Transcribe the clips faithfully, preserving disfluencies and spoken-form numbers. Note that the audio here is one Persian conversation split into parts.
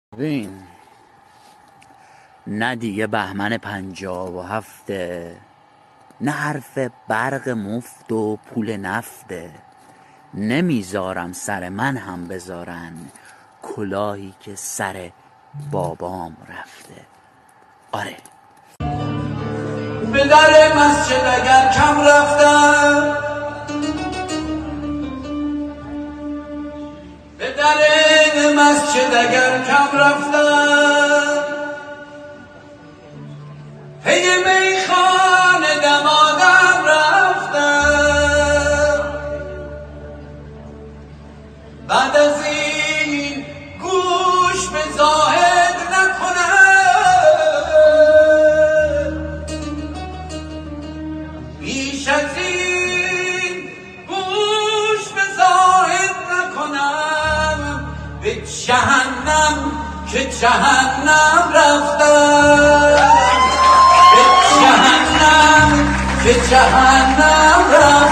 ببین، نه دیگه بهمن پنجاه و هفته، نه حرف برق مفت و پول نفته. نمیذارم سر من هم بذارن کلاهی که سر بابام رفته. آره، به در مسجد اگر کم رفتم، به در مسجد اگر کم رفتم، پی میخانه دمادم رفتم. بعد از این گوش به زاهد نکنم، بیش از این گوش به زاهد نکنم. به جهنم که جهنم رفتم، به جهنم که جهنم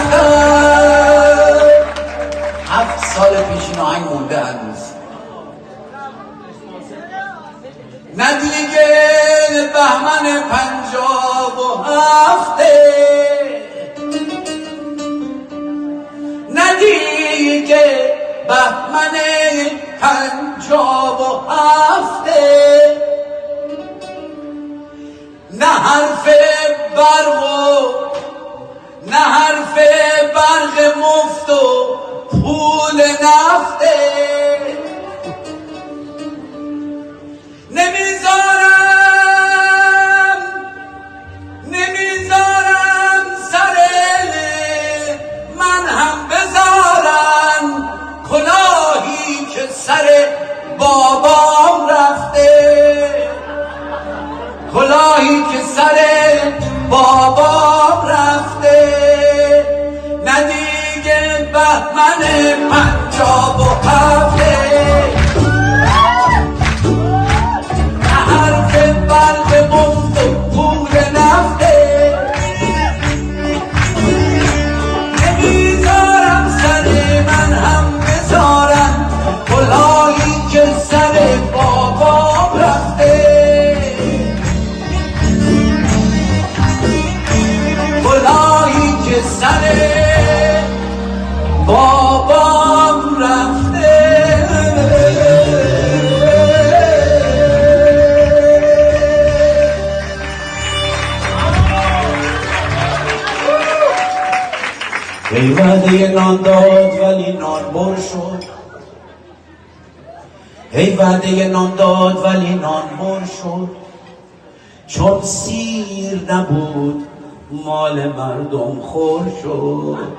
رفتم. هفت سال پیش این آهنگ مونده هنوز. نه دیگه بهمن پنجاه و هفته، نه دیگه بهمن پنجاه و هفته، نه حرف برق و نه حرف برق مفت و پول نفته. نمیذارم نمیذارم سر من هم بذارن کلاهی که سر بابام رفته، کلاهی که سر بابام رفته. نه دیگه بهمن پنجاه و هفته، نه حرف برق مفت و پول نفته. نمیذارم سر من هم بذارن کلاهی که سر بابام رفته، کلاهی که سر بابام رفته. ای وعده نان داد ولی نان بر شد، ای وعده نان داد ولی نان بر شد. چون سیر نبود مال مردم خور شد.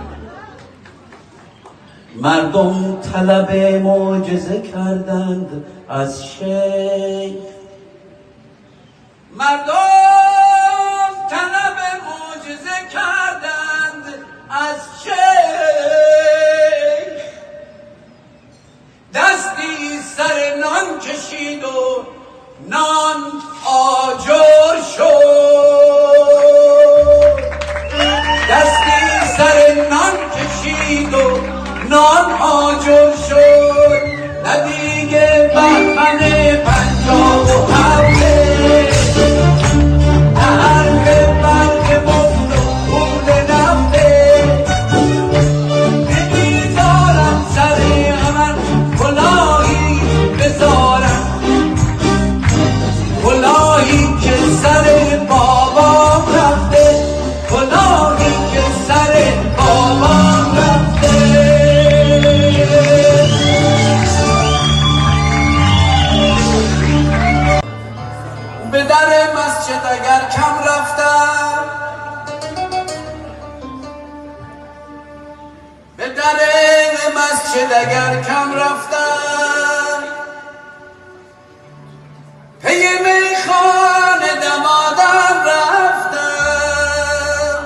مردم طلب معجزه کردند از شیخ، مردم طلب معجزه کردند از شیخ. دستی سر نان کشید و نان آجر شد، دستی سر نان کشید و نان آجر شد. نه دیگه بهمن پنجاه و هفته، نه حرف برق مفت و پول نفته. نمیذارم سر من کلاهی بذارم، کلاهی که سر بابام رفته، کلاهی که سر بابام رفته. به در مسجد اگر کم رفتم، به در مسجد اگر کم رفتم، پی میخانه دمادم رفتم.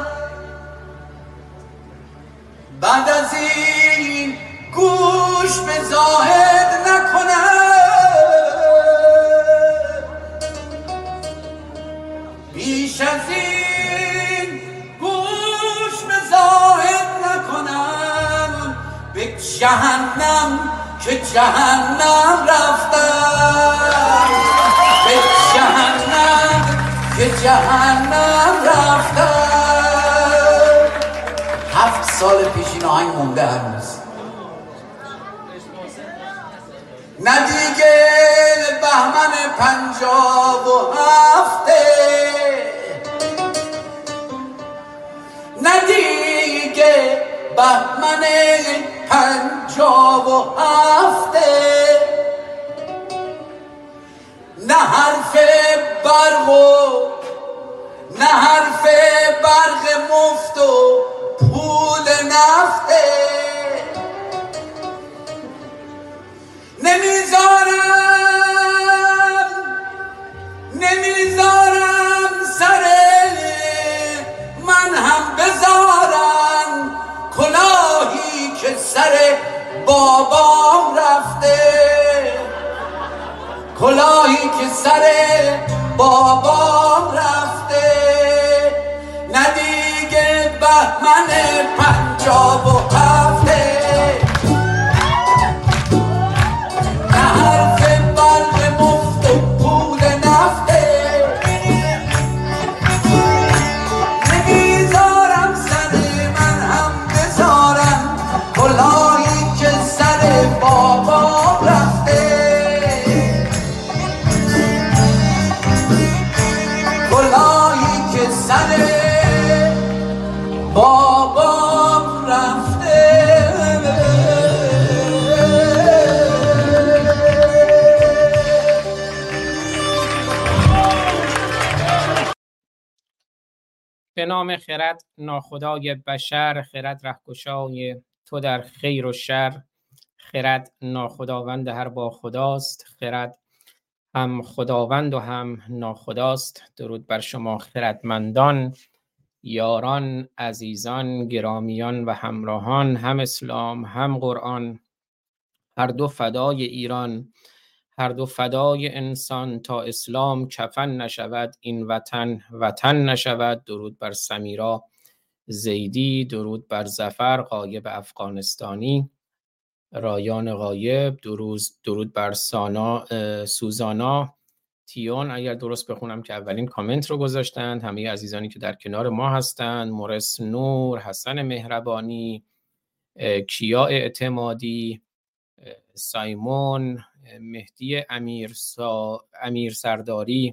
بعد از این گوش به زاهد نکنم، بیش از این گوش به زاهد نکنم. به جهنم که جهنم رفتم، به جهنم که جهنم رفتم. هفت سال پیش این آهنگ مونده هنوز. نه دیگه بهمن پنجاب و هفته، نه دیگه بهمن پنجاب و هفته، نه حرف برق و نه حرف برق مفت و پول نفته. نمیذارم نمیذارم سر من هم بذارن کلاهی که سر بابام رفته، کلاهی که سر بابام رفته. نه دیگه بهمن پنجاب و هفته، نه حرف برق مفت و پول نفته. نمیذارم سر من هم بذارن کلاهی که سر بابام رفته، کلاهی که سر بابام رفته. به نام خرد ناخدای بشر، خرد رهگشای تو در خیر و شر. خرد ناخداوند هر با خداست، خرد هم خداوند و هم ناخداست. درود بر شما خردمندان، یاران، عزیزان، گرامیان و همراهان، هم اسلام هم قرآن، هر دو فدای ایران، هر دو فدای انسان، تا اسلام کفن نشود این وطن وطن نشود. درود بر سمیرا زیدی، درود بر ظفر غایب افغانستانی، رایان غایب، درود درود بر سانا سوزانا تیون، اگر درست بخونم که اولین کامنت رو گذاشتند. همه عزیزانی که در کنار ما هستند، مورس نور، حسن مهربانی، کیا اعتمادی، سایمون، مهدی امیر, سا... امیر سرداری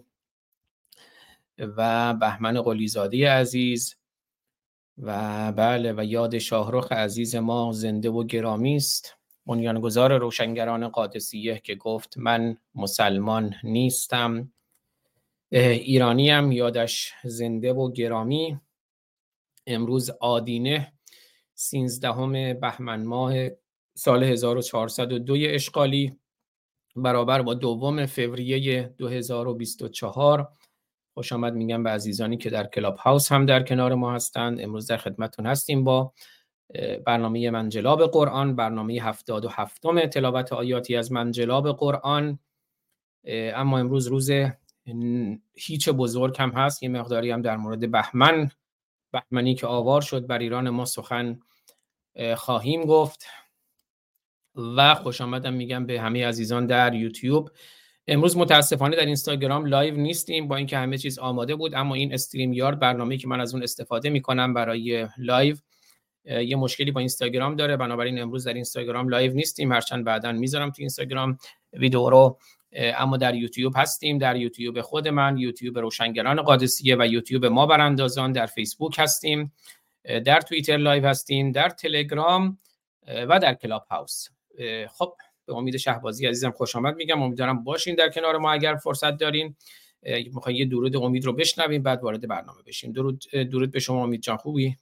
و بهمن قلیزادی عزیز و بله و یاد شاهرخ عزیز ما زنده و گرامی است، بنیانگذار روشنگران قادسیه که گفت من مسلمان نیستم. ایرانی هم یادش زنده و گرامی. امروز آدینه سیزدهم بهمن ماه سال هزار و چهارصد و دو اشغالی برابر با دوم فوریه دو هزار و بیست و چهار. خوش آمد میگم به عزیزانی که در کلاب هاوس هم در کنار ما هستند. امروز در خدمتتون هستیم با برنامه منجلاب قرآن، برنامه هفتاد و هفتم تلاوت آیاتی از منجلاب قرآن. اما امروز روز هیچ بزرگ هم هست، یه مقداری هم در مورد بهمن بهمنی که آوار شد بر ایران ما سخن خواهیم گفت. و خوش آمدم میگم به همه عزیزان در یوتیوب. امروز متاسفانه در اینستاگرام لایو نیستیم، با اینکه همه چیز آماده بود، اما این استریم یارد برنامه‌ای که من از اون استفاده میکنم برای لایو یه مشکلی با اینستاگرام داره، بنابراین امروز در اینستاگرام لایو نیستیم، هرچند بعداً میذارم تو اینستاگرام ویدیو رو. اما در یوتیوب هستیم، در یوتیوب خود من، یوتیوب روشنگران قادسیه و یوتیوب ما براندازان، در فیسبوک هستیم، در توییتر لایو هستیم، در تلگرام و در کلاب هاوس. خب به امید شهبازی عزیزم خوش آمد میگم، امیدوارم باشین در کنار ما اگر فرصت دارین. میخوایم یه درود امید رو بشنویم بعد وارد برنامه بشیم. درود درود به شما امید جان، خوبی؟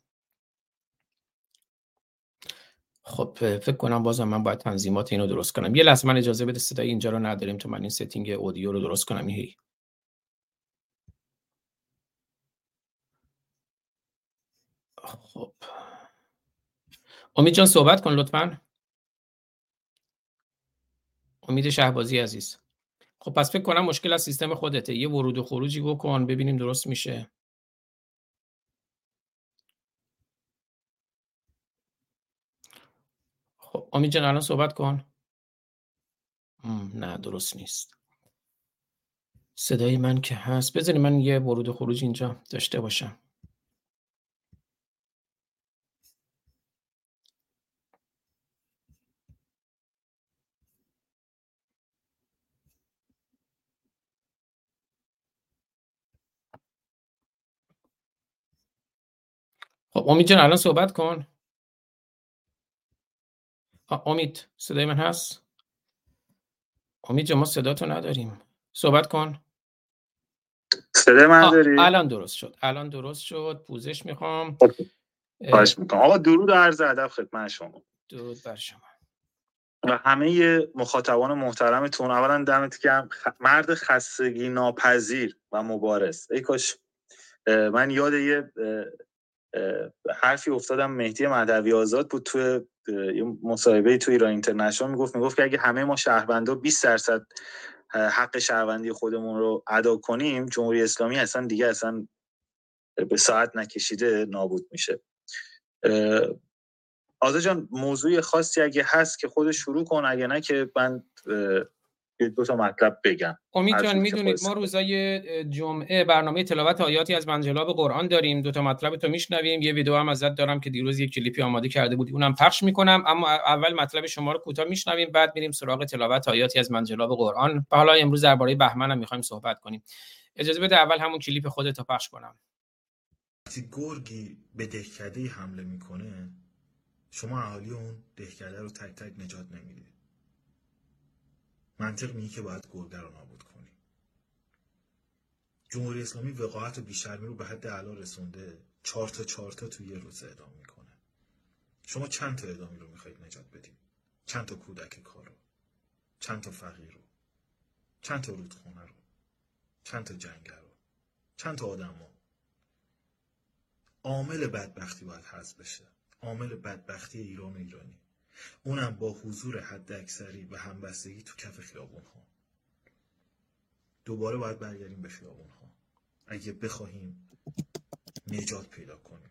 خب فکر کنم بازم من باید تنظیمات اینو درست کنم. یه لحظه من اجازه بده، صدای اینجا رو نداریم تو من این ستینگ اودیو رو درست کنم. هی خب امید جان صحبت کن لطفاً. امید شهبازی عزیز. خب پس فکر کنم مشکل از سیستم خودته، یه ورود و خروجی بکن ببینیم درست میشه. خب امید جان الان صحبت کن. نه درست نیست. صدای من که هست، بذاری من یه ورود و خروج اینجا داشته باشم. خب امید جان الان صحبت کن. امید صدای من هست؟ امید جان ما صدا تو نداریم، صحبت کن. صدای من داری؟ الان درست شد، الان درست شد. پوزش میخوام. خواهش میکنم. آقا درود و عرض ادب خدمت شما. درود بر شما و همه مخاطبان محترمتون. اولا دمت گرم، خ... مرد خستگی ناپذیر و مبارز. ای کاش من یاد یه حرفی افتادم، مهدی مهدوی آزاد بود توی یه مصاحبه تو ایران اینترنشنال، میگفت میگفت که اگه همه ما شهروندا بیست درصد حق شهروندی خودمون رو ادا کنیم، جمهوری اسلامی اصلا دیگه اصلا به ساعت نکشیده نابود میشه. آزاد جان موضوع خاصی اگه هست که خودش شروع کن، اگه نه که من دو تا مطلب بگم. امید جان میدونید ما روزای جمعه برنامه تلاوت آیاتی از منجلاب قرآن داریم. دو تا مطلب تو میشنویم، یه ویدیو هم ازت دارم که دیروز یک کلیپی آماده کرده بودی، اونم پخش میکنم. اما اول مطلب شما رو کوتاه میشنویم، بعد میریم سراغ تلاوت آیاتی از منجلاب قرآن. حالا امروز درباره بهمن هم میخوایم صحبت کنیم. اجازه بده اول همون کلیپ خودت رو پخش کنم. وقتی گرگی به دهکده حمله میکنه، شما اهالی اون دهکده رو تک تک نجات نمیدید. منطق میگه که باید گرگه رو نابود کنی. جمهوری اسلامی وقاحت و بیشرمی رو به حد اعلا رسونده، چهار تا چهار تا توی یه روز اعدام میکنه. شما چند تا اعدامی رو میخواید نجات بدید؟ چند تا کودک کار رو، چند تا فقیر رو، چند تا رودخونه رو، چند تا جنگل رو، چند تا آدم رو. عامل بدبختی باید حذف بشه، عامل بدبختی ایران و ایرانی، اونم با حضور حد اکثری و همبستگی تو کف خیابون ها. دوباره باید برگردیم به خیابون ها اگه بخواهیم نجات پیدا کنیم.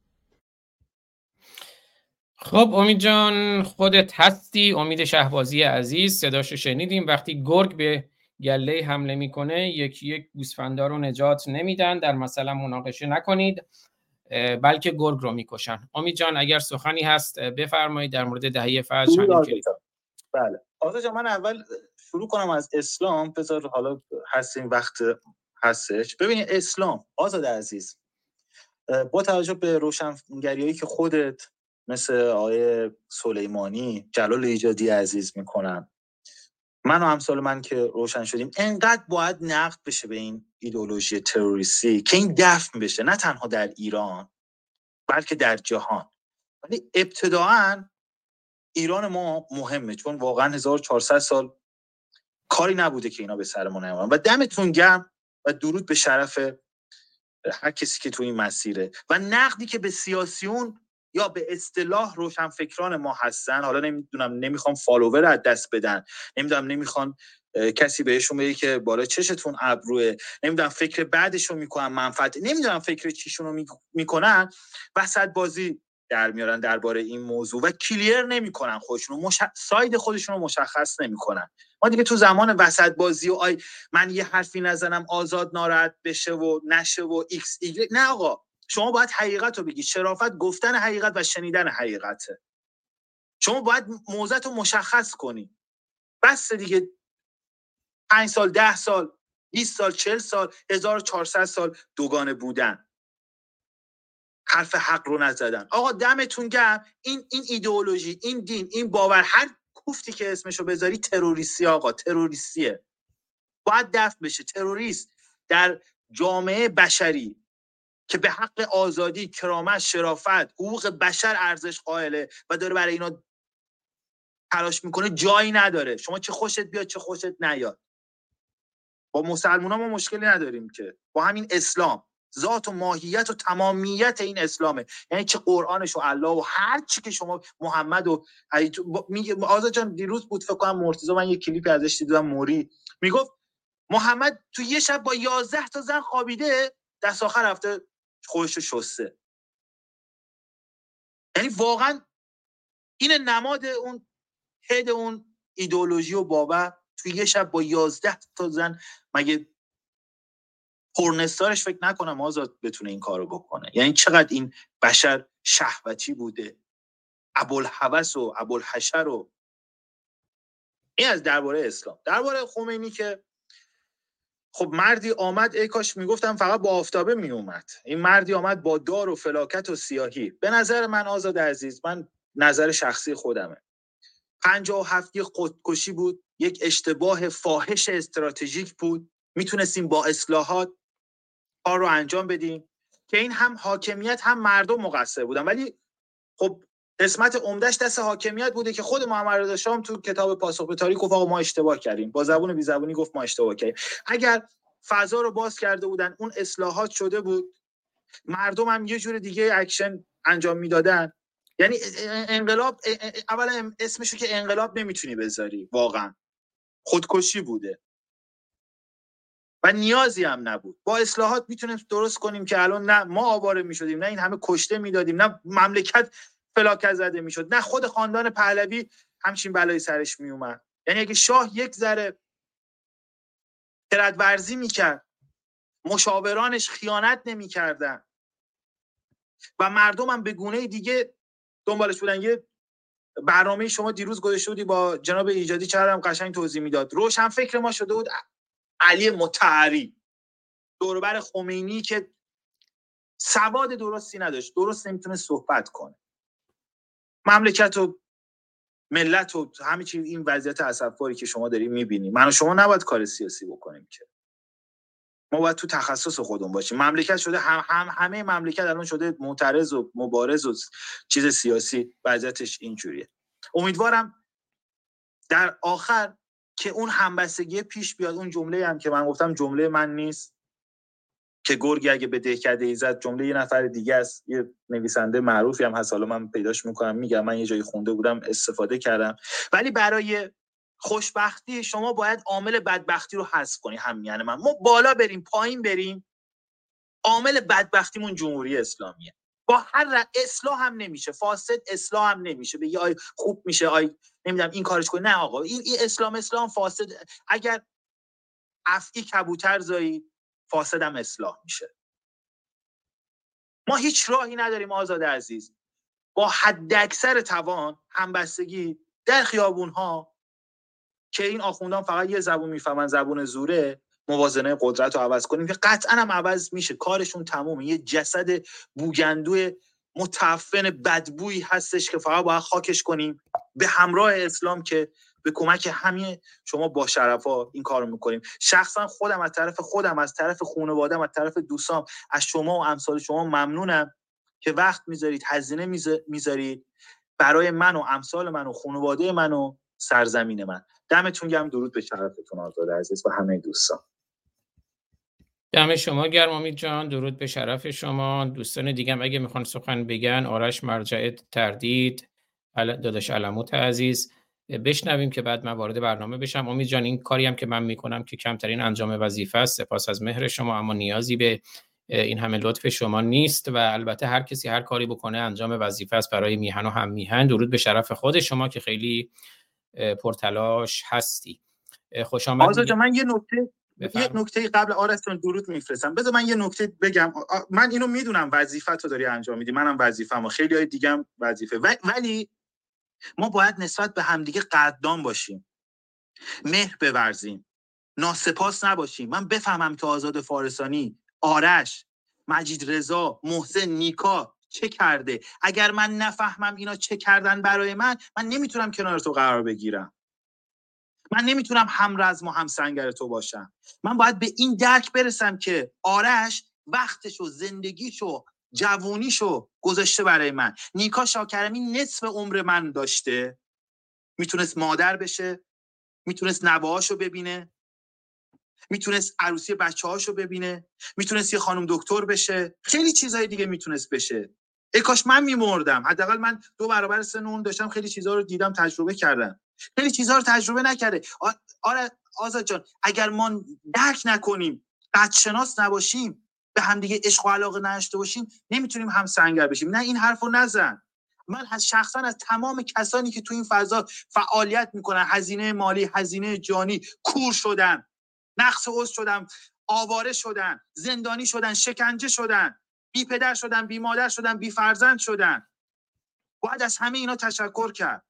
خب امید جان خودت هستی، امید شهبازی عزیز، صداشو شنیدیم. وقتی گرگ به گله حمله میکنه یکی یک گوسفندا رو نجات نمیدن، در مثلا مناقشه نکنید، بلکه گرگ رو میکشن. امید جان اگر سخنی هست بفرمایید در مورد دهه فجر. همین کلیپ. بله آزاد جان، من اول شروع کنم از اسلام، بذار حالا هستیم وقت هستش. ببینید اسلام آزاد عزیز، با توجه به روشنگریایی که خودت مثل آقای سلیمانی، جلال ایجادی عزیز میکنن، من و امثال من که روشن شدیم، انقدر باید نقد بشه به این ایدئولوژی تروریستی که این دفن بشه، نه تنها در ایران بلکه در جهان. ولی ابتداعاً ایران ما مهمه، چون واقعا هزار و چهارصد سال کاری نبوده که اینا به سر ما نیامدن. و دمتون گرم و درود به شرف هر کسی که تو این مسیره. و نقدی که به سیاسیون یا به اصطلاح روشنفکران ما هستن، حالا نمیدونم، نمیخوام فالوور از دست بدن، نمیدونم نمیخوان کسی بهشون بگه که بالا چشتون ابروه، نمیدونم فکر بعدشون میکنن منفعت، نمیدونم فکر چیشون رو میکنن، وسط بازی در میارن درباره این موضوع و کلیر نمیکنن خودشون رو، مش... ساید خودشون رو مشخص نمیکنن. ما دیگه تو زمان وسط بازی و آی من یه حرفی نزنم آزاد ناراحت بشه و نشه و ایکس ایگرگ، نه آقا، شما باید حقیقت رو بگی. شرافت گفتن حقیقت و شنیدن حقیقته. شما باید موضعت رو مشخص کنی. بس دیگه پنج سال، ده سال، بیست سال، چهل سال، هزار و چهارصد سال دوگانه بودن، حرف حق رو نزدن. آقا دمتون گرم. این این ایدئولوژی، این دین، این باور، هر کوفتی که اسمشو بذاری تروریستی. آقا تروریستیه، باید دفع بشه. تروریست در جامعه بشری که به حق آزادی، کرامت، شرافت، حقوق بشر ارزش قائله و داره برای اینا تلاش میکنه جایی نداره. شما چه خوشت بیاد چه خوشت نیاد. با مسلمونا ما مشکلی نداریم که، با همین اسلام ذات و ماهیت و تمامیت این اسلامه. یعنی چه قرآنش و الله و هر چی که شما محمد و میگه. آزاد جان دیروز بود فکر کنم مرتضی، من یه کلیپی ازش دیدم، موری میگفت محمد تو یه شب با یازده تا زن خوابیده، دست آخر رفته خودش رو شسته. یعنی واقعا این نماد اون هد اون ایدئولوژی و باور توی یه شب با یازده تا زن، مگه پرنستارش فکر نکنم آزاد بتونه این کارو بکنه. یعنی چقدر این بشر شهوتی بوده، ابوالهوس و ابوالحشر. و این از درباره اسلام. درباره خمینی که خب مردی آمد، ای کاش میگفتم فقط با آفتابه میومد، این مردی آمد با دار و فلاکت و سیاهی. به نظر من آزاد عزیز، من نظر شخصی خودمه، پنجاه و هفت خودکشی بود، یک اشتباه فاحش استراتژیک بود. میتونستیم با اصلاحات کار رو انجام بدیم که این هم حاکمیت هم مردم مقصر بودن، ولی خب قسمت عمدهش دست حاکمیت بوده که خود محمد رضا شاه تو کتاب پاسخ به تاریخ گفت آقا ما اشتباه کردیم، با زبون بی زبونی گفت ما اشتباه کردیم. اگر فضا رو باز کرده بودن، اون اصلاحات شده بود، مردم هم یه جور دیگه اکشن انجام میدادن. یعنی انقلاب اولا اسمشو که انقلاب نمیتونی بذاری، واقعا خودکشی بوده و نیازی هم نبود. با اصلاحات میتونیم درست کنیم که الان نه ما آواره میشدیم، نه این همه کشته میدادیم، نه مملکت فلاکت زده میشد، نه خود خاندان پهلوی همچین بلایی سرش میومد. یعنی اگه شاه یک ذره خردورزی میکرد، مشاورانش خیانت نمیکردن و مردم هم به گونه دیگه دنبالش بودن. یه برنامه شما دیروز گذاشته بودی با جناب ایجادی، چقدرم قشنگ توضیح میداد. روشن فکر ما شده بود علی مطهری، دوربر خمینی که سواد درستی نداشت، درست نمیتونه صحبت کنه، مملکت و ملت و همه چی. این وضعیت اسفباری که شما داری میبینی، من و شما نباید کار سیاسی بکنیم که، ما باید تو تخصص خودمون باشیم. مملکت شده هم, هم همه مملکت الان شده معترض و مبارز و چیز سیاسی، وضعیتش اینجوریه. امیدوارم در آخر که اون همبستگی پیش بیاد. اون جمله هم که من گفتم جمله من نیست، که گرگی اگه به دهکده ایزد، جمله یه نفر دیگه است، یه نویسنده معروفی هم هست، حالا من پیداش میکنم میگم، من یه جایی خونده بودم استفاده کردم. ولی برای خوشبختی شما باید عامل بدبختی رو حذف کنی. همین یعنی من ما بالا بریم پایین بریم، عامل بدبختیمون جمهوری اسلامیه. با هر اصلاح هم نمیشه، فاسد اصلاح هم نمیشه، بگی آی خوب میشه، آی نمیدونم این کارش کنی. نه آقا، این, این اسلام اسلام فاسد. اگر افعی کبوتر زایی، فاسد هم اصلاح میشه. ما هیچ راهی نداریم آزاد عزیز، با حد اکثر توان همبستگی در خیابون‌ها که این آخوندان فقط یه زبون میفهمن، زبون زوره، موازنه قدرت رو عوض کنیم که قطعا هم عوض میشه. کارشون تمومه. یه جسد بوگندوی متعفن بدبویی هستش که فقط باید خاکش کنیم به همراه اسلام، که به کمک همین شما با شرفا این کارو میکنیم. شخصا خودم از طرف خودم، از طرف خانواده‌ام، از طرف دوستام، از شما و امثال شما ممنونم که وقت میذارید، هزینه میذارید برای من و امثال من و خانواده من و سرزمین من. دمتون گرم. درود به شرفتون آزاد عزیز و همه دوستان. دم شما گرم امید جان، درود به شرف شما. دوستان دیگه هم اگه میخوان سخن بگن، آرش مرجع تردید، داداش علموت عزیز، بشنویم که بعد من وارد برنامه بشم. امید جان، این کاری هم که من میکنم که کمترین انجام وظیفه است، سپاس از مهر شما، اما نیازی به این همه لطف شما نیست و البته هر کسی هر کاری بکنه انجام وظیفه است برای میهن و هم میهن. درود به شرف خود شما که خیلی پرتلاش هستی. خوش آمد. آزاد جان، من یه نکته یه نکته قبل آرش جان درود میفرستم. بذار من یه نکته بگم. من اینو میدونم وظیفه تو داری انجام میدی، منم وظیفه‌مو، خیلی های دیگه هم وظیفه، ولی ما باید نسبت به همدیگه قدردان باشیم، مهر بورزیم، ناسپاس نباشیم. من بفهمم که آزاد فارسانی، آرش، مجید رضا، محسن، نیکا چه کرده. اگر من نفهمم اینا چه کردن برای من، من نمیتونم کنار تو قرار بگیرم، من نمیتونم هم رزم و هم سنگر تو باشم. من باید به این درک برسم که آرش وقتشو، زندگیشو، جوونیشو گذاشته برای من. نیکا شاکرمی نصف عمر من داشته، میتونست مادر بشه، میتونست نوهاشو ببینه، میتونست عروسی بچه‌هاشو ببینه، میتونست یه خانم دکتر بشه، خیلی چیزهای دیگه میتونست بشه. ای کاش من میمردم، حداقل من دو برابر سن اون داشتم، خیلی چیزا رو دیدم، تجربه کردم. خیلی چیزا رو تجربه نکرده. آره آزاد جان، اگر ما درک نکنیم، قدرشناس نباشیم، به هم دیگه عشق و علاقه نداشته باشیم، نمیتونیم هم سنگر بشیم. نه این حرفو نزن. من از شخصا از تمام کسانی که تو این فضا فعالیت میکنن، هزینه مالی، هزینه جانی، کور شدن، نقص عضو شدن، آواره شدن، زندانی شدن، شکنجه شدن، بی پدر شدن، بی مادر شدن، بی فرزند شدن، باید از همه اینا تشکر کرد.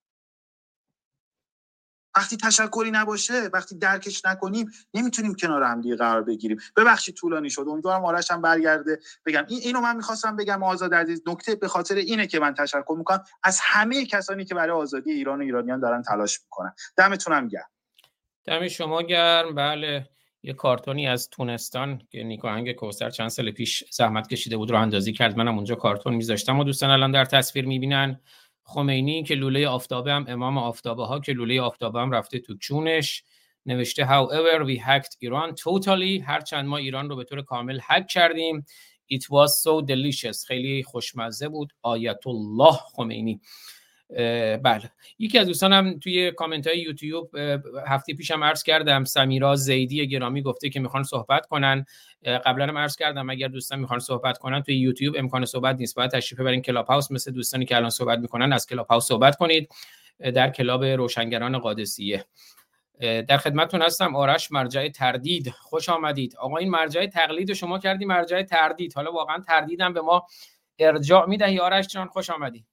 وقتی تشکری نباشه، وقتی درکش نکنیم، نمیتونیم کنار هم دیگه قرار بگیریم. ببخشید طولانی شد، امیدوارم آرش هم برگرده بگم. این اینو من میخواستم بگم آزاد عزیز. نکته به خاطر اینه که من تشکر میکنم از همه کسانی که برای آزادی ایران و ایرانیان دارن تلاش میکنن. دمتونم گرم. دم شما گرم. بله، یه کارتونی از تونستان که نیکاهنگ کوثر چند سال پیش زحمت کشیده بود رو اندازی کرد. منم اونجا کارتون میذاشتم و دوستان الان در تصویر میبینن. خمینی که لوله آفتابه هم امام آفتابه ها که لوله آفتابه هم رفته تو چونش. نوشته however we hacked Iran totally. هرچند ما ایران رو به طور کامل هک کردیم. It was so delicious. خیلی خوشمزه بود. آیت الله خمینی. بله، یکی از دوستانم توی کامنت های یوتیوب هفته پیشم عرض کردم، سمیرا زیدی گرامی گفته که میخوان صحبت کنن. قبلا هم عرض کردم اگر دوستان میخوان صحبت کنن توی یوتیوب امکان صحبت نیست، باید تشریف ببرین کلاب هاوس، مثل دوستانی که الان صحبت میکنن از کلاب هاوس صحبت کنید در کلاب روشنگران قادسیه. در خدمتتون هستم. آرش مرجع تردید، خوش آمدید. آقا این مرجع تقلید شما کردی مرجع تردید، حالا واقعا تردیدم به ما ارجاع میدهی آرش جان؟ خوش آمدید.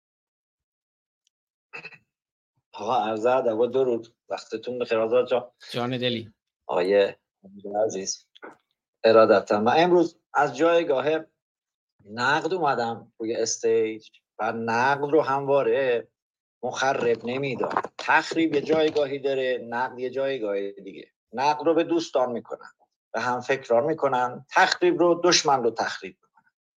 آقا عرض ادب و درود، وقتتون بخیر آزاد جان. جان دلی. آقای عزیز ارادتاً، من امروز از جایگاه نقد اومدم روی استیج و نقد رو همواره مخرب نمیدارم. تخریب یه جایگاهی داره، نقد یه جایگاه دیگه. نقد رو به دوستان میکنن، به هم فکران میکنن، تخریب رو دشمن رو تخریب میکنن.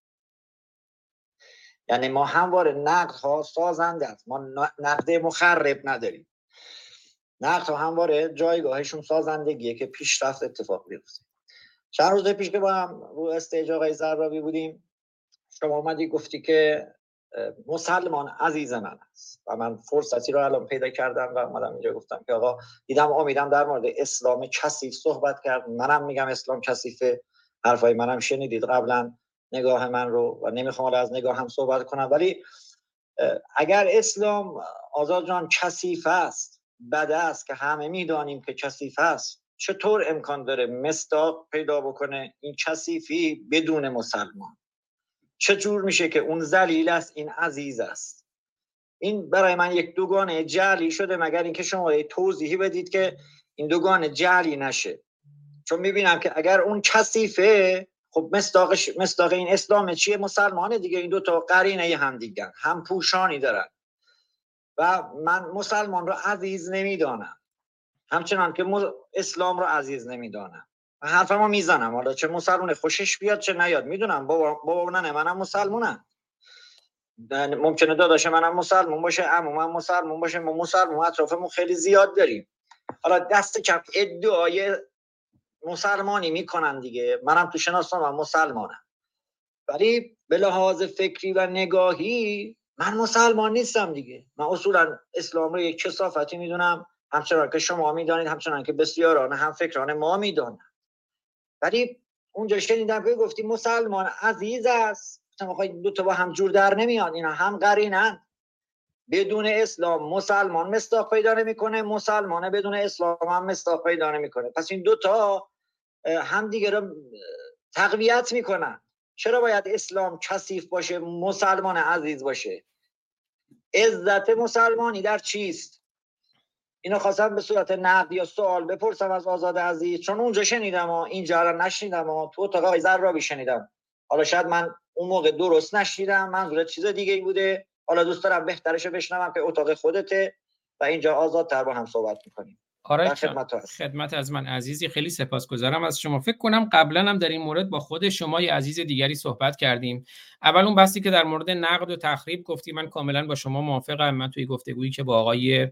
یعنی ما همواره نقد ها سازنده است، ما نقد مخرب نداریم. نقد ها همواره جایگاهشون سازندگیه که پیشرفت اتفاق بیفته. چند روز پیش که با هم رو استیج آقای زرابی بودیم، شما اومدی گفتی که مسلمان عزیز من است و من فرصتی رو الان پیدا کردم و اومدم اینجا گفتم که آقا دیدم امیدم در مورد اسلام کثیف صحبت کرد. منم میگم اسلام کثیفه، حرفای منم شنیدید قبلا نگاه من رو و نمیخوام از نگاه هم صحبت کنم، ولی اگر اسلام آزاد جان کثیف است، بد است که همه میدانیم که کثیف است، چطور امکان داره مصداق پیدا بکنه این کثیفی بدون مسلمان؟ چطور میشه که اون ذلیل است این عزیز است؟ این برای من یک دوگانه جعلی شده، مگر اینکه شما توضیحی بدید که این دوگانه جعلی نشه. چون میبینم که اگر اون کثیفه، خب مصداقش مصداق این اسلام چیه؟ مسلمانه دیگه. این دو تا قرینه هم دیگه هم پوشانی دارن و من مسلمان رو عزیز نمیدانم، همچنان که اسلام رو عزیز نمیدانم. من حرفمو میزنم، حالا چه مسلمان خوشش بیاد چه نیاد، میدونم بابا بابا نه منم مسلمانم، ممکنه داداش منم مسلمان باشه، عمو من مسلمان باشه، ما مسلمان اطرافمون خیلی زیاد داریم. حالا دست کف ادعای مسلمانی میکنن دیگه، منم تو شناسنامه مسلمانم، ولی به لحاظ فکری و نگاهی من مسلمان نیستم دیگه. من اصولا اسلام رو یک کثافتی میدونم، همچنان که شما میدانید، همچنان که بسیاران هم فکران ما میدونن. ولی اونجا شنیدم که گفتی مسلمان عزیز است، مثلا دو تا با هم جور در نمیاد، اینا هم قرینن. بدون اسلام مسلمان مصداق پیدا نمیکنه، مسلمان بدون اسلام هم مصداق پیدا نمیکنه. پس این دو تا هم دیگه رو تقویت میکنن. چرا باید اسلام کثیف باشه، مسلمان عزیز باشه؟ عزت مسلمانی در چیست؟ اینو خواستم به صورت نقد یا سوال بپرسم از آزاد عزیز، چون اونجا شنیدم و اینجا را نشنیدم و تو اتاق آقای زرابی شنیدم. حالا شاید من اون موقع درست نشنیدم، منظورت چیز دیگه ای بوده. حالا دوست دارم بهترش بشنوم که اتاق خودته و اینجا آزادتر با هم صحبت می‌کنیم. آره، خدمت, خدمت از من عزیزی، خیلی سپاسگزارم از شما. فکر کنم قبلا هم در این مورد با خود شما یه عزیز دیگری صحبت کردیم. اول اون بحثی که در مورد نقد و تخریب گفتی، من کاملا با شما موافقم. من توی گفتگویی که با آقای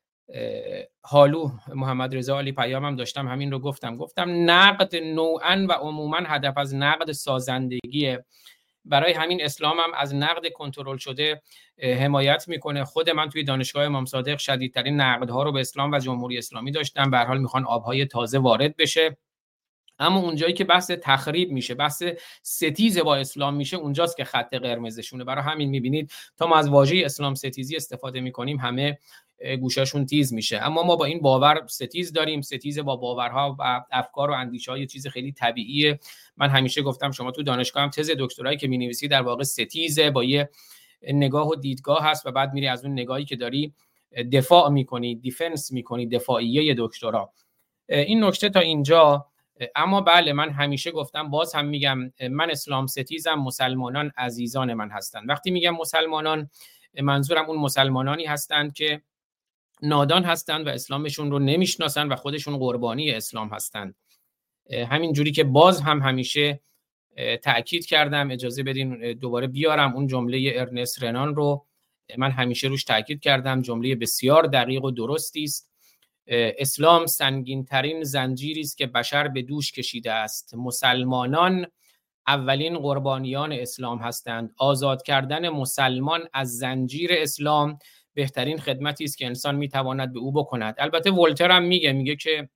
حالو محمد رضا علی پیام هم داشتم همین رو گفتم. گفتم نقد نوعاً و عموماً هدف از نقد سازندگیه. برای همین اسلام هم از نقد کنترل شده حمایت میکنه. خود من توی دانشگاه امام صادق شدیدترین نقدها رو به اسلام و جمهوری اسلامی داشتم. به هر حال میخوان آبهای تازه وارد بشه اما اونجایی که بحث تخریب میشه، بحث ستیز با اسلام میشه، اونجاست که خط قرمزشونه. برای همین میبینید تا ما از واژه اسلام ستیزی استفاده میکنیم همه گوشاشون تیز میشه. اما ما با این باور ستیز داریم، ستیز با باورها و افکار و اندیشه های چیز خیلی طبیعیه. من همیشه گفتم شما تو دانشگاه هم تز دکترایی که مینویسی در واقع ستیزه با یه نگاه و دیدگاه هست و بعد میری از اون نگاهی که داری دفاع میکنی، دیفنس میکنی، دفاعیه دکترا. این نکته تا اینجا. اما بله، من همیشه گفتم، باز هم میگم، من اسلام ستیزم، مسلمانان عزیزان من هستند. وقتی میگم مسلمانان، منظورم اون مسلمانانی هستند که نادان هستند و اسلامشون رو نمیشناسن و خودشون قربانی اسلام هستند. همین جوری که باز هم همیشه تأکید کردم، اجازه بدین دوباره بیارم اون جمله ارنست رنان رو، من همیشه روش تأکید کردم، جمله بسیار دقیق و درستی است. اسلام سنگین ترین زنجیری است که بشر به دوش کشیده است. مسلمانان اولین قربانیان اسلام هستند. آزاد کردن مسلمان از زنجیر اسلام بهترین خدمتی است که انسان میتواند به او بکند. البته ولتر هم میگه میگه که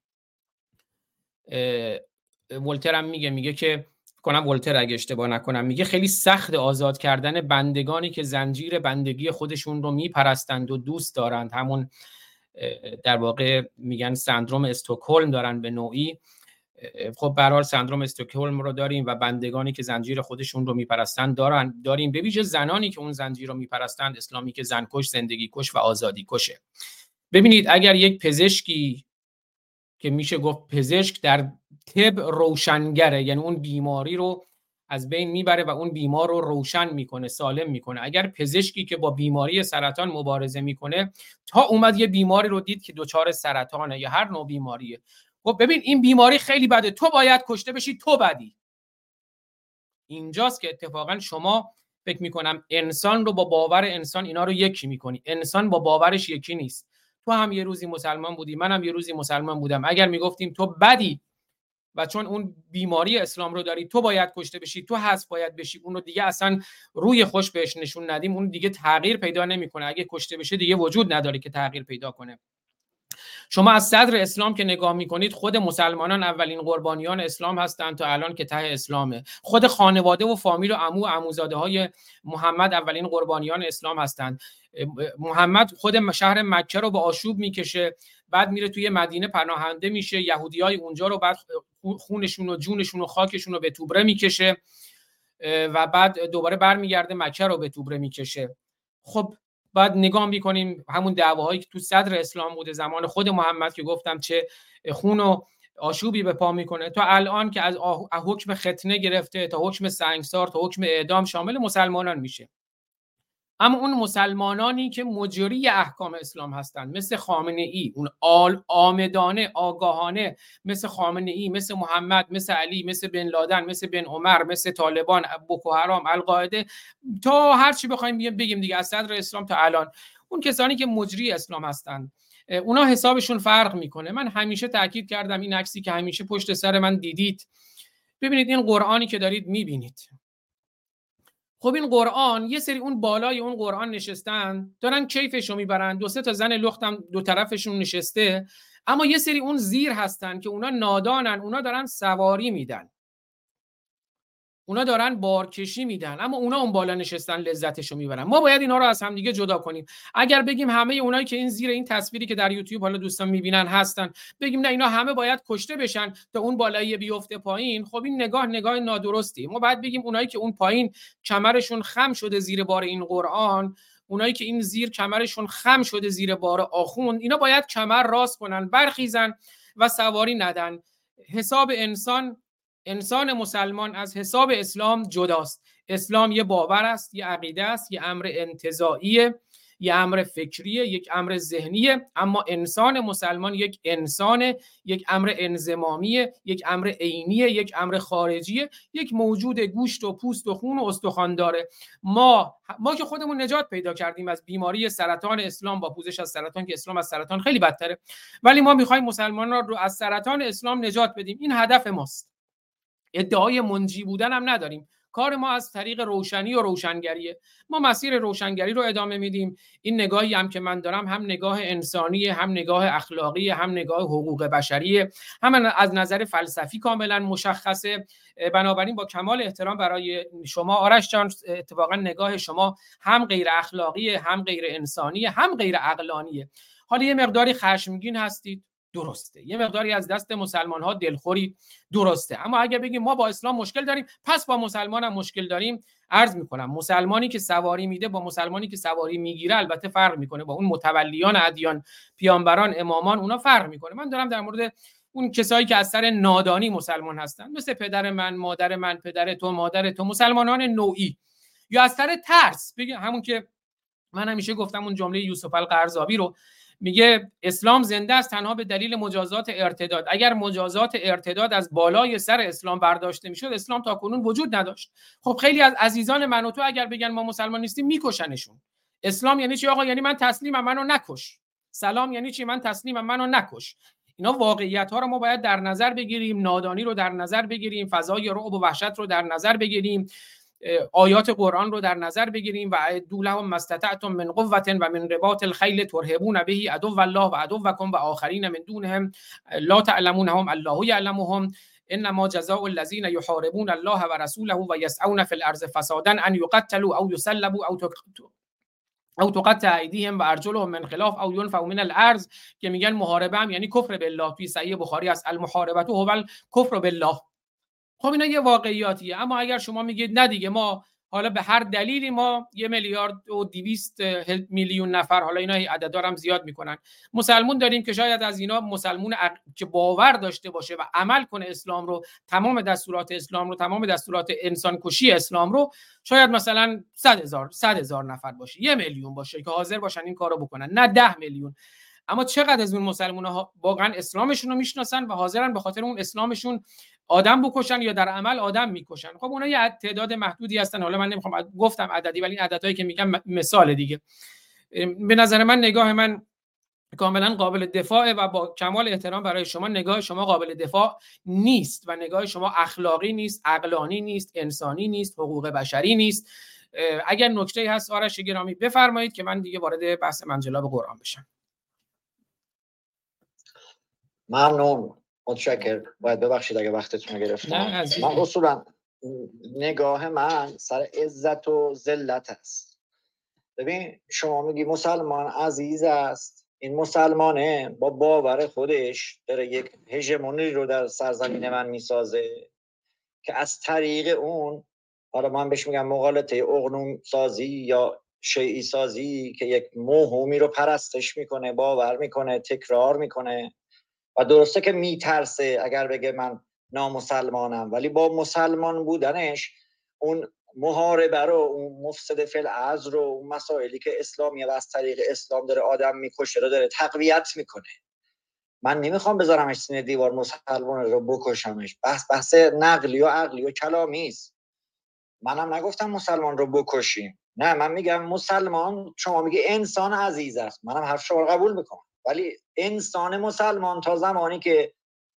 ولتر هم میگه میگه که کنم ولتر اگه اشتباه نکنم میگه خیلی سخت آزاد کردن بندگانی که زنجیر بندگی خودشون رو میپرستند و دوست دارند. همون در واقع میگن سندروم استکهلم دارن به نوعی. خب به هر حال سندروم استکهلم رو داریم و بندگانی که زنجیر خودشون رو میپرستند دارن داریم، به ویژه زنانی که اون زنجیر رو میپرستند. اسلامی که زنکش، زندگی کش و آزادی کشه. ببینید اگر یک پزشکی که میشه گفت پزشک در طب روشنگره، یعنی اون بیماری رو از بین میبره و اون بیمار رو روشن میکنه، سالم میکنه. اگر پزشکی که با بیماری سرطان مبارزه میکنه تا اومد یه بیماری رو دید که دچار سرطانه یا هر نوع بیماریه، خب ببین این بیماری خیلی بده، تو باید کشته بشی، تو بدی. اینجاست که اتفاقا شما فکر میکنم انسان رو با باور انسان اینا رو یکی میکنی. انسان با باورش یکی نیست. تو هم یه روزی مسلمان بودی، منم یه روزی مسلمان بودم. اگر میگفتیم تو بدی و چون اون بیماری اسلام رو داری تو باید کشته بشی، تو حذف باید بشی، اون رو دیگه اصلا روی خوش بهش نشون ندیم، اون دیگه تغییر پیدا نمیکنه. اگه کشته بشه دیگه وجود نداره که تغییر پیدا کنه. شما از صدر اسلام که نگاه میکنید، خود مسلمانان اولین قربانیان اسلام هستند تا الان که ته اسلامه. خود خانواده و فامیل و عمو و عموزاده های محمد اولین قربانیان اسلام هستند. محمد خود شهر مکه رو به آشوب میکشه، بعد میره توی مدینه پناهنده میشه، یهودیای اونجا رو بعد خونشون و جونشون و خاکشون رو به توبره میکشه و بعد دوباره برمیگرده مکه رو به توبره میکشه. خب بعد نگاه میکنیم همون دعواهایی که تو صدر اسلام بوده زمان خود محمد که گفتم چه خون و آشوبی به پا میکنه، تا الان که از حکم ختنه گرفته تا حکم سنگسار تا حکم اعدام شامل مسلمانان میشه. اما اون مسلمانانی که مجری احکام اسلام هستند، مثل خامنه ای، اون آل آمدانه آگاهانه، مثل خامنه ای، مثل محمد، مثل علی، مثل بن لادن، مثل بن عمر، مثل طالبان، بوکو حرام، القاعده، تا هر چی بخوایم بگیم دیگه از صدر اسلام تا الان، اون کسانی که مجری اسلام هستند، اونا حسابشون فرق میکنه. من همیشه تاکید کردم، این عکسی که همیشه پشت سر من دیدید، ببینید این قرآنی که دارید میبینید. خب این قرآن، یه سری اون بالای اون قرآن نشستن دارن کیفشو میبرن، دو سه تا زن لختم دو طرفشون نشسته، اما یه سری اون زیر هستن که اونا نادانن، اونا دارن سواری میدن، اونا دارن بارکشی میدن، اما اونا اون بالا نشستن لذتشو میبرن. ما باید اینا رو از هم دیگه جدا کنیم. اگر بگیم همه اونایی که این زیر این تصویری که در یوتیوب حالا دوستان میبینن هستن، بگیم نه اینا همه باید کشته بشن تا اون بالایی بیفته پایین، خب این نگاه نگاه نادرستی. ما باید بگیم اونایی که اون پایین کمرشون خم شده زیر بار این قرآن، اونایی که این زیر کمرشون خم شده زیر بار آخوند، اینا باید کمر راست کنن، برخیزن و سواری ندن. حساب انسان انسان مسلمان از حساب اسلام جداست. اسلام یه باور است، یه عقیده است، یه امر انتزاعیه، یه امر فکریه، یک امر ذهنیه. اما انسان مسلمان یک انسان، یک امر انضمامیه، یک امر عینیه، یک امر خارجیه، یک موجود گوشت و پوست و خون و استخوان داره. ما ما که خودمون نجات پیدا کردیم از بیماری سرطان اسلام با پوزش از سرطان، که اسلام از سرطان خیلی بدتره، ولی ما میخوایم مسلمانان رو از سرطان اسلام نجات بدیم. این هدف ماست. ادعای منجی بودن هم نداریم. کار ما از طریق روشنی و روشنگریه. ما مسیر روشنگری رو ادامه میدیم. این نگاهی هم که من دارم هم نگاه انسانی، هم نگاه اخلاقی، هم نگاه حقوق بشری، هم از نظر فلسفی کاملا مشخصه. بنابراین با کمال احترام برای شما آرش جان، اتفاقا نگاه شما هم غیر اخلاقیه، هم غیر انسانیه، هم غیر عقلانیه. حالا یه مقداری خشمگین هستید، درسته. یه مقداری از دست مسلمان ها دلخوری، درسته. اما اگه بگیم ما با اسلام مشکل داریم، پس با مسلمان هم مشکل داریم. عرض میکنم مسلمانی که سواری میده با مسلمانی که سواری میگیره البته فرق میکنه. با اون متولیان ادیان، پیامبران، امامان، اونا فرق میکنه. من دارم در مورد اون کسایی که از سر نادانی مسلمان هستن، مثل پدر من، مادر من، پدر تو، مادر تو، مسلمانان نوعی، یا از سر ترس. بگم همون که من همیشه گفتم، اون جمله یوسف القرضاوی رو میگه اسلام زنده است تنها به دلیل مجازات ارتداد. اگر مجازات ارتداد از بالای سر اسلام برداشته میشد، اسلام تا کنون وجود نداشت. خب خیلی از عزیزان من و تو اگر بگن ما مسلمان نیستیم، میکشنشون. اسلام یعنی چی آقا؟ یعنی من تسلیمم، منو نکش. سلام یعنی چی؟ من تسلیمم، منو نکش. اینا واقعیت ها رو ما باید در نظر بگیریم، نادانی رو در نظر بگیریم، فضای رعب و وحشت رو در نظر بگیریم، آیات قرآن رو در نظر بگیریم. و اعدوا لهم ما استطعتم من قوة و من رباط الخیل ترهبون به عدو الله و عدوکم و آخرین من دونهم لا تعلمونهم الله یعلمهم انما جزاء الذين يحاربون الله ورسوله ويسعون في الارض فسادا ان يقتلوا او يسلبوا او او تقطع ایدیهم و ارجلهم من خلاف او ينفوا من الارض، که میگن محاربه هم یعنی کفر بالله. توی صحیح بخاری است المحاربه هو الکفر بالله. خب اینا یه واقعیاتیه. اما اگر شما میگید نه دیگه، ما حالا به هر دلیلی ما یه میلیارد و دویست میلیون نفر، حالا اینا عددا هم زیاد میکنن، مسلمون داریم که شاید از اینا مسلمون اق... که باور داشته باشه و عمل کنه اسلام رو، تمام دستورات اسلام رو، تمام دستورات انسان کشی اسلام رو، شاید مثلا صد هزار صد هزار نفر باشه، یه میلیون باشه که حاضر باشن این کارو بکنن، نه ده میلیون. اما چقدر از اون مسلمان‌ها واقعا اسلامشون رو میشناسن و حاضرن به خاطر اون اسلامشون آدم بکشن یا در عمل آدم میکشن؟ خب اونها یه تعداد محدودی هستن. حالا من نمیخوام گفتم عددی، ولی این عددهایی که میگم مثال دیگه. به نظر من نگاه من کاملا قابل دفاعه و با کمال احترام برای شما، نگاه شما قابل دفاع نیست و نگاه شما اخلاقی نیست، عقلانی نیست، انسانی نیست، حقوق بشری نیست. اگر نکته‌ای هست آرش گرامی بفرمایید که من دیگه وارد بحث منجلاب قرآن بشم. ممنون، متشکرم. باید ببخشید اگه وقتتون رو گرفتم. من اصولا نگاه من سر عزت و ذلت است. ببین شما میگی مسلمان عزیز است، این مسلمانه با باور خودش داره یک هژمونی رو در سرزمین من میسازه که از طریق اون، حالا من بهش میگم مغالطه اقنوم سازی یا شیعی سازی، که یک موهومی رو پرستش میکنه، باور میکنه، تکرار میکنه. و درسته که میترسه اگر بگه من نامسلمانم، ولی با مسلمان بودنش اون محاربه رو، اون مفسد فی الارض رو، اون مسائلی که اسلامیه و از طریق اسلام داره آدم میکشه رو داره تقویت میکنه. من نمیخوام بذارمش سینه دیوار مسلمان رو بکشمش. بحث بحث نقلی و عقلی و کلامی است. منم نگفتم مسلمان رو بکشیم، نه، من میگم مسلمان، شما میگی انسان عزیز است، منم حرف شما رو قبول میکنم، ولی انسان مسلمان تا زمانی که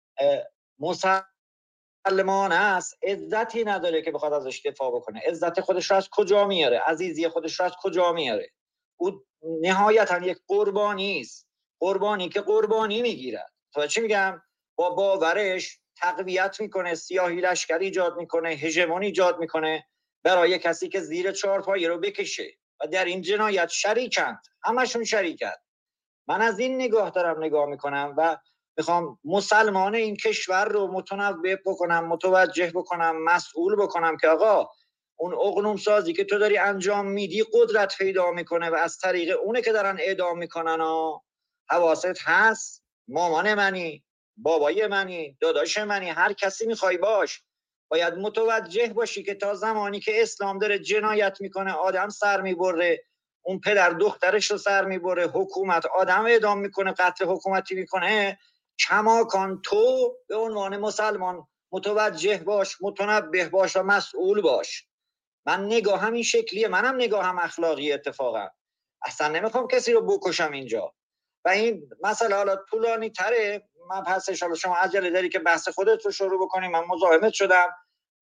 مسلمان است عزتی نداره که بخواد ازش دفاع بکنه. عزت خودش رو از کجا میاره؟ عزیزی خودش رو از کجا میاره؟ او نهایتا یک قربانی است، قربانی که قربانی میگیرد. تو چی میگم؟ با باورش تقویت میکنه، سیاهی لشکری ایجاد میکنه، هژمونی ایجاد میکنه برای کسی که زیر چهارپایه رو بکشه و در این جنایت شریکند، همشون شریکند. من از این نگاه دارم نگاه میکنم و میخوام مسلمان این کشور رو متنوع بکنم، متوجه بکنم، مسئول بکنم که آقا اون اقنوم سازی که تو داری انجام میدی قدرت پیدا میکنه و از طریق اونه که دارن اعدام میکنن. و حواست هست، مامان منی، بابای منی، داداش منی، هر کسی میخوای باش، باید متوجه باشی که تا زمانی که اسلام داره جنایت میکنه، آدم سر میبره، اون پدر دخترش رو سر میبره، حکومت آدم اعدام میکنه، قتل حکومتی میکنه، کماکان تو به عنوان مسلمان متوجه باش، متنبه باش و مسئول باش. من نگاهم این شکلیه، منم نگاهم اخلاقی. اتفاقا اصلا نمیخوام کسی رو بکشم اینجا و این مسئله حالا طولانی تره. من پسش حالا شما عجله داری که بحث خودت رو شروع بکنی، من مزاحمت شدم.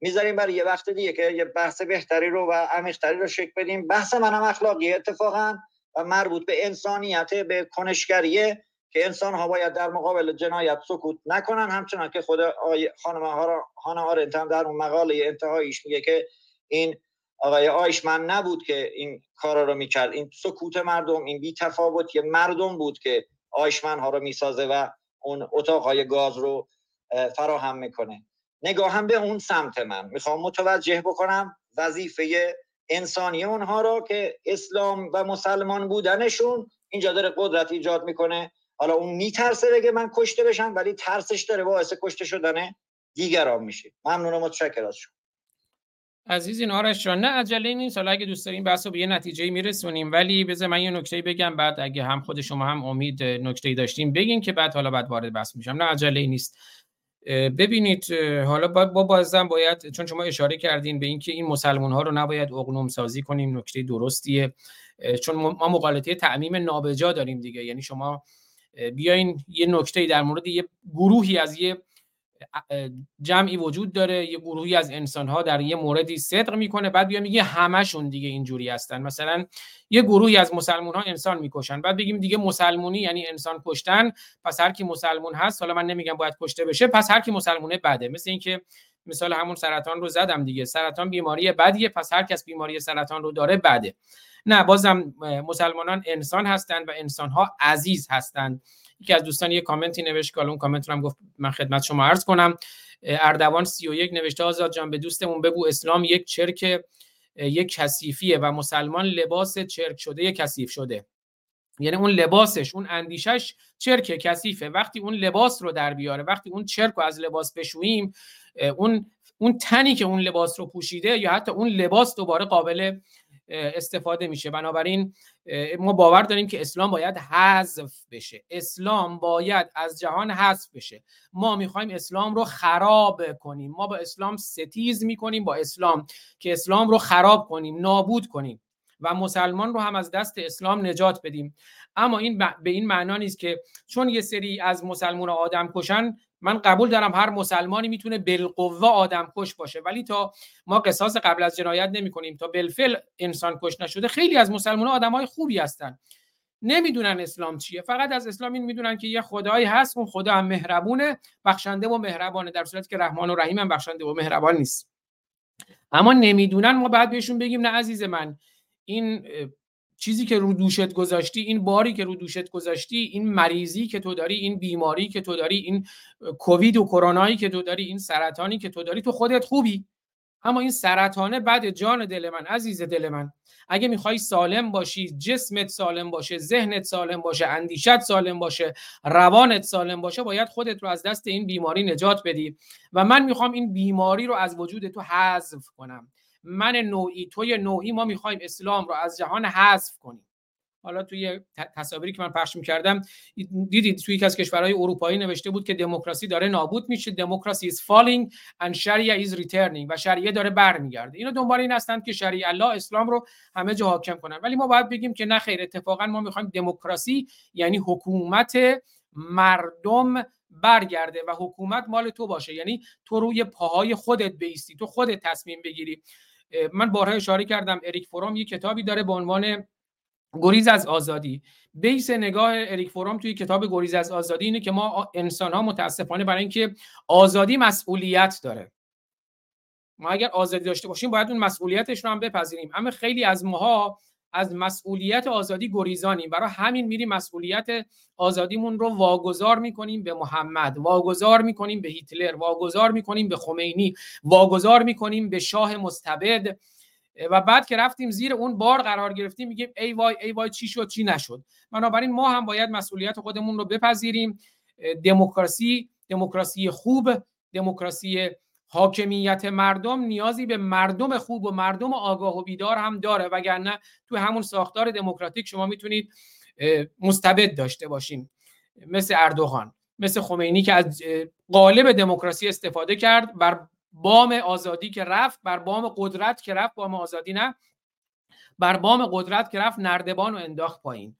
میذاریم برای یه وقت دیگه که یه بحث بهتری رو و عمیق‌تری رو شکل بدیم. بحث منم اخلاقی اتفاقا و مربوط به انسانیت، به کنشگریه که انسان ها باید در مقابل جنایت سکوت نکنن، همچنان که خود خانم هانا آرنت هم در اون مقاله انتهاییش میگه که این آقای آیشمن نبود که این کارا رو میکرد، این سکوت مردم، این بی‌تفاوتی مردم بود که آیشمن ها رو میسازه و اون اتاقهای گاز رو فراهم میکنه. نگاه هم به اون سمت من میخوام متوجه بکنم وظیفه انسانی اونها رو که اسلام و مسلمان بودنشون اینجا داره قدرت ایجاد میکنه. حالا اون میترسه بگه من کشته بشم، ولی ترسش داره باعث کشته شدن دیگران میشه. ممنون و متشکرم از شما. عزیزین آرش جان، نه عجله نیست. حالا اگه دوست دارین بحثو به یه نتیجه‌ای میرسونیم، ولی بذار من یه نکته بگم، بعد اگه هم خود شما هم امید نکته‌ای داشتین بگین که بعد حالا بعد وارد بحث میشم. نه عجله نیست. ببینید حالا با بازم باید، چون شما اشاره کردین به اینکه این مسلمان ها رو نباید اقنوم سازی کنیم، نکته درستیه، چون ما مغالطه تعمیم نابجا داریم دیگه. یعنی شما بیاین یه نکته در مورد یه گروهی از یه جمعی وجود داره، یه گروهی از انسان‌ها در یه موردی صدق میکنه، بعد بیا میگه همشون دیگه اینجوری هستن. مثلا یه گروهی از مسلمان‌ها انسان میکشن، بعد بگیم دیگه مسلمونی یعنی انسان کشتن، پس هر کی مسلمون هست، حالا من نمیگم باید کشته بشه، پس هر کی مسلمونه بده. مثل اینکه مثال همون سرطان رو زدم دیگه، سرطان بیماری بدیه، پس هر کس بیماری سرطان رو داره بده. نه، بازم مسلمانان انسان هستند و انسان‌ها عزیز هستند. یکی از دوستان یه کامنتی نوشت که اون کامنت رو هم گفت من خدمت شما عرض کنم. اردوان سی و یک نوشته آزاد جان به دوستمون بگو اسلام یک چرک یک کثیفیه و مسلمان لباس چرک شده کثیف شده. یعنی اون لباسش، اون اندیشش چرک کثیفه. وقتی اون لباس رو در بیاره، وقتی اون چرک رو از لباس بشوییم، اون اون تنی که اون لباس رو پوشیده یا حتی اون لباس دوباره قابل استفاده میشه. بنابراین ما باور داریم که اسلام باید حذف بشه، اسلام باید از جهان حذف بشه. ما میخوایم اسلام رو خراب کنیم، ما با اسلام ستیز میکنیم، با اسلام که اسلام رو خراب کنیم، نابود کنیم و مسلمان رو هم از دست اسلام نجات بدیم. اما این به این معنا نیست که چون یه سری از مسلمان آدم کشن، من قبول دارم هر مسلمانی میتونه بالقوه آدم کش باشه، ولی تا ما قصاص قبل از جنایت نمی کنیم، تا بالفعل انسان کش نشده، خیلی از مسلمان ها آدم های خوبی هستن، نمیدونن اسلام چیه، فقط از اسلام این میدونن که یه خدایی هست، اون خدا هم مهربونه، بخشنده و مهربانه، در صورتی که رحمان و رحیم هم بخشنده و مهربان نیست. اما نمیدونن، ما بعد بهشون بگیم نه عزیز من، این چیزی که رو دوشت گذاشتی، این باری که رو دوشت گذاشتی، این مریضی که تو داری، این بیماری که تو داری، این کووید و کرونایی که تو داری، این سرطانی که تو داری، تو خودت خوبی، اما این سرطانه بعد جان دل من، عزیز دل من، اگه میخوای سالم باشی، جسمت سالم باشه، ذهنت سالم باشه، اندیشت سالم باشه، روانت سالم باشه، باید خودت رو از دست این بیماری نجات بدی. و من میخوام این بیماری رو از وجود تو حذف کنم. من نوعی، توی نوعی، ما میخوایم اسلام رو از جهان حذف کنیم. حالا توی تصاویری که من پخش می‌کردم دیدید توی یکی از کشورهای اروپایی نوشته بود که دموکراسی داره نابود میشه، دموکراسی is falling and sharia is returning، و شریعه داره برمیگرده. اینا دنبال این هستند که شریعه الله اسلام رو همه جا حاکم کنن، ولی ما باید بگیم که نه خیر، اتفاقا ما می‌خوایم دموکراسی یعنی حکومت مردم برگرده و حکومت مال تو باشه، یعنی تو روی پاهای خودت بایستی، تو خودت تصمیم بگیری. من بارها اشاره کردم اریک فروم یک کتابی داره به عنوان گریز از آزادی. بیس نگاه اریک فروم توی کتاب گریز از آزادی اینه که ما انسان‌ها متاسفانه برای اینکه آزادی مسئولیت داره، ما اگر آزادی داشته باشیم باید اون مسئولیتش رو هم بپذیریم، اما خیلی از ماها از مسئولیت آزادی گریزانیم، برای همین میریم مسئولیت آزادیمون رو واگذار میکنیم به محمد، واگذار میکنیم به هیتلر، واگذار میکنیم به خمینی، واگذار میکنیم به شاه مستبد، و بعد که رفتیم زیر اون بار قرار گرفتیم میگیم ای وای ای وای چی شد چی نشد. بنابراین ما هم باید مسئولیت خودمون رو بپذیریم. دموکراسی، دموکراسی خوب، دموکراسی حاکمیت مردم نیازی به مردم خوب و مردم آگاه و بیدار هم داره، وگرنه تو همون ساختار دموکراتیک شما میتونید مستبد داشته باشین، مثل اردوغان، مثل خمینی که از قالب دموکراسی استفاده کرد، بر بام آزادی که رفت، بر بام قدرت که رفت، بام آزادی نه، بر بام قدرت که رفت، نردبان رو انداخت پایین.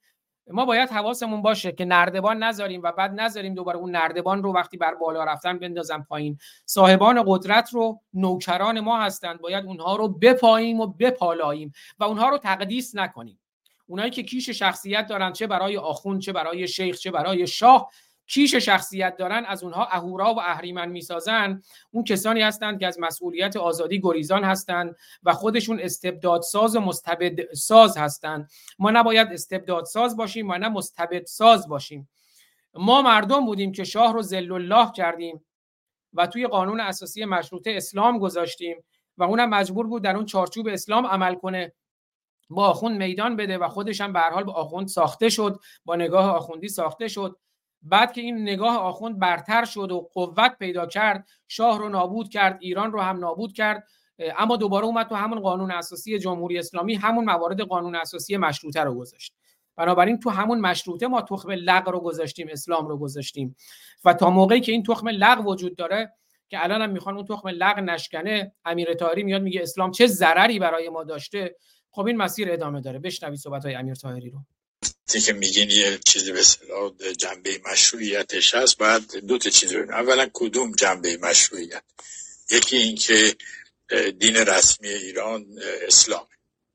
ما باید حواسمون باشه که نردبان نذاریم و بعد نذاریم دوباره اون نردبان رو وقتی بر بالا رفتن بندازن پایین. صاحبان قدرت رو نوکران ما هستند، باید اونها رو بپاییم و بپالاییم و اونها رو تقدیس نکنیم. اونایی که کیش شخصیت دارن، چه برای آخوند، چه برای شیخ، چه برای شاه، کیش شخصیت دارن، از اونها اهورا و اهریمن میسازن، اون کسانی هستند که از مسئولیت آزادی گریزان هستند و خودشون استبداد ساز و مستبد ساز هستند. ما نباید استبداد ساز باشیم و نه مستبد ساز باشیم. ما مردم بودیم که شاه رو ذل الله کردیم و توی قانون اساسی مشروطه اسلام گذاشتیم و اونم مجبور بود در اون چارچوب اسلام عمل کنه، با آخوند میدان بده و خودش هم به هر حال با آخوند ساخته شد، با نگاه آخوندی ساخته شد. بعد که این نگاه آخوند برتر شد و قوت پیدا کرد، شاه رو نابود کرد، ایران رو هم نابود کرد، اما دوباره اومد تو همون قانون اساسی جمهوری اسلامی همون موارد قانون اساسی مشروطه رو گذاشت. بنابراین تو همون مشروطه ما تخم لغو رو گذاشتیم، اسلام رو گذاشتیم و تا موقعی که این تخم لغو وجود داره که الان هم میخوان اون تخم لغو نشکنه، امیر طاهری میاد میگه اسلام چه ضرری برای ما داشته. خب این مسیر ادامه داره. بشنوید صحبت‌های امیر طاهری رو. که میگین یه چیزی به اصطلاح جنبه مشروعیتش هست، باید دو تا چیز ببینیم. اولا کدوم جنبه مشروعیت؟ یکی این که دین رسمی ایران اسلام.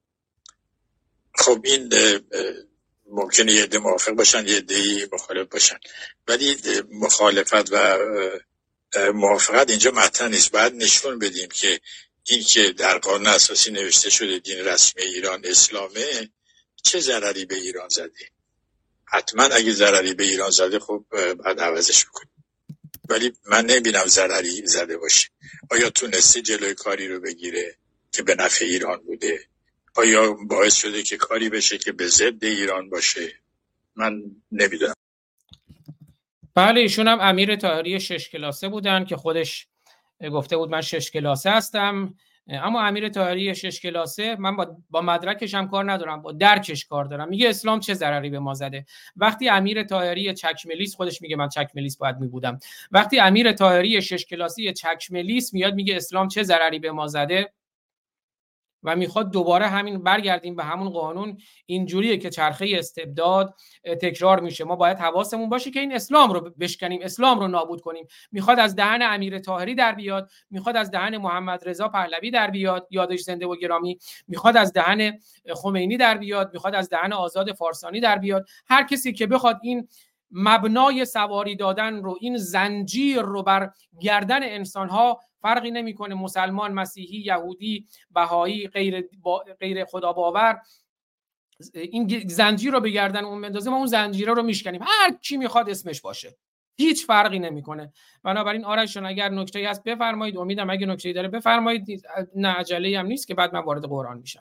خب این ممکنه یه عده موافق باشن، یه عده مخالف باشن، ولی مخالفت و موافقت اینجا مطرح نیست. باید نشون بدیم که این که در قانون اساسی نوشته شده دین رسمی ایران اسلامه چه ضرری به ایران زده. حتما اگه ضرری به ایران زده خب بعد عوضش بکنیم، ولی من نمیبینم ضرری زده باشه. آیا تونسته جلوی کاری رو بگیره که به نفع ایران بوده؟ آیا باعث شده که کاری بشه که به ضد ایران باشه؟ من نمیدونم. بله، ایشون هم امیر طاهری شش کلاسه بودن که خودش گفته بود من شش کلاسه هستم. اما امیر طاهری شش کلاسه، من با, با مدرکش هم کار ندارم، با درکش کار دارم. میگه اسلام چه ضرری به ما زده. وقتی امیر طاهری چکملیس، خودش میگه من چکملیس باید میبودم، وقتی امیر طاهری شش کلاسی چکملیس میاد میگه اسلام چه ضرری به ما زده و میخواد دوباره همین برگردیم به همون قانون، اینجوریه که چرخه استبداد تکرار میشه. ما باید حواسمون باشه که این اسلام رو بشکنیم، اسلام رو نابود کنیم. میخواد از دهن امیر طاهری در بیاد، میخواد از دهن محمد رضا پهلوی در بیاد، یادش زنده و گرامی، میخواد از دهن خمینی در بیاد، میخواد از دهن آزاد فارسانی در بیاد. هر کسی که بخواد این مبنای سواری دادن رو، این زنجیر رو بر گردن انسانها، فرقی نمیکنه مسلمان، مسیحی، یهودی، بهایی، غیر با غیر خدا باور، این زنجیر رو به گردن اون بندازه، ما اون زنجیره رو میشکنیم، هر کی میخواد اسمش باشه، هیچ فرقی نمیکنه. بنابراین آرش اگر نکته‌ای هست بفرمایید، امیدم اگه نکته‌ای داره بفرمایید، نه عجله‌ای هم نیست که بعد من وارد قرآن میشم.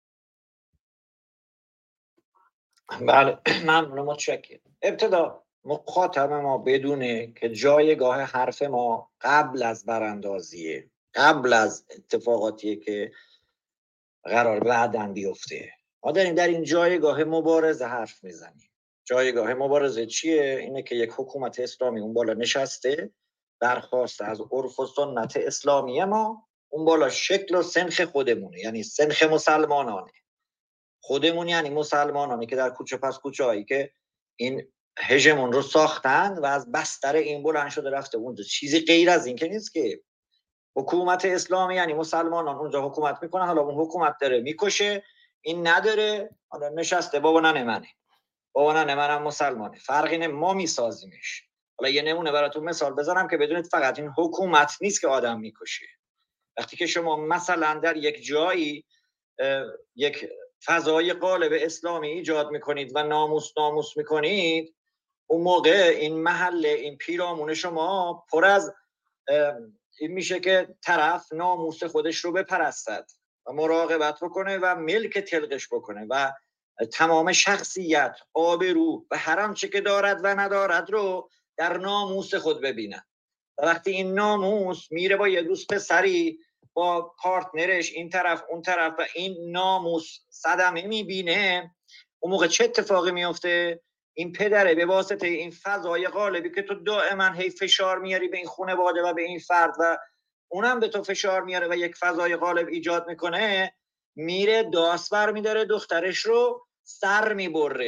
بله ممنون، متشکرم. ابتدا مخاطب ما بدونه که جایگاه حرف ما قبل از براندازیه، قبل از اتفاقاتیه که قرار بعداً بیفته. ما داریم در این جایگاه مبارزه حرف میزنیم. جایگاه مبارزه چیه؟ اینه که یک حکومت اسلامی اون بالا نشسته، درخواست از عرف و سنت اسلامی ما، اون بالا شکل و سنخ خودمونه، یعنی سنخ مسلمانانه. خودمون یعنی مسلمانانی که در کوچه پس کوچه هایی که این هژمون رو ساختن و از بستر این بلند شده رفته اونجا. چیزی غیر از این که نیست که حکومت اسلامی یعنی مسلمانان اونجا حکومت میکنه. حالا اون حکومت داره میکشه، این نداره، حالا نشسته بابا ننه منه، بابا ننه منم مسلمانه، فرقی نه، ما میسازیمش. حالا یه نمونه براتون مثال بزنم که بدونید فقط این حکومت نیست که آدم میکشه. وقتی که شما مثلا در یک جایی یک فضای قالب اسلامی ایجاد میکنید و ناموس ناموس میکنید، اون موقع این محله، این پیرامون شما پر از این میشه که طرف ناموس خودش رو بپرستد و مراقبت بکنه و ملک تلقش بکنه و تمام شخصیت، آبرو و هر آنچه که دارد و ندارد رو در ناموس خود ببینه. و وقتی این ناموس میره با یه دوست پسری، با پارتنرش این طرف اون طرف و این ناموس صدمه میبینه، اون موقع چه اتفاقی میفته؟ این پدره به واسطه این فضای قالبی که تو دائما هی فشار میاری به این خانواده و به این فرد و اونم به تو فشار میاره و یک فضای قالب ایجاد میکنه، میره داس بر میداره دخترش رو سر میبره.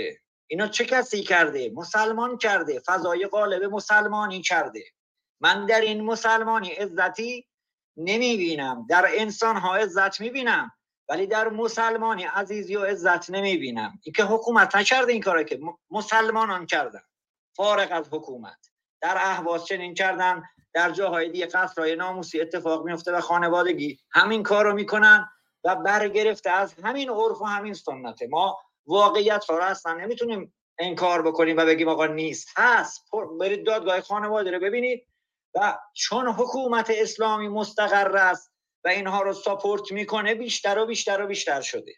اینا چه کسی کرده؟ مسلمان کرده، فضای غالب مسلمانی کرده. من در این مسلمانی عزتی نمی بینم، در انسان ها عزت می بینم، ولی در مسلمانی عزیزی و عزت نمی بینم. این که حکومت نکرده این کاره، که مسلمانان کردن فارغ از حکومت. در اهواز چنین کردن، در جاهای دیگه قصرهای ناموسی اتفاق میفته و خانوادگی همین کارو میکنن و برگرفته از همین عرف و همین سنت. ما واقعیت ها رو اصلا نمیتونیم انکار بکنیم و بگیم آقا نیست، هست. برید دادگاه خانواده رو ببینید و چون حکومت اسلامی مستقر است و اینها رو ساپورت میکنه، بیشتر و بیشتر و بیشتر شده.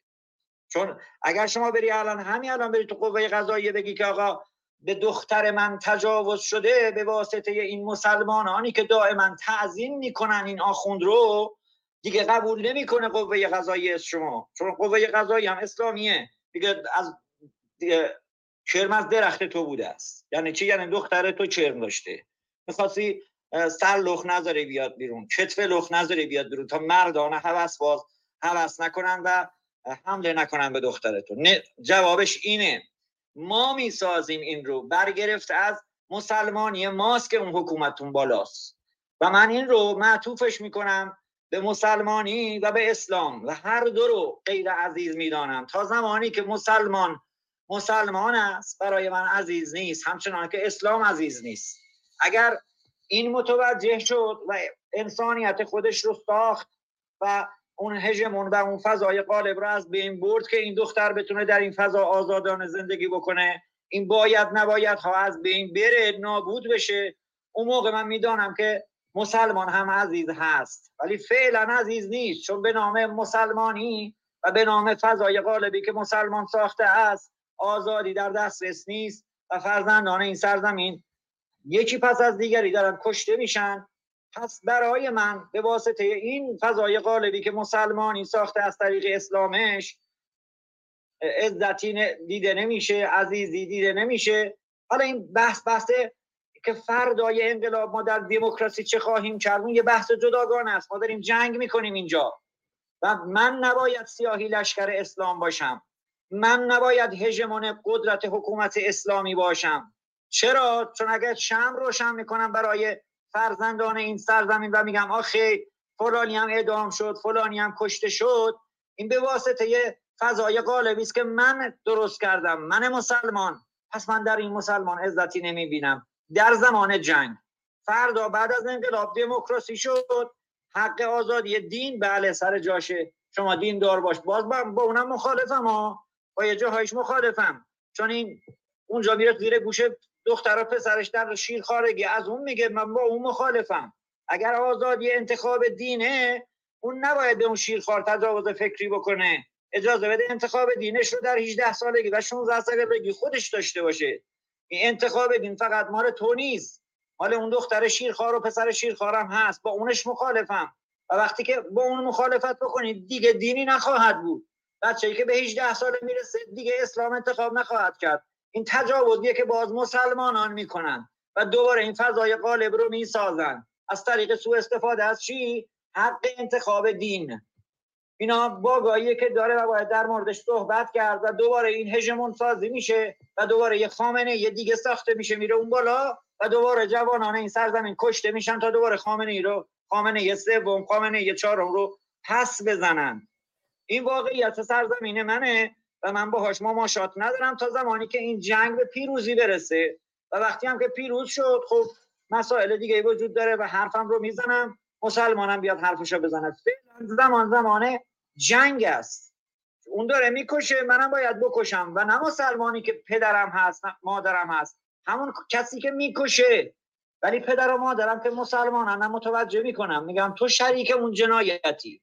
چون اگر شما بری الان همین الان بری تو قوه قضاییه بگی که آقا به دختر من تجاوز شده به واسطه این مسلمانانی که دائما تعظیم میکنن این آخوند رو، دیگه قبول نمیکنه قوه قضاییه شما، چون قوه قضاییه هم اسلامیه دیگه. از دیگه چرم از درخت تو بوده است. یعنی چی؟ یعنی دختر تو چرم داشته، میخواستی سر لخ نذاره بیاد بیرون، کتف لخ نذاره بیاد بیرون تا مردانه هوس باز هوس نکنن و حمله نکنن به دختر تو. نه، جوابش اینه. ما میسازیم این رو برگرفت از مسلمانی ماست که اون حکومتون بالاست و من این رو معطوفش میکنم به مسلمانی و به اسلام و هر دو رو غیر عزیز میدانم. تا زمانی که مسلمان مسلمان است برای من عزیز نیست، همچنان که اسلام عزیز نیست. اگر این متوجه شد و انسانیت خودش رو ساخت و اون هژمون و اون فضای غالب رو از بین برد که این دختر بتونه در این فضا آزادانه زندگی بکنه، این باید نباید ها از بین بره، نابود بشه، اون موقع من میدانم که مسلمان هم عزیز هست، ولی فعلا عزیز نیست. چون به نام مسلمانی و به نام فضای غالبی که مسلمان ساخته است آزادی در دسترس نیست و فرزندان این سرزمین یکی پس از دیگری دارن کشته میشن. پس برای من به واسطه این فضای غالبی که مسلمانی ساخته از طریق اسلامش عزتی دیده نمیشه، عزیزی دیده نمیشه. حالا این بحث بحثه که فردای انقلاب ما در دموکراسی چه خواهیم کرد، اون یه بحث جداگانه است. ما داریم جنگ میکنیم اینجا و من نباید سیاهی لشکر اسلام باشم، من نباید هژمون قدرت حکومت اسلامی باشم. چرا؟ چون اگر شمع روشن میکنم برای فرزندان این سرزمین و میگم آخه فلانی هم اعدام شد، فلانی هم کشته شد، این به واسطه یه فضای غالبی است که من درست کردم، من مسلمان. پس من در این مسلمان عزتی نمیبینم. در زمان جنگ، فردا بعد از انقلاب دموکراسی شد، حق آزادی دین بله سر جاشه، شما دین دار باش، باز با اونم مخالفم ها، با یه جاهایش مخالفم، چون این اونجا میره زیر گوشه دختر و پسرش در شیرخوارگی، از اون میگه من با اون مخالفم. اگر آزادی انتخاب دینه، اون نباید به اون شیرخوار تجاوز فکری بکنه، اجازه بده انتخاب دینش رو در هجده سالگی و شانزده سالگی خودش داشته باشه. این انتخاب دین فقط مال تو نیست، مال اون دختر شیرخوار و پسر شیرخوارم هست، با اونش مخالفم. و وقتی که با اون مخالفت بکنید دیگه دینی نخواهد بود. بچه‌ای که به هجده سال میرسه دیگه اسلام انتخاب نخواهد کرد. این تجاوزیه که باز مسلمانان میکنن و دوباره این فضای غالب رو میسازن از طریق سوء استفاده از چی؟ حق انتخاب دین. اینا باگاییه که داره و باید در موردش صحبت کرد و دوباره این هژمون سازی میشه و دوباره یه خامنه یه دیگه ساخته میشه میره اون بالا و دوباره جوانان این سرزمین کشته میشن تا دوباره خامنه ای رو خامنه یه سوم خامنه یه چهارم رو پس بزنن. این واقعیت سرزمین منه و من باهاش مماشات ندارم تا زمانی که این جنگ به پیروزی برسه و وقتی هم که پیروز شد خب مسائل دیگه وجود داره و حرفم رو میزنم، مسلمانم بیاد حرفشو بزنه. زمان زمانه جنگ است، اون داره میکشه، منم باید بکشم و نه مسلمانی که پدرم هست مادرم هست، همون کسی که میکشه. ولی پدر و مادرم که مسلمانن متوجه میکنم، میگم تو شریک اون جنایتی،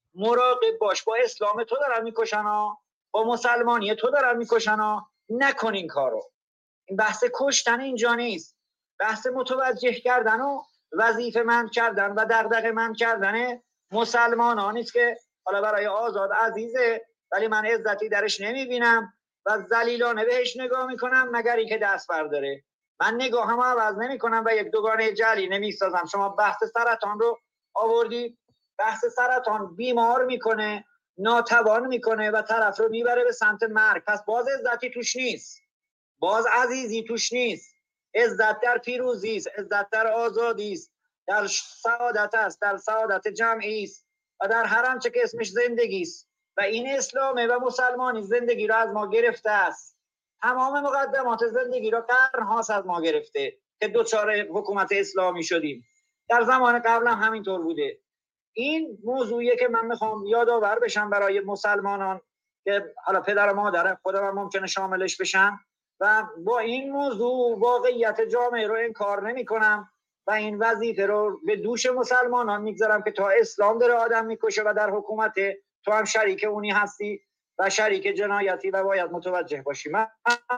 مراقب باش، با اسلام تو دارن میکشن ها، با مسلمانی تو دارن میکشن ها، نکن این کارو. این بحث کشتن اینجا نیست، بحث متوجه کردن و وظیفه مند کردن و دغدغه مند کردن مسلمانانی است که حالا برای آزاد عزیزه ولی من عزتی درش نمیبینم و ذلیلانه بهش نگاه میکنم مگر اینکه دست برداره. من نگاهمو عوض نمیکنم و یک دوگانه جعلی نمیسازم. شما بحث سرطان رو آوردی، بحث سرطان بیمار میکنه، ناتوان میکنه و طرف رو میبره به سمت مرگ، پس باز عزتی توش نیست. باز عزیزی توش نیست. عزت در پیروزی است، عزت در آزادی است، در سعادت است، در سعادت جمعی است و در هر آنچه که اسمش زندگی است و این اسلامه و مسلمانی زندگی را از ما گرفته است. تمام مقدمات زندگی را قرن‌هاست از ما گرفته که دوچار حکومت اسلامی شدیم. در زمان قبل هم همینطور بوده. این موضوعیه که من میخوام یادآور بشم برای مسلمانان که حالا پدر و مادر خودم هم ممکنه شاملش بشن و با این موضوع واقعیت جامعه رو انکار نمی کنم و این وظیفه رو به دوش مسلمانان میگذارم که تا اسلام داره آدم میکشه و در حکومت تو هم شریک اونی هستی و شریک جنایتی و باید متوجه باشی. من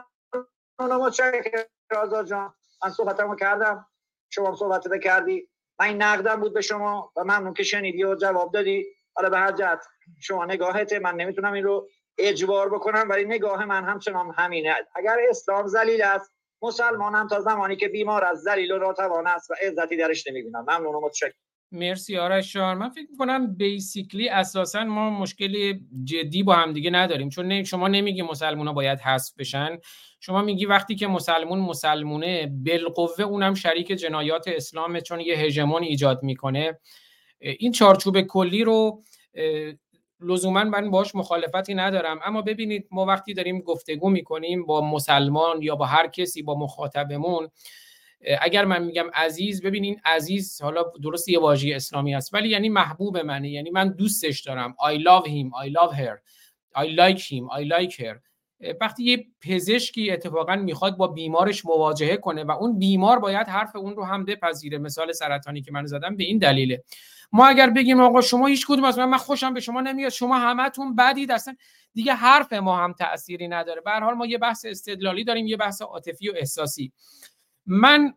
اونو متشکرم آزاد جان، من صحبتمو کردم، شما صحبت بکردی، من این نقدم بود به شما و ممنون که شنیدی و جواب دادی. حالا به هر جهت شما نگاهته، من نمیتونم این رو اجبار بکنم ولی نگاه من همچنان همینه. اگر اسلام ذلیل است، مسلمان هم تا زمانی که بیمار است ذلیل و ناتوان است و عزتی درش نمیبینم. ممنون و متشکرم. مرسی آرش جان. من فکر می‌کنم بیسیکلی اساساً ما مشکل جدی با هم دیگه نداریم، چون شما نمیگی مسلمان‌ها باید حذف بشن، شما میگی وقتی که مسلمون مسلمونه بالقوه اونم شریک جنایات اسلامه چون یه هژمون ایجاد میکنه. این چارچوب کلی رو لزوما من باش مخالفتی ندارم، اما ببینید ما وقتی داریم گفتگو میکنیم با مسلمان یا با هر کسی، با مخاطبمون، اگر من میگم عزیز، ببینین عزیز حالا درست یه واژه اسلامی است ولی یعنی محبوب منه، یعنی من دوستش دارم. I love him, I love her, I like him, I like her. وقتی یه پزشکی اتفاقا میخواد با بیمارش مواجهه کنه و اون بیمار باید حرف اون رو هم بپذیره، مثال سرطانی که من زدم به این دلیله. ما اگر بگیم آقا شما هیچ کدوم از من من خوشم به شما نمیاد، شما همتون بدید، اصلا دیگه حرف ما هم تأثیری نداره. به هر حال ما یه بحث استدلالی داریم، یه بحث عاطفی و احساسی. من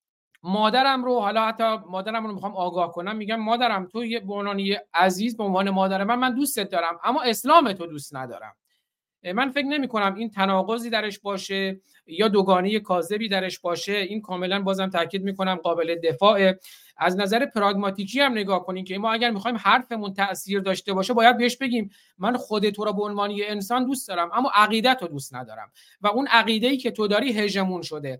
مادرم رو، حالا حتی مادرم رو میخوام آگاه کنم، میگم مادرم تو یه به عنوان یه عزیز، به عنوان مادر من من دوستت دارم اما اسلام تو دوست ندارم. من فکر نمی کنم این تناقضی درش باشه یا دوگانه کاذبی درش باشه. این کاملا بازم تاکید میکنم قابل دفاعه. از نظر پراگماتیکی هم نگاه کنین که ما اگر میخوایم حرفمون تأثیر داشته باشه باید بهش بگیم من خود تو رو به عنوان یه انسان دوست دارم اما عقیدت رو دوست ندارم و اون عقیده‌ای که تو داری هژمون شده،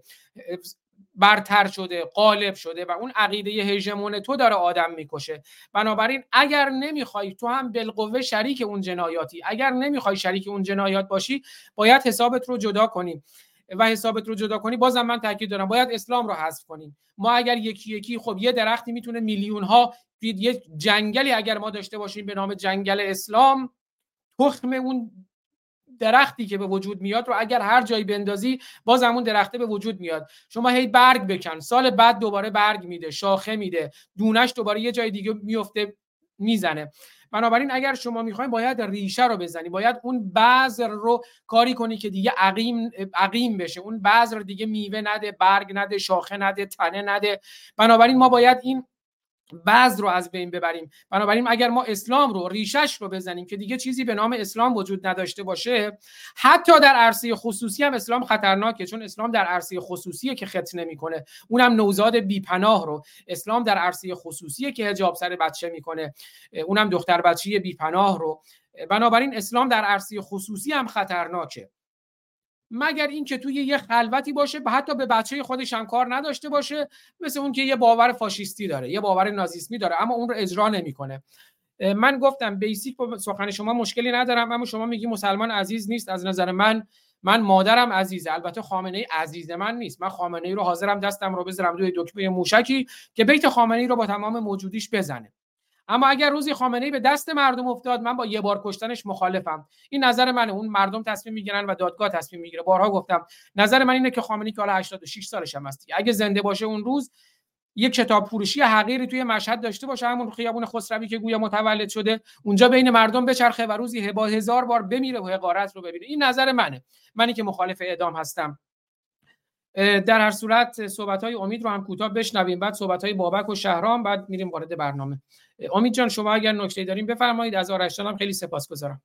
برتر شده، غالب شده و اون عقیده هژمون تو داره آدم میکشه. بنابراین اگر نمیخوای تو هم بالقوه شریک اون جنایاتی، اگر نمیخوای شریک اون جنایات باشی باید حسابت رو جدا کنیم و حسابت رو جدا کنی بازم من تاکید دارم باید اسلام رو حذف کنیم. ما اگر یکی یکی خب یه درختی میتونه میلیون ها، یه جنگلی اگر ما داشته باشیم به نام جنگل اسلام، تخم اون درختی که به وجود میاد رو اگر هر جایی بندازی باز همون درخته به وجود میاد. شما هی برگ بکن، سال بعد دوباره برگ میده، شاخه میده، دونش دوباره یه جای دیگه میفته میزنه. بنابراین اگر شما میخواین باید ریشه رو بزنی، باید اون بذر رو کاری کنی که دیگه عقیم عقیم بشه، اون بذر دیگه میوه نده، برگ نده، شاخه نده، تنه نده. بنابراین ما باید این بعض رو از بین ببریم. بنابراین اگر ما اسلام رو ریشش رو بزنیم که دیگه چیزی به نام اسلام وجود نداشته باشه، حتی در عرصه خصوصی هم اسلام خطرناکه، چون اسلام در عرصه خصوصیه که ختنه نمیکنه، اونم نوزاد بیپناه رو. اسلام در عرصه خصوصیه که حجاب سر بچه میکنه، اونم دختر بچه بیپناه رو. بنابراین اسلام در عرصه خصوصی هم خطرناکه، مگر این که توی یه خلوتی باشه، حتی به بچه خودش هم کار نداشته باشه، مثل اون که یه باور فاشیستی داره، یه باور نازیسمی داره اما اون رو اجرا نمیکنه. من گفتم بیسیک با سخن شما مشکلی ندارم، اما شما میگی مسلمان عزیز نیست. از نظر من من مادرم عزیزه، البته خامنه‌ای عزیز من نیست. من خامنه‌ای رو حاضرم دستم رو بذارم روی دکمه موشکی که بیت خامنه‌ای رو با تمام موجودیش بزنه. اما اگر روزی خامنه‌ای به دست مردم افتاد، من با یه بار کشتنش مخالفم. این نظر منه، اون مردم تصمیم میگیرن و دادگاه تصمیم میگیره. بارها گفتم نظر من اینه که خامنه‌ای که حالا هشتاد و شش سالش هم هست، اگه زنده باشه اون روز یک کتاب فروشی حقیری توی مشهد داشته باشه، همون خیابون خسروی که گویا متولد شده، اونجا بین مردم بچرخه و روزی با هزار بار بمیره و حقارت رو ببینه. این نظر منه، منی که مخالف اعدام هستم. در هر صورت صحبت‌های امید رو هم کوتاه بشنویم، بعد صحبت‌های بابک و شهرام، بعد میریم وارد برنامه. امید جان شما اگر نکته‌ای دارین بفرمایید. از آرش جانم خیلی سپاسگزارم.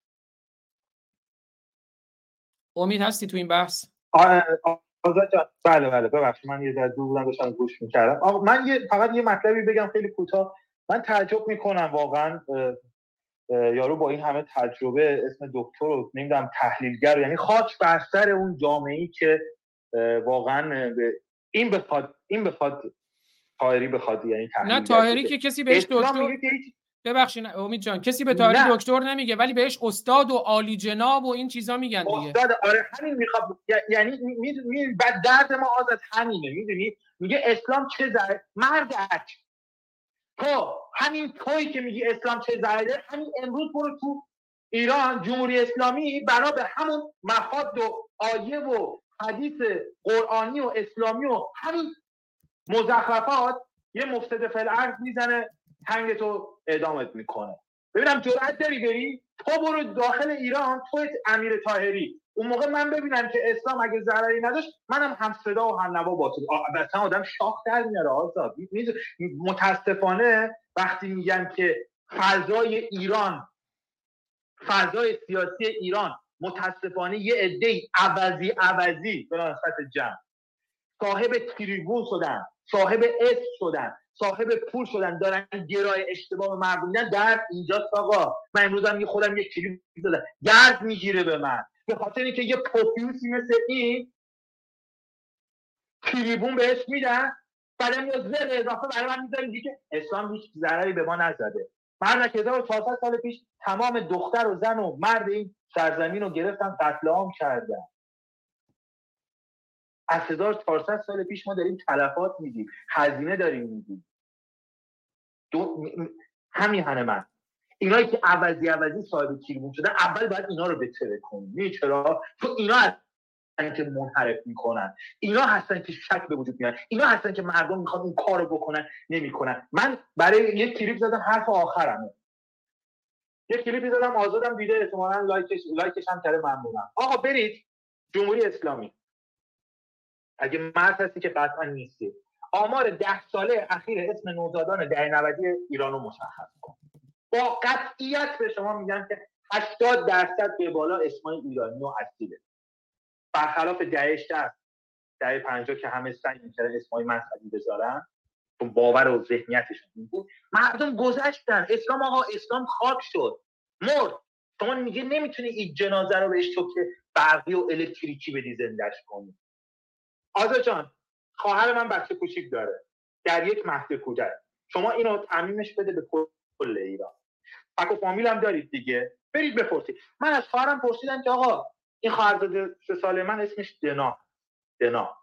امید هستی تو این بحث؟ آزاد جان بله بله ببخشید من یه در دور بودم داشتم گوش می‌کردم. آقا من یه فقط یه مطلبی بگم خیلی کوتاه. من تعجب می‌کنم واقعا یارو با این همه تجربه اسم دکتر رو نمیدونم تحلیلگر، یعنی خاک بر سر اون جامعه‌ای که واقعا این بخواد این بخواد طاهری بخواد یعنی تحلیلگر. نه طاهری که کسی بهش دکتر، ببخشید امید جان، کسی به طاهری دکتر نمیگه ولی بهش استاد و عالی جناب و این چیزا میگن دیگه. استاد، آره همین میخواد، یعنی می می بعد درد ما آزاد همینه، میدونی میگه اسلام چه ضرر مردک، تو همین تویی که میگی اسلام چه ضرری داره، همین امروز برو تو ایران جمهوری اسلامی بنا به همون مفاد و آیه و حدیث قرآنی و اسلامی و همین مزخرفات یه مفسد فی الارض میزنه تنگ تو اعدامت میکنه. ببینم جرأت داری بری؟ تو برو داخل ایران، تو امیر طاهری، اون موقع من ببینم که اسلام اگه ضرری نداشت منم هم صدا و هم نوا با تو. مثلا آدم شاخ در میاره آزاد. متاسفانه وقتی میگن که فضای ایران، فضای سیاسی ایران متاسفانه یه عده‌ای عوضی عوضی به نسبت جمع صاحب تریبون شدن، صاحب اسم شدن، صاحب پول شدن، دارن گرای اشتباه مردم میدن. در اینجا آقا من امروز هم خودم یک کلیپ دادم درد میگیره به من به خاطر اینکه یه پوپیوسی مثل این تریبون بهش میدن، بعدم یا زر اضافه برای من میذارن دیگه اسلام هیچ ضرری به ما نزده. مرد که هزار و چهارصد سال پیش تمام دختر و زن و مرد این سرزمین رو گرفتن قتل عام کردن. از هزار و چهارصد سال پیش ما داریم تلفات میدیم، هزینه داریم میدیم. دو... همین هنه من اینایی که عوضی عوضی صاحب تریبون شدن اول باید اینا رو بتره کنیم. می‌دونی چرا؟ چون اینا هستن که منحرف میکنن، اینا هستن که شک به وجود میارن، اینا هستن که مردم میخوان اون کارو بکنن نمیکنن. من برای یک کلیپ زدم حرف آخرمه، یک کلیپی زدم آزادم دیده، احتمالاً لایکش لایکش هم کرده، ممنونم. آقا برید جمهوری اسلامی، اگه مرد هستی که قطعا نیستی، آمار ده ساله اخیر اسم نوزادان دهه نودی ایران رو مشخص کن. با قطعیت به شما میگم که هشتاد درصد به بالا اسمای ایرانی و اصیله، برخلاف دهه شصت دهه پنجاه که همه سعی می‌کردن اسمای مذهبی بذارن چون باور و ذهنیتشون این بود. مردم گذشتن، اسلام آقا اسلام خاک شد، مرد. شما میگه نمیتونی این جنازه رو بهش تو که برقی و الکتریکی بدی زندهش کنی. آزاد جان، خواهر من بچه کوچیک داره در یک مهد کودک، شما اینو تعمیمش بده به کل ایران. فک و فامیل هم دارید دیگه، برید بپرسید. من از خواهرم پرسیدم که آقا این خواهرزاده سه ساله من اسمش دنا دنا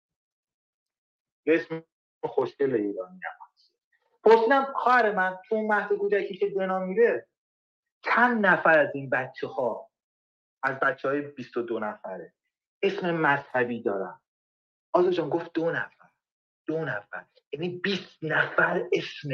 اسم خوشگل ایرانی هست. پرسیدم خواهر من تو اون مهد کودکی که دنا میره چند نفر از این بچه ها از بچه های بیست و دو نفره اسم مذهبی دارن؟ آزاد جان گفت دو نفر دو نفر یعنی بیست نفر اسم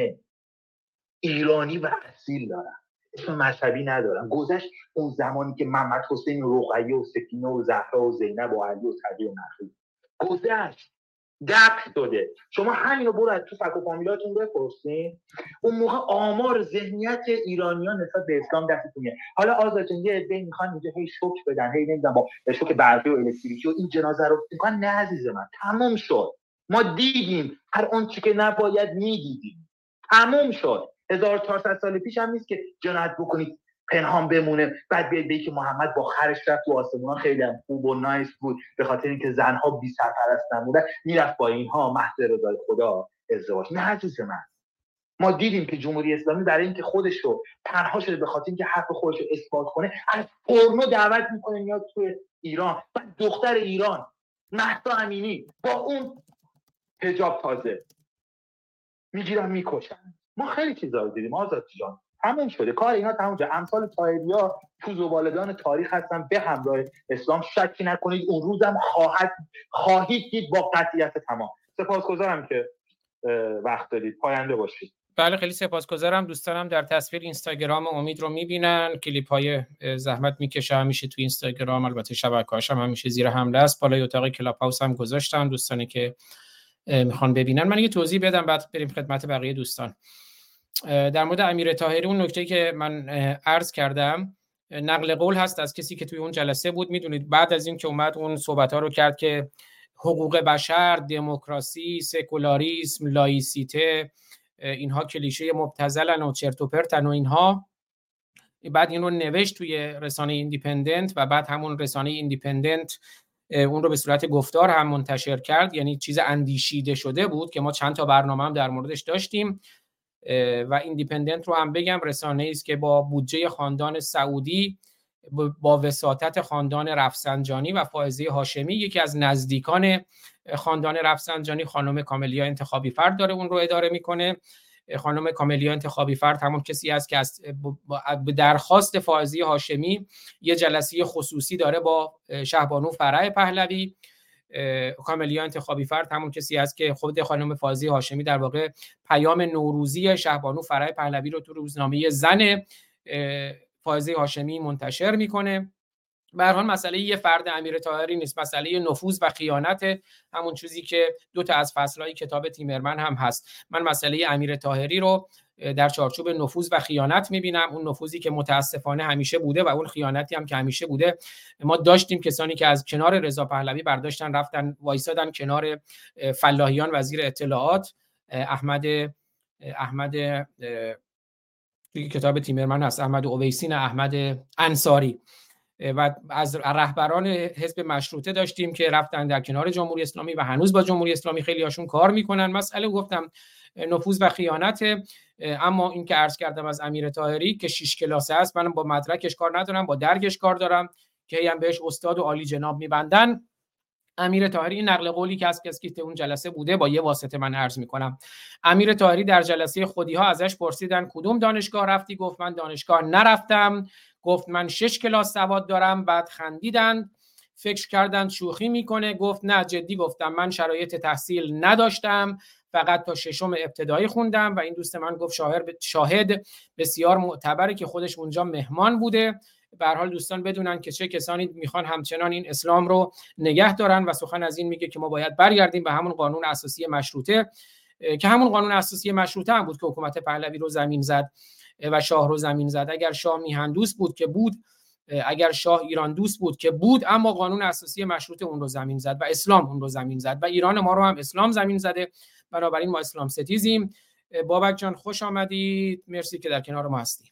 ایرانی و اصیل دارن، اسم مذهبی ندارن. گذشت اون زمانی که محمد حسین رقیه و سکینه و زهرا و زینب و علی و تقی و نخی گذشت، دفع شده. شما همینو برو از تو فک و فامیلاتون بپرسین، اون موقع آمار ذهنیت ایرانیان نسبت به اسلام دستتونه. حالا آزاد جان یه عده میخوان اینجا هی شوک بدن، هی نمیدونم با شوک برقی و الکتریکی و این جنازه رو میخوان. نه عزیز من، تموم شد. ما دیدیم هر اون چی که نباید میدیدیم، تموم شد. هزار و چهارصد سال پیش هم نیست که جنایت بکنید پنهان بمونه بعد بیاد بگی که محمد با خرش رفت تو آسمونا خیلی هم خوب و نایس بود به خاطر اینکه زنها بی سرپرست نبودن میرفت با اینها محض رضای خدا ازدواج. نه عزیز من، ما دیدیم که جمهوری اسلامی برای اینکه خودش رو تنها شده به خاطر اینکه حق خودش رو اثبات کنه از پورنو دعوت میکنه میاد تو ایران. بعد دختر ایران مهسا امینی با اون حجاب تازه میگیرن میکشن. ما خیلی چیزا رو دیدیم آزاد جان، تموم شده کار اینا، تموم شده. امثال طاهری‌ها تو زباله‌دان تاریخ هستن به همراه اسلام، شکی نکنید اون روزم خواهد خواهید دید با قطعیت تمام. سپاسگزارم که وقت دادید، پاینده باشید. بله خیلی سپاسگزارم. دوستانم در تصویر اینستاگرام امید رو می‌بینن، کلیپ‌های زحمت می‌کشه همیشه تو اینستاگرام، البته شبکه‌هاش هم همیشه زیر حمله است. بالای اتاق کلاب هاوس هم گذاشتم دوستانی که میخوان ببینن. من یه توضیح بدم بعد بریم خدمت بقیه دوستان. در مورد امیر طاهری اون نکته که من عرض کردم نقل قول هست از کسی که توی اون جلسه بود. میدونید بعد از این که اومد اون صحبت‌ها رو کرد که حقوق بشر، دموکراسی، سکولاریسم، لایسیته اینها کلیشه مبتذلن و چرت و پرتن و اینها، بعد این رو نوشت توی رسانه ایندیپندنت و بعد همون رسانه ایندیپندنت اون رو به صورت گفتار هم منتشر کرد، یعنی چیز اندیشیده شده بود که ما چند تا برنامه هم در موردش داشتیم. و ایندیپندنت رو هم بگم رسانه‌ای است که با بودجه خاندان سعودی با وساطت خاندان رفسنجانی و فائزه هاشمی، یکی از نزدیکان خاندان رفسنجانی، خانم کاملیا انتخابی فرد داره اون رو اداره میکنه. خانم کاملیا انتخابی فرد همون کسی است که از به درخواست فائزه هاشمی یه جلسه خصوصی داره با شهبانو فرح پهلوی. کاملیا انتخابی فرد همون کسی است که خود خانم فائزه هاشمی در واقع پیام نوروزی شهبانو فرح پهلوی رو تو روزنامه زن فائزه هاشمی منتشر میکنه. به هر حال مسئله یه فرد امیر طاهری نیست، مسئله نفوذ و خیانت، همون چیزی که دو تا از فصل‌های کتاب تیمرمن هم هست. من مسئله امیر طاهری رو در چارچوب نفوذ و خیانت میبینم، اون نفوذی که متاسفانه همیشه بوده و اون خیانتی هم که همیشه بوده. ما داشتیم کسانی که از کنار رضا پهلوی برداشتن رفتن وایسادن کنار فلاحیان وزیر اطلاعات، احمد احمد توی کتاب تیمرمن هست، احمد اویسی، نه احمد انصاری، و از رهبران حزب مشروطه داشتیم که رفتن در کنار جمهوری اسلامی و هنوز با جمهوری اسلامی خیلی هاشون کار میکنن. مسئله گفتم نفوذ و خیانت. اما این که عرض کردم از امیر طاهری که شش کلاسه است، من با مدرکش کار ندارم، با درگش کار دارم که هم بهش استاد و عالی جناب میبندن. امیر طاهری این نقل قولی که از کسی که اون جلسه بوده با یه واسطه من عرض میکنم. امیر طاهری در جلسه خودی ها ازش پرسیدن کدوم دانشگاه رفتی؟ گفت من دانشگاه نرفتم. گفت من شش کلاس سواد دارم. بعد خندیدن، فکر کردن شوخی میکنه. گفت نه جدی گفتم من شرایط تحصیل نداشتم، فقط تا ششم ابتدایی خوندم. و این دوست من گفت شاهد شاهد بسیار معتبره که خودش اونجا مهمان بوده. به هر حال دوستان بدونن که چه کسانی میخوان همچنان این اسلام رو نگه دارن و سخن از این میگه که ما باید برگردیم به همون قانون اساسی مشروطه که همون قانون اساسی مشروطه هم بود که حکومت پهلوی رو زمین زد و شاه رو زمین زد. اگر شاه میهن دوست بود که بود، اگر شاه ایران دوست بود که بود، اما قانون اساسی مشروطه اون رو زمین زد و اسلام اون رو زمین زد و ایران ما رو هم اسلام زمین زده. بنابراین ما اسلام ستیزیم. بابک جان خوش آمدید، مرسی که در کنار ما هستی.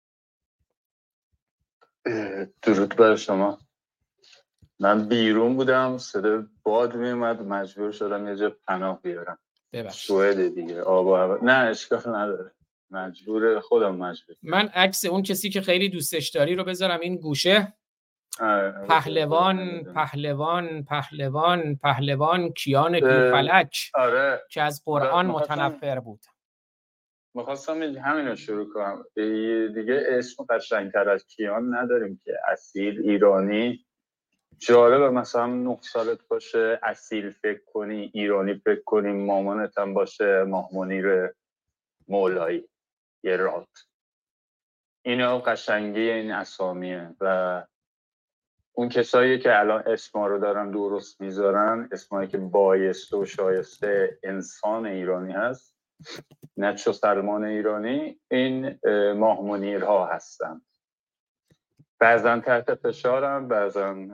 درود بر شما. من بیرون بودم، صدا باد میومد، مجبور شدم یه جا پناه بیارم. ببخشید. سوئد دیگه، آب و هوا. نه اشکال نداره، مجبور خودم مجبور. من عکس اون کسی که خیلی دوستش داری رو بذارم این گوشه. پهلوان پهلوان پهلوان پهلوان کیان کوفلک، آره، که از قرآن متنفر بود. میخواستم همین رو شروع کنم. دیگه اسم قشنگتر از کیان نداریم که اصیل ایرانی. جالبه مثلا نه سالت باشه اصیل فکر کنی، ایرانی فکر کنی، مامانت هم باشه ماه منیر مولایی یه رات. اینا قشنگی این اسامیه و اون کسایی که الان اسما رو دارن درست میذارن، اسمایی که بایسته و شایسته انسان ایرانی هست، نه چو سلمان ایرانی، این ماه منیرها هستن. بعضن تحت فشارم، بعضن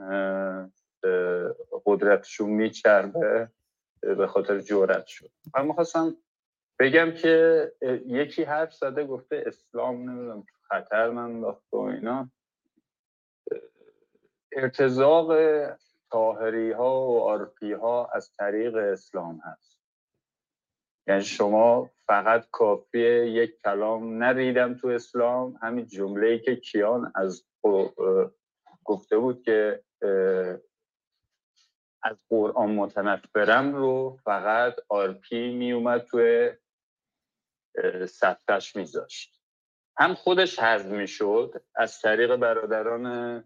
قدرتشون میچربه به خاطر جرأتشون. من میخواستم بگم که یکی حرف زده گفته اسلام نمیدونم خطر من داخت و اینا. ارتزاق طاهری ها و عارفی ها از طریق اسلام هست. یعنی شما فقط کافیه یک کلام نریدم تو اسلام، همین جمله‌ای که کیان از گفته بود که از قرآن متنفرم رو فقط عارفی می اومد توی صفحش میذاشت، هم خودش حذف میشد از طریق برادران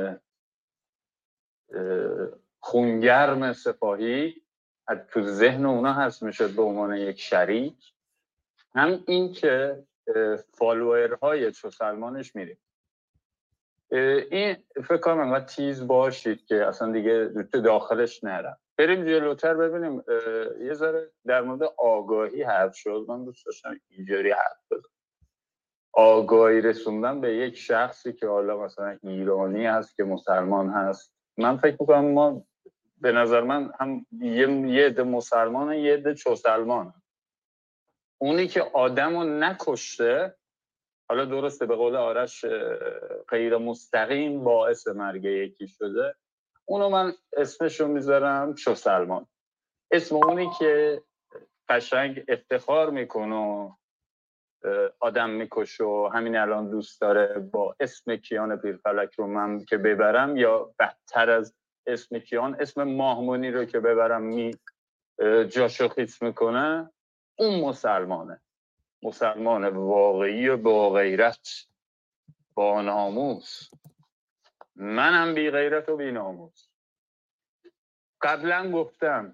خونگرم سپاهی، از تو ذهن اونا حذف میشد به عنوان یک شریک، هم این که فالوورهای چو سلمانش میریم. این فکر کنم انقدر تیز باشید که اصلا دیگه تو داخلش نرم. بریم جلوتر ببینیم. یه ذره در مورد آگاهی حرف شد، من دوست داشتم اینجوری حرف بزنم. آگاهی رسوندن به یک شخصی که حالا مثلا ایرانی هست که مسلمان هست. من فکر میکنم ما به نظر من هم یه عده مسلمان، یه عده چو سلمان. اونی که آدمو نکشته حالا درسته به قول آرش غیر مستقیم باعث مرگ یکی شده، اونو من اسمشو میذارم شو سلمان. اسم اونی که قشنگ افتخار میکنه آدم میکشه و همین الان دوست داره با اسم کیان پیرفلک رو من که ببرم، یا بدتر از اسم کیان اسم ماهمونی رو که ببرم می جاشو خیس میکنه، اون مسلمانه. مسلمان واقعی و با غیرت، با ناموس. منم بی غیرت و بی ناموس. قبلا گفتم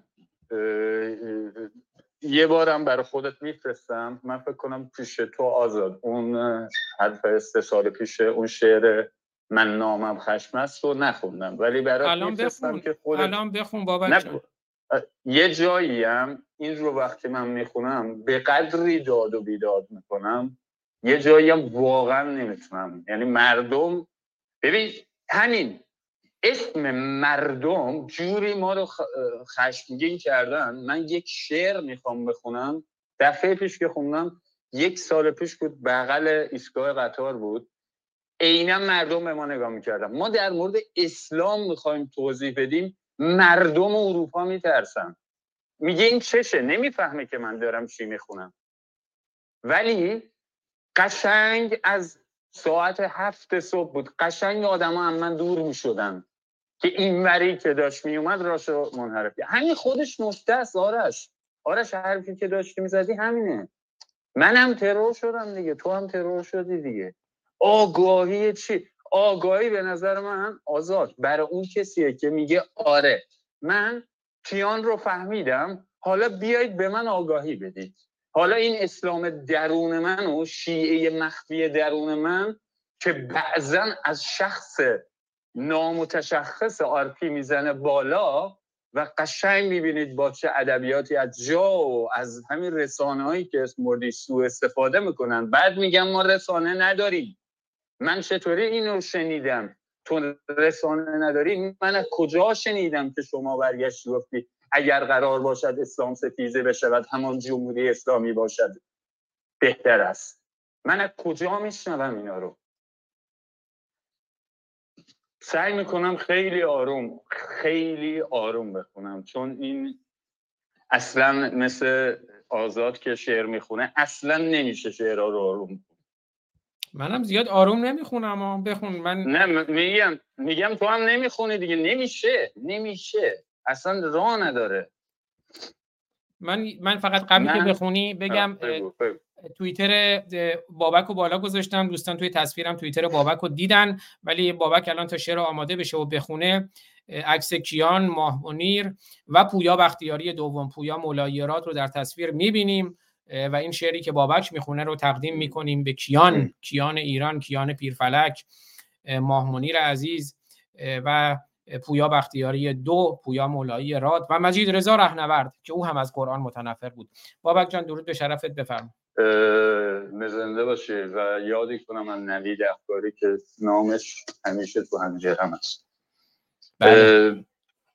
یه بارم برای خودت میفرستم، من فکر کنم پیش تو آزاد، اون حرف سه سال پیش اون شعر من نامم خشم است رو نخوندم، ولی برات میفرستم که خودت الان بخون بابک جان. یه جایی هم این رو وقتی من میخونم به قدری داد و بیداد میکنم، یه جایی هم واقعا نمیتونم. یعنی مردم، ببین همین اسم مردم جوری ما رو خشمگین کردن. من یک شعر میخوام بخونم، دفعه پیش که خوندم یک سال پیش بود، بغل ایستگاه قطار بود، عیناً مردم به ما نگاه میکردن. ما در مورد اسلام میخوایم توضیح بدیم، مردم اروپا میترسن، میگه این چشه، نمیفهمه که من دارم چی میخونم. ولی قشنگ از ساعت هفت صبح بود، قشنگ آدم ها هم من دور میشدن که این وری که داشت میومد راشو منحرف. همین خودش نکته است. آرش آرش حرفی که داشتی میزدی همینه. منم ترور شدم دیگه، تو هم ترور شدی دیگه. آگاهی چی؟ آگاهی به نظر من آزاد برای اون کسیه که میگه آره من کیان رو فهمیدم، حالا بیایید به من آگاهی بدید. حالا این اسلام درون من و شیعه مخفی درون من که بعضن از شخص نامتشخص آرپی میزنه بالا و قشنگ میبینید با چه ادبیاتی از جا و از همین رسانه هایی که اسم بردی سوء استفاده میکنن. بعد میگم ما رسانه نداریم. من چطوری اینو شنیدم؟ تو رسانه نداری؟ من از کجا شنیدم که شما برگشتی گفتی اگر قرار باشد اسلام ستیزه بشود همان جمهوری اسلامی باشد بهتر است؟ من از کجا میشنوم اینا رو؟ سعی میکنم خیلی آروم خیلی آروم بخونم، چون این اصلا مثل آزاد که شعر میخونه اصلا نمیشه شعرها رو آروم. منم زیاد آروم نمیخونم اما بخون. من نه میگم میگم تو هم نمیخونی دیگه. نمیشه نمیشه اصلا راه نداره. من من فقط قبل که بخونی بگم بگو بگو. توییتر بابک رو بالا گذاشتم، دوستان توی تصویرم توییتر بابک رو دیدن، ولی بابک الان تا شعر آماده بشه و بخونه عکس کیان، ماهمنیر و پویا بختیاری دوم، پویا مولاییراد رو در تصویر میبینیم و این شعری که بابک میخونه رو تقدیم میکنیم به کیان، کیان ایران، کیان پیرفلک، ماهمنیر عزیز و پویا بختیاری دو، پویا مولاییراد و مجید رضا رهنورد که او هم از قرآن متنفر بود. بابک جان درود به شرفت، بفرم. مزنده باشه و یادی کنم من نوید افکاری که نامش همیشه تو همجرم است. بله.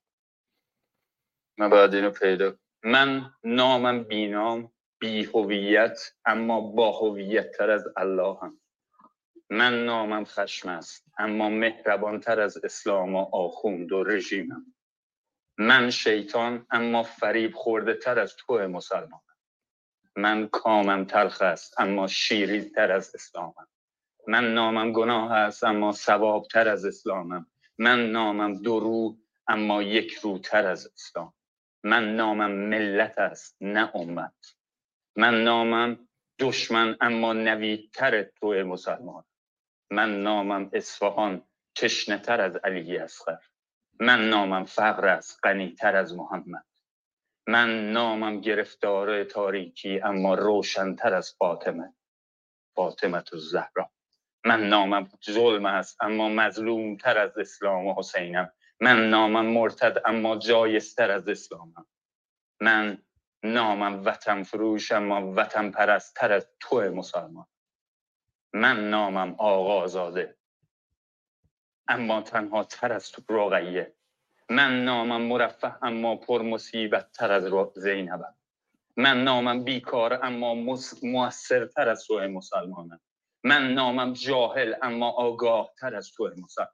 من باید اینو پیدا. من نامم بینام، بی هویت اما با هویت تر از الله هم. من نامم خشم است اما مهربان تر از اسلام و آخوند و رژیمم. من شیطان اما فریب خورده تر از تو مسلمان. من کامم تلخ است اما شیرین تر از اسلامم. من نامم گناه است اما ثواب تر از اسلامم. من نامم دو رو اما یک رو تر از اسلام. من نامم ملت است نه امت. من نامم دشمن اما نوید تر تو مسلمان. من نامم اصفهان تشنه تر از علی اصغر. من نامم فقر است غنی تر از محمد. من نامم گرفتار تاریکی اما روشن تر از فاطمه، فاطمه الزهرا. من نامم ظلم است اما مظلوم تر از اسلام و حسینم. من نامم مرتد اما جایزتر از اسلامم. من نامم وطن فروش اما وطن پرست تر از تو مسلمان. من نامم آقازاده اما تنها تر از تو رقیه. من نامم مرفه اما پر مصیبت تر از زینبم. من نامم بیکار اما مؤثر تر از تو مسلمانم. من نامم جاهل اما آگاه تر از تو مسلمان.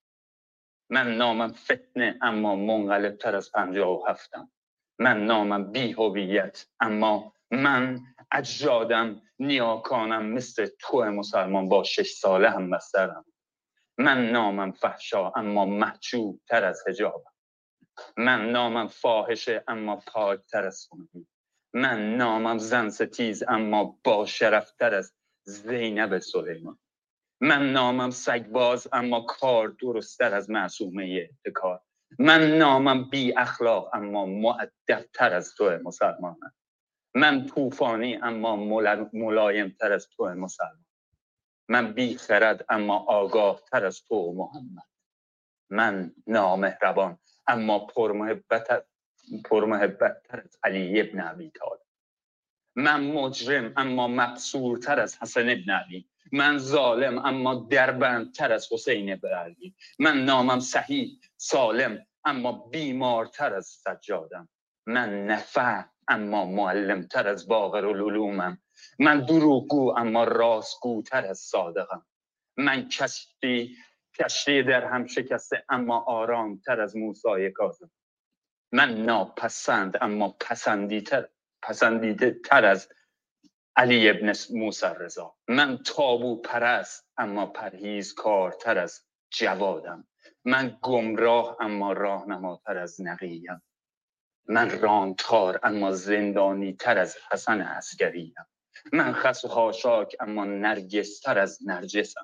من نامم فتنه اما منقلب تر از پنجاه و هفتم. من نامم بی هویت اما من اجدادم نیاکانم مثل تو مسلمان با شش ساله هم مسترم. من نامم فحشا اما محجوب تر از حجابم. من نامم فاحشه اما پاک تر از خونگی. من نامم زن ستیز اما با شرف تر از زینب سلیمان. من نامم سگباز اما کار درست‌تر از معصومه ابتکار. من نامم بی اخلاق اما مؤدب تر از تو مسلمانم. من طوفانی اما ملایم تر از تو مسلمان. من بی خرد اما آگاه تر از تو محمد. من نامهربان اما پرمحبت پرمحبت تر از علی ابن ابی طالب. من مجرم اما مقصورتر از حسن ابن علی. من ظالم اما دربندتر از حسین ابن علی. من نامم صحیح سالم اما بیمارتر از سجادم. من نفع اما معلمتر از باقر العلومم. من دروغگو اما راستگوتر از صادقم. من کشتی کشتی در هم شکسته اما آرامتر از موسی کاظم. من ناپسند اما پسندیدتر پسندیده تر از علی ابن موسی رضا. من تابو پرست اما پرهیزکارتر از جوادم. من گمراه اما راهنماتر از نقیم. من رانتار اما زندانی تر از حسن عسکریم. من خس و خاشاک اما نرگس‌تر از نرجسم.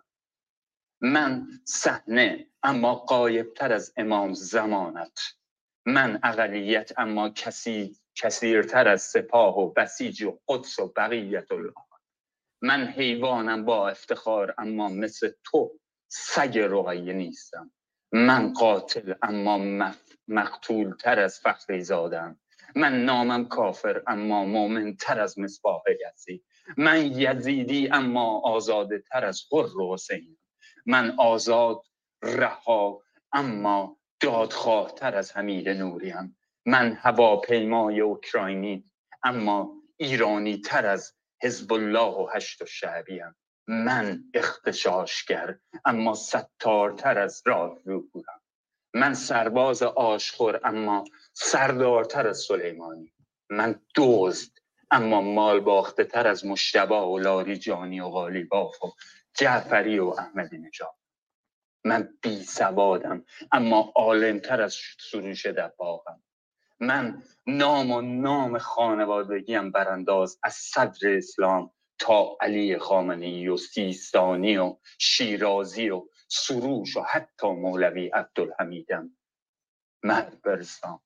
من صحنه اما غایب‌تر از امام زمانت. من اقلیت اما کسی کثیرتر از سپاه و بسیج و قدس و بقیت الله. من حیوانم با افتخار اما مثل تو سگ رقیه نیستم. من قاتل اما مقتول تر از فخری زادم. من نامم کافر اما مؤمن تر از مصباح یزید. من یزیدی اما آزاده تر از حر و حسین. من آزاد رها اما دادخواه تر از حمید نوریم. من هواپیمای اوکراینی اما ایرانی تر از حزب الله و هشت الشعبیم. من اغتشاشگر اما ستارتر از راهرویم. من سرباز آشخور اما سردارتر از سلیمانی. من دزد اما مال باخته تر از مجتبی و لاریجانی و قالیباف و جعفری و احمدی نژاد. من بی سوادم اما عالمتر از سروش دباغم. من نام و نام خانوادگیم برانداز از صدر اسلام تا علی خامنه‌ای و سیستانی و شیرازی و سروش و حتی مولوی عبدالحمیدم. مرد بر اسلام.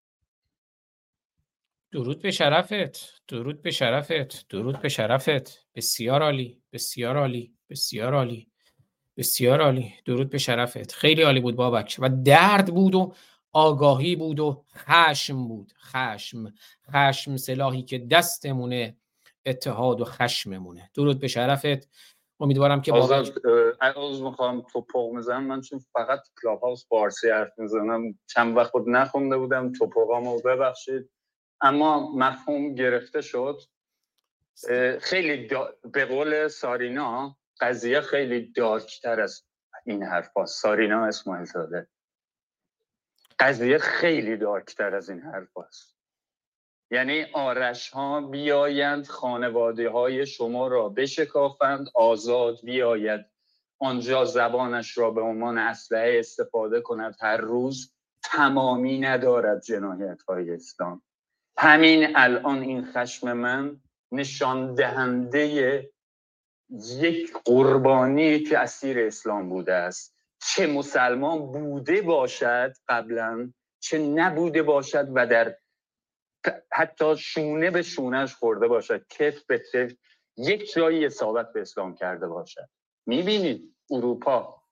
درود به شرفت، درود به شرفت، درود به شرفت. بسیار عالی، بسیار عالی، بسیار عالی، بسیار عالی. درود به شرفت. خیلی عالی بود بابک. و درد بود و آگاهی بود و خشم بود. خشم خشم سلاحی که دستمونه، اتحاد و خشممونه. درود به شرفت. امیدوارم که بابک عوض میخوام توپق میزنم. من چون فقط کلاب هاوس فارسی حرف میزنم چند وقت خود نخونده بودم، توپقامو ببخشید، اما مفهوم گرفته شد. خیلی دا... به قول سارینا قضیه خیلی دارکتر از این حرف هاست. سارینا اسماعیل زاده، قضیه خیلی دارکتر از این حرف هاست. یعنی آرش ها بیایند خانواده های شما را بشکافند، آزاد بیاید آنجا زبانش را به عنوان اسلحه استفاده کند هر روز، تمامی ندارد جنایت های اسلام. همین الان این خشم من نشان دهنده یک قربانی که اسیر اسلام بوده است، چه مسلمان بوده باشد قبلا، چه نبوده باشد و در حتی شونه به شونهش خورده باشد، کتف به کتف یک جایی اصابت به اسلام کرده باشد. میبینید اروپا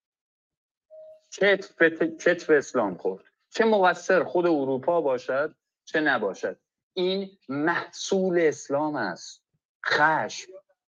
کتف به کتف اسلام خورد، چه مقصر خود اروپا باشد چه نباشد. این محصول اسلام است، خشم.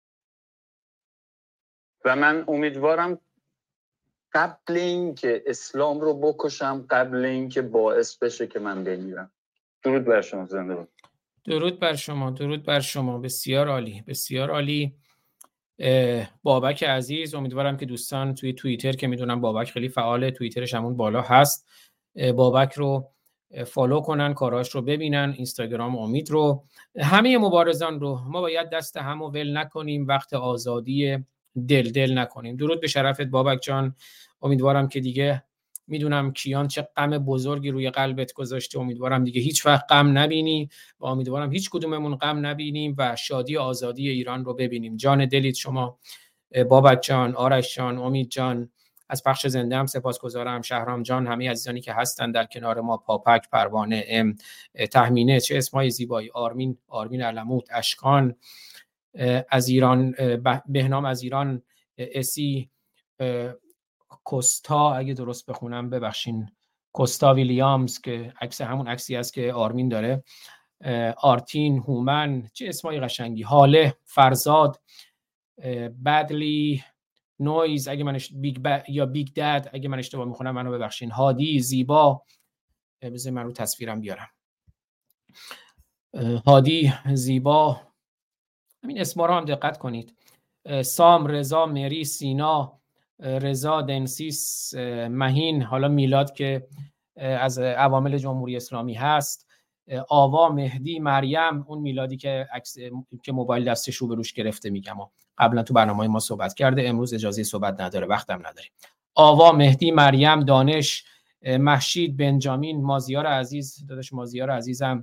و من امیدوارم قبل اینکه اسلام رو بکشم، قبل اینکه باعث بشه که من بمیرم. درود بر شما، زنده باد. درود بر شما، درود بر شما. بسیار عالی، بسیار عالی. بابک عزیز، امیدوارم که دوستان توی توییتر که میدونم بابک خیلی فعاله، توییترش همون بالا هست، بابک رو فالو کنن، کاراش رو ببینن، اینستاگرام امید رو، همه مبارزان رو. ما باید دست همو ول نکنیم، وقت آزادی دل دل نکنیم. درود به شرفت بابک جان، امیدوارم که دیگه، میدونم کیان چه غم بزرگی روی قلبت گذاشته، امیدوارم دیگه هیچ وقت غم نبینی و امیدوارم هیچ کدوممون غم نبینیم و شادی و آزادی ایران رو ببینیم. جان دلید شما بابک جان، آرش جان، امید جان. از پخش زنده هم سپاسگزارم. شهرام جان، همه عزیزانی که هستن در کنار ما، پاپک، پروانه، ام، تهمینه، چه اسمای زیبایی، آرمین، آرمین علموت، اشکان از ایران، بهنام از ایران، اسی، کوستا، اگه درست بخونم ببخشین، کوستا ویلیامز که عکس همون عکسی است که آرمین داره، آرتین، هومن، چه اسمای قشنگی، حاله، فرزاد، بدلی، نویز، اگه من بیگ ب... یا بیگ داد اگه من اشتباه میخونم منو ببخشین، هادی، زیبا، بذار من رو تصویرم بیارم، هادی، زیبا، همین اسما رو هم دقت کنید، سام، رضا، مری، سینا، رضا، دنسیس، مهین، حالا میلاد که از عوامل جمهوری اسلامی هست، آوا، مهدی، مریم، اون میلادی که عکس که موبایل دستش رو به روش گرفته میگم، قبلا تو برنامه ما صحبت کرده، امروز اجازه صحبت نداره، وقتم نداریم. آوا، مهدی، مریم، دانش، محشید، بنجامین، مازیار عزیز، داداش مازیار عزیزم،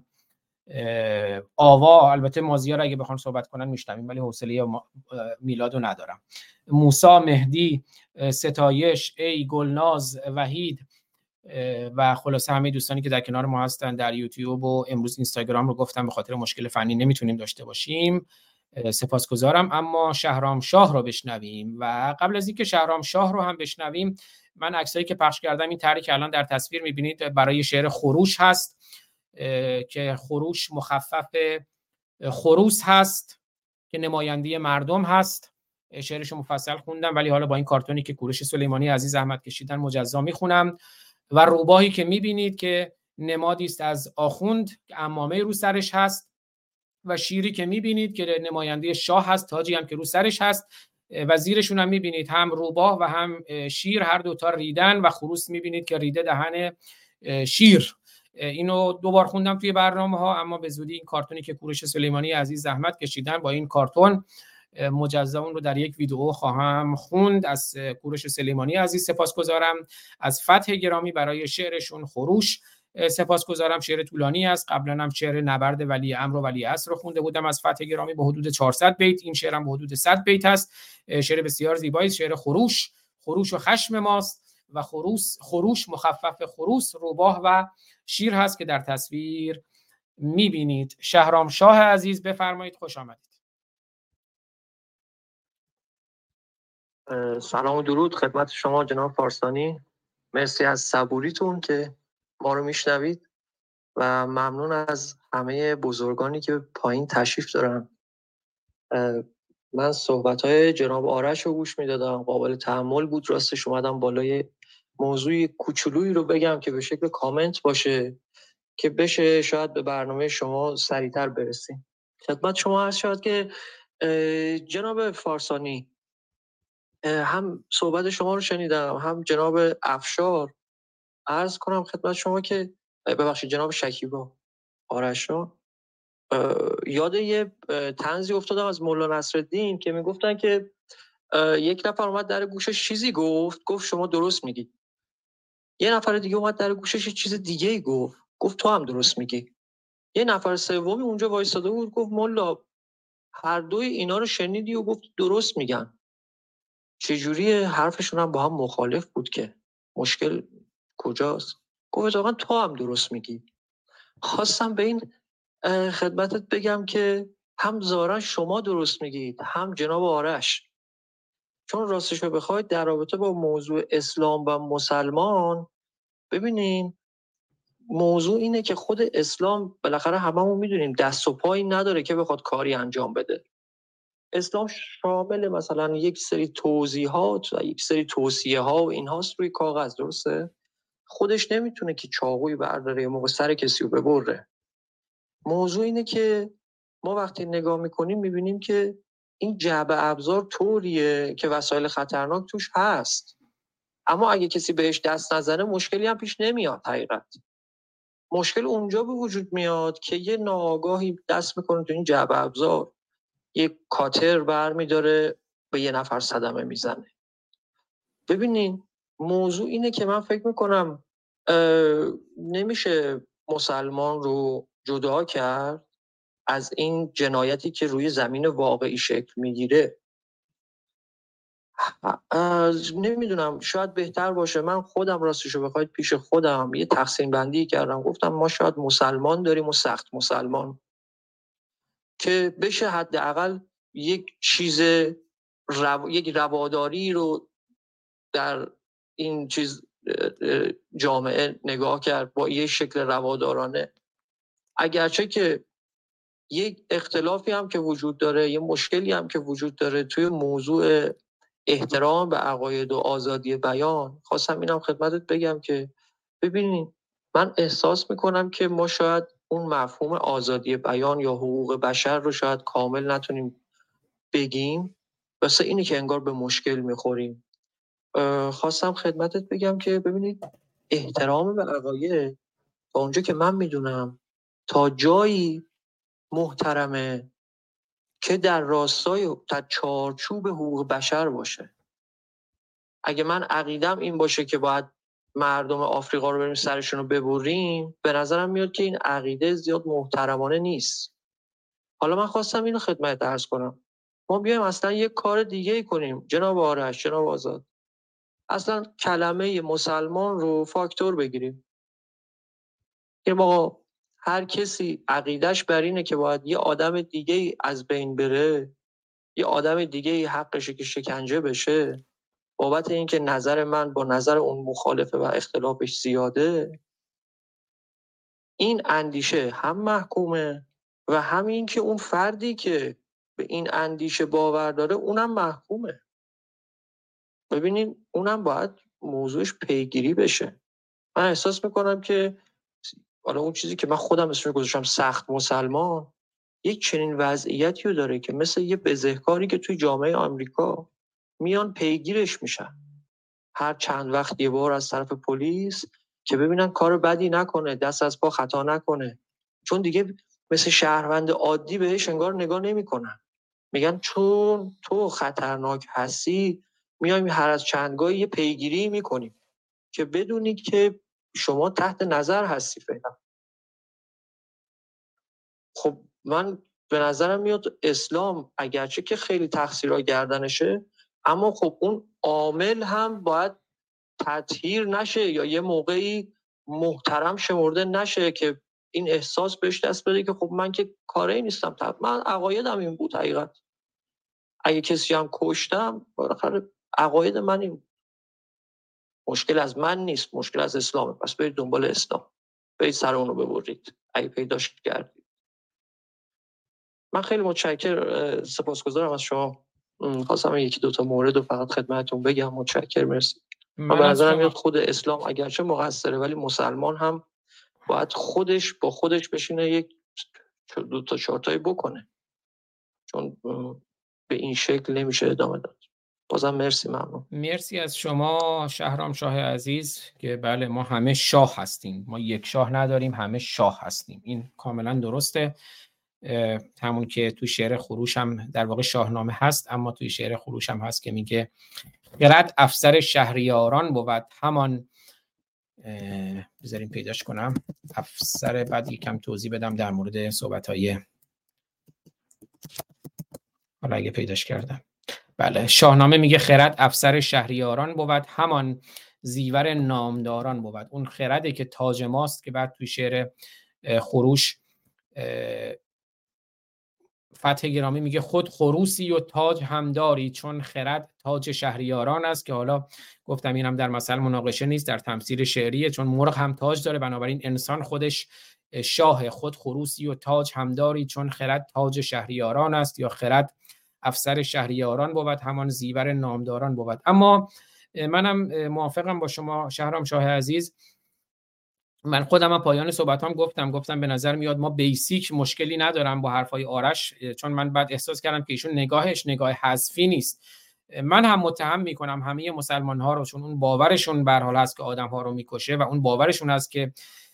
آوا، البته مازیار اگه بخوام صحبت کنن میشنویم ولی حوصله میلادو ندارم، موسی، مهدی، ستایش، ای، گلناز، وحید و خلاصه همه دوستانی که در کنار ما هستن در یوتیوب و امروز اینستاگرام رو گفتم به خاطر مشکل فنی نمیتونیم داشته باشیم، سپاسگزارم. اما شهرام شاه رو بشنویم و قبل از اینکه شهرام شاه رو هم بشنویم، من عکسایی که پخش کردم، این طرحی که الان در تصویر میبینید برای شعر خروش هست که خروش مخفف خروس هست که نماینده مردم هست. شعرش مفصل خوندم ولی حالا با این کارتونی که کوروش سلیمانی عزیز زحمت کشیدن مجزا میخونم و روباهی که میبینید که نمادی است از آخوند که عمامه رو سرش هست و شیری که میبینید که نماینده شاه هست، تاجی هم که رو سرش هست و زیرشون هم میبینید هم روباه و هم شیر، هر دوتا ریدن و خروس میبینید که ریده دهن شیر. اینو دوبار خوندم توی برنامه ها، اما به زودی این کارتونی که کوروش سلیمانی عزیز زحمت کشیدن با این کارتون مجزا اون رو در یک ویدیو خواهم خوند. از کوروش سلیمانی عزیز سپاسگزارم، از فتح گرامی برای شعرشون خروش سپاسگزارم. شعر طولانی است، قبلا هم شعر نبرد ولی امر و ولی عصر رو خونده بودم از فتح گرامی به حدود چهارصد بیت، این شعرم به حدود صد بیت است. شعر بسیار زیبایی، شعر خروش، خروش و خشم ماست و خروس، خروش مخفف خروس، روباه و شیر هست که در تصویر میبینید. شهرام شاه عزیز بفرمایید، خوش آمدید. سلام و درود خدمت شما جناب فارسانی، مرسی از صبوریتون که ما رو میشنوید و ممنون از همه بزرگانی که پایین تشریف دارن. من صحبت‌های جناب آرش رو گوش میدادم، قابل تحمل بود، راستش اومدم بالای موضوعی کوچولویی رو بگم که به شکل کامنت باشه که بشه شاید به برنامه شما سریعتر برسیم. خدمت شما هست شاید که جناب فارسانی، هم صحبت شما رو شنیدم، هم جناب افشار، عرض کنم خدمت شما که ببخشید جناب شکیبا آرشا، یاد یه طنزی افتادم از مولانا نصرالدین که میگفتن که یک نفر اومد در گوشش چیزی گفت، گفت شما درست میگی. یه نفر دیگه اومد در گوشش چیز دیگه گفت، گفت تو هم درست میگی. یه نفر سومی اونجا وایساده بود گفت مولا هر دوی اینا رو شنیدی و گفت درست میگن. چجوری حرفشون هم با هم مخالف بود که مشکل کجاست؟ گفت واقعا تو هم درست میگی. خواستم به این خدمتت بگم که هم ظاهرا شما درست میگید هم جناب آرش، چون راستش رو بخواید در رابطه با موضوع اسلام و مسلمان، ببینین موضوع اینه که خود اسلام بالاخره هممون میدونیم دست و پایی نداره که بخواد کاری انجام بده. اسلام شامل مثلا یک سری توضیحات و یک سری توصیه ها و این هاست روی کاغذ، درسته؟ خودش نمیتونه که چاقوی برداره یا موقع سر کسی رو ببره. موضوع اینه که ما وقتی نگاه میکنیم میبینیم که این جعبه ابزار طوریه که وسایل خطرناک توش هست، اما اگه کسی بهش دست نزنه مشکلی هم پیش نمیاد. حقیقت مشکل اونجا به وجود میاد که یه ناآگاهی دست میکنه تو این جعبه ابزار، یه کاتر برمیداره به یه نفر صدمه میزنه. ببینین موضوع اینه که من فکر میکنم نمیشه مسلمان رو جدا کرد از این جنایتی که روی زمین واقعی شکل میگیره. نمیدونم، شاید بهتر باشه من خودم راستشو بخواید پیش خودم یه تقسیم بندی کردم، گفتم ما شاید مسلمان داریم و سخت مسلمان، که بشه حداقل یک چیز رو... یک رواداری رو در این چیز جامعه نگاه کرد با یه شکل روادارانه. اگرچه که یک اختلافی هم که وجود داره، یه مشکلی هم که وجود داره توی موضوع احترام به عقاید و آزادی بیان، خواستم اینم خدمتت بگم که ببینین من احساس میکنم که ما شاید اون مفهوم آزادی بیان یا حقوق بشر رو شاید کامل نتونیم بگیم، واسه اینی که انگار به مشکل میخوریم. خواستم خدمتت بگم که ببینید احترام به عقاید تا اونجا که من میدونم تا جایی محترمه که در راستای تا چارچوب حقوق بشر باشه. اگه من عقیدم این باشه که باید مردم آفریقا رو بریم سرشون رو ببریم، به نظرم میاد که این عقیده زیاد محترمانه نیست. حالا من خواستم اینو خدمت عرض کنم، ما بیایم اصلا یک کار دیگه ای کنیم جناب آرش، جناب آزاد، اصلا کلمه مسلمان رو فاکتور بگیریم که ما هر کسی عقیدش بر اینه که باید یه آدم دیگه از بین بره، یه آدم دیگه حقشه که شکنجه بشه بابت اینکه نظر من با نظر اون مخالفه و اختلافش زیاده، این اندیشه هم محکومه و همین که اون فردی که به این اندیشه باور داره اونم محکومه. ببینین اونم باید موضوعش پیگیری بشه. من احساس میکنم که حالا اون چیزی که من خودم اسمش گذاشتم سخت مسلمان یک چنین وضعیتی رو داره که مثل یه بزهکاری که توی جامعه آمریکا میان پیگیرش میشن هر چند وقت یه بار از طرف پلیس که ببینن کار بدی نکنه، دست از پا خطا نکنه، چون دیگه مثل شهروند عادی بهش انگار نگاه نمیکنن. میگن چون تو خطرناک هستی میایم هر از چندگاهی یه پیگیری میکنیم که بدونید که شما تحت نظر هستی فعلا. خب من به نظرم میاد اسلام اگرچه که خیلی تقصیرها گردنشه، اما خب اون عامل هم باید تطهیر نشه یا یه موقعی محترم شمرده نشه که این احساس بهش دست بده که خب من که کاری نیستم، من عقایدم این بود. حقیقت اگه کسی هم کشتم بالاخره عقاید من این مشکل از من نیست، مشکل از اسلامه، پس برید دنبال اسلام، برید سر اونو ببرید اگه پیداش کردید. من خیلی متشکرم، سپاسگزارم از شما. خواستم یکی دوتا مورد رو فقط خدمتتون بگم. متشکرم، مرسی. من به نظرم میاد خود اسلام اگرچه مقصره ولی مسلمان هم باید خودش با خودش بشینه یک دو تا چارتایی بکنه، چون به این شکل نمیشه ادامه داد. بازم مرسی، ممنون. مرسی از شما شهرام شاه عزیز که بله ما همه شاه هستیم، ما یک شاه نداریم، همه شاه هستیم. این کاملا درسته، همون که تو شعر خروش هم در واقع شاهنامه هست، اما توی شعر خروش هم هست که میگه خرد افسر شهریاران بود همان، بذاریم پیداش کنم افسر، بعد یکم توضیح بدم در مورد صحبت‌های، حالا اگه پیداش کردم. بله، شاهنامه میگه خرد افسر شهریاران بود همان زیور نامداران بود. اون خرده که تاج ماست که بعد توی شعر خروش فتح گرامی میگه خود خروسی و تاج همداری چون خرد تاج شهریاران است، که حالا گفتم اینم در مثل مناقشه نیست، در تمثیل شعریه، چون مرغ هم تاج داره، بنابراین انسان خودش شاه. خود خروسی و تاج همداری چون خرد تاج شهریاران است، یا خرد افسر شهریاران بود همان زیور نامداران بود. اما منم موافقم با شما شهرام شاه عزیز من خودم هم پایان صحبتام گفتم گفتم به نظر میاد ما بیسیک مشکلی ندارم با حرفای آرش، چون من بعد احساس کردم که ایشون نگاهش نگاه حذفی نیست. من هم متهم میکنم همه مسلمان ها رو، چون اون باورشون به هر حال هست که آدم ها رو میکشه و اون باورشون هست که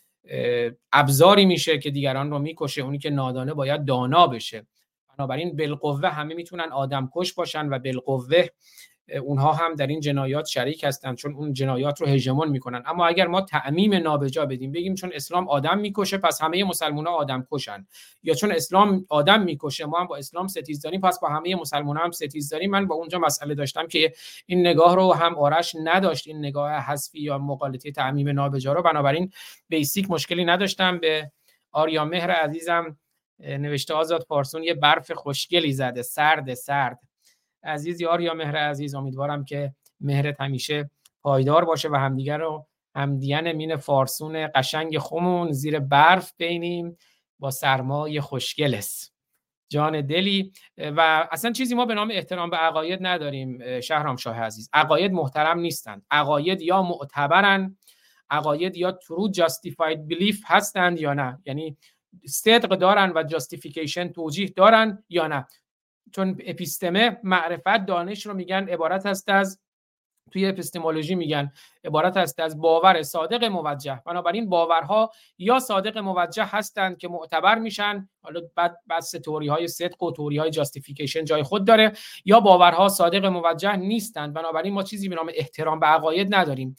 ابزاری میشه که دیگران رو میکشه، اونی که نادانه باید دانا بشه. بنابراین بالقوه همه میتونن آدم کش باشن و بالقوه اونها هم در این جنایات شریک هستن، چون اون جنایات رو هژمون میکنن. اما اگر ما تعمیم نابجا بدیم، بگیم چون اسلام آدم میکشه پس همه مسلمان‌ها آدم کشن، یا چون اسلام آدم میکشه ما هم با اسلام ستیز داریم پس با همه مسلمان‌ها هم ستیز داریم، من با اونجا مسئله داشتم که این نگاه رو هم آرش نداشت، این نگاه حذفی یا مغالطه تعمیم نابجا رو. بنابراین بیسیک مشکلی نداشتم. به آریا مهر عزیزم نوشته آزاد فارسون یه برف خوشگلی زده، سرد سرد. عزیز آریا مهر عزیز، امیدوارم که مهرت همیشه پایدار باشه و همدیگر رو همدیان مین فارسون قشنگ خمون زیر برف بینیم با سرمای خوشگلس جان دلی. و اصلا چیزی ما به نام احترام به عقاید نداریم شهرام شاه عزیز. عقاید محترم نیستند، عقاید یا معتبرن، عقاید یا true justified belief هستند یا نه، یعنی صدق دارن و جاستیفیکیشن توجیه دارن یا نه. چون اپیستمه معرفت دانش رو میگن عبارت است از، توی اپیستمولوژی میگن عبارت است از باور صادق موجه. بنابراین باورها یا صادق موجه هستند که معتبر میشن، حالا بعد بس تئوری های صدق و تئوری های جاستیفیکیشن جای خود داره، یا باورها صادق موجه نیستند. بنابراین ما چیزی به نام احترام به عقاید نداریم.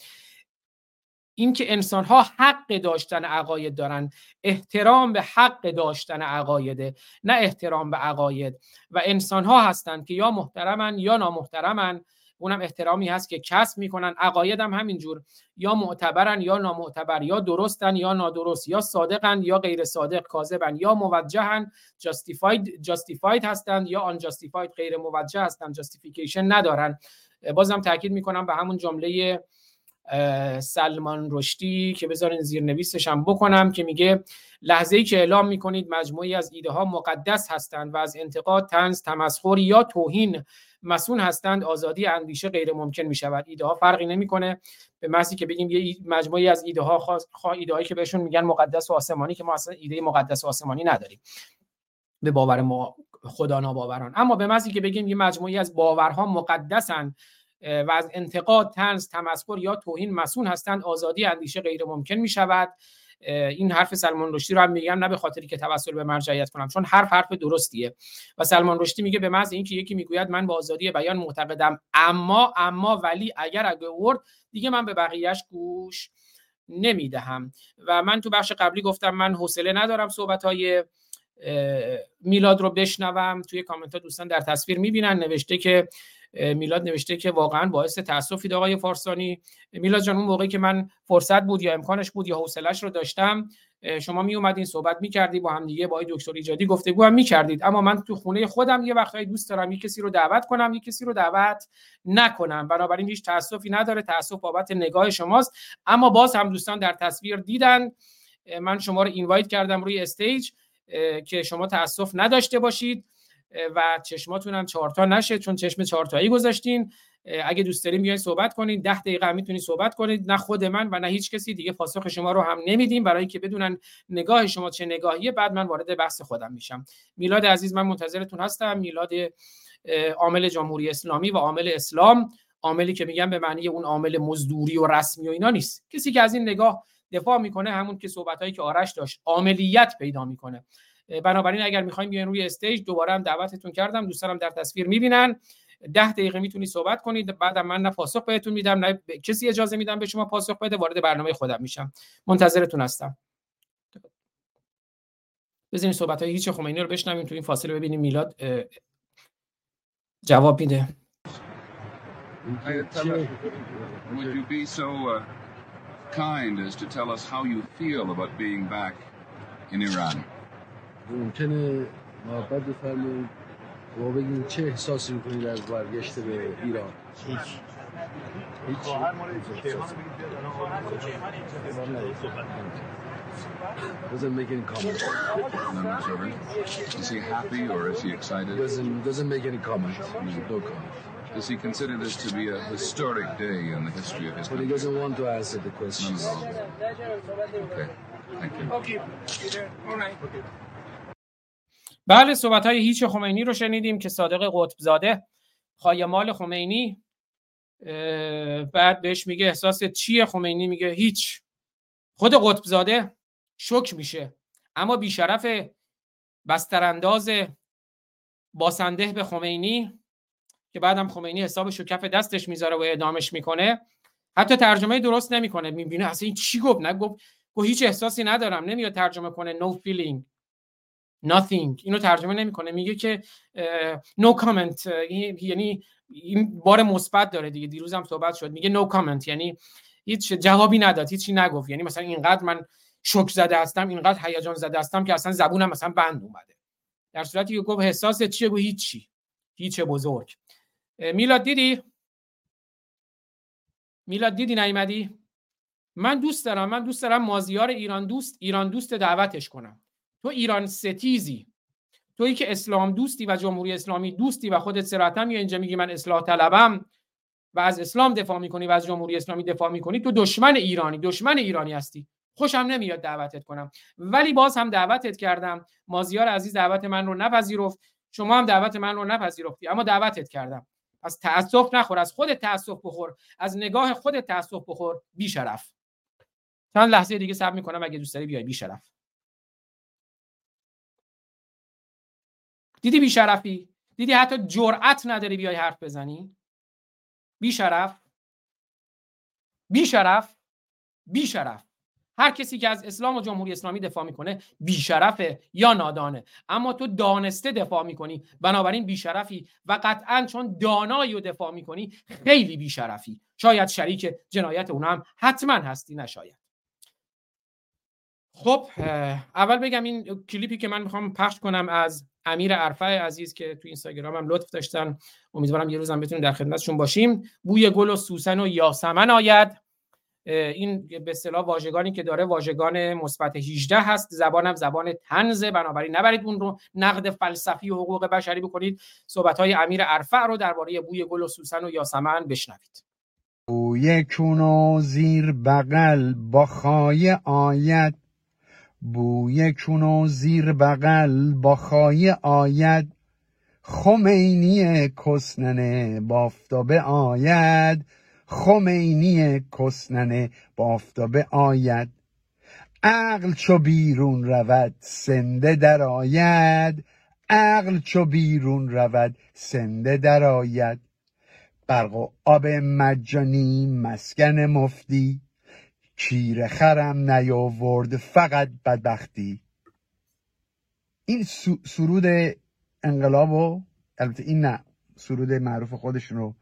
این که انسان‌ها حق داشتن عقاید دارن، احترام به حق داشتن عقایده، نه احترام به عقاید. و انسان‌ها هستن که یا محترمن یا نامحترمن، اونم احترامی هست که کسب میکنن. عقاید هم همینجور، یا معتبرن یا نامعتبر، یا درستن یا نادرست، یا صادقن یا غیر صادق، کاذبن یا موجهن، جاستیفاید جاستیفاید هستن یا آن جاستیفاید، غیر موجه هستن، جاستیفیکیشن ندارن. بازم تاکید میکنم به همون جمله سلمان رشدی که بذارین زیرنویسش هم بکنم، که میگه لحظه‌ای که اعلام میکنید مجموعی از ایده ها مقدس هستند و از انتقاد، طنز، تمسخر یا توهین مسئول هستند، آزادی اندیشه غیر ممکن میشود. ایده ها فرقی نمیکنه، به محضی که بگیم یه مجموعی از ایده ها خاص خوا ایده هایی که بهشون میگن مقدس و آسمانی، که ما اصلا ایده مقدس و آسمانی نداریم به باور ما خدا ناباوران. اما به محضی که بگیم یه مجموعی از باورها مقدسن و از انتقاد، طنز، تمسخر یا توهین مسئول هستند، آزادی اندیشه غیر ممکن می شود. این حرف سلمان رشدی رو هم میگم نه به خاطری که توسل به مرجعیت کنم، چون حرف حرف درستیه. و سلمان رشدی میگه به محض اینکه یکی میگوید من به آزادی بیان معتقدم، اما اما ولی اگر اگه ورد دیگه من به بقیهش گوش نمیدهم. و من تو بخش قبلی گفتم من حوصله ندارم صحبت‌های میلاد رو بشنوم. توی کامنت ها دوستان در تصویر میبینن، نوشته که میلاد نوشته که واقعا باعث تأسفی آقای فارسانی. میلاد جان، اون موقعی که من فرصت بود یا امکانش بود یا حوصله‌اش رو داشتم، شما می اومدین صحبت می‌کردی با هم دیگه، با آقای دکتر ایجادی گفتگو هم می‌کردید. اما من تو خونه خودم یه وقتایی دوست دارم یک کسی رو دعوت کنم، یک کسی رو دعوت نکنم. بنابراین هیچ تأسفی نداره، تأسف بابت نگاه شماست. اما باز هم دوستان در تصویر دیدن من شما رو اینوایت کردم روی استیج که شما تأسف نداشته باشید و چشماتون هم چهارتا نشه، چون چشم چهارتایی گذاشتین. اگه دوست دارین بیاین صحبت کنین، ده دقیقه هم میتونید صحبت کنید. نه خود من و نه هیچ کسی دیگه پاسخ شما رو هم نمیدیم، برای که بدونن نگاه شما چه نگاهیه. بعد من وارد بحث خودم میشم. میلاد عزیز، من منتظرتون هستم. میلاد عامل جمهوری اسلامی و عامل اسلام، عاملی که میگم به معنی اون عامل مزدوری و رسمی و اینا نیست. کسی که از این نگاه دفاع میکنه، همون که صحبتایی که آرش داشت عاملیت پیدا میکنه. بنابراین اگر میخوایم بیاین روی استیج، دوباره هم دعوتتون کردم، دوستانم در تصویر میبینن. ده دقیقه میتونید صحبت کنید، بعدم من نه پاسخ بهتون میدم نه کسی اجازه میدم به شما پاسخ بده. وارد برنامه خودم میشم، منتظرتون هستم. بزنین صحبت‌های هیچ خمینی رو بشنویم تو این فاصله، ببینیم میلاد جواب میده. Would you be so uh, kind as to tell us how you feel about being back in Iran? ممکنه محبت بفرمایید و بگین چه احساسی میکنید از برگشت به ایران؟ هیچ هیچ doesn't make any comment. No, no, sorry. Is he happy or is he excited? Doesn't doesn't make any comment. No comment. Does he consider this to be a historic day in the history of his But he country? doesn't want to answer the question. None at all. Okay. Thank you. Okay. All right. Okay. بله، صحبت‌های هیچ خمینی رو شنیدیم که صادق قطبزاده خایمال خمینی بعد بهش میگه احساس چیه؟ خمینی میگه هیچ. خود قطبزاده شوک میشه، اما بیشرف بسترانداز باسنده به خمینی که بعدم خمینی حسابش رو کف دستش میذاره و اعدامش میکنه، حتی ترجمه درست نمیکنه. میبینه اصلا این چی گفت؟ نگفت گفت هیچ احساسی ندارم. نمیاد ترجمه کنه no feeling nothing، اینو ترجمه نمیکنه، میگه که no comment، یعنی این بار مثبت داره دیگه. دیروز هم صحبت شد، میگه no comment یعنی هیچ جوابی نداد، هیچی نگفت. یعنی مثلا اینقدر من شوک زده هستم، اینقدر هیجان زده هستم که اصلا زبونم مثلا بند اومده. در صورتی که گفت احساس چیه؟ گفت هیچی، هیچ بزرگ. میلاد دیدی؟ میلاد دیدی نیومدی؟ من دوست دارم من دوست دارم مازیار ایران دوست ایران دوست دعوتش کنم. تو ایران ستیزی، تویی که اسلام دوستی و جمهوری اسلامی دوستی و خودت صراحتاً یا اینجا میگی من اصلاح طلبم و از اسلام دفاع میکنی و از جمهوری اسلامی دفاع میکنی، تو دشمن ایرانی دشمن ایرانی هستی. خوشم نمیاد دعوتت کنم، ولی باز هم دعوتت کردم. مازیار عزیز دعوت من رو نپذیرفت، شما هم دعوت من رو نپذیرفتی، اما دعوتت کردم. از تأسف نخور، از خودت تأسف بخور، از نگاه خودت تأسف بخور. بی شرف. چند لحظه دیگه صبر میکنم اگه دوست داری بیای. بی شرف. دیدی بی شرفی؟ دیدی حتی جرأت نداری بیای حرف بزنی؟ بی شرف. بی شرف. بی شرف. هر کسی که از اسلام و جمهوری اسلامی دفاع میکنه بی شرفه یا نادانه، اما تو دانسته دفاع میکنی، بنابراین بی شرفی و قطعاً چون دانایی رو دفاع میکنی خیلی بی شرفی. شاید شریک جنایت اون هم حتما هستی، نشاید. خب اول بگم این کلیپی که من میخوام پخش کنم از امیر عرفه عزیز که تو اینستاگرام هم لطف داشتن، امیدوارم یه روزم بتونیم در خدمتشون باشیم. بوی گل و سوسن و یاسمن آید. این به اصطلاح واژگانی که داره واژگان مثبت هجده هست. زبانم زبان طنزه، بنابراین نبرید اون رو نقد فلسفی و حقوق بشری بکنید. صحبت‌های امیر عرفه رو درباره بوی گل و سوسن و یاسمن بشنوید. بوی چون و زیر بغل با خای آید، بوی چون و زیر بغل با خای آید، خمینی کسننه بافتابه آید، خمینی کسننه بافتابه آید، عقل چو بیرون رود سنده در آید، عقل چو بیرون رود سنده در آید، برق و آب مجانی مسکن مفتی، کیر خرم نیاورد فقط بدبختی. این سرود انقلابو، البته این نه، سرود معروف خودشون رو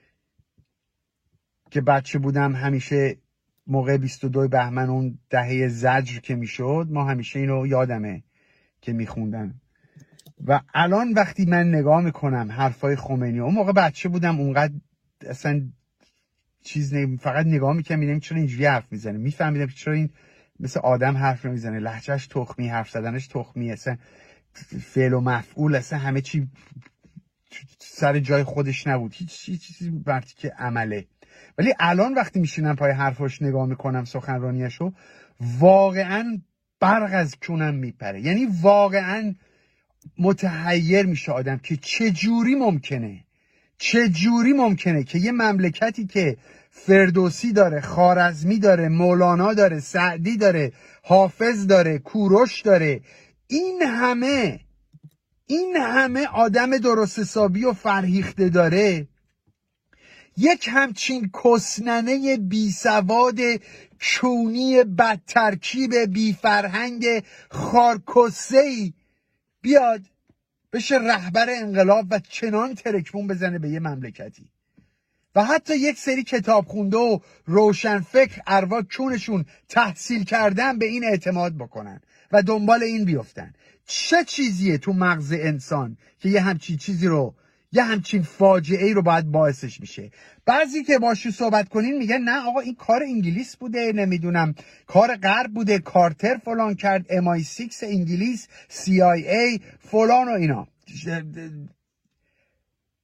که بچه بودم همیشه موقع بیست و دو بهمن اون دهه زجر که میشد ما همیشه اینو یادمه که میخوندن. و الان وقتی من نگاه میکنم حرفای خمینی، اون موقع بچه بودم اونقدر اصلا چیز نمی... فقط نگاه میکنم میدم چرا اینجوری حرف میزنه، میفهمیدم که چرا این مثل آدم حرف نمیزنه، لهجهش تخمی، حرف زدنش تخمی، اصلا فعل و مفعول اصلا همه چی سر جای خودش نبود، هیچ چیزی برتی که عمله. ولی الان وقتی میشینم پای حرفاش نگاه میکنم سخنرانیشو، واقعا برق از کونم میپره. یعنی واقعا متحیر میشه آدم که چه جوری ممکنه چه جوری ممکنه که یه مملکتی که فردوسی داره، خوارزمی داره، مولانا داره، سعدی داره، حافظ داره، کوروش داره، این همه این همه آدم درست حسابی و فرهیخته داره، یک همچین کسننه بی سواد چونی بدترکیب بی فرهنگ خارکسه‌ای بیاد بشه رهبر انقلاب و چنان ترکمون بزنه به یه مملکتی. و حتی یک سری کتاب خونده و روشن فکر اروا چونشون تحصیل کردن به این اعتماد بکنن و دنبال این بیفتن. چه چیزیه تو مغز انسان که یه همچین چیزی رو، یه همچین فاجعه ای رو باید باعثش میشه؟ بعضی که باشو صحبت کنین میگن نه آقا این کار انگلیس بوده، نمیدونم کار غرب بوده، کارتر فلان کرد، ام آی سیکس انگلیس، سی آی ای فلان و اینا.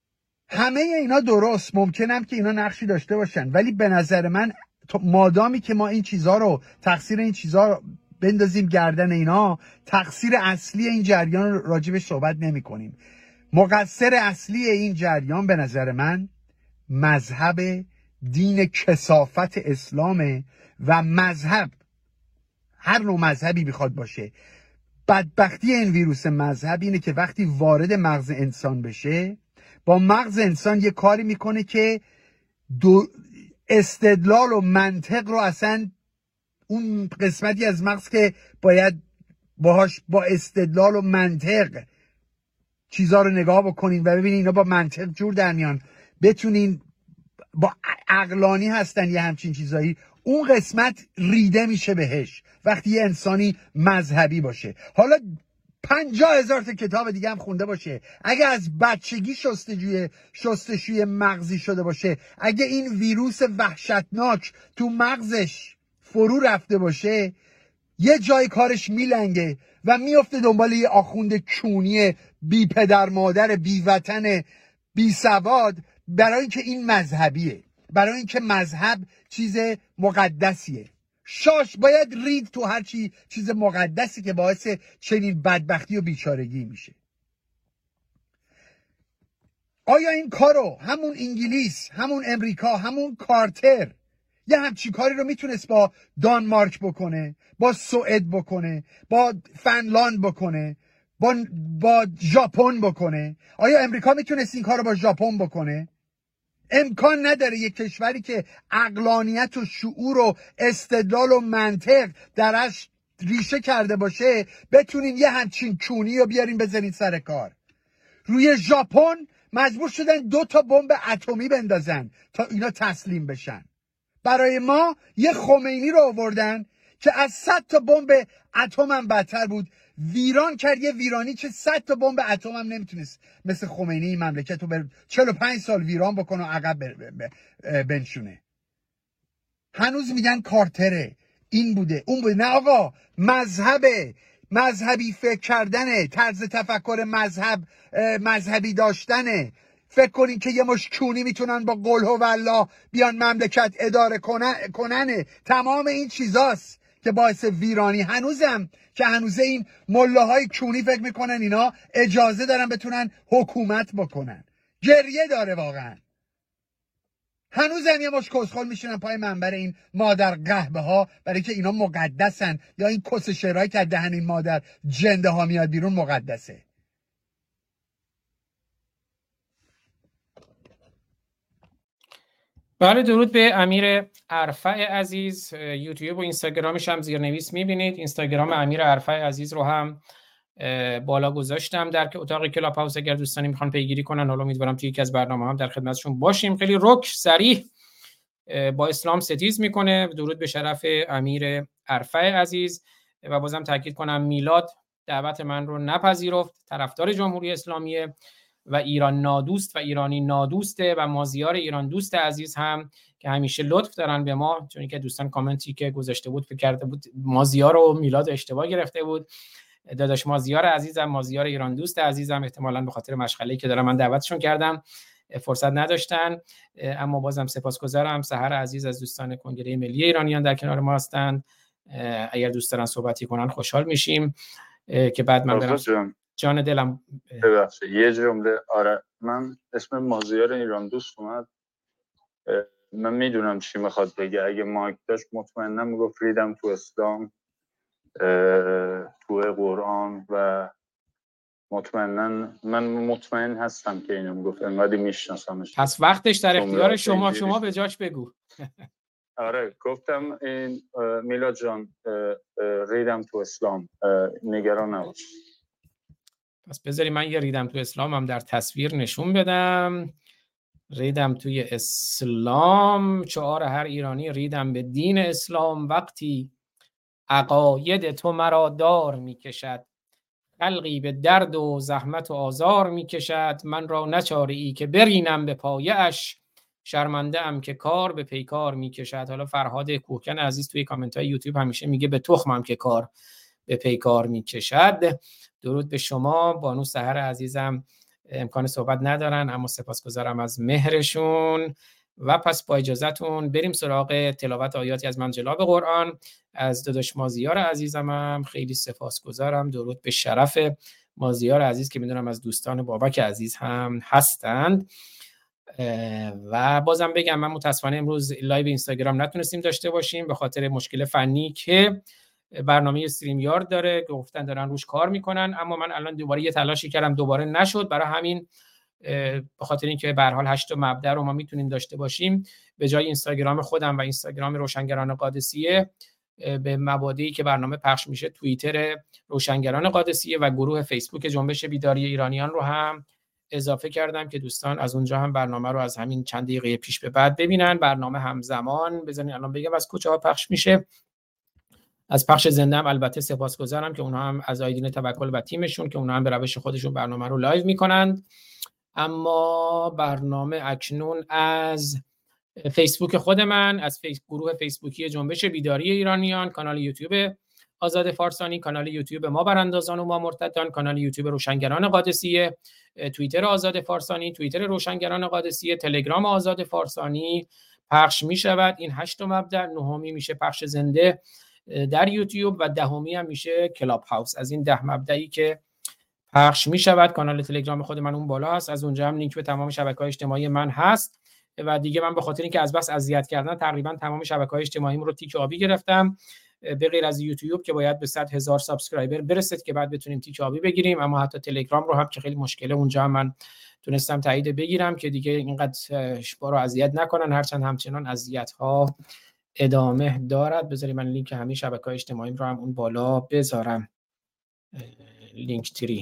همه اینا درست، ممکنم که اینا نقشی داشته باشن، ولی به نظر من مادامی که ما این چیزها رو تقصیر این چیزها رو بندازیم گردن اینا، تقصیر اصلی این جریان رو راجبش صحبت نمی کنیم. مقصر اصلی این جریان به نظر من مذهب دین کثافت اسلامه و مذهب هر نوع مذهبی بخواد باشه. بدبختی این ویروس مذهب اینه که وقتی وارد مغز انسان بشه، با مغز انسان یه کاری میکنه که دو استدلال و منطق رو اصلا، اون قسمتی از مغز که باید باهاش با استدلال و منطق چیزا رو نگاه بکنین و ببینین اینا با منطق جور در میان، بتونین با عقلانی هستن یه همچین چیزایی، اون قسمت ریده میشه بهش وقتی یه انسانی مذهبی باشه. حالا پنجاه هزار تا کتاب دیگه هم خونده باشه، اگه از بچگی شستشوی شستشوی مغزی شده باشه، اگه این ویروس وحشتناک تو مغزش فرو رفته باشه، یه جای کارش میلنگه و میفته دنبال یه آخوند کونی بی پدر مادر بی وطن بی سواد، برای اینکه این مذهبیه، برای اینکه مذهب چیز مقدسیه. شاش باید رید تو هر چی چیز مقدسی که باعث چنین بدبختی و بیچارگی میشه. آیا این کارو همون انگلیس، همون امریکا، همون کارتر یه همچین کاری رو میتونست با دانمارک بکنه، با سوئد بکنه، با فنلاند بکنه، با با ژاپن بکنه؟ آیا امریکا میتونست این کار رو با ژاپن بکنه؟ امکان نداره یک کشوری که عقلانیت و شعور و استدلال و منطق درش ریشه کرده باشه بتونین یه همچین کونی رو بیارین بزنین سر کار. روی ژاپن مجبور شدن دو تا بمب اتمی بندازن تا اینا تسلیم بشن. برای ما یه خمینی رو آوردن که از صد تا بمب اتم هم بدتر بود، ویران کرد. یه ویرانی که صد تا بمب اتم هم نمیتونست مثل خمینی این مملکت رو به چهل و پنج سال ویران بکنه و عقب بنشونه. هنوز میگن کارتره، این بوده اون بوده. نه آقا، مذهبه، مذهبی فکر کردنه، طرز تفکر مذهب مذهبی داشتنه. فکر کنین که یه مش کونی میتونن با قل هوالله بیان مملکت اداره کنن کننه. تمام این چیزاست که باعث ویرانی. هنوزم که هنوزه این ملاهای کونی فکر میکنن اینا اجازه دارن بتونن حکومت بکنن. گریه داره واقعا. هنوزم یه مش کسخل میشونن پای منبر این مادر قهبه ها برای که اینا مقدسن، یا این کس شعرهایی که دهن این مادر جنده ها میاد بیرون مقدسه. بله، درود به امیر عرفه عزیز. یوتیوب و اینستاگرامش هم زیرنویس میبینید. اینستاگرام امیر عرفه عزیز رو هم بالا گذاشتم در که اتاق کلاب هاوس، اگر دوستانی میخوان پیگیری کنن. حالا امیدوارم توی یکی از برنامه هم در خدمتشون باشیم. خیلی رک صریح با اسلام ستیز میکنه. درود به شرف امیر عرفه عزیز. و بازم تاکید کنم میلاد دعوت من رو نپذیرفت، طرفدار جمهوری اسلامیه و ایران نادوست و ایرانی نادوسته. و مازیار ایران دوست عزیز هم که همیشه لطف دارن به ما، چون که دوستان کامنتی که گذاشته بود فکر کرده بود مازیار و میلاد اشتباه گرفته بود. داداش مازیار عزیزم، مازیار ایران دوست عزیزم، احتمالاً به خاطر مشغله‌ای که دارم من دعوتشون کردم فرصت نداشتن، اما بازم سپاسگزارم. سحر عزیز از دوستان کنگره ملی ایرانیان در کنار ما هستند. اگر دوست دارن صحبتی کنن خوشحال میشیم که بعد من برم. جان. جان دلم ببخشید یه جمله. آره، من اسم مازیار ایران دوست اومد، من میدونم چی میخواد بگه. اگه مایک داشت مطمئنا میگفت ریدم تو اسلام، تو قرآن، و مطمئنا من مطمئن هستم که اینو میگفت، انقدر میشناسمش. پس وقتش در اختیار شما، شما به جاش بگو. آره، گفتم این میلاد جان ریدم تو اسلام، نگران نباش. پس بذاری من یه ریدم تو اسلام هم در تصویر نشون بدم. ریدم توی اسلام، شعار هر ایرانی. ریدم به دین اسلام وقتی عقاید تو مرا دار میکشد، خلقی به درد و زحمت و آزار میکشد. من را نچاره ای که برینم به پایه اش، شرمنده ام که کار به پیکار میکشد. حالا فرهاد کوهکن عزیز توی کامنت های یوتیوب همیشه میگه به تخمم که کار به پیکار میکشد. درود به شما. بانو سحر عزیزم امکان صحبت ندارن، اما سپاسگزارم از مهرشون. و پس با اجازهتون بریم سراغ تلاوت آیاتی از منجلاب قرآن. از داداش مازیار عزیزم هم خیلی سپاسگزارم. درود به شرف مازیار عزیز که میدونم از دوستان بابک عزیز هم هستند. و بازم بگم من متاسفانه امروز لایو اینستاگرام نتونستیم داشته باشیم به خاطر مشکل فنی که برنامه استریم یارد داره، گفتن دارن روش کار میکنن، اما من الان دوباره یه تلاشی کردم دوباره نشد. برای همین به خاطر اینکه به هر حال هشت مبدا رو ما میتونیم داشته باشیم، به جای اینستاگرام خودم و اینستاگرام روشنگران قادسیه به مبادئی که برنامه پخش میشه توییتر روشنگران قادسیه و گروه فیسبوک جنبش بیداری ایرانیان رو هم اضافه کردم که دوستان از اونجا هم برنامه رو از همین چند دقیقه پیش به بعد ببینن. برنامه همزمان بزنین الان بگم از کجا پخش میشه. از پخش زنده هم البته سپاسگزارم که اونها هم از آیدین توکل و تیمشون که اونها هم به روش خودشون برنامه رو لایو میکنند. اما برنامه اکنون از فیسبوک خود من، از فیس گروه فیسبوکی جنبش بیداری ایرانیان، کانال یوتیوب آزاد فارسانی، کانال یوتیوب ما براندازان و ما مرتدان، کانال یوتیوب روشنگران قادسیه، توییتر آزاد فارسانی، توییتر روشنگران قادسیه، تلگرام آزاد فارسانی پخش می شود. این هشت مبدا. نهمی میشه پخش زنده در یوتیوب و دهمی هم میشه کلاب هاوس. از این ده مبدایی که پخش می شود. کانال تلگرام خود من اون بالا هست، از اونجا هم لینک به تمام شبکه‌های اجتماعی من هست و دیگه من به خاطر اینکه از بس اذیت کردن تقریبا تمام شبکه‌های اجتماعیم رو تیک آبی گرفتم، به غیر از یوتیوب که باید به صد هزار سابسکرایبر برسید که بعد بتونیم تیک آبی بگیریم. اما حتی تلگرام رو هم که خیلی مشکله، اونجا هم من تونستم تایید بگیرم که دیگه اینقدر شما رو اذیت نکنن، هرچند همچنان اذیت‌ها ادامه دارد. بذارید من لینک همه شبکه‌های اجتماعیم رو هم اون بالا بذارم. لینک تری،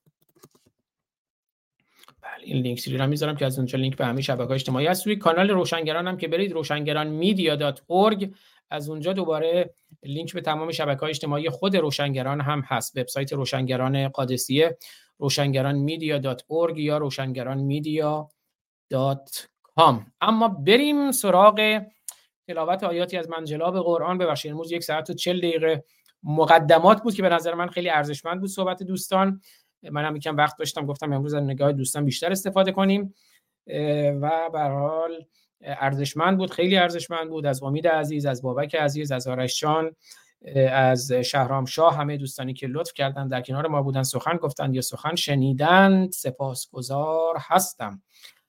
بله این لینک تری رو میذارم که از اونجا لینک به همه شبکه‌های اجتماعی هست. روی کانال روشنگران هم که برید روشنگران میدیا دات اورگ، از اونجا دوباره لینک به تمام شبکه‌های اجتماعی خود روشنگران هم هست. وبسایت روشنگران قادسیه روشنگران میدیا دات اورگ یا روشنگران میدیا دات کام. اما بریم سراغ تلاوت آیاتی از منجلاب قرآن. ببخشید امروز یک ساعت و چهل دقیقه مقدمات بود که به نظر من خیلی ارزشمند بود صحبت دوستان. منم یکم وقت داشتم گفتم امروز از نگاه دوستان بیشتر استفاده کنیم و به هر حال ارزشمند بود، خیلی ارزشمند بود. از امید عزیز، از بابک عزیز، از آرش جان، از شهرام شاه، همه دوستانی که لطف کردن در کنار ما بودن، سخن گفتن یا سخن شنیدن، سپاسگزار هستم.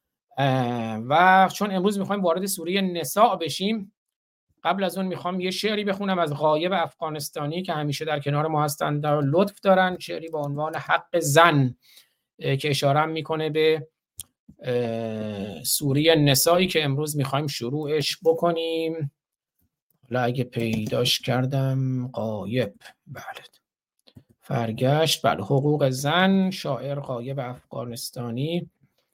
و چون امروز میخوایم وارد سوره نساء بشیم، قبل از اون میخوام یه شعری بخونم از غایب افغانستانی که همیشه در کنار ما هستند و لطف دارن. شعری با عنوان حق زن که اشاره میکنه به سوره نسائی که امروز میخوایم شروعش بکنیم. حالا اگه پیداش کردم، غایب، بله فرگشت، بله حقوق زن، شاعر غایب افغانستانی.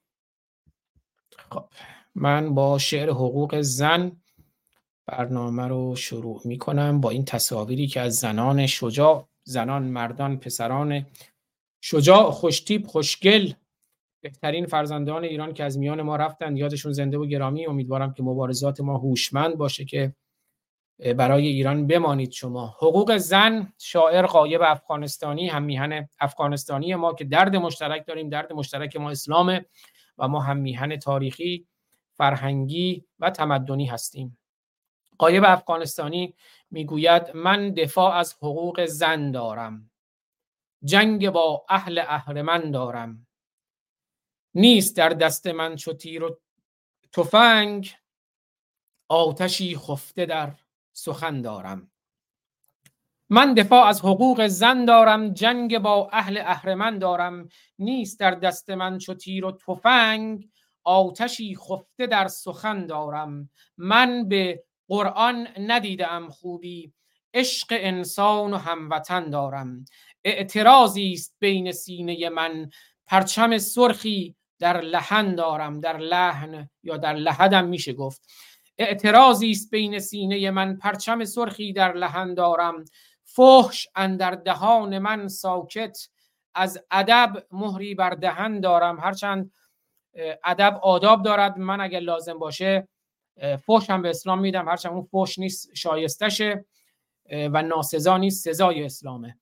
خب من با شعر حقوق زن برنامه رو شروع می کنم با این تصاویری که از زنان شجاع، زنان، مردان، پسران شجاع، خوشتیپ، خوشگل، بهترین فرزندان ایران که از میان ما رفتن، یادشون زنده و گرامی. امیدوارم که مبارزات ما هوشمند باشه که برای ایران بمانید شما. حقوق زن، شاعر غایب افغانستانی، هم میهن افغانستانی ما که درد مشترک داریم. درد مشترک ما اسلامه و ما هم میهن تاریخی، فرهنگی و تمدنی هستیم. غایب افغانستانی میگوید من دفاع از حقوق زن دارم، جنگ با اهل اهرمن دارم، نیست در دست من چو تیر و تفنگ، آتشی خفته در سخن دارم. من دفاع از حقوق زن دارم، جنگ با اهل اهرمن دارم، نیست در دست من چو تیر و تفنگ، آتشی خفته در سخن دارم. من به قرآن ندیدم خوبی، عشق انسان و هموطن دارم. اعتراضی است بین سینه من، پرچم سرخی در لحن دارم. در لحن یا در لحدم میشه گفت. اعتراضی است بین سینه من، پرچم سرخی در لحن دارم. فحش اندر دهان من ساکت، از ادب مهری بر دهن دارم. هرچند ادب آداب دارد، من اگر لازم باشه فحش هم به اسلام میدم، هرچند اون فحش نیست شایستشه و ناسزا نیست، سزای اسلامه.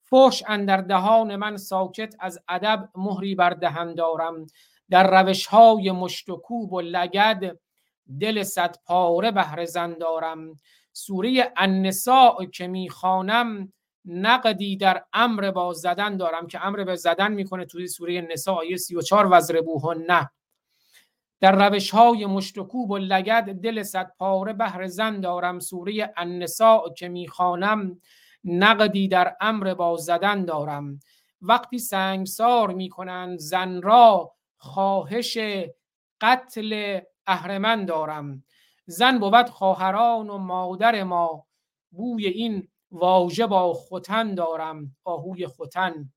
فحش اندر دهان من ساکت، از ادب مهری بر دهن دارم. در روش های مشت و کوب و لگد، دل صد پاره بهر زن دارم. سوره النساء که میخوانم، نقدی در امر با زدن دارم، که امر به زدن میکنه توی سوره نساء آیه سی و چهار وضربوهن. در روش های مشت و کوب و لگد، دل صد پاره بهر زن دارم. سوره النساء که میخوانم، نقدی در امر با زدن دارم. وقتی سنگسار میکنند زن را، خواهش قتل اهرمن دارم. زن بود خواهران و مادر ما، بوی این واژه با ختن دارم. آهوی ختن.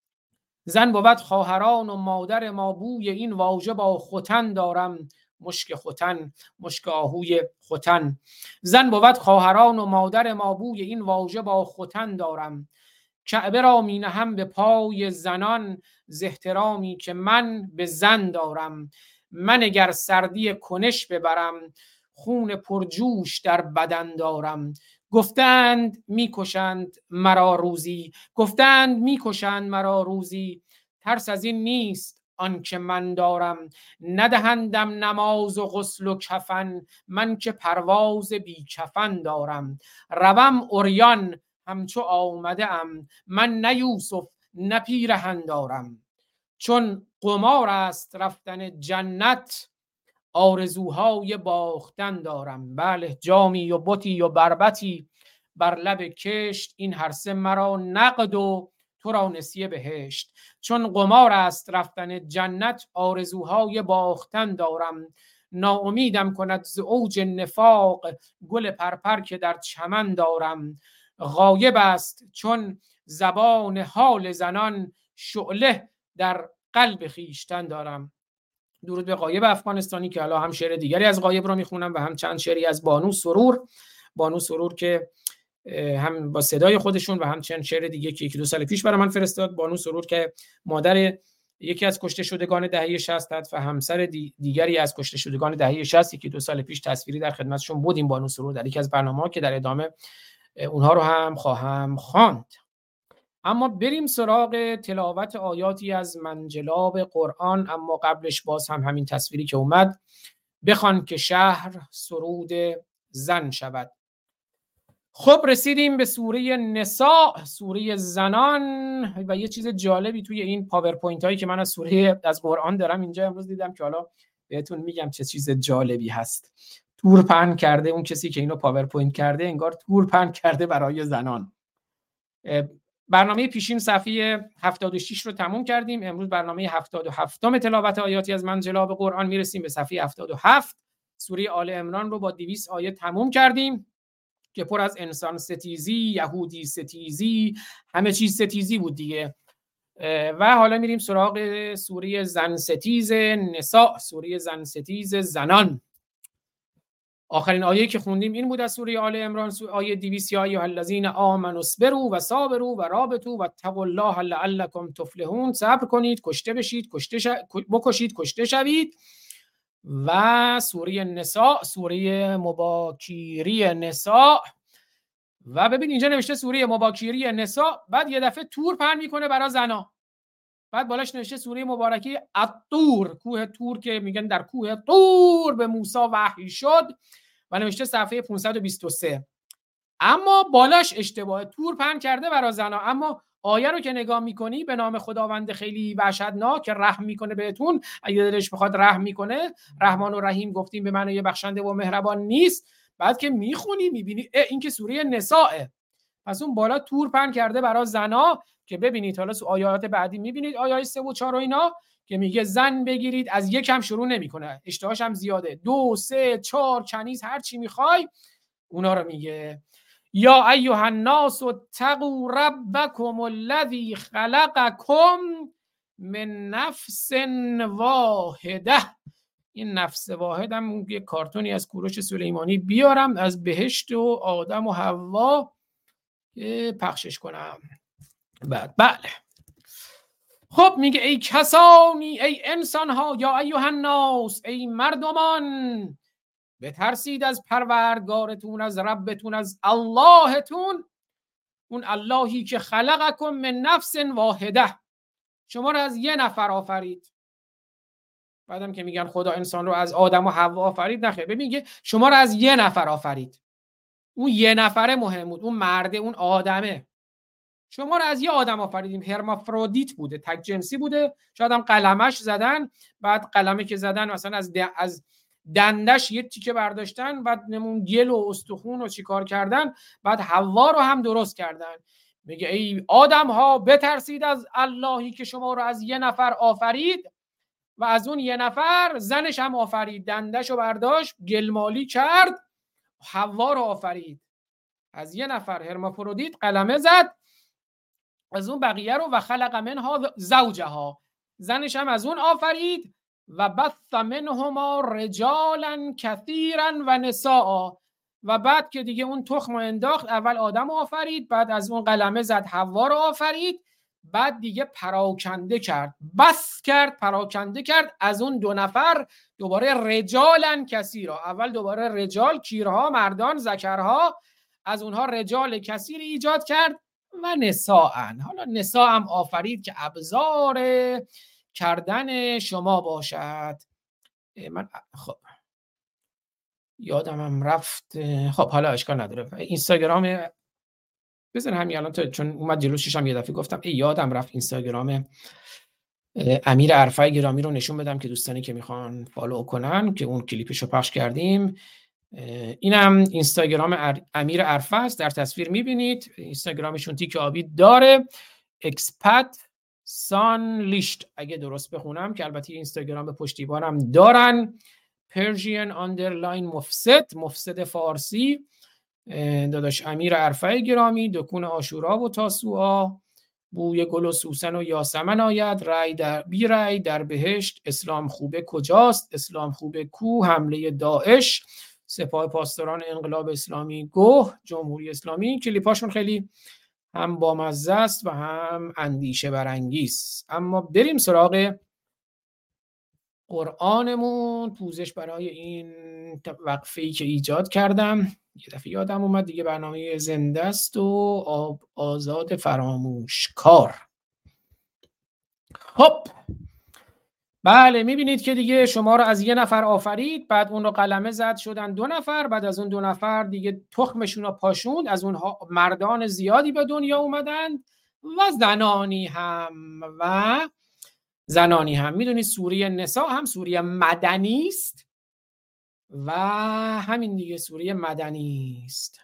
زن بود خواهران و مادر ما، بوی این واژه با ختن دارم. مشک ختن، مشک آهوی ختن. زن بود خواهران و مادر ما، بوی این واژه با ختن دارم. کعبه را می نهم به پای زنان، ز احترامی که من به زن دارم. من اگر سردی کنش ببرم، خون پرجوش در بدن دارم. گفتند میکشند مرا روزی، گفتند میکشند مرا روزی. ترس از این نیست آن که من دارم، ندهندم نماز و غسل و کفن، من که پرواز بی کفن دارم. روم عریان همچو آمده ام، من نه یوسف نه پیرهن دارم. چون قمار است رفتن جنت، آرزوهای باختن دارم. بله، جامی و بتی و بربتی بر لب کشت، این هر سه مرا نقد و تو را نسیه بهشت. چون قمار است رفتن جنت، آرزوهای باختن دارم. ناامیدم کند ز اوج نفاق، گل پرپر که در چمن دارم. غایب است چون زبان حال زنان، شعله در قلب خیشتن دارم. درود به غایب افغانستانی که حالا هم شعر دیگری از غایب رو میخونم و هم چند شعری از بانو سرور. بانو سرور که هم با صدای خودشون و هم چند شعر دیگه که یکی دو سال پیش برای من فرستاد. بانو سرور که مادر یکی از کشته شدگان دهه شصت و همسر دیگری از کشته شدگان دهه شصت، یکی دو سال پیش تصویری در خدمتشون بودیم. بانو سرور در یکی از برنامه‌ها که در ادامه اونها رو هم خواهم خواند. اما بریم سراغ تلاوت آیاتی از منجلاب قرآن. اما قبلش باز هم همین تصویری که اومد، بخوان که شهر سرود زن شود. خب رسیدیم به سوره نساء، سوره زنان. و یه چیز جالبی توی این پاورپوینت هایی که من از سوره از قرآن دارم اینجا امروز دیدم که حالا بهتون میگم چه چیز جالبی هست. تور پهن کرده اون کسی که اینو پاورپوینت کرده، انگار تور پهن کرده برای زنان. برنامه پیشین صفحه هفتاد و شش رو تموم کردیم. امروز برنامه هفتاد و هفت تلاوت آیاتی از منجلاب قرآن، میرسیم به صفحه هفتاد و هفت. سوره آل عمران رو با دویست آیه تموم کردیم که پر از انسان ستیزی، یهودی ستیزی، همه چیز ستیزی بود دیگه. و حالا میریم سراغ سوره زن ستیز نساء، سوره زن ستیز زنان. آخرین آیه که خوندیم این بود از سوره آل عمران، آیه دویست: یا ایها الذین آمنوا اصبروا و صابروا و رابطوا واتقوا الله لعلکم تفلحون. صبر کنید، کشته بشید، کشته ش... بکشید، کشته شوید. و سوره نساء، سوره مباکیری نساء. و ببین اینجا نوشته سوره مباکیری نساء، بعد یه دفعه تور پهن میکنه برای زنا. بعد بالاش نوشته سوره مبارکه الطور، کوه طور که میگن در کوه طور به موسی وحی شد، و نوشته صفحه پانصد و بیست و سه. اما بالاش اشتباه، تور پهن کرده برای زنا. اما آیه رو که نگاه میکنی، به نام خداوند خیلی وحشتناک که رحم میکنه بهتون، اگه دلش بخواد رحم میکنه. رحمان و رحیم گفتیم به معنی بخشنده و مهربان نیست. بعد که میخونی میبینی این که سوره نساءه، پس اون بالا تور پهن کرده برای زنا. که ببینید حالا تو آیات بعدی میبینید آیات سه و چهار و اینا که میگه زن بگیرید، از یک هم شروع نمیکنه، اشتهاش هم زیاده، دو سه چهار کنیز هر چی میخوای اونا رو میگه. یا ایها الناس اتقوا ربکم الذی خلقکم من نفس واحده. این نفس واحد هم یه کارتونی از کوروش سلیمانی بیارم از بهشت و آدم و حوا پخشش کنم. بعد بله خب میگه ای کسانی، ای انسان ها، یا ایها الناس، ای مردمان، بترسید از پروردگارتون، از ربتون، از اللهتون. اون اللهی که خلقکم من نفس واحده، شما رو از یه نفر آفرید. بعدم که میگن خدا انسان رو از آدم و حوا آفرید، نخیر، ببین شما رو از یه نفر آفرید. اون یه نفره مهم بود، اون مرده، اون آدمه. شما رو از یه آدم آفریدیم، هرمافرودیت بوده، تک جنسی بوده. شاید هم قلمش زدن، بعد قلمه که زدن مثلا از از دندش یه تیکه برداشتن، بعد نمون گل و استخون و چیکار کردن، بعد حوا رو هم درست کردن. میگه ای آدم ها بترسید از اللهی که شما رو از یه نفر آفرید و از اون یه نفر زنش هم آفرید، دندش رو برداشت، گلمالی کرد، حوا رو آفرید. از یه نفر هرمافرودیت قلمه زد، از اون بقیه رو و خلق منها زوجها، زنش هم از اون آفرید. و بث منهما رجالا کثیرا و نساء، و بعد که دیگه اون تخم رو انداخت، اول آدم آفرید، بعد از اون قلمه زد حوا رو آفرید، بعد دیگه پراکنده کرد، بس کرد، پراکنده کرد از اون دو نفر دوباره رجالا کثیرا. اول دوباره رجال، کیرها، مردان، ذکرها، از اونها رجال کثیر ایجاد کرد و نساءن. حالا نساء هم آفرید که ابزار کردن شما باشد. من خب یادم رفت، خب حالا اشکال نداره. اینستاگرام بزن همین الان تو، چون اومد جلوش ششم یه دفعه گفتم ای یادم رفت اینستاگرام امیر عرفه گرامی رو نشون بدم که دوستانی که میخوان فالو کنن، که اون کلیپشو پخش کردیم. اینم اینستاگرام امیر عرفه است، در تصویر میبینید. اینستاگرامشون تیک آبی داره، اکسپت سان لیشت اگه درست بخونم، که البته اینستاگرام پشتیبانم دارن. پرژین آندرلاین مفسد، مفسد فارسی، داداش امیر عرفه گرامی. دکون عاشورا و تاسوعا، بوی گل و سوسن و یاسمن آید، رای در بی رای در بهشت، اسلام خوبه کجاست، اسلام خوبه کو، حمله داعش، سپاه پاسداران انقلاب اسلامی، گوه، جمهوری اسلامی. کلیپاشون خیلی هم بامزه است و هم اندیشه برانگیز. اما بریم سراغ قرآنمون. پوزش برای این وقفه‌ای که ایجاد کردم، یه دفعه یادم اومد دیگه برنامه زنده است و آزاد فراموش کار. خب بله، میبینید که دیگه شما رو از یه نفر آفرید، بعد اون رو قلمه زد شدن دو نفر، بعد از اون دو نفر دیگه تخمشون رو پاشوند، از اونها مردان زیادی به دنیا اومدند و زنانی هم و زنانی هم. میدونید سوره نساء هم سوره مدنی است و همین دیگه سوره مدنی است.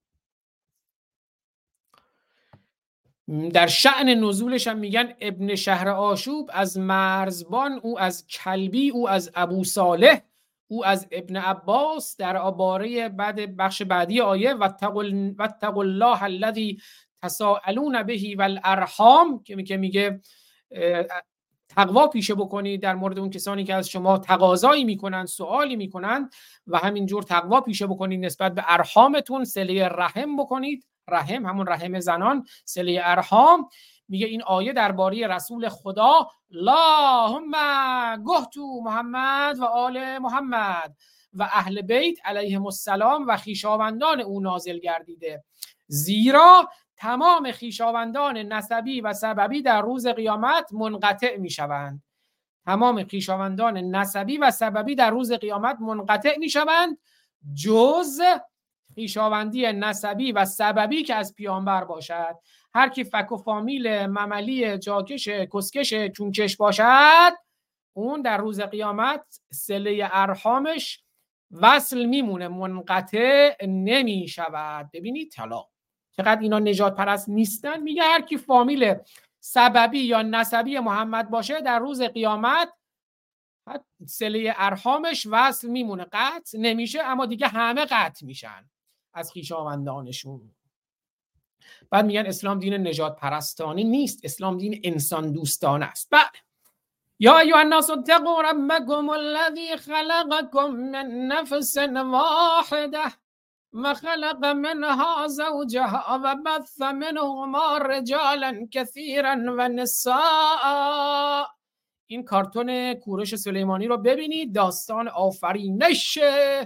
در شأن نزولش هم میگن ابن شهر آشوب از مرزبان، او از کلبی، او از ابو صالح، او از ابن عباس. در باره بعد بخش بعدی آیه واتقوا الله الذی تساءلون به والارحام، که میگه تقوا پیشه بکنید در مورد اون کسانی که از شما تقاضایی میکنن، سوالی میکنن، و همینجور تقوا پیشه بکنید نسبت به ارحامتون، صله رحم بکنید. رحم همون رحم زنان، صله ارحام. میگه این آیه درباره رسول خدا، اللهم گهتو محمد و آل محمد و اهل بیت علیهم السلام و خویشاوندان او نازل گردیده، زیرا تمام خویشاوندان نسبی و سببی در روز قیامت منقطع میشوند. تمام خویشاوندان نسبی و سببی در روز قیامت منقطع میشوند جز خویشاوندی نسبی و سببی که از پیامبر باشد. هر کی فک و فامیل مملی جاکش کسکش چونکش باشد، اون در روز قیامت صله ارحامش وصل میمونه، منقطع نمی شود. ببینید حالا چقدر اینا نجات پرست نیستن. میگه هر کی فامیل سببی یا نسبی محمد باشه در روز قیامت صله ارحامش وصل میمونه، قطع نمیشه، اما دیگه همه قطع میشن از خویشاوندانشون. بعد میگن اسلام دین نجات پرستانه نیست، اسلام دین انسان دوستانه است. بله، یا ایها الناس اتقوا ربکم الذی خلقکم من نفس واحده و خلق منها زوجها و بث منهما رجالا کثیرا و نساء. این کارتون کوروش سلیمانی رو ببینید، داستان آفرینش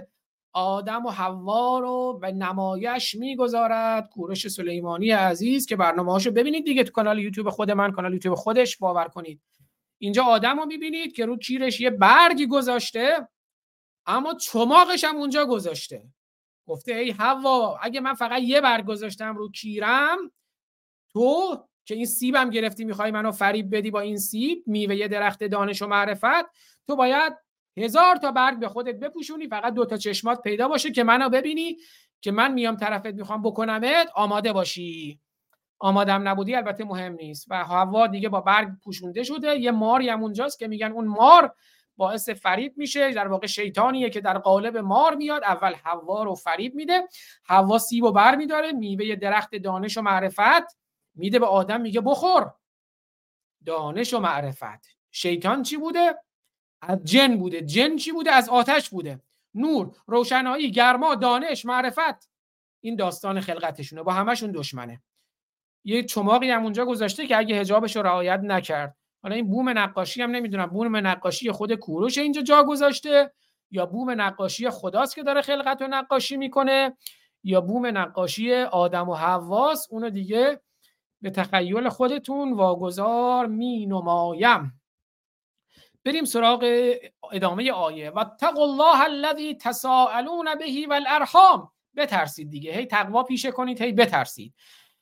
آدم و حوا رو به نمایش میگذارد کوروش سلیمانی عزیز که برنامه‌هاشو ببینید دیگه تو کانال یوتیوب خود من، کانال یوتیوب خودش، باور کنید. اینجا آدم رو میبینید که رو کیرش یه برگی گذاشته، اما چماقش هم اونجا گذاشته. گفته ای حوا اگه من فقط یه برگ گذاشتم رو کیرم، تو که این سیبم گرفتی میخوای منو فریب بدی با این سیب، میوه درخت دانش و معرفت، تو باید هزار تا برگ به خودت بپوشونی، فقط دو تا چشمات پیدا باشه که منو ببینی که من میام طرفت میخوام بکنمت، آماده باشی. آمادم نبودی البته مهم نیست. و حوا دیگه با برگ پوشونده شده. یه ماری هم اونجاست که میگن اون مار باعث فریب میشه، در واقع شیطانیه که در قالب مار میاد، اول حوا رو فریب میده. حوا سیب و بر میداره، میوه درخت دانش و معرفت میده به آدم، میگه بخور. دانش و معرفت. شیطان چی بوده؟ از جن بوده. جن چی بوده؟ از آتش بوده. نور، روشنایی، گرما، دانش، معرفت. این داستان خلقتشونه، با همشون دشمنه. یه چماقی هم اونجا گذاشته که اگه حجابش رو رعایت نکرد، حالا این بوم نقاشی هم نمیدونم بوم نقاشی خود کوروش اینجا جا گذاشته یا بوم نقاشی خداست که داره خلقت رو نقاشی میکنه یا بوم نقاشی آدم و حواس، اونو دیگه به تخیل خودتون واگذار می نمایم. بریم سراغ ادامه آیه. واتقوا الله الذی تساءلون به والارحام. بترسید دیگه، هی تقوا پیشه کنید، هی بترسید.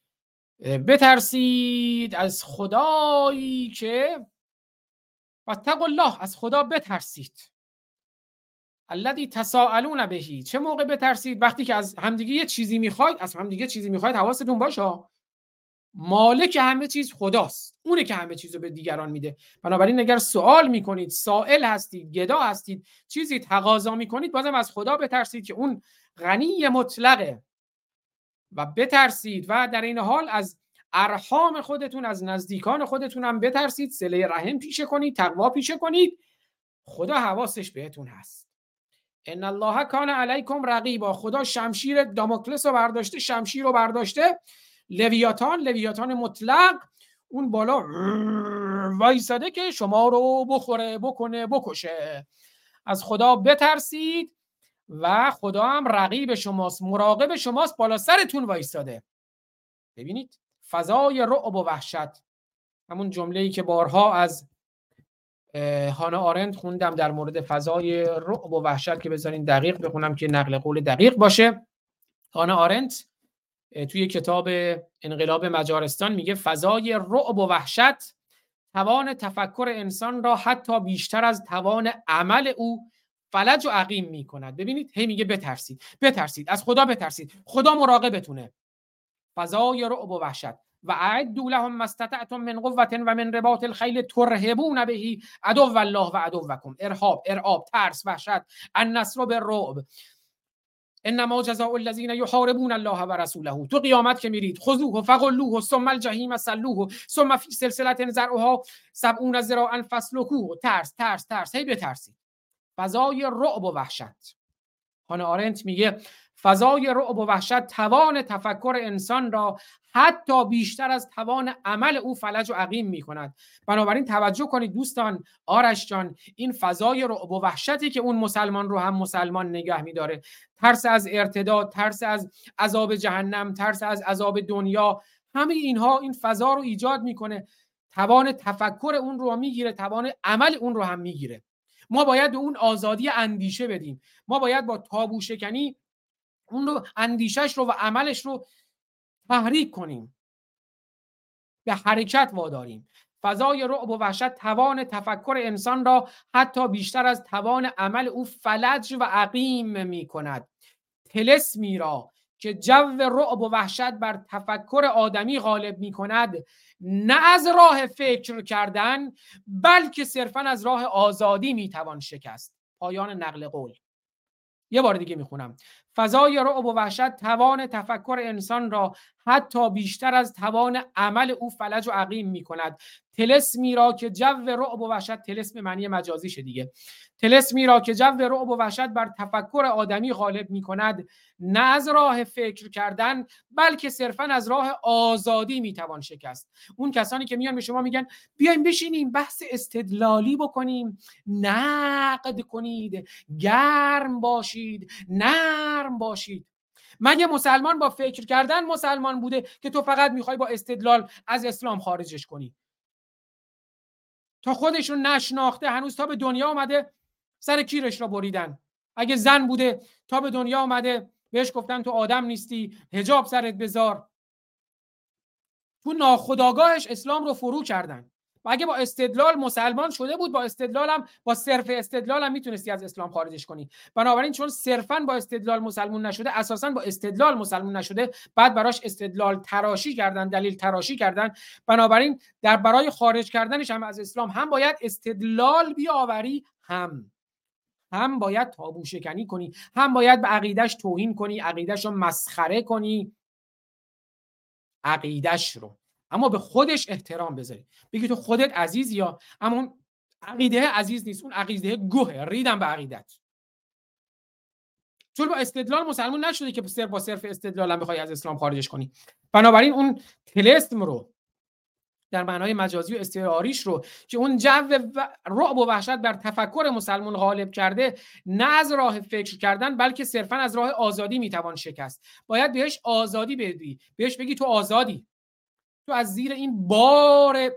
بترسید از خدایی که واتقوا الله، از خدا بترسید. الذی تساءلون به. چه موقع بترسید؟ وقتی که از همدیگه یه چیزی میخواید، از همدیگه چیزی میخواید، حواستون باشه مالک همه چیز خداست، اونه که همه چیز رو به دیگران میده. بنابراین اگر سوال میکنید، سائل هستید، گدا هستید، چیزی تقاضا میکنید، بازم از خدا بترسید که اون غنی مطلقه و بترسید. و در این حال از ارحام خودتون، از نزدیکان خودتون هم بترسید، صله رحم پیشه کنید، تقوا پیشه کنید. خدا حواسش بهتون هست. ان الله کان علیکم رقیبا. خدا شمشیر داموکلس رو برداشته، شمشیر رو برداشته. لویاتان، لویاتان مطلق اون بالا وایساده که شما رو بخوره، بکنه، بکشه. از خدا بترسید و خدا هم رقیب شماست، مراقب شماست، بالا سرتون وایساده. ببینید فضای رعب و وحشت، همون جمله‌ای که بارها از هانا آرنت خوندم در مورد فضای رعب و وحشت، که بذارین دقیق بخونم که نقل قول دقیق باشه. هانا آرنت توی کتاب انقلاب مجارستان میگه فضای رعب و وحشت توان تفکر انسان را حتی بیشتر از توان عمل او فلج و عقیم میکند. ببینید هی میگه بترسید، بترسید، از خدا بترسید، خدا مراقبتونه. فضای رعب و وحشت. و اعدوا لهم ما استطعتم من قوة و من رباط الخیل ترهبون به عدو الله و عدوکم. ارهاب، ارعاب، ترس، وحشت، النصر بالرعب. انما جزاء الذين يحاربون الله و رسوله. تو قیامت که میرید خذوه فغلوه ثم الجحیم صلوه ثم فی سلسله ذرعها سبعون ذراعا فاسلکوه. ترس، ترس، ترس، هی بترسید. فضای رعب و وحشت. هانا آرنت میگه فضای رعب و وحشت توان تفکر انسان را حتی بیشتر از توان عمل او فلج و عقیم می کند. بنابراین توجه کنید دوستان، آرش جان، این فضای رعب و وحشتی که اون مسلمان رو هم مسلمان نگه می داره. ترس از ارتداد، ترس از عذاب جهنم، ترس از عذاب دنیا، همه اینها این فضا رو ایجاد میکنه. توان تفکر اون رو میگیره، توان عمل اون رو هم میگیره. ما باید به اون آزادی اندیشه بدیم. ما باید با تابو شکنی اون رو، اندیشش رو و عملش رو تحریک کنیم، به حرکت واداریم. فضای رعب و وحشت توان تفکر انسان را حتی بیشتر از توان عمل او فلج و عقیم می کند. طلسمی را که جو رعب و وحشت بر تفکر آدمی غالب می کند، نه از راه فکر کردن بلکه صرفاً از راه آزادی می توان شکست. پایان نقل قول. یه بار دیگه می خونم. فضای رعب و وحشت توان تفکر انسان را حتی بیشتر از توان عمل او فلج و عقیم می کند. طلسمی را که جو رعب و وحشت، طلسم معنی مجازیشه دیگه، طلسمی را که جو رعب و وحشت بر تفکر آدمی غالب می کند، نه از راه فکر کردن بلکه صرفاً از راه آزادی می توان شکست. اون کسانی که میان به شما میگن بیایم بشینیم بحث استدلالی بکنیم، نقد کنید، گرم باشید، نرم باشید. مگه مسلمان با فکر کردن مسلمان بوده که تو فقط میخوای با استدلال از اسلام خارجش کنی؟ تا خودش رو نشناخته هنوز تا به دنیا آمده سر کیرش را بریدن. اگه زن بوده تا به دنیا آمده بهش گفتن تو آدم نیستی، حجاب سرت بذار. تو ناخودآگاهش اسلام رو فرو کردن. و اگه با استدلال مسلمان شده بود، با استدلالم با صرف استدلالم میتونستی از اسلام خارجش کنی. بنابراین چون صرفاً با استدلال مسلمان نشده، اساساً با استدلال مسلمان نشده، بعد براش استدلال تراشی کردن، دلیل تراشی کردن. بنابراین در برای خارج کردنش هم از اسلام هم باید استدلال بیاوری، هم هم باید تابو شکنی کنی، هم باید به عقیدش توهین کنی، عقیدش رو مسخره کنی، عقیدش رو، اما به خودش احترام بذاری. بگی تو خودت عزیز، یا اما اون عقیده عزیز نیست، اون عقیده گوه، ریدم به عقیدت. چون با استدلال مسلمان نشده که صرف با صرف استدلال هم بخوای از اسلام خارجش کنی. بنابراین اون طلسم رو در معنای مجازی و استعاریش رو که اون جو رعب و وحشت بر تفکر مسلمان غالب کرده، نه از راه فکر کردن بلکه صرفاً از راه آزادی میتوان شکست. باید بهش آزادی بدی، بهش بگی تو آزادی، تو از زیر این بار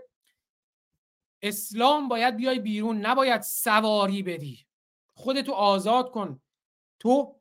اسلام باید بیای بیرون، نباید سواری بدی. خودتو آزاد کن، تو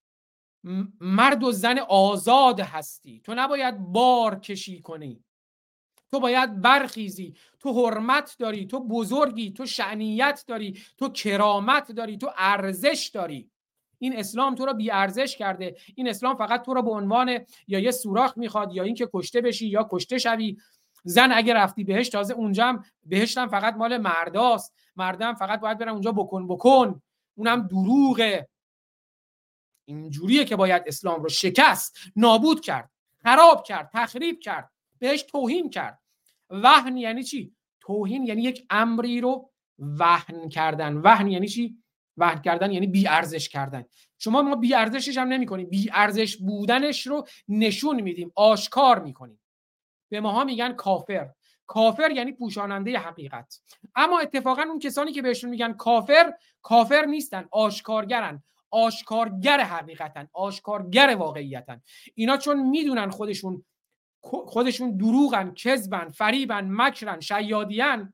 مرد و زن آزاد هستی، تو نباید بار کشی کنی، تو باید برخیزی، تو حرمت داری، تو بزرگی، تو شأنیت داری، تو کرامت داری، تو ارزش داری. این اسلام تو رو بی ارزش کرده. این اسلام فقط تو رو به عنوان یا یه سوراخ میخواد، یا اینکه کشته بشی یا کشته شوی. زن اگه رفتی بهش، تازه اونجا هم بهشت هم فقط مال مرداست، مردم فقط باید برن اونجا بکن بکن، اونم دروغه. اینجوریه که باید اسلام رو شکست، نابود کرد، خراب کرد، تخریب کرد، بهش توهین کرد. وهن یعنی چی؟ توهین یعنی یک امری رو وهن کردن. وهن یعنی چی؟ وهن کردن یعنی بی ارزش کردن. شما ما بی ارزشش هم نمی‌کنیم، بی ارزش بودنش رو نشون میدیم، آشکار می‌کنیم. به ماها میگن کافر. کافر یعنی پوشاننده حقیقت. اما اتفاقا اون کسانی که بهشون میگن کافر، کافر نیستن، آشکارگرن، آشکارگر حقیقتن، آشکارگر واقعیتن. اینا چون میدونن خودشون خودشون دروغن، کذبن، فریبن، مکرن، شیادیان،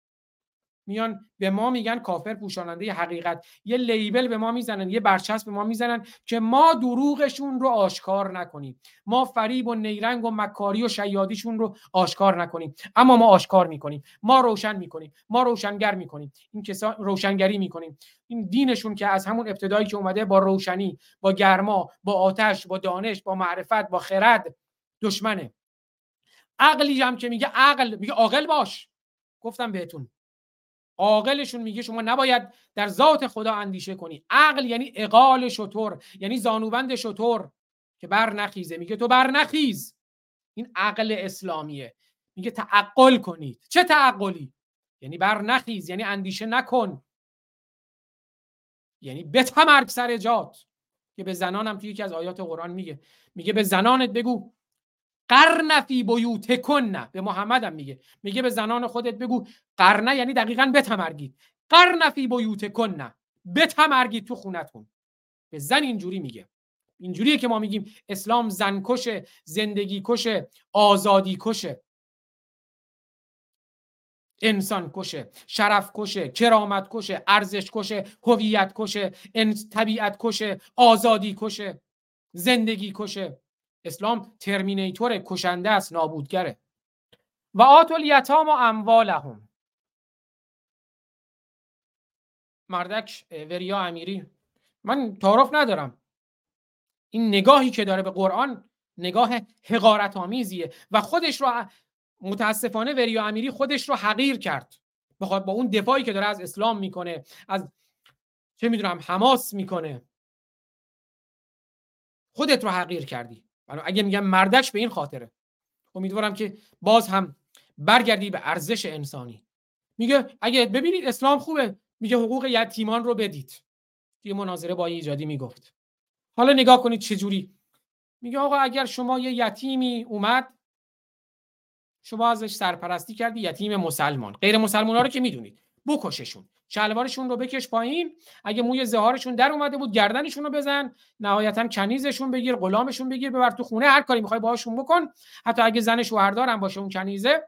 میان به ما میگن کافر، پوشاننده حقیقت. یه لیبل به ما میزنن، یه برچسب به ما میزنن که ما دروغشون رو آشکار نکنیم، ما فریب و نیرنگ و مکاری و شیادیشون رو آشکار نکنیم. اما ما آشکار میکنیم، ما روشن میکنیم، ما روشنگر میکنیم. این کسا روشنگری میکنیم. این دینشون که از همون ابتدایی که اومده با روشنی، با گرما، با آتش، با دانش، با معرفت، با خرد دشمنه. عقلی هم که میگه عقل، میگه عاقل باش. گفتم بهتون عاقلشون میگه شما نباید در ذات خدا اندیشه کنی. عقل یعنی عقال شتر، یعنی زانوبند شتر که بر نخیزه. میگه تو بر نخیز. این عقل اسلامیه. میگه تعقل کنید. چه تعقلی؟ یعنی بر نخیز، یعنی اندیشه نکن، یعنی بتمرگ سر جات. که به زنانم توی یکی از آیات قرآن میگه، میگه به زنانت بگو قرن فی بیوتکن. به محمد هم میگه، میگه به زنان خودت بگو قرنه، یعنی دقیقاً بتمرگید. قرن فی بیوتکن، بتمرگید تو خونتون. به زن اینجوری میگه. اینجوریه که ما میگیم اسلام زن کشه، زندگی کشه، آزادی کشه، انسان کشه، شرف کشه، کرامت کشه، ارزش کشه، هویت کشه، طبیعت کشه، آزادی کشه، زندگی کشه. اسلام ترمینیتور، کشنده است، نابودگره. و آتوا الیتامی اموالهم. مردک وریا امیری، من تعارف ندارم، این نگاهی که داره به قرآن نگاه حقارت آمیزیه و خودش رو متاسفانه وریا امیری خودش رو حقیر کرد. بخواد با اون دفاعی که داره از اسلام میکنه، از چه میدونم حماس میکنه، خودت رو حقیر کردی. اگه میگم مردک به این خاطره. امیدوارم که باز هم برگردی به ارزش انسانی. میگه اگه ببینید اسلام خوبه، میگه حقوق یتیمان رو بدید. یه مناظره با ایجادی میگفت. حالا نگاه کنید چه جوری میگه آقا اگر شما یه یتیمی اومد، شما ازش سرپرستی کردی، یتیم مسلمان، غیر مسلمانا رو که میدونید، بکششون، شلوارشون رو بکش پایین، اگه موی زهارشون در اومده بود گردنشون رو بزن، نهایتا کنیزشون بگیر، غلامشون بگیر، ببر تو خونه، هر کاری میخوای باهاشون بکن، حتی اگه زن شوهردار هم باشه اون کنیزه.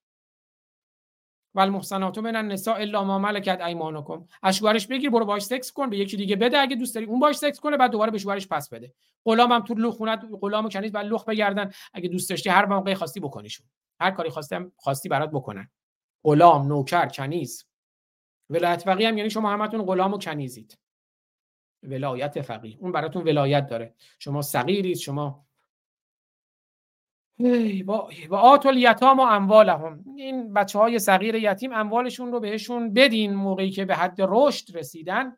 والمحصنات من النساء الا ما ملکت ایمانکم، از شوهرش بگیر برو باهاش سکس کن، به یکی دیگه بده اگه دوست داری، اون باهاش سکس کنه بعد دوباره به شوهرش پس بده. غلام هم تو خونت، غلام و کنیز بعد لخ بگردن، اگه دوست داشتی هر موقع خواستی بکنیشون، هر کاری خواستم خواستی برات بکنن. غلام، نوکر، کنیز. ولایت فقیه هم یعنی شما همتون غلام و کنیزید. ولایت فقیه اون براتون ولایت داره، شما صغیرید، شما با با آتوا الیتام و اموالهم، این بچهای صغیر یتیم اموالشون رو بهشون بدین موقعی که به حد رشد رسیدن.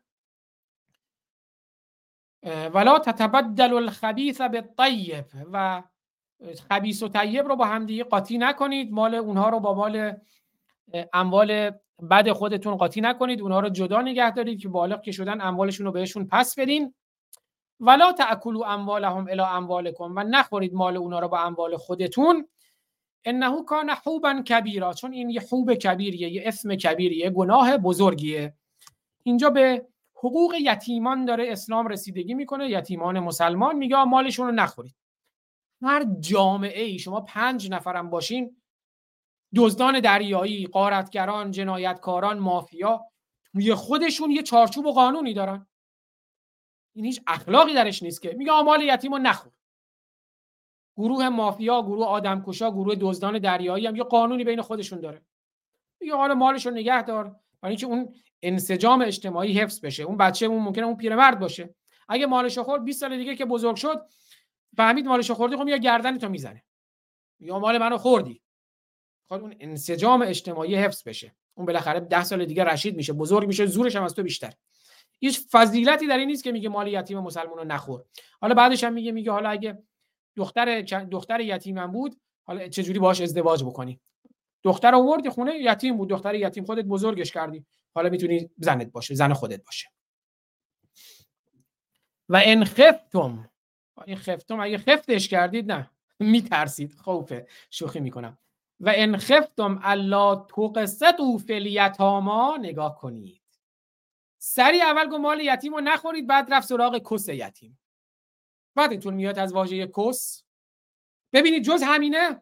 ولا تتبدل الخبیث بالطیب، و خبیث و طیب رو با هم دیگه قاطی نکنید، مال اونها رو با مال اموال بد خودتون قاطی نکنید، اونها رو جدا نگه دارید که بالغ که شدن اموالشون رو بهشون پس بدین. ولا تأکلوا اموالهم الی اموالکم، و نخورید مال اونها رو با اموال خودتون. انه کان حوبا کبیرا، چون این یه حوب کبیریه، یه اسم کبیریه، یه گناه بزرگیه. اینجا به حقوق یتیمان داره اسلام رسیدگی میکنه، یتیمان مسلمان، میگه مالشون رو نخورید. هر جامعه ای شما پنج نفرم باشین، دزدان دریایی، غارتگران، جنایتکاران، مافیا، توی خودشون یه چارچوب و قانونی دارن. این هیچ اخلاقی درش نیست که میگه مال یتیم رو نخور. گروه مافیا، گروه آدمکشا، گروه دزدان دریایی هم یه قانونی بین خودشون داره. میگه حالا مالش رو نگه دار، برای اینکه اون انسجام اجتماعی حفظ بشه. اون بچه اون ممکنه اون پیرمرد باشه، اگه مالش رو خورد بیست سال دیگه که بزرگ شد فهمید مالش رو خوردی، خب میگه گردن تو میزنه، یا مال منو خوردی. خب اون انسجام اجتماعی حفظ بشه. اون بالاخره ده سال دیگه رشید میشه، بزرگ میشه، زورش هم از تو بیشتر. هیچ فضیلتی در این نیست که میگه مال یتیم مسلمانو نخور. حالا بعدش هم میگه میگه حالا اگه دختر دختر یتیمم بود، حالا چه جوری باهاش ازدواج بکنی؟ دختر آوردی خونه، یتیم بود، دختر یتیم خودت بزرگش کردی، حالا میتونی زنت باشه، زن خودت باشه. و ان خفتم، این خفتم اگه خفتش کردید، نه میترسید، خوفه، شوخی میکنم. و ان خفتم الا تقسطوا فی الیتاما، نگاه کنید سری اول گفت مال یتیم رو نخورید، بعد رفت سراغ کس یتیم. بعدتون میاد از واژه کس؟ ببینید جز همینه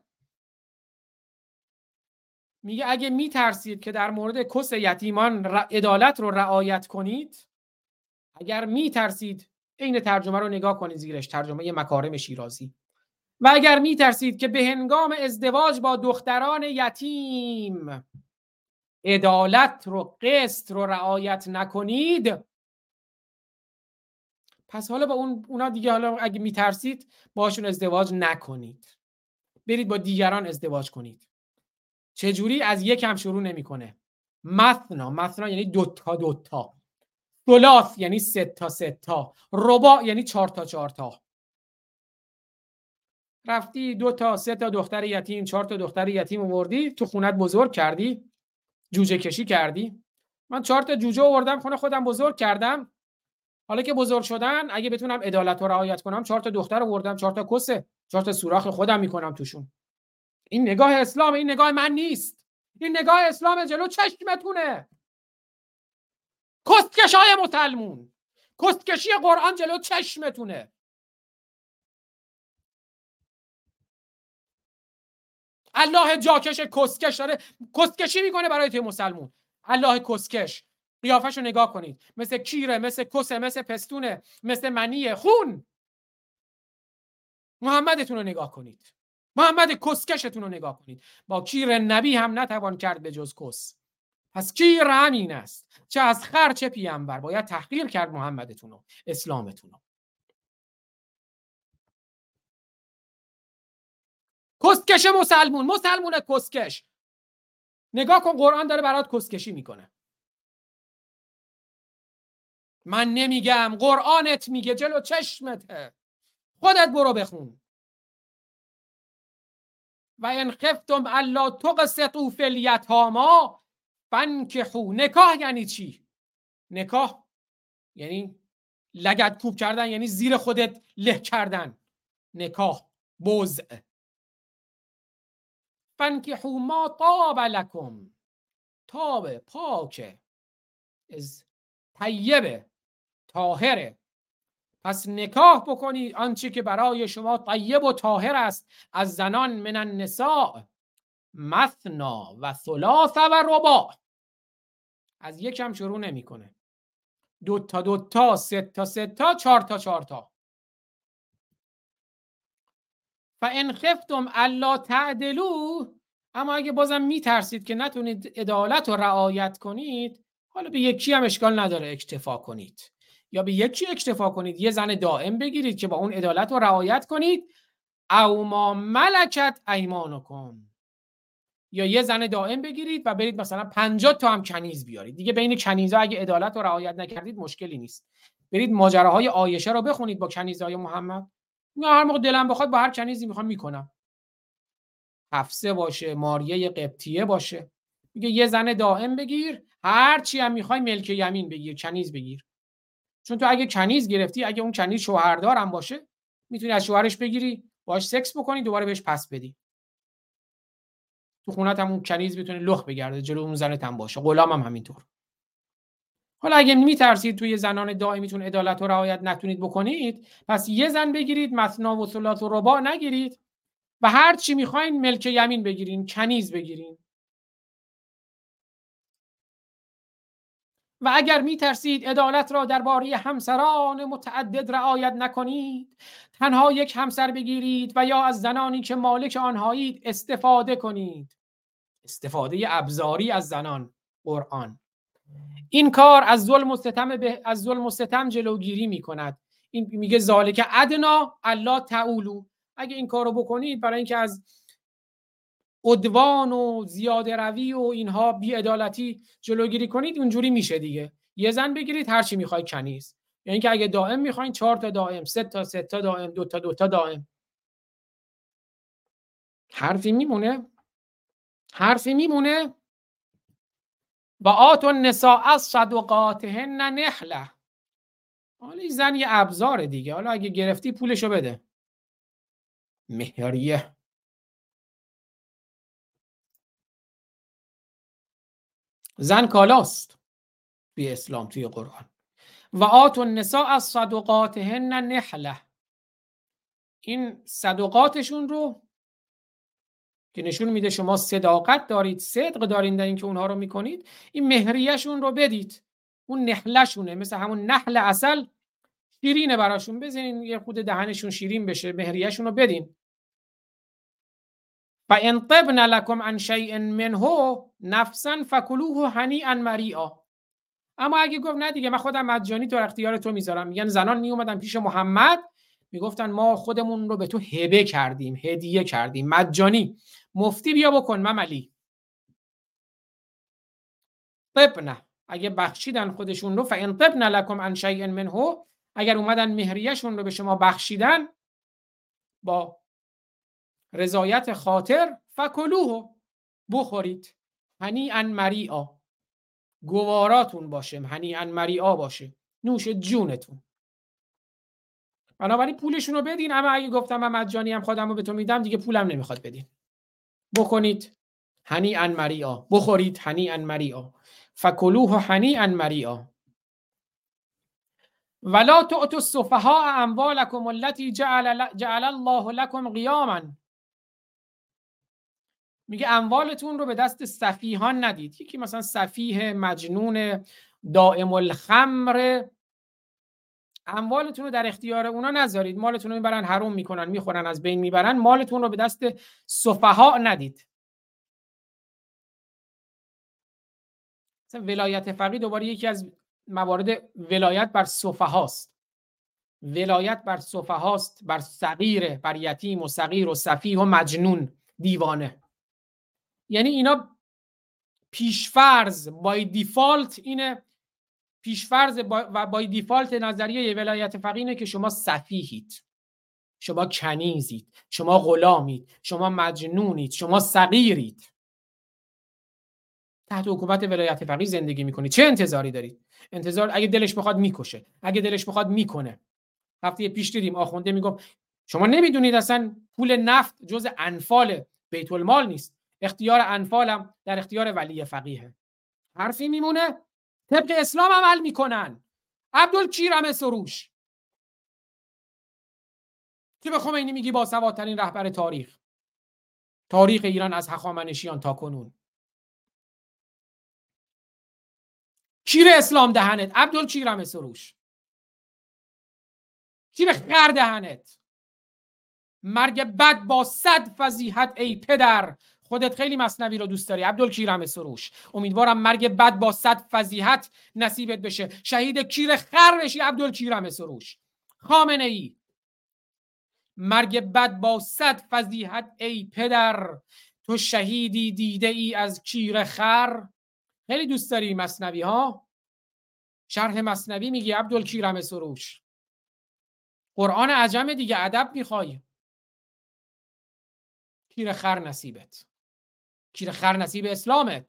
میگه اگه میترسید که در مورد کس یتیمان عدالت رو رعایت کنید، اگر میترسید، این ترجمه رو نگاه کنید زیرش، ترجمه مکارم شیرازی، و اگر میترسید که به هنگام ازدواج با دختران یتیم عدالت رو، قسط رو رعایت نکنید، پس حالا با اون اونا دیگه، حالا اگه میترسید باشون ازدواج نکنید، برید با دیگران ازدواج کنید. چه جوری؟ از یک هم شروع نمیکنه. مثنا، مثنا یعنی دوتا دوتا، ثلاث یعنی سه تا سه تا، رباع یعنی چهار تا چهار تا. رفتی دو تا سه تا دختر یتیم، چهار تا دختر یتیم آوردی تو خونت بزرگ کردی، جوجه کشی کردی. من چهار تا جوجه آوردم خونه خودم بزرگ کردم، حالا که بزرگ شدن اگه بتونم عدالت رو رعایت کنم، چهار تا دختر آوردم، چهار تا کسه، چهار تا سوراخ خودم میکنم توشون. این نگاه اسلام، این نگاه من نیست. این نگاه اسلام جلو چشمتونه. کستکشای مسلمون، کستکشی قرآن جلو چشمتونه. الله جاکش کسکش داره کسکشی میکنه برای توی مسلمون. الله کسکش، قیافش رو نگاه کنید، مثل کیره، مثل کسه، مثل پستونه، مثل منیه، خون. محمدتون رو نگاه کنید، محمد کسکشتون رو نگاه کنید. با کیر نبی هم نتوان کرد به جز کس. پس کیر همین است، چه از خر چه پیامبر. باید تحقیر کرد محمدتون رو، اسلامتون رو. کسکش مسلمون، مسلمون کسکش. نگاه کن قرآن داره برات کسکشی میکنه. من نمیگم، قرآنت میگه، جلو چشمته. خودت برو بخون. و ان خفتم الا تقسطوا فی الیتامی فانکحوا. نکاح یعنی چی؟ نکاح یعنی لگد کوب کردن، یعنی زیر خودت له کردن. نکاح بوضع. فانکحوا ما طاب لکم. طاب پاکه، از طیبه، طاهره. پس نکاح بکنید آنچه که برای شما طیب و طاهر است از زنان. من النساء مثنا و ثلاث و رباع. از یک هم شروع نمیکنه، دو تا دو تا، سه تا سه تا، چهار تا چهار تا. فان خفتم الا تعدلوا. اما اگه بازم میترسید که نتونید عدالت رو رعایت کنید، حالا به یکی هم اشکال نداره اکتفا کنید، یا به یکی اکتفا کنید، یه زن دائم بگیرید که با اون عدالت رو رعایت کنید. او ما ملکت ایمانکم. یا یه زن دائم بگیرید و برید مثلا پنجاه تا هم کنیز بیارید. دیگه بین کنیزا اگه عدالت رو رعایت نکردید مشکلی نیست. برید ماجراهای عایشه رو بخونید با کنیزای محمد. نه هر موقع دلم بخواد با هر کنیزی میخوام میکنم. حفصه باشه، ماریه قبطیه باشه. میگه یه زن دائم بگیر، هر چی هم میخوای ملک یمین بگیر، کنیز بگیر. چون تو اگه کنیز گرفتی، اگه اون کنیز شوهردار هم باشه، میتونی از شوهرش بگیری، باهاش سکس بکنی، دوباره بهش پس بدی. تو خونت هم اون کنیز میتونه لخ بگرده جلو اون زنت هم باشه. غلام هم همینطور. حالا اگه میترسید توی زنان دائمیتون عدالت و رعایت نتونید بکنید، پس یه زن بگیرید، مثنا و ثلاث و رباع نگیرید و هر چی میخواین ملک یمین بگیرین، کنیز بگیرین. و اگر میترسید عدالت را درباره همسران متعدد رعایت نکنید، تنها یک همسر بگیرید و یا از زنانی که مالک آنهایید استفاده کنید. استفاده ابزاری از زنان. قرآن این کار از ظلم و ستم به از ظلم و ستم جلوگیری میکند. این میگه ذالک ادنا الا تعولوا. اگه این کارو بکنید برای اینکه از عدوان و زیاده روی و اینها بی‌عدالتی جلوگیری کنید، اونجوری میشه دیگه. یه زن بگیرید، هر چی میخواید کنیز. یعنی که اگه دائم میخواین، چهار تا دائم، سه تا سه تا دائم، دو تا دو تا دائم. حرفی میمونه؟ حرفی میمونه؟ و آتوا النساء صدقاتهن نحله. حالا این زن یه ابزار دیگه. حالا اگه گرفتی پولشو بده. مهریه. زن کالاست توی اسلام، توی قرآن. و آتوا النساء صدقاتهن نحله. این صدقاتشون رو که نشون میده شما صداقت دارید، صدق دارین در این که اونها رو میکنید، این مهریهشون رو بدید. اون نحلشونه، مثل همون نحل عسل شیرینه براشون، بزنین یه خود دهنشون شیرین بشه، مهریهشون رو بدین. و ان طبن لکم عن شیء منه نفسا فکلوه هنیئا مریئا. اما اگه گفت نه دیگه من خودم مجانی تو اختیار تو میذارم. میگن زنان می اومدن پیش محمد میگفتن ما خودمون رو به تو هبه کردیم، هدیه کردیم، مجانی، مفتی بیا بکن مملی. طبن، اگه بخشیدن خودشون رو، فان طبن لکم عن شیء منه، اگر اومدن مهریهشون رو به شما بخشیدن با رضایت خاطر، فکلوه، بخورید، هنیئا مریئا، گواراتون باشه، هنیئا مریئا باشه، نوش جونتون. بنابراین پولشون رو بدین. اما اگه گفتم من مجانی هم خودم رو به تو میدم، دیگه پولم نمیخواد بدین. بکنید هنیئا مریئا، بخورید هنیئا مریئا، فکلوه هنیئا مریئا. ولا تؤتوا السفهاء اموالکم التي جعل جعل الله لكم قیاما. میگه اموالتون رو به دست سفیهان ندید. یکی مثلا سفیه، مجنون، دائم الخمر، اموالتون رو در اختیار اونا نذارید. مالتون رو میبرن حروم میکنن، میخورن، از بین میبرن. مالتون رو به دست سفها ندید. مثلا ولایت فقیه دوباره یکی از موارد ولایت بر سفهاست. ولایت بر سفهاست، بر صغیر، بر یتیم و صغیر و سفیه و مجنون، دیوانه. یعنی اینا پیشفرض بای دیفالت اینه، پیشفرض با و بای دیفالت نظریه ولایت فقیه اینه که شما سفیهید. شما کنیزید، شما غلامید، شما مجنونید، شما صغیرید. تحت حکومت ولایت فقیه زندگی میکنید. چه انتظاری دارید؟ انتظار اگه دلش بخواد میکشه، اگه دلش بخواد میکنه. هفته پیش دیدیم آخونده میگفت شما نمیدونید اصلا پول نفت جز انفال بیت المال نیست، اختیار انفالم در اختیار ولی فقیه. حرفی میمونه؟ طبق اسلام عمل میکنن. عبدالکیرم سروش که به خمینی میگی باسوادترین رهبر تاریخ تاریخ ایران از هخامنشیان تا کنون. کیر اسلام دهنت عبدالکیرم سروش، کیر خر دهنت. مرگ بد با صد فضیحت ای پدر. خودت خیلی مثنوی رو دوست داری عبدالکیرم سروش، امیدوارم مرگ بد با صد فضیحت نصیبت بشه، شهید کیر خر بشی عبدالکیرم سروش. خامنه ای، مرگ بد با صد فضیحت ای پدر، تو شهیدی دیده ای از کیر خر. خیلی دوست داری مثنوی ها؟ شرح مثنوی میگی عبدالکیرم سروش. قرآن عجم دیگه، ادب میخوای. کیر خر نصیبت، کیر خر نصیب اسلامت.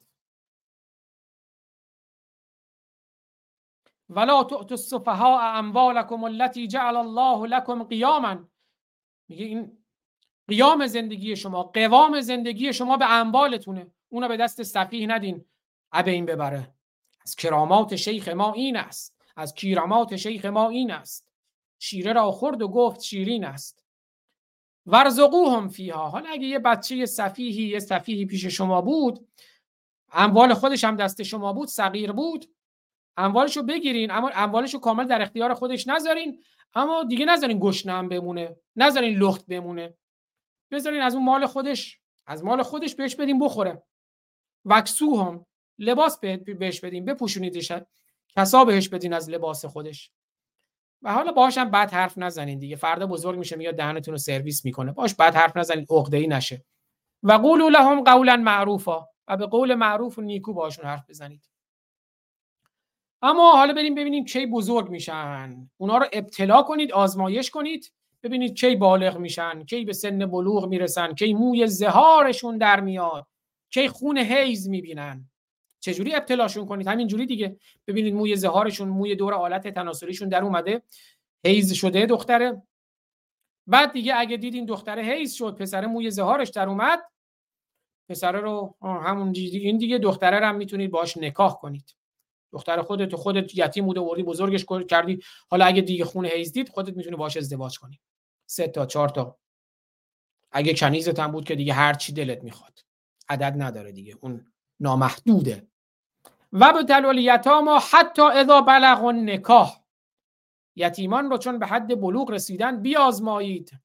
ولا تؤتوا السفهاء اموالکم التي جعل الله لكم قیاما. میگه این قیام زندگی شما، قوام زندگی شما به اموالتونه، اونا به دست سفیه ندین ابه این ببره. از کرامات شیخ ما این است، از کیرامات شیخ ما این است. شیره را خورد و گفت شیرین است. ورزقوهم فیها. حالا اگه یه بچه سفیهی یه سفیهی پیش شما بود، اموال خودش هم دست شما بود، صغیر بود، اموالشو بگیرین، اما اموالشو کامل در اختیار خودش نذارین، اما دیگه نذارین گشنه هم بمونه، نذارین لخت بمونه، بذارین از اون مال خودش، از مال خودش بهش بدین بخوره. وکسوهم، لباس بهش بدین، بپوشونیدش، کسا بهش بدین از لباس خودش. و حالا باهاش هم بد حرف نزنین دیگه، فردا بزرگ میشه میاد دهنتون رو سرویس میکنه، باهاش بد حرف نزنین عقده‌ای نشه. و قولوا لهم قولا معروفا، و به قول معروف و نیکو باهاشون حرف بزنید. اما حالا بریم ببینیم کی بزرگ میشن، اونا رو ابتلا کنید، آزمایش کنید، ببینید کی بالغ میشن، کی به سن بلوغ میرسن، کی موی زهارشون در میاد، کی خون حیض میبینن. چجوری ابتلاشون کنید؟ همین جوری دیگه. ببینید موی زهارشون، موی دور آلت تناسلیشون در اومده، حیض شده دختره. بعد دیگه اگه دیدین دختره حیض شد، پسر موی زهارش در اومد، پسره رو همون دیگه، این دیگه دختره رو هم میتونید باهاش نکاح کنید. دختر خودت و خودت یتیم بوده وردی بزرگش کردی، حالا اگه دیگه خون حیض دید خودت میتونی باهاش ازدواج کنی. سه تا چهار تا. اگه کنیزت هم بود که دیگه هر چی دلت میخواد، عدد نداره دیگه، اون نامحدوده. و بتلوا الیتاما حتی اذا بلغوا النکاح. یتیمان رو چون به حد بلوغ رسیدن بیازمایید.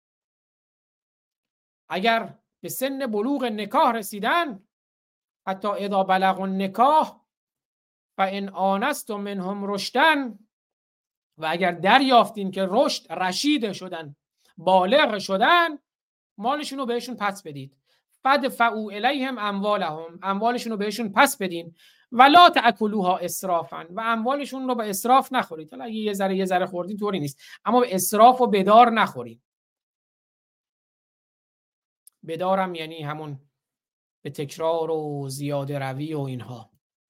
اگر به سن بلوغ نکاح رسیدن، حتی اذا بلغوا النکاح فان آنستم منهم رشدا، و اگر دریافتین که رشد، رشید شدن، بالغ شدن، مالشون رو بهشون پس بدید. فدفعوا الیهم اموالهم، اموالشون رو بهشون پس بدین. ولا تاکلوها اسرافا، و اموالشون رو به اسراف نخورید. حالا اگه یه ذره یه ذره خوردین طوری نیست، اما به اسراف و بدار نخورید. بدارم یعنی همون به تکرار و زیاده روی و اینها.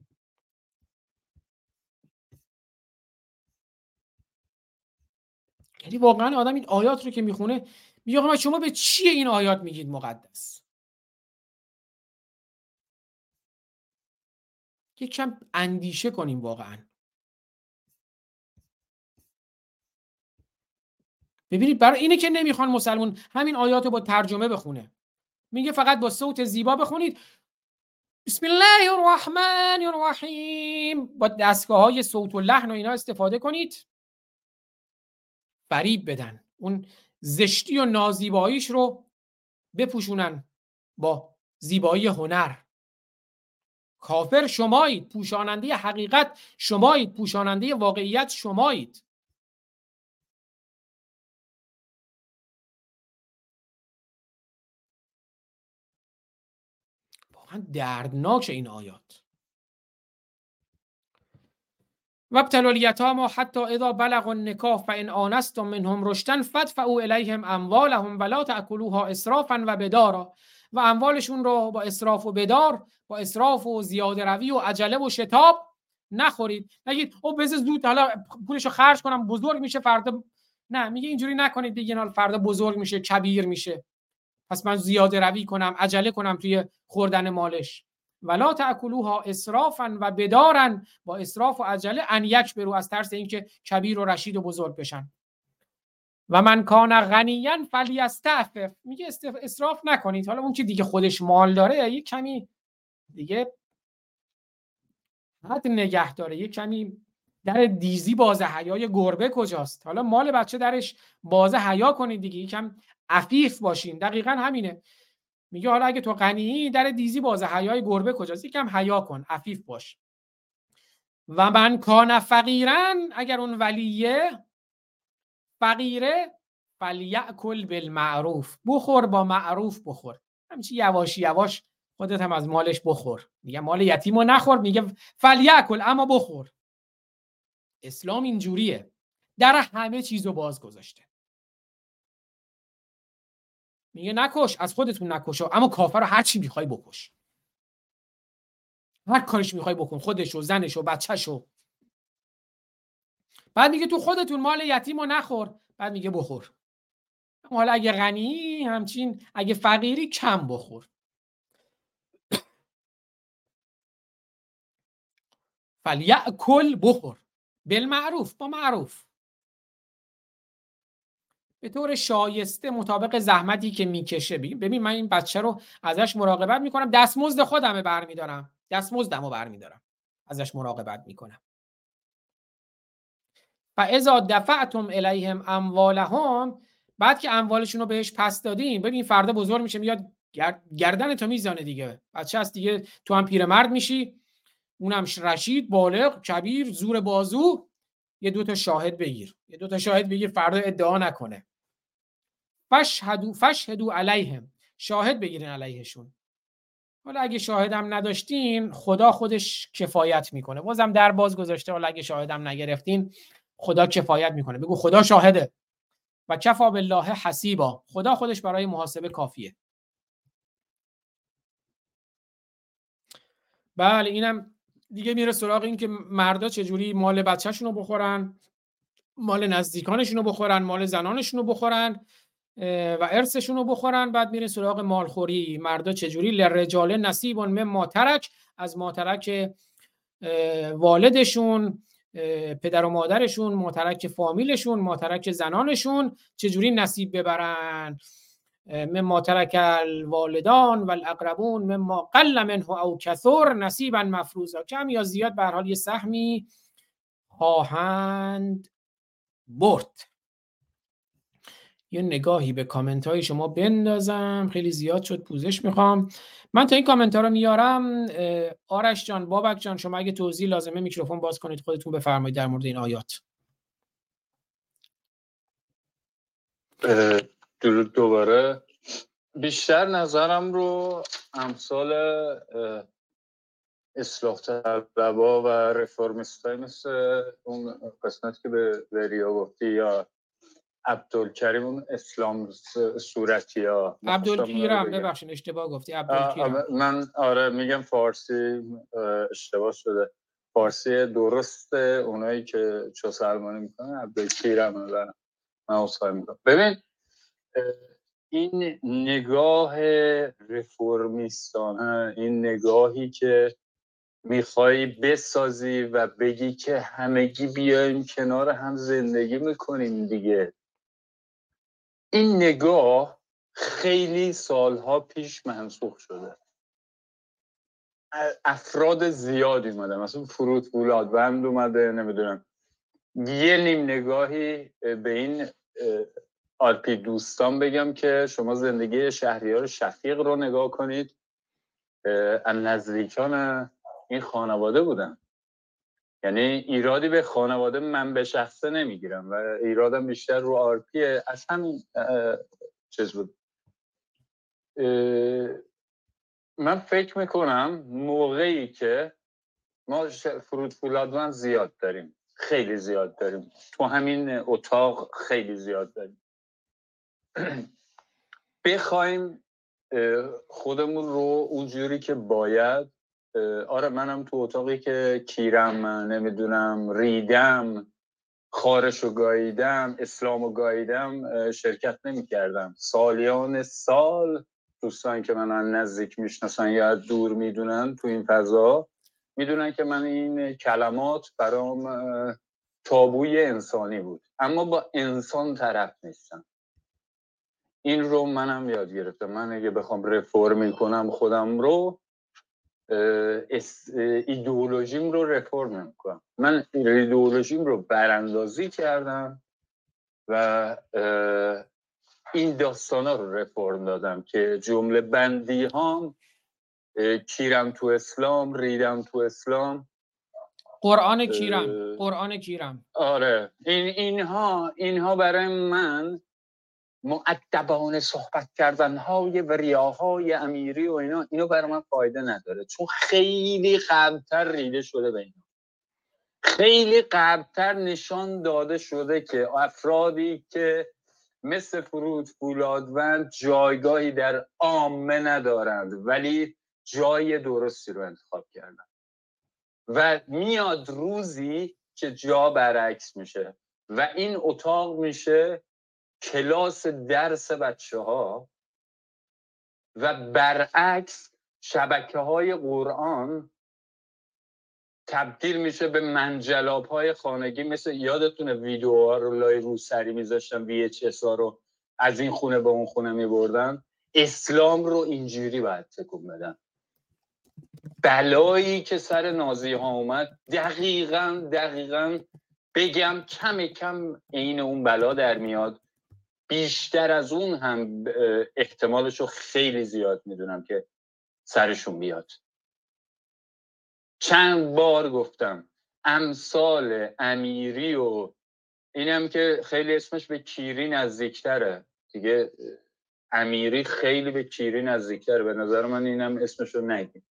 یعنی واقعا آدم این آیات رو که میخونه میگه آقا شما به چیه این آیات میگید مقدس؟ یک کم اندیشه کنیم واقعا. ببینید برای اینه که نمیخوان مسلمون همین آیات رو با ترجمه بخونه. میگه فقط با صوت زیبا بخونید، بسم الله الرحمن الرحیم، با دستگاه‌های صوت و لحن و اینا استفاده کنید، فریب بدن، اون زشتی و نازیباییش رو بپوشونن با زیبایی هنر. کافر شمایید، پوشاننده حقیقت شمایید، پوشاننده واقعیت شمایید. واقعا دردناک این آیات. وابتلوا الیتامی حتی اذا بلغوا النکاح فان آنستم منهم رشدا فادفعوا الیهم اموالهم ولا تأکلوها اسرافا و بدارا. و اموالشون رو با اسراف و بدار، با اسراف و زیاده روی و عجله و شتاب نخورید. نگید او بذار زود حالا پولشو خرج کنم بزرگ میشه فردا. نه، میگه اینجوری نکنید دیگه، حالا فردا بزرگ میشه کبیر میشه پس من زیاده روی کنم عجله کنم توی خوردن مالش. ولا تأکلوها اسرافا و بدارا، با اسراف و عجله، ان یک برو، از ترس اینکه کبیر و رشید و بزرگ بشن. و من کان غنیا فلیستعفف، میگه اسراف نکنید. حالا اون که دیگه خودش مال داره یه کمی دیگه حد نگه داره، یه کمی در دیزی بازه حیای گربه کجاست؟ حالا مال بچه درش بازه حیا کنید دیگه، یکم عفیف باشین. دقیقاً همینه. میگه حالا اگه تو غنی، در دیزی بازه حیای گربه کجاست؟ یکم حیا کن، عفیف باش. و من کان فقیرن، اگر اون ولیه فقیره، فلیأکل بالمعروف، بخور با معروف بخور. همچی یواش یواش خودت هم از مالش بخور. میگه مال یتیمو نخور، میگه فلیأکل، اما بخور. اسلام اینجوریه، در همه چیزو باز گذاشته. میگه نکش، از خودتون نکشو، اما کافر رو هر چی میخوای بکش، هر کارش میخوای بکن، خودشو، زنشو، بچهشو. بعد میگه تو خودتون مال یتیمو نخور، بعد میگه بخور. حالا اگه غنی همچین، اگه فقیری کم بخور. فلیأکل، بخور، بالمعروف، با معروف، به طور شایسته، مطابق زحمتی که میکشه. ببین من این بچه رو ازش مراقبت میکنم، دستمزد خودمه برمیدارم، دستمزدمو برمیدارم ازش مراقبت میکنم. فاذا دفعتم الیهم اموالهم، بعد که اموالشون رو بهش پس دادیم، ببین فردا بزرگ میشه میاد گردن تو میزنه دیگه، بچه هست دیگه، تو هم پیرمرد میشی، اونم رشید، بالغ، کبیر، زور بازو. یه دو تا شاهد بگیر، یه دو تا شاهد بگیر، فردا ادعا نکنه. فشهدوا فشهدوا علیهم، شاهد بگیرین علیهشون. حالا اگه شاهدم نداشتین، خدا خودش کفایت میکنه. بازم در باز گذاشته، حالا اگه شاهدم نگرفتین، خدا کفایت میکنه. بگو خدا شاهده. و کفا بالله حسیبا، خدا خودش برای محاسبه کافیه. بله، اینم دیگه میره سراغ این که مردا چجوری مال بچه‌شون رو بخورن، مال نزدیکانشون رو بخورن، مال زنانشون رو بخورن و ارثشون رو بخورن. بعد میره سراغ مالخوری. مردا چجوری للرجال نصیب مما ترک، از ما ترک والدشون، پدر و مادرشون، ما ترک فامیلشون، ما ترک زنانشون، چجوری نصیب ببرن. مما ترک الوالدان والاقربون مما قل منه او کثر نصیبا مفروضا، کم یا زیاد به هر حال یه سهمی خواهند برد. یه نگاهی به کامنت های شما بندازم، خیلی زیاد شد، پوزش میخوام. من تا این کامنت ها رو میارم. آرش جان، بابک جان، شما اگه توضیح لازمه میکروفون باز کنید، خودتون بفرمایید در مورد این آیات. درود دوباره. بیشتر نظرم رو امثال اصلاح طلبا و رفرمیستای مثل اون قسمت که به وریا گفتی، یا عبدالکریم اون اسلام صورتی ها، عبدالکیرم، ببخشید اشتباه گفتی، عبدالکیرم. من آره میگم فارسی اشتباه شده، فارسی درست اونایی که چو سلمانی میکنن عبدالکیرم میبرن، من اصخایی میکنم. ببین این نگاه رفرمیستانه، این نگاهی که میخوای بسازی و بگی که همگی بیایم کنار هم زندگی میکنیم دیگه، این نگاه خیلی سالها پیش منسوخ شده. افراد زیادی اومدن، مثلا فرود فولادوند اومده، نمیدونم یه نیم نگاهی به این آرپی دوستان بگم که شما زندگی شهریار شفیق رو نگاه کنید، از نزدیکان این خانواده بودن. یعنی ایرادی به خانواده من به شخصه نمیگیرم و ایرادم بیشتر رو آرپیه. از همین چیز بود. من فکر میکنم موقعی که ما فرود فولادوند زیاد داریم، خیلی زیاد داریم، تو همین اتاق خیلی زیاد داریم. بخوایم خودمون رو اونجوری که باید، آره منم تو اتاقی که کیرم، نمیدونم ریدم، خارشو گاییدم، اسلامو گاییدم شرکت نمی کردم. سالیان سال دوستان که من نزدیک میشناسن یا دور میدونن تو این فضا میدونن که من این کلمات برام تابوی انسانی بود، اما با انسان طرف نیستم. این رو منم یاد گرفتم. من اگه بخوام رفرم کنم خودم رو، ایدئولوژیم رو رفرم نمی‌کنم. من ایدئولوژیم رو براندازی کردم و این داستانا رو رفرم دادم که جمله بندی هام کیرم تو اسلام، ریدم تو اسلام، قرآن کیرم، قرآن کیرم. آره این اینها اینها برای من مؤدبانه صحبت کردن های و ریاهای امیری و اینا اینو برای من فایده نداره، چون خیلی قبلتر ریده شده به اینا. خیلی قبلتر نشان داده شده که افرادی که مثل فرود فولادوند جایگاهی در عامه ندارند ولی جای درستی رو انتخاب کردن و میاد روزی که جا برعکس میشه و این اتاق میشه کلاس درس بچه ها و برعکس شبکه های قرآن تبدیل میشه به منجلاب های خانگی. مثل یادتونه ویدیوها رو لای روسری میذاشتن، وی اچ اس ها رو از این خونه به اون خونه میبردن. اسلام رو اینجوری باید تکون بدن. بلایی که سر نازی ها اومد دقیقاً دقیقاً بگم کم کم عین اون بلا در میاد. بیشتر از اون هم احتمالش رو خیلی زیاد میدونم که سرشون بیاد. چند بار گفتم امثال امیری و اینم که خیلی اسمش به کیری نزدیکتره دیگه، امیری خیلی به کیری نزدیکتره به نظر من. اینم اسمش رو نگیم.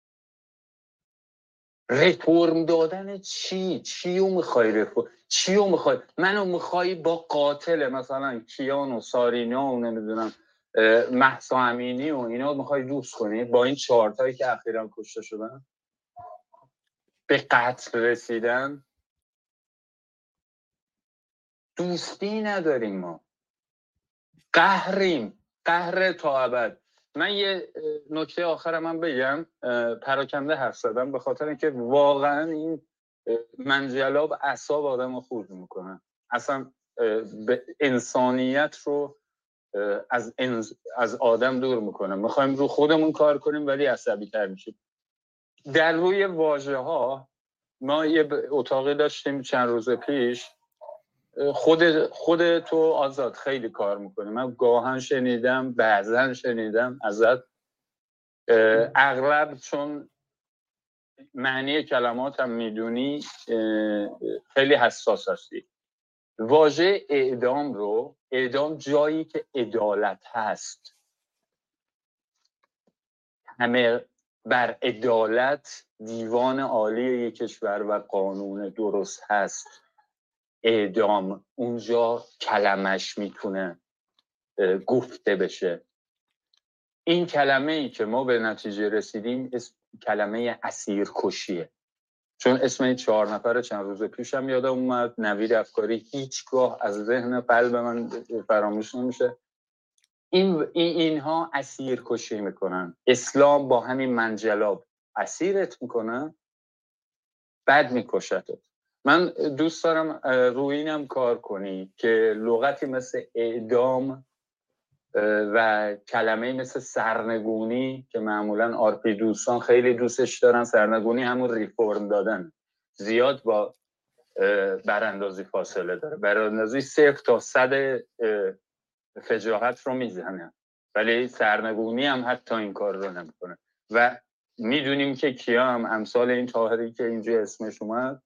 رفرم دادن چی؟ چی رو میخوای رفرم؟ چی رو میخوای؟ منو میخوای با قاتل مثلا کیان و سارینا و نمیدونم مهسا امینی و اینا میخوای دوست کنی با این چهارتایی که اخیراً کشته شدن به قتل رسیدن؟ دوستی نداریم ما، قهریم، قهر تا ابد. من یه نکته آخرم من بگم، پراکنده حرف زدم به خاطر اینکه واقعا این منجلاب اعصاب آدم رو خورد میکنه، اصلا به انسانیت رو از انز... از آدم دور میکنه. میخوایم رو خودمون کار کنیم ولی عصبی تر میشیم. در روی واژه ها ما یه اتاقی داشتیم چند روز پیش، خود خود تو آزاد خیلی کار میکنی، من گاهن شنیدم بعضن شنیدم ازت، اغلب چون معنی کلمات هم میدونی خیلی حساس هستی. واژه اعدام رو، اعدام جایی که عدالت هست، همه بر عدالت دیوان عالی یک کشور و قانون درست هست، اعدام اونجا کلمش میتونه گفته بشه. این کلمه ای که ما به نتیجه رسیدیم اسم کلمه اسیرکشیه، چون اسم این چهار نفر چند روز پیشم یادم اومد، نوید افکاری، هیچگاه از ذهن قلب من فراموش نمیشه. این اینها اسیرکشی میکنن. اسلام با همین منجلاب اسیرت میکنه بعد میکشتت. من دوست دارم روی اینم کار کنی که لغتی مثل اعدام و کلمه مثل سرنگونی که معمولا آرپی دوستان خیلی دوستش دارن، سرنگونی همون ریفورم دادن، زیاد با براندازی فاصله داره. براندازی صفر تا صد فجاعت رو میزنه ولی سرنگونی هم حتی این کار رو نمیکنه. و میدونیم که کیا هم امثال این طاهری که اینجا اسمش اومد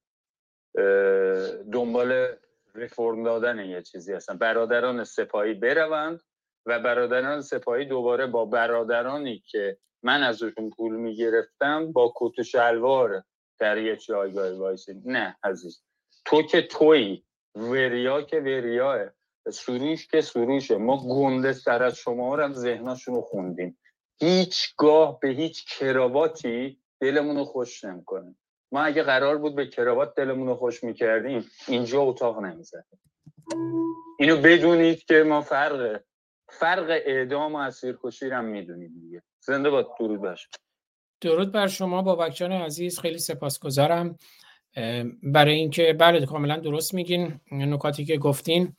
دنبال ریفورم دادن یه چیزی هستن. برادران سپاهی بروند و برادران سپاهی دوباره با برادرانی که من ازشون پول میگرفتم با کت و شلوار در یه جایگاه وایسید. نه عزیز، تو که تویی، وریا که وریاه، سروش که سروشه. ما گنده سر از شما رو هم ذهناشون رو خوندیم. هیچگاه به هیچ کراواتی دلمون رو خوش نمی‌کنه. ما اگه قرار بود به کراوات دلمون رو خوش می‌کردیم اینجا اتاق نمی‌زدیم. اینو بدونید که ما فرق فرق اعدام و اسیرکشی رو هم میدونیم دیگه. زنده باد. درود بر شما. درود بر شما بابک جان عزیز، خیلی سپاسگزارم برای اینکه بله کاملا درست میگین نکاتی که گفتین.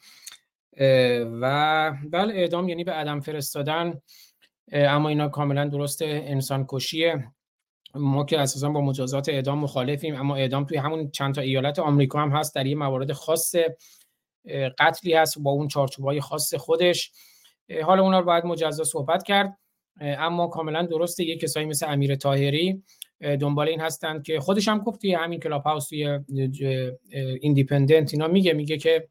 و بله اعدام یعنی به عدم فرستادن، اما اینا کاملا درسته، انسان کشیه. ما که اساسا با مجازات اعدام مخالفیم، اما اعدام توی همون چند تا ایالت آمریکا هم هست، در یه موارد خاص قتلی هست با اون چارچوبای خاص خودش. حالا اونا رو باید مجزا صحبت کرد، اما کاملا درسته. یه کسایی مثل امیر طاهری دنبال این هستن که خودش هم گفت توی همین کلاب هاوس توی ایندیپندنت اینا میگه میگه که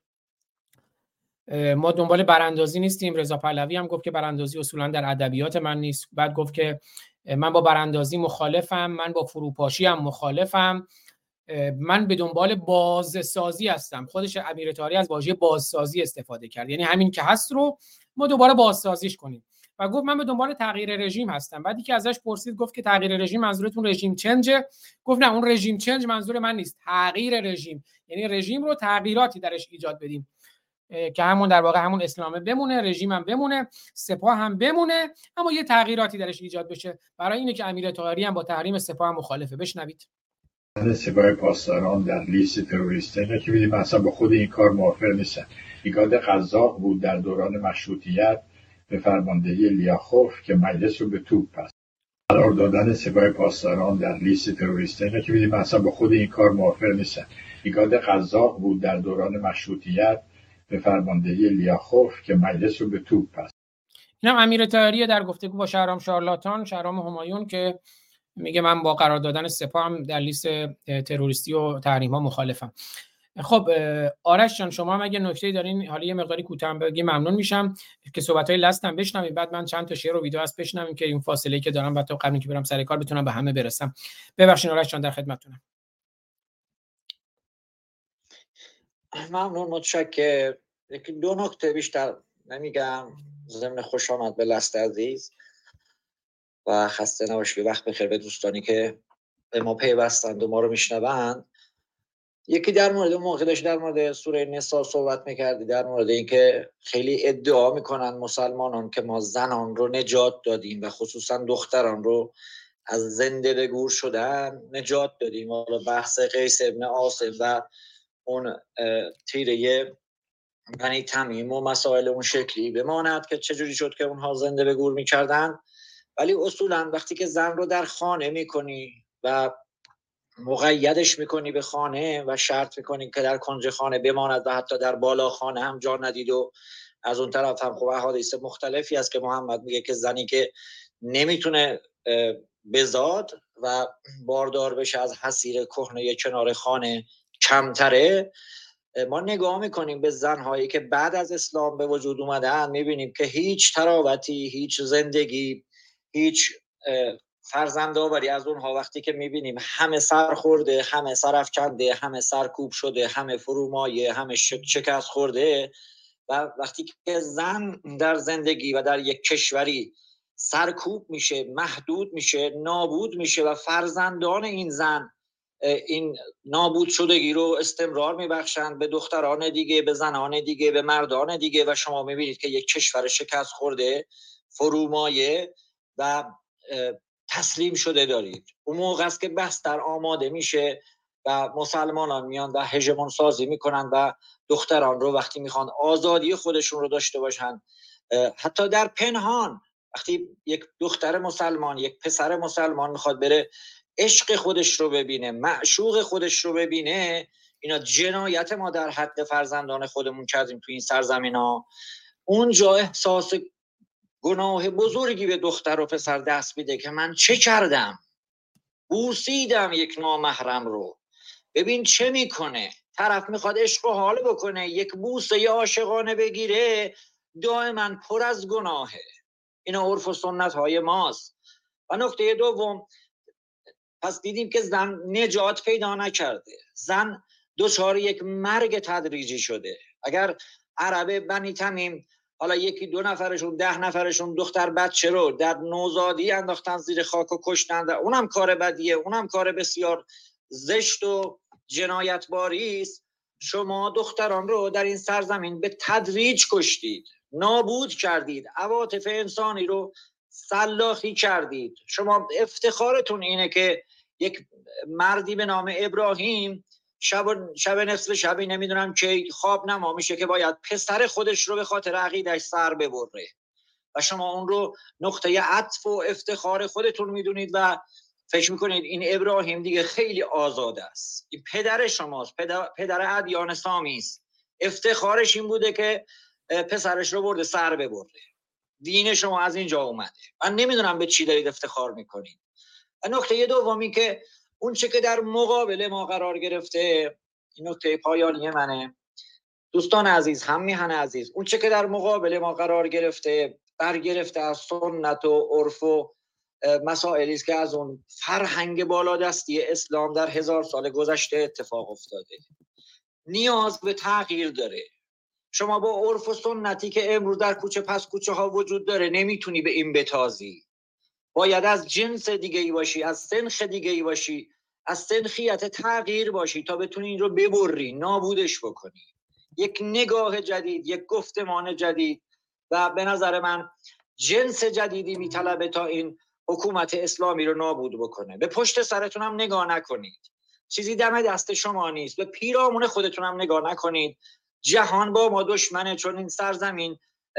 ما دنبال براندازی نیستیم. رضا پهلوی هم گفت که براندازی اصولا در ادبیات من نیست. بعد گفت که من با براندازی مخالفم، من با فروپاشی هم مخالفم، من به دنبال بازسازی هستم. خودش امیر طاهری از واژه بازسازی استفاده کرد، یعنی همین که هست رو ما دوباره بازسازیش کنیم. و گفت من به دنبال تغییر رژیم هستم. بعدی که ازش پرسید گفت که تغییر رژیم منظورتون رژیم چنجه؟ گفت نه، اون رژیم چنج منظور من نیست، تغییر رژیم، یعنی رژیم رو تغییراتی درش ایجاد بدیم که همون در واقع همون اسلامه بمونه، رژیم هم بمونه، سپاه هم بمونه، اما یه تغییراتی درش ایجاد بشه. برای اینه که امیر طاهری هم با تحریم سپاه هم مخالفه. بشنوید. سپاه پاسداران در لیست تروریستی نه که می‌دیم اصلا با خود این کار موافق نیستن. ایجاد قزاق بود در دوران مشروطیت به فرماندهی لیاخوف که مجلس رو به توپ بست. قرار دادن سپاه پاسداران در لیست تروریستی نه که می‌دیم اصلا با خود این کار موافق نیستن. ایجاد قزاق بود در دوران مشروطیت به فرماندهی لیاخوف که مجلس رو به توپ بست. اینم امیر طاهری در گفتگو با شهرام شارلاتان، شهرام همایون، که میگه من با قرار دادن سپاه هم در لیست تروریستی و تحریم ها مخالفم. خب آرش جان شما هم اگه نکته‌ای دارین حالا یه مقداری کوتاه بگی ممنون میشم که صحبت‌های لستم بشنویم. بعد من چند تا شعر و ویدیو هست بشنویم که این فاصله‌ای که دارم بعد تا قبل اینکه برم سر کار بتونم به همه برسم. ببخشید آرش جان در خدمتتونم. ممنون، متشکرم. یکی دو نکته بیشتر نمیگم. ضمن خوش آمد به لست عزیز و خسته نباشید. وقت بخیر به دوستانی که به ما پیوستند و ما رو میشنوند. یکی در مورد موقع داشت در مورد سوره نساء صحبت میکردی، در مورد اینکه خیلی ادعا میکنن مسلمانان که ما زنان رو نجات دادیم و خصوصا دختران رو از زنده به گور شدن نجات دادیم. حالا بحث قیس ابن عاصم و اون تیره بنی تمیم و مسائل اون شکلی بماند که چجوری شد که اونها زنده به گور میکردن. ولی اصولا وقتی که زن رو در خانه میکنی و مقیدش میکنی به خانه و شرط میکنی که در کنج خانه بماند و حتی در بالا خانه هم جا ندید، و از اون طرف هم خب احادیث مختلفی است که محمد میگه که زنی که نمیتونه بزاد و باردار بشه از حصیر کهنه کنار خانه کمتره. ما نگاه میکنیم به زنهایی که بعد از اسلام به وجود اومدن، میبینیم که هیچ تراوتی، هیچ زندگی، هیچ فرزندآوری از اونها وقتی که میبینیم همه سر خورده، همه سر افکنده، همه سرکوب شده، همه فرومایه، همه شکست خورده، و وقتی که زن در زندگی و در یک کشوری سرکوب میشه، محدود میشه، نابود میشه و فرزندان این زن این نابود شدگی رو استمرار میبخشند به دختران دیگه، به زنان دیگه، به مردان دیگه، و شما میبینید که یک کشور شکست خورده، فرومایه و تسلیم شده دارید. اون موقع است که بستر آماده میشه و مسلمانان میان و هژمون سازی میکنن و دختران رو وقتی میخوان آزادی خودشون رو داشته باشن، حتی در پنهان، وقتی یک دختر مسلمان، یک پسر مسلمان میخواد بره عشق خودش رو ببینه، معشوق خودش رو ببینه، اینا جنایت ما در حق فرزندان خودمون کردیم تو این سرزمین ها. اونجا احساس گناه بزرگی به دختر و پسر دست میده که من چه کردم؟ بوسیدم یک نامحرم رو. ببین چه میکنه. طرف میخواد عشق و حال بکنه، یک بوسه عاشقانه بگیره، دائما پر از گناهه. اینا عرف و سنت های ماست. و نکته دوم، پس دیدیم که زن نجات پیدا نکرده. زن دوچار یک مرگ تدریجی شده. اگر عرب بنی تمیم حالا یکی دو نفرشون ده نفرشون دختر بچه رو در نوزادی انداختن زیر خاک و کشتن، اونم کار بدیه، اونم کار بسیار زشت و جنایتباری است. شما دختران رو در این سرزمین به تدریج کشتید، نابود کردید، عواطف انسانی رو سلاخی کردید. شما افتخارتون اینه که یک مردی به نام ابراهیم شب شب نصف شبی نمیدونم که خواب نما میشه که باید پسر خودش رو به خاطر عقیدش سر ببره و شما اون رو نقطه عطف و افتخار خودتون میدونید و فکر میکنید این ابراهیم دیگه خیلی آزاده است. این پدر شماست، پدر, پدر ادیان سامی است. افتخارش این بوده که پسرش رو برده سر ببره. دین شما از اینجا اومده. من نمیدونم به چی دارید افتخار میکنید. و نکته دومی که اون چه که در مقابل ما قرار گرفته، این نکته پایانی منه دوستان عزیز، هم میهن عزیز، اون چه که در مقابل ما قرار گرفته برگرفته از سنت و عرف و مسائلی است که از اون فرهنگ بالادستی اسلام در هزار سال گذشته اتفاق افتاده. نیاز به تغییر داره. شما با عرف و سنتی که امروز در کوچه پس کوچه ها وجود داره نمیتونی به این بتازی. باید از جنس دیگه ای باشی، از سنخ دیگه ای باشی، از سنخیت تغییر باشی تا بتونی این رو ببری، نابودش بکنی. یک نگاه جدید، یک گفتمان جدید و به نظر من جنس جدیدی میطلبه تا این حکومت اسلامی رو نابود بکنه. به پشت سرتون هم نگاه نکنید، چیزی دم دست شما نیست. به پیرامون خودتون هم نگاه نکنید. جهان با ما دشمنه، چون این سرزمین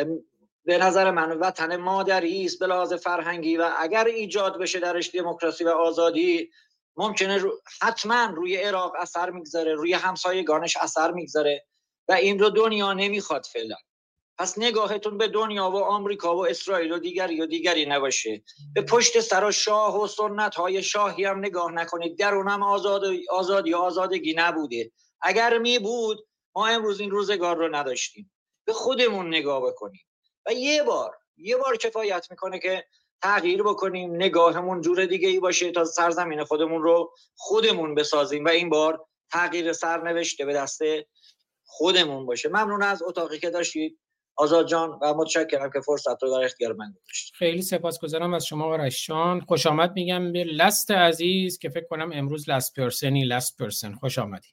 به نظر من وطن مادری است به لحاظ فرهنگی و اگر ایجاد بشه درش دموکراسی و آزادی ممکنه رو حتما روی عراق اثر میگذاره، روی همسایگانش اثر میگذاره و این رو دنیا نمیخواد فعلا. پس نگاهتون به دنیا و آمریکا و اسرائیل و دیگری و دیگری نباشه. به پشت سر شاه و سنت های شاهی هم نگاه نکنید. درونم آزاد آزادی و آزادگی نبوده. اگر می بود ما امروز این روزگار رو نداشتیم. به خودمون نگاه بکنیم و یه بار یه بار کفایت میکنه که تغییر بکنیم، نگاهمون جور دیگه ای باشه تا سرزمین خودمون رو خودمون بسازیم و این بار تغییر سرنوشته به دست خودمون باشه. ممنون از اتاقی که داشتید آزاد جان و متشکرم که فرصت رو در اختیار من گذاشتید. خیلی سپاسگزارم از شما آرش جان. خوش آمد میگم به لست عزیز که فکر کنم امروز لست پرسنی لست پرسن. خوش آمدی.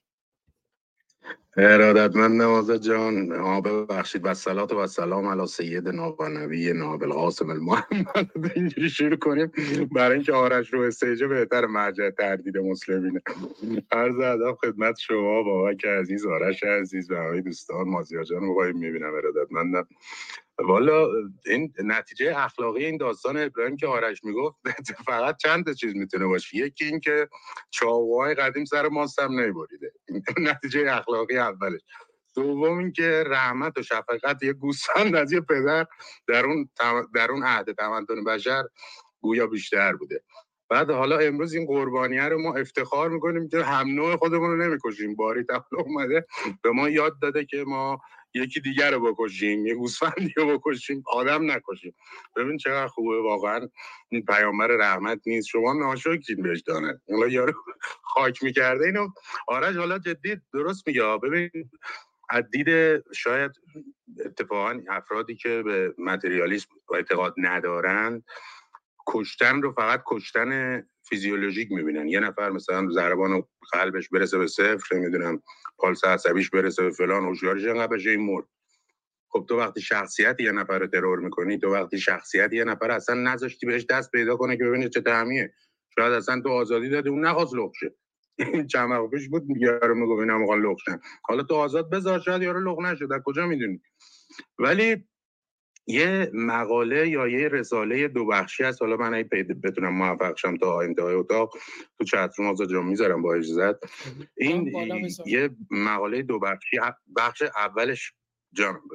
ارادتمندم آزاد جان. آه ببخشید. و صلات و سلام علی سیدنا و نبی ناب القاسم المحمد. اینجوری شروع کنیم برای اینکه آرش رو استیجه بهتر مرجع تردید مسلمینه. عرض ادب خدمت شما بابک عزیز، آرش عزیز و همه دوستان. مازیار جان رو باید میبینم. ارادتمندم. والا این نتیجه اخلاقی این داستان ابراهیم که آرش میگفت فقط چند تا چیز میتونه باشه. یکی این که چاقوهای قدیم سر ماست هم نمیبریده، این نتیجه اخلاقی اولش. دوم این که رحمت و شفقت یک گوسفند از یه پدر در اون در اون عهد تمدن بشر گویا بیشتر بوده. بعد حالا امروز این قربانیه رو ما افتخار میکنیم که هم نوع خودمون رو نمیکشیم. باری تعالی اومده به ما یاد داده که ما یکی دیگر رو بکشیم، یه گوسفندی رو بکشیم، آدم نکشیم. ببین چقدر خوبه واقعا. این پیامبر رحمت نیست؟ شما ناشکرین بهش دانه. حالا یارو خاک میکرده اینو. آرش حالا جدی درست میگه. ببین از دید شاید اتفاقا افرادی که به متریالیسم اعتقاد ندارن کشتن رو فقط کشتن فیزیولوژیک میبینن. یه نفر مثلا ضربان قلبش برسه به صفر، نمیدونم پالس عصبیش برسه به فلان، هوشیارش انقدر بشه این مرد. خب تو وقتی شخصیت یه نفر رو ترور میکنی، تو وقتی شخصیت یه نفر اصلا نذاشتی بهش دست پیدا کنه که ببینه چه طعمیه، شاید اصلا تو آزادی دادی اون نخواست لغ شه. چند وقت پیش بود یارو میگفت اینا میخوان لغ شن، حالا تو آزاد بذار شاید یارو لغ نشه، در کجا میدونی؟ ولی یه مقاله یا یه رساله دو بخشی هست، حالا من بتونم موفق شم تا انتهای اتاق تو چتروم آزاد جان میذارم با اجازت. این یه مقاله دو بخشی، بخش اولش جانم بود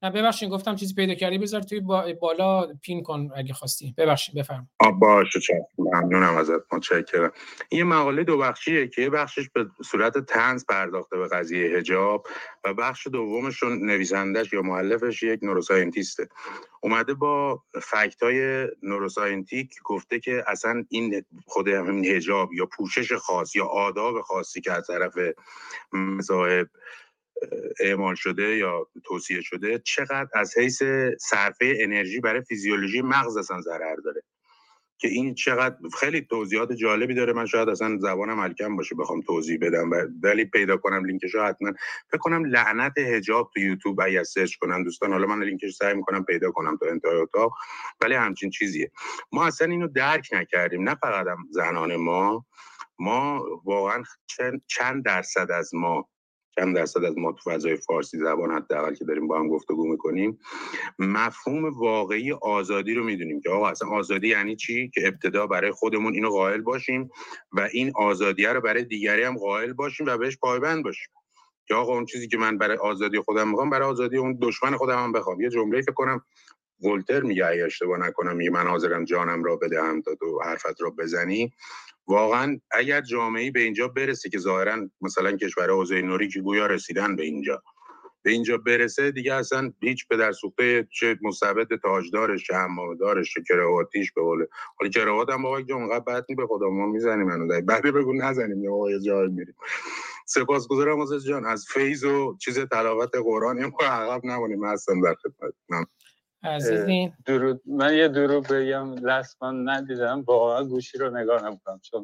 نه ببخشید گفتم چیزی پیدا کردی بذار توی با... بالا پین کن اگه خواستی. ببخشید بفرم. آ باشه چشم، ممنونم ازت، متشکرم. این مقاله دو بخشیه که بخشش به صورت طنز پرداخته به قضیه حجاب و بخش دومشون نویسندش یا مؤلفش یک نوروساینتیسته. اومده با فکتای نوروساینتیک گفته که اصلا این خود همین حجاب یا پوشش خاص یا آداب خاصی که از طرف مذاهب اعمال شده یا توصیه شده چقدر از حیث صرفه انرژی برای فیزیولوژی مغز اصلا ضرر داره، که این چقدر خیلی توضیحات جالبی داره. من شاید اصلا زبانم الکم باشه بخوام توضیح بدم، ولی پیدا کنم لینکشو حتما. فکر کنم لعنت حجاب تو یوتیوب اگه سرچ کنن دوستان، حالا من لینکش سعی میکنم پیدا کنم تا انتهای اتاق، ولی همچین چیزیه. ما اصلا اینو درک نکردیم، نه فقط هم زنان ما، ما واقعا چند, چند درصد از ما چند درصد از ما تو فضای فارسی زبان حداقل که داریم با هم گفتگو میکنیم مفهوم واقعی آزادی رو میدونیم که آقا اصلا آزادی یعنی چی، که ابتدا برای خودمون اینو قائل باشیم و این آزادی رو برای دیگری هم قائل باشیم و بهش پایبند باشیم، که آقا اون چیزی که من برای آزادی خودم میخوام برای آزادی اون دشمن خودم هم بخوام. یه جمله فکر کنم ولتر میگه اگه اشتباه نکنم، میگه من حاضرم جانم را بدهم تا تو حرفت را بزنی. واقعا اگر جامعه‌ای به اینجا برسه که ظاهرا مثلا کشور حوزه نوری که گویا رسیدن به اینجا به اینجا برسه دیگه اصلا هیچ پدر سوخته چه مستبد تاجدارش چه عمامدارش چه کراواتیش به قول حالا کراوات هم بابا که اونقدر بد نی به خدا ما میزنیم منو بعد بگو نزنیم یا آقا جای میریم. سپاسگزارم عزیز جان از فیض و چیز تلاوت قرآن، ما عقب نمونیم. هستم در خدمت. عزیزین درود. من یه درود بگم لسمان ندیدم، واقعا گوشی رو نگاه نمیکنم چون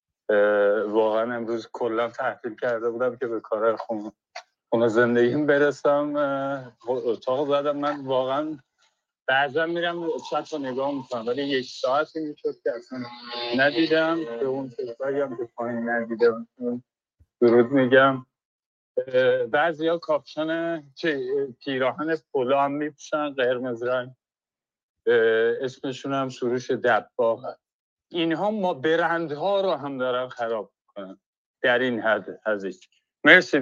واقعا امروز کلا تعطیل کرده بودم که به کار خونه خونه زندگیم برسم. اتاق زدم. من واقعا بعضا میرم چت رو نگاه میکنم ولی یک ساعتی میشد که اصلا ندیدم. به اون چیزایی هم که پایین ندیدم درود میگم. بعضی ها کاپشن پیراهن پولو هم میپوشن قرمز رنگ، اسمشون هم سروش دباغه. اینها ما برندها رو هم دارن خراب کنن در این حد هزیچ. مرسی.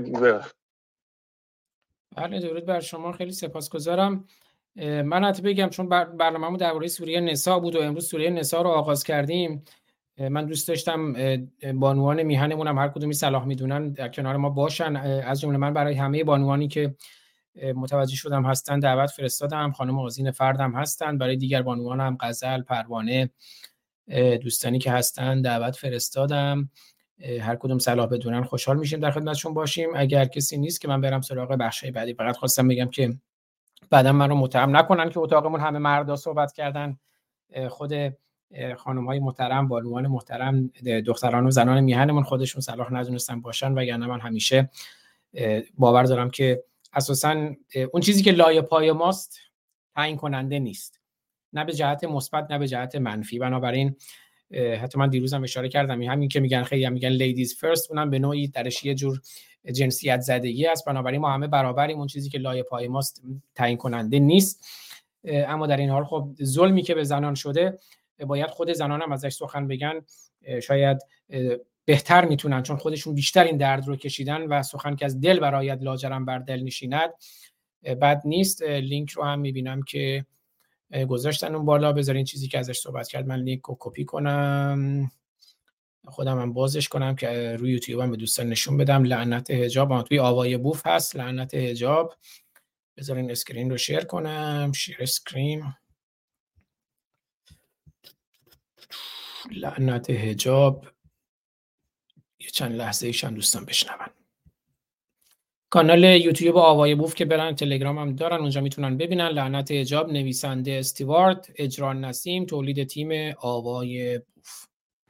بله درود بر شما، خیلی سپاسگزارم. من حتی بگم چون برنامه‌مون درباره سوره نساء بود و امروز سوره نساء رو آغاز کردیم، من دوست داشتم بانوان میهنمون هم هر کدومی صلاح میدونن در کنار ما باشن. از جمله من برای همه بانوانی که متوجه شدم هستن دعوت فرستادم، خانم آذین فردم هستن، برای دیگر بانوان هم غزل، پروانه، دوستانی که هستن دعوت فرستادم. هر کدوم صلاح بدونن خوشحال میشیم در خدمتشون باشیم. اگر کسی نیست که من برم سراغ بخشای بعدی. فقط خواستم بگم که بعداً من رو متهم نکنن که اتاقمون همه مردا صحبت کردن. خود خانم‌های محترم، بانوان محترم، دختران و زنان میهنمون خودشون صلاح ندونستن باشن، وگرنه من همیشه باور دارم که اساساً اون چیزی که لایه پای ماست تعیین کننده نیست، نه به جهت مثبت نه به جهت منفی. بنابراین حتی من دیروزم اشاره کردم همین که میگن خیلی هم میگن لیدیز فرست، اونم به نوعی درش یه جور جنسیت زدگی است. بنابراین ما همه برابریم، اون چیزی که لایه پای ماست تعیین کننده نیست. اما در این حال خب ظلمی که به زنان شده باید خود زنان هم ازش سخن بگن، شاید بهتر میتونن چون خودشون بیشتر این درد رو کشیدن و سخن که از دل برآید لاجرم بر دل نشیند بد نیست. لینک رو هم میبینم که گذاشتن اون بالا، بذارین چیزی که ازش صحبت کرد من لینک رو کپی کنم خودم هم بازش کنم که روی یوتیوب هم به دوستان نشون بدم. لعنت حجاب توی آوای بوف هست، لعنت حجاب. بذارین اسکرین رو شیر کنم، شیر اسکرین. لعنت حجاب یه چند لحظه ایشم دوستان بشنون. کانال یوتیوب آوای بوف که برن، تلگرام هم دارن اونجا میتونن ببینن. لعنت حجاب، نویسنده استیوارت، اجرا نسیم، تولید تیم آوای بوف.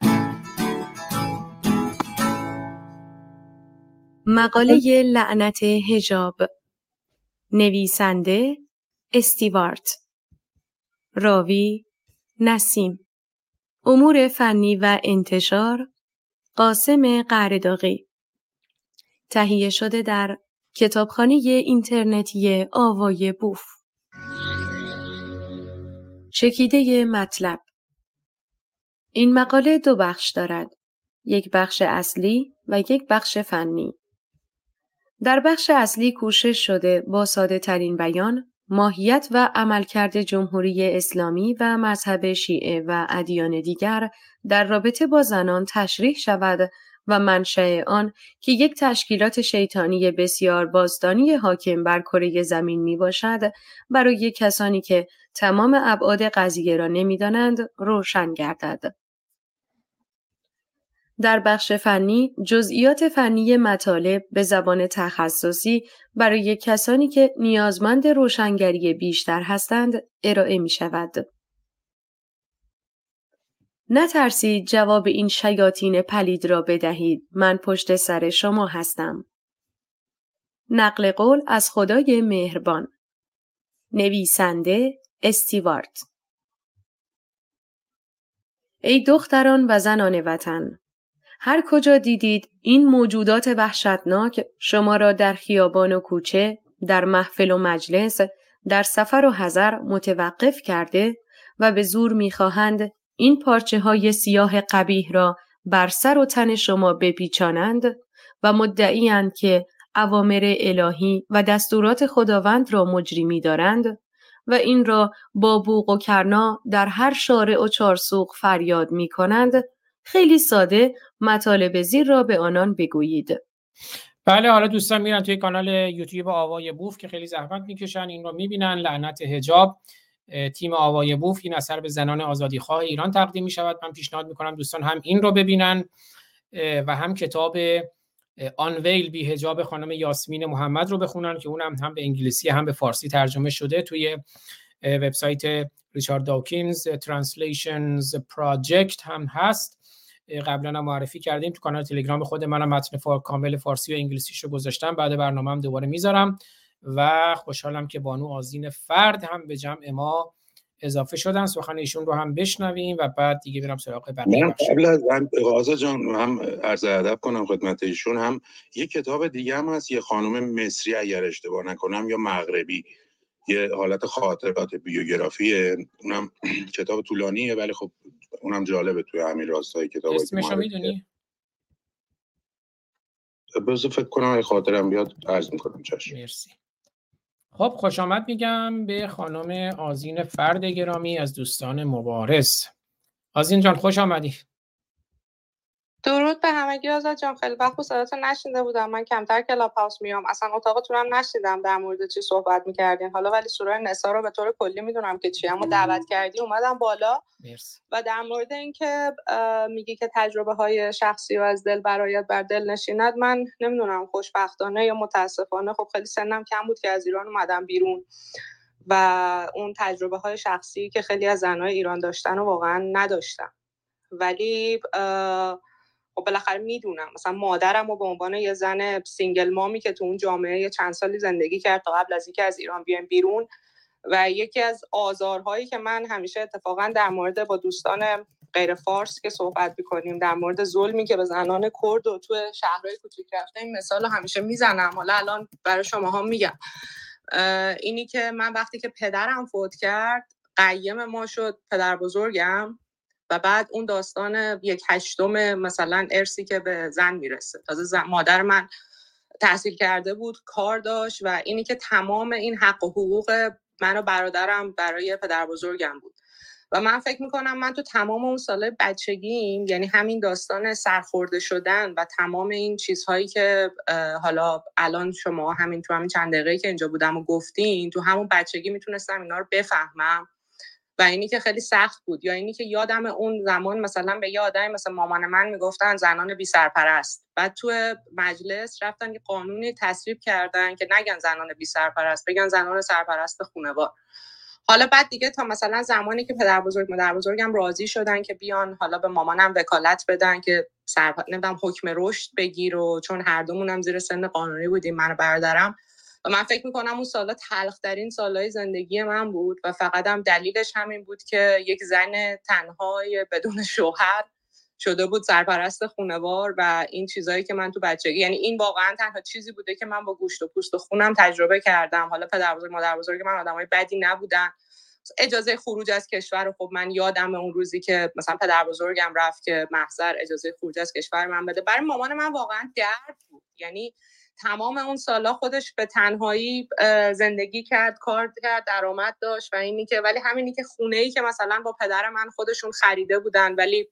مقاله لعنت حجاب، نویسنده استیوارت، راوی نسیم، امور فنی و انتشار قاسم قعرداغی، تهیه شده در کتابخانه اینترنتی آوای بوف. چکیده مطلب. این مقاله دو بخش دارد، یک بخش اصلی و یک بخش فنی. در بخش اصلی کوشش شده با ساده ترین بیان ماهیت و عملکرد جمهوری اسلامی و مذهب شیعه و ادیان دیگر در رابطه با زنان تشریح شود و منشأ آن که یک تشکیلات شیطانی بسیار باستانی حاکم بر کره زمین می باشد، برای کسانی که تمام ابعاد قضیه را نمی دانند روشن گردد. در بخش فنی، جزئیات فنی مطالب به زبان تخصصی برای کسانی که نیازمند روشنگری بیشتر هستند ارائه می شود. نترسید جواب این شیاطین پلید را بدهید. من پشت سر شما هستم. نقل قول از خدای مهربان. نویسنده استیوارت. ای دختران و زنان وطن، هر کجا دیدید این موجودات وحشتناک شما را در خیابان و کوچه، در محفل و مجلس، در سفر و حضر متوقف کرده و به زور می‌خواهند این پارچه های سیاه قبیح را بر سر و تن شما بپیچانند و مدعی‌اند که اوامر الهی و دستورات خداوند را مجری می‌دارند و این را با بوق و کرنا در هر شارع و چارسوق فریاد می‌کنند، خیلی ساده مطالب زیر را به آنان بگویید. بله، حالا دوستان میرن توی کانال یوتیوب آوای بوف که خیلی زحمت میکشن این رو میبینن. لعنت حجاب، تیم آوای بوف، این اثر به زنان آزادیخواه ایران تقدیم میشود. من پیشنهاد میکنم دوستان هم این رو ببینن و هم کتاب آنویل بی حجاب خانم یاسمین محمد رو بخونن که اونم هم به انگلیسی هم به فارسی ترجمه شده. توی وبسایت ریچارد داوکینز ترنسلیشنز پراجکت هم هست. قبلا هم معرفی کردیم. تو کانال تلگرام خود منم متن فار کامل فارسی و انگلیسیشو گذاشتم. بعد برنامه هم دوباره میذارم و خوشحالم که بانو آذین فرد هم به جمع ما اضافه شدن. سخن ایشون رو هم بشنویم و بعد دیگه برم سراغ بقیه. من قبل از آزاد جان هم عرض ادب کنم خدمت ایشون، هم یه کتاب دیگه هم هست، یه خانم مصری اگر اشتباه نکنم یا مغربی، یه حالت خاطرات بیوگرافیه، اونم کتاب طولانیه ولی خب اونم جالبه توی همین راستای کتابی. اسمشو میدونی؟ بذار فکر کنم اگه خاطرم بیاد عرض میکنم. چشم. مرسی. خب خوش آمد میگم به خانم آذین فرد گرامی از دوستان مبارز. آذین جان خوش آمدی. درود به همگی آزاد جان. خیلی وقت بود صداتو نشنیده بودم. من کمتر کلاب هاوس میام، اصلا اتاقتون هم نشنیدم در مورد چی صحبت میکردین. حالا ولی سوره نساء رو به طور کلی میدونم که چی، اما دعوت کردی اومدم بالا. مرسی. و در مورد اینکه میگی که تجربه های شخصی و از دل برایت بر دل نشیند، من نمیدونم خوشبختانه یا متاسفانه خب خیلی سنم کم بود که از ایران اومدم بیرون و اون تجربه های شخصی که خیلی از زنای ایران داشتن و واقعا نداشتم. ولی خب بالاخره میدونم مثلا مادرم رو به عنوان یه زن سینگل مامی که تو اون جامعه یه چند سالی زندگی کرد تا قبل از اینکه از ایران بیام بیرون، و یکی از آزارهایی که من همیشه اتفاقا در مورد با دوستان غیر فارس که صحبت می‌کنیم در مورد ظلمی که به زنان کرد و تو شهرهای کوچیک رفته، این مثال همیشه میزنم، حالا الان برای شماها میگم، اینی که من وقتی که پدرم فوت کرد قیم ما شد پدر بزرگم و بعد اون داستان یک هشتم مثلا ارثی که به زن میرسه. تازه زن... مادر من تحصیل کرده بود، کار داشت و اینی که تمام این حق و حقوق من و برادرم برای پدر بزرگم بود. و من فکر میکنم من تو تمام اون سالهای بچگیم، یعنی همین داستان سرخورده شدن و تمام این چیزهایی که حالا الان شما همین تو همین چند دقیقه‌ای که اینجا بودم و گفتین، تو همون بچگی میتونستم اینا رو بفهمم و اینی که خیلی سخت بود. یا اینی که یادم اون زمان مثلا به یه آدمی مثلا مامان من میگفتن زنان بی سرپرست، بعد تو مجلس رفتن یه قانونی تصویب کردن که نگن زنان بی سرپرست، بگن زنان سرپرست خانواده. حالا بعد دیگه تا مثلا زمانی که پدر بزرگ مادر بزرگم راضی شدن که بیان حالا به مامانم وکالت بدن که سرپرست نمیدونم حکم رشد بگیر، و چون هر دومونم زیر سن قانونی بودیم من و برادرم، و من فکر میکنم اون سالا تلخ‌ترین سالهای زندگی من بود و فقط هم دلیلش همین بود که یک زن تنهای بدون شوهر شده بود سرپرست خانوار و این چیزایی که من تو بچگی، یعنی این واقعا تنها چیزی بوده که من با گوشت و پوست و خونم تجربه کردم. حالا پدر بزرگ مادر بزرگ من آدمای بدی نبودن. اجازه خروج از کشور رو خب من یادم اون روزی که مثلا پدر بزرگم رفت که محضر اجازه خروج از کشور من بده، برای مامان من واقعا درد بود. یعنی تمام اون سالا خودش به تنهایی زندگی کرد، کار کرد، درآمد داشت و اینی که ولی همینی که خونه‌ای که مثلا با پدر من خودشون خریده بودن ولی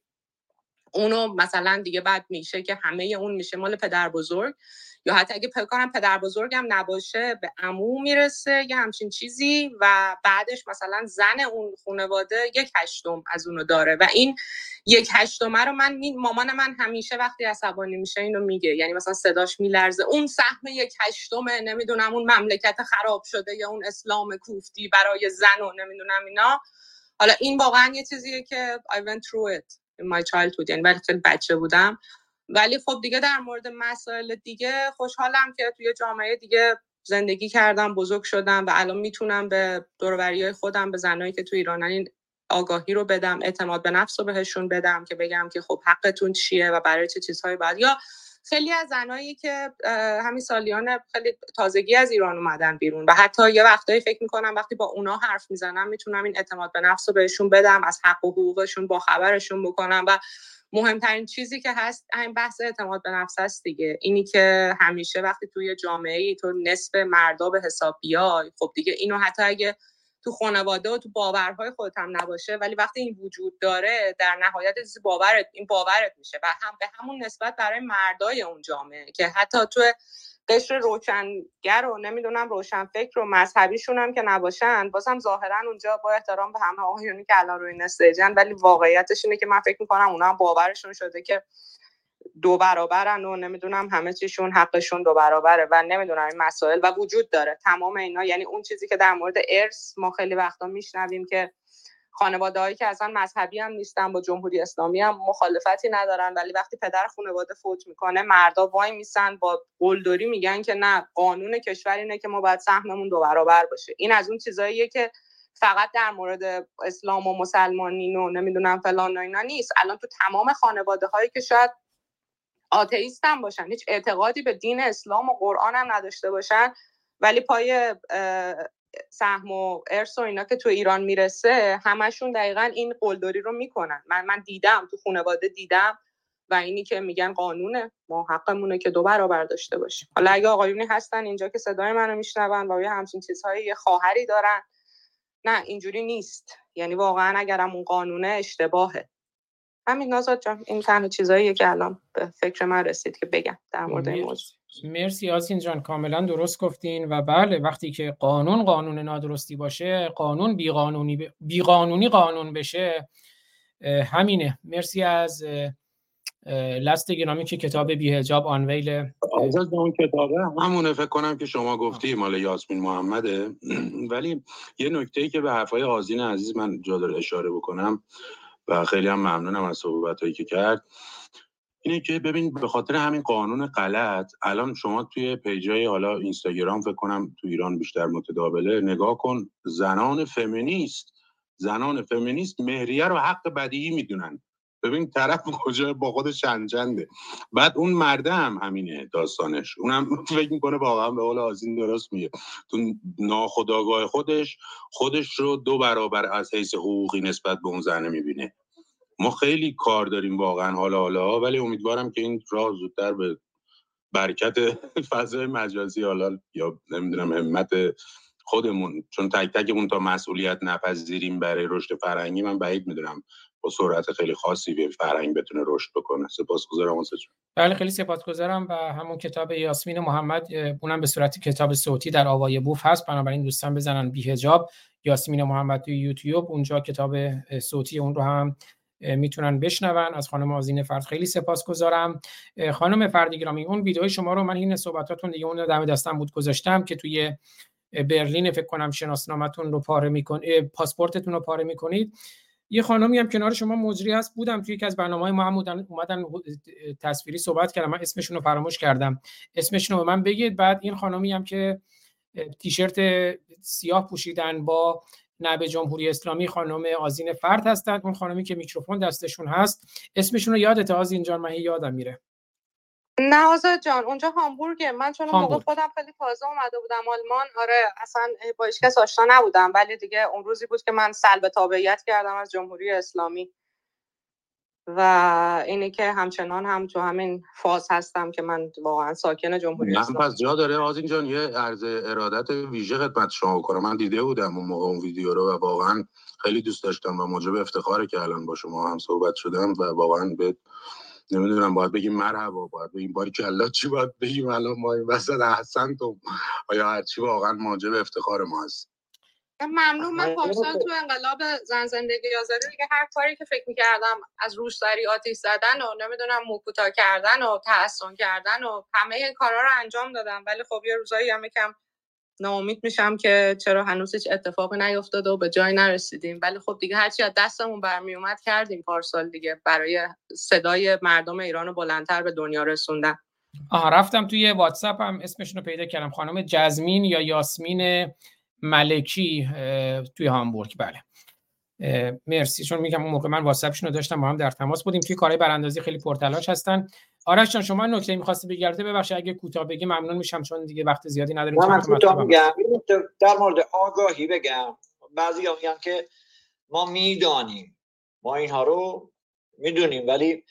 اونو مثلا دیگه بعد میشه که همه اون میشه مال پدر بزرگ، یا حتی اگه فکر کنم پدر بزرگم نباشه به عمو میرسه یه همچین چیزی و بعدش مثلا زن اون خانواده یک هشتم از اونو داره و این یک هشتمه رو من مامان من همیشه وقتی عصبانی میشه اینو میگه، یعنی مثلا صداش میلرزه، اون سهم یک هشتمه نمیدونم اون مملکت خراب شده یا اون اسلام کوفتی برای زن و نمیدونم اینا. حالا این واقعا یه چیزیه که I went through it in my childhood، یعنی وقتی خیلی بچه بودم. ولی خب دیگه در مورد مسائل دیگه خوشحالم که توی جامعه دیگه زندگی کردم، بزرگ شدم و الان میتونم به دور و بریای خودم، به زنایی که تو ایرانن، این آگاهی رو بدم، اعتماد به نفس رو بهشون بدم که بگم که خب حقتون چیه و برای چه چیزهایی باید. یا خیلی از زنایی که همین سالیان خیلی تازگی از ایران اومدن بیرون و حتی یه وقتایی فکر میکنم وقتی با اونا حرف میزنم میتونم این اعتماد به نفس رو بهشون بدم، از حق و حقوقشون با خبرشون بکنم. و مهمترین چیزی که هست همین بحث اعتماد به نفس است دیگه. اینی که همیشه وقتی توی جامعه‌ای تو نصف مردا به حساب بیای، خب دیگه اینو حتی اگه تو خانواده و تو باورهای خودت هم نباشه ولی وقتی این وجود داره در نهایت چیزی باورت این باورت میشه و هم به همون نسبت برای مردای اون جامعه که حتی تو قشر روشنگر و نمیدونم روشنفکر و مذهبیشون هم که نباشن بازم ظاهرا اونجا با احترام به همه آقایونی که الان روی این استیجن، ولی واقعیتش اینه که من فکر میکنم اونا هم باورشون شده که دو برابرن و نمیدونم همه چیشون حقشون دو برابره و نمیدونم این مسائل و وجود داره تمام اینا. یعنی اون چیزی که در مورد ارث ما خیلی وقتا میشنویم که خانواده‌هایی که اصلا مذهبی هم نیستن با جمهوری اسلامی هم مخالفتی ندارن، ولی وقتی پدر خانواده فوت میکنه مردا وای میسن با قلدری میگن که نه قانون کشور اینه که ما باید سهممون دو برابر باشه. این از اون چیزاییه که فقط در مورد اسلام و مسلمانین و نمیدونم فلان و اینا نیست، الان تو تمام خانواده‌هایی که شاید آتئیست هم باشن، هیچ اعتقادی به دین اسلام و قرآن هم نداشته باشن، ولی پای سهم و ارث و اینا که تو ایران میرسه همشون دقیقاً این قلدری رو میکنن. من من دیدم تو خانواده دیدم و اینی که میگن قانونه، ما حقمونه که دو برابر داشته باشیم. حالا اگه آقایونی هستن اینجا که صدای منو میشنون و یه همچین چیزهایی یه خواهری دارن، نه اینجوری نیست، یعنی واقعاً اگرم اون قانونه اشتباهه. همین نازاد جان، این تنها چیزاییه که الان به فکر من رسید که بگم در مورد این موضوع. مرسی یاسین جان، کاملا درست گفتین و بله وقتی که قانون قانون نادرستی باشه، قانون بیقانونی ب... بیقانونی قانون بشه، همینه. مرسی از لست گرامی که کتاب بی‌حجاب آنویل آزاد اون کتابه همونه فکر کنم که شما گفتی مال یاسمین محمده. ولی یه نکته‌ای که به حرفای آذین عزیز من جا داره اشاره بکنم و خیلی هم ممنونم از صحبتایی که کرد، اینه که ببین به خاطر همین قانون غلط الان شما توی پیجای حالا اینستاگرام فکر کنم تو ایران بیشتر متداوله، نگاه کن زنان فمینیست زنان فمینیست مهریه رو حق بدیهی میدونن. ببین طرف کجا با خودش چندچنده. بعد اون مرده هم همینه داستانش، اونم فکر میکنه واقعا به قول آذین درست میگه، تو ناخودآگاه خودش خودش رو دو برابر از حیث حقوقی نسبت به اون زنه میبینه. ما خیلی کار داریم واقعا حالا حالا، ولی امیدوارم که این راه زودتر به برکت فضای مجازی حالا یا نمیدونم همت خودمون، چون تک تکمون تا مسئولیت نپذیریم برای رشد فرهنگی، من بعید میدونم با سرعت خیلی خاصی به فرهنگ بتونه رشد بکنه. سپاسگزارم واسه چون. بله خیلی سپاسگزارم. و همون کتاب یاسمین محمد اونم به صورت کتاب صوتی در آوای بوف هست، بنابراین دوستان بزنن بی‌حجاب یاسمین محمد تو یوتیوب، اونجا کتاب صوتی اون رو هم میتونن بشنون. از خانم آذین فرد خیلی سپاسگزارم. خانم فرد گرامی، اون ویدیوی شما رو من این صحبتاتون دیگه اون دم دستم بود گذاشتم که توی برلین فکر کنم شناسنامه‌تون رو پاره میکنید، پاسپورتتون رو پاره میکنید. یه خانمی هم کنار شما مجری هست، بودم توی یکی از برنامه‌های ما هم اومدن تصویری صحبت کردم، من اسمشون رو فراموش کردم، اسمشون رو به من بگید. بعد این خانمی هم که تیشرت سیاه پوشیدن با نعب جمهوری اسلامی، خانم آذین فرد هستند. اون خانمی که میکروفون دستشون هست اسمشون رو یادته آذین جان؟ من یادم میره. نه آزاد جان، اونجا هامبورگه. من چون اون موقع خودم خیلی تازه اومده بودم آلمان، آره اصلا با هیچ کس آشنا نبودم، ولی دیگه اون روزی بود که من سلب تابعیت کردم از جمهوری اسلامی و اینی که همچنان هم تو همین فاز هستم که من واقعا ساکن جمهوری من اسلامی. پس جا داره آذین جان یه عرض ارادت ویژه خدمت شما کنم. من دیده بودم اون موقع اون ویدیو رو و واقعا خیلی دوست داشتم و موجب افتخاره که الان با شما هم صحبت شدم و واقعا به نمیدونم باید بگیم مرحبا، باید بگیم باریکلا، چی باید بگیم الان ما این وسط احسنتم آیا هرچی واقعا موجب افتخار ما هست. ممنون. من پارسال تو انقلاب زن زندگی آزادی دیگه هر کاری که فکر می‌کردم از روسری آتش زدن و نمیدونم موکوتا کردن و تحسن کردن و همه این کارا رو انجام دادم، ولی خب یه روزایی هم یکم ناامید میشم که چرا هنوز هیچ اتفاقی نیفتاده و به جای نرسیدیم، ولی خب دیگه هرچی از دستمون برمی اومد کردیم پارسال دیگه برای صدای مردم ایران رو بلندتر به دنیا رسوندن. آها رفتم توی واتساپ هم اسمشون رو پیدا کردم، خانم جزمین یا یاسمین ملکی توی هامبورگ. بله مرسی، چون میگم اون موقع من واتساپشون رو داشتم، با هم در تماس بودیم، توی کارهای براندازی خیلی پرتلاش هستن. آرش جان شما نکته می‌خواستی بگی؟ ببخشید اگه کوتاه بگی ممنون میشم، چون دیگه وقت زیادی نداریم. من کوتاه میگم در مورد آگاهی بگم. بعضیا میگن که ما میدانیم، ما اینها رو میدونیم ولی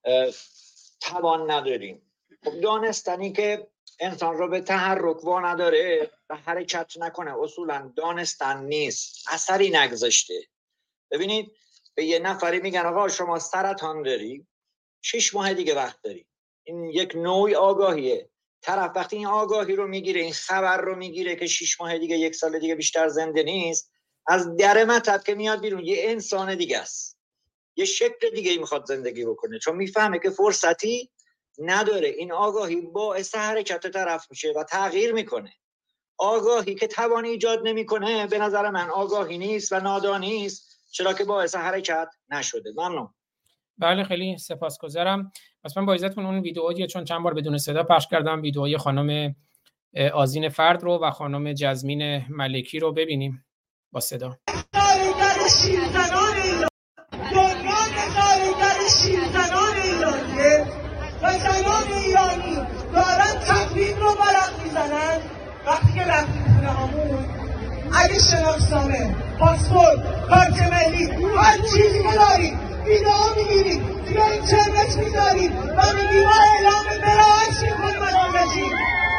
توان نداریم. خب دانستنی که انسان رو به تحرک وا نداره و حرکت نکنه اصولا دانستن نیست، اثری نگذاشته. ببینید به یه نفری میگن آقا شما سرطان داری، شش ماه دیگه وقت داری. این یک نوع آگاهیه. طرف وقتی این آگاهی رو میگیره، این خبر رو میگیره که شش ماه دیگه، یک سال دیگه بیشتر زنده نیست، از در مطب که میاد بیرون یه انسان دیگه است، یه شکل دیگه ای میخواد زندگی بکنه، چون میفهمه که فرصتی نداره. این آگاهی باعث حرکت طرف میشه و تغییر میکنه. آگاهی که توان ایجاد نمیکنه به نظر من آگاهی نیست و نادانی است، چرا که باعث حرکت نشده. ممنون. بله خیلی سپاسگزارم. پس من با اجازهتون اون ویدئویی چون چند بار بدون صدا پخش کردم، ویدئوی خانم آذین فرد رو و خانم جزمین ملکی رو ببینیم با صدا. کارگر شیرزنان ایران، بنیان کارگر شیرزنان ایرانیه و زنان ایرانی دارن تقویم رو برق میزنن. وقتی که رفتیم خونه هامون اگه شناسنامه، پاسپورت، کارت ملی، هر چیزی که دارید ویدئو میگیرید توی اینترنت میذارید و میگید ما اعلام براعت میکنیم از این رژیم.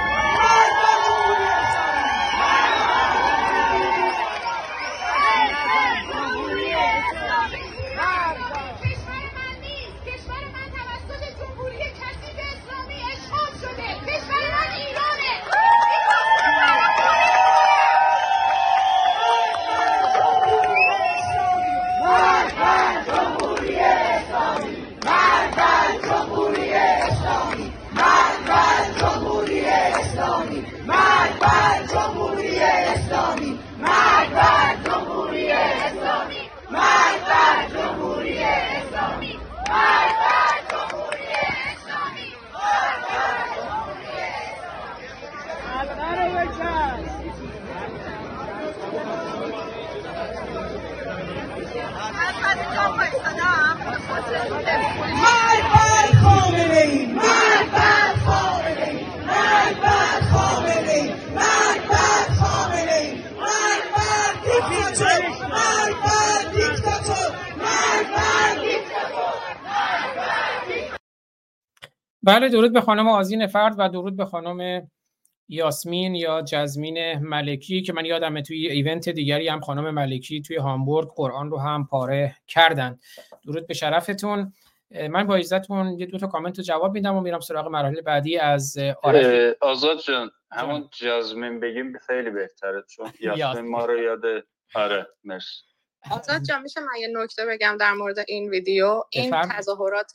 بله درود به خانم آذین فرد و درود به خانم یاسمین یا جزمین ملکی که من یادمه توی ایونت دیگری هم خانم ملکی توی هامبورگ قرآن رو هم پاره کردن. درود به شرفتون. من با اجازهتون یه دو تا کامنت رو جواب میدم و میرم سراغ مراحل بعدی از آرش. آزاد جان همون جزمین بگیم خیلی بهتره چون یاسمین ما رو یاد. آره مرسی. آزاد جان میشه من یه نکته بگم در مورد این ویدیو؟ این تظاهرات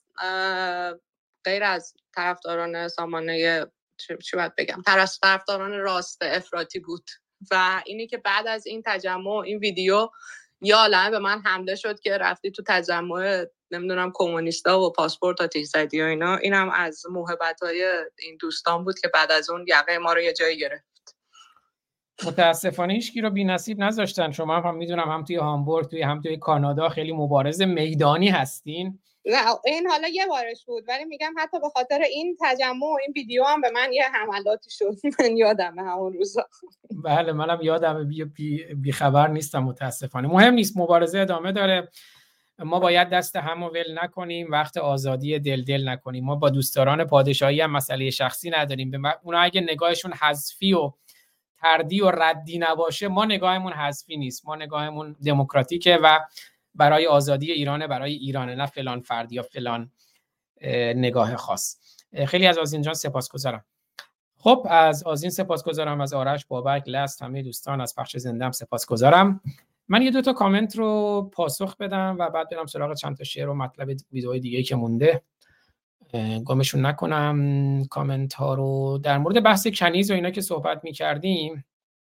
غیر از طرفداران سامانه چی باید بگم طرفداران راست افراطی بود و اینی که بعد از این تجمع این ویدیو یا عالمه به من حمله شد که رفتی تو تجمع نمیدونم کمونیستا و پاسپورت آتش زدی و اینا. اینم از موهبت‌های این دوستان بود که بعد از اون یقه ما رو یه جایی گرفت. متاسفانه هیچکی رو بی‌نصیب نذاشتن. شما هم, هم میدونم هم توی هامبورگ توی هم توی کانادا خیلی مبارز میدانی هستین. نه این حالا یه بارش بود ولی میگم حتی به خاطر این تجمع و این ویدیو هم به من یه حملاتی شد. من یادمه همون روزا. بله منم یادمه، بی, بی, بی خبر نیستم متاسفانه. مهم نیست، مبارزه ادامه داره ما باید دست همو ول نکنیم، وقت آزادی دل دل نکنیم. ما با دوستداران پادشاهی هم مسئله شخصی نداریم. به اونا اگه نگاهشون حذفی و تردی و ردی نباشه، ما نگاهمون حذفی نیست، ما نگاهمون دموکراتیکه و برای آزادی ایرانه، برای ایرانه، نه فلان فرد یا فلان نگاه خاص. خیلی از آذین جان سپاسگزارم. خب از آذین سپاسگزارم، از آرش، بابک، لست، همه دوستان از پخش زنده‌ام سپاسگزارم. من یه دو تا کامنت رو پاسخ بدم و بعد برم سراغ چند تا شعر و مطلب ویدئوی دیگه که مونده، گمشون نکنم کامنت ها رو. در مورد بحث کنیز و اینا که صحبت می‌کردیم،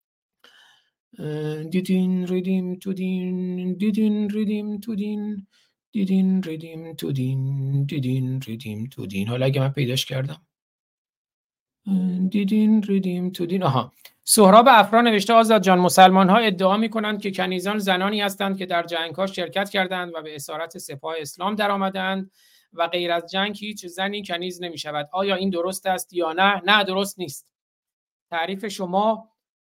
دیدین ریدیم تو دین، دیدین ریدیم تو دین، دیدین ریدیم تو دین، دیدین ریدیم تو دین. حالا اگه من پیداش کردم، دیدین ریدیم تو دین. آها، سهراب افرا نوشته آزاد جان، مسلمان ها ادعا می کنند که کنیزان زنانی هستند که در جنگ ها شرکت کردند و به اسارت سپاه اسلام در آمدند و غیر از جنگ هیچ زنی کنیز نمی شود. آیا این درست است یا نه؟ نه، درست نیست. تعریف شما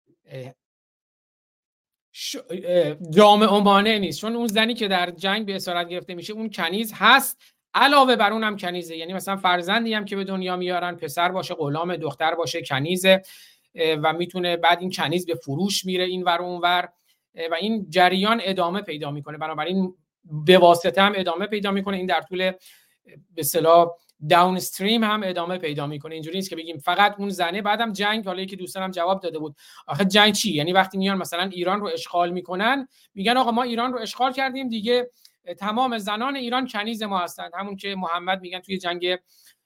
ش... جامع مانع نیست، چون اون زنی که در جنگ به اسارت گرفته میشه اون کنیز هست، علاوه بر اونم کنیزه. یعنی مثلا فرزندی هم که به دنیا میارن، پسر باشه غلام، دختر باشه کنیزه و میتونه بعد این کنیز به فروش میره این ور اون ور و این جریان ادامه پیدا میکنه. بنابراین به واسطه هم ادامه پیدا میکنه، این در طول به اصطلاح داون استریم هم ادامه پیدا میکنه. اینجوری نیست که بگیم فقط اون زنه بعدم جنگ. حالا که دوستانم جواب داده بود آخه جنگ چی؟ یعنی وقتی میان مثلا ایران رو اشغال میکنن، میگن آقا ما ایران رو اشغال کردیم دیگه، تمام زنان ایران کنیز ما هستند. همون که محمد میگن توی جنگ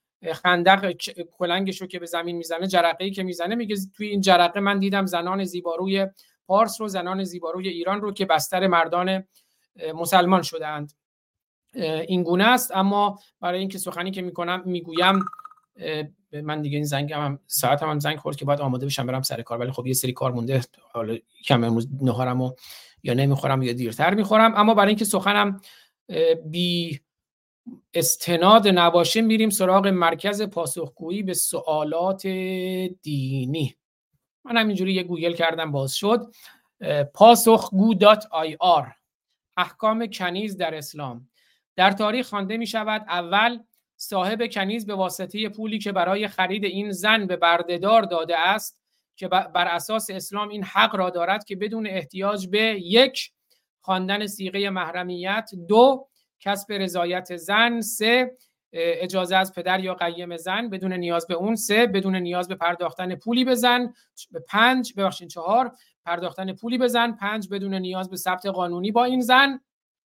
خندق کلنگشو که به زمین میزنه، جرقه‌ای که میزنه، میگه توی این جرقه من دیدم زنان زیباروی پارس رو، زنان زیباروی ایران رو که بستر مردان مسلمان شدند. این گونه است. اما برای اینکه سخنی که میکنم میگویم، من دیگه این زنگم هم ساعتم هم زنگ خورد که باید آماده بشم برم سر کار، ولی خب یه سری کار مونده، حالا کم امروز نهارمو یا نمیخورم یا دیرتر میخورم. اما برای اینکه سخنم بی استناد نباشه، میریم سراغ مرکز پاسخگویی به سوالات دینی. من همینجوری یه گوگل کردم باز شد، پاسخگو دات آی آر. احکام کنیز در اسلام. در تاریخ خوانده می شود اول صاحب کنیز به واسطه پولی که برای خرید این زن به بردهدار داده است که بر اساس اسلام این حق را دارد که بدون احتیاج به یک، خواندن صیغه محرمیت، دو، کسب رضایت زن، سه، اجازه از پدر یا قیم زن بدون نیاز به اون، سه، بدون نیاز به پرداختن پولی به زن، پنج، ببخشید چهار، پرداختن پولی به زن، پنج، بدون نیاز به ثبت قانونی با این زن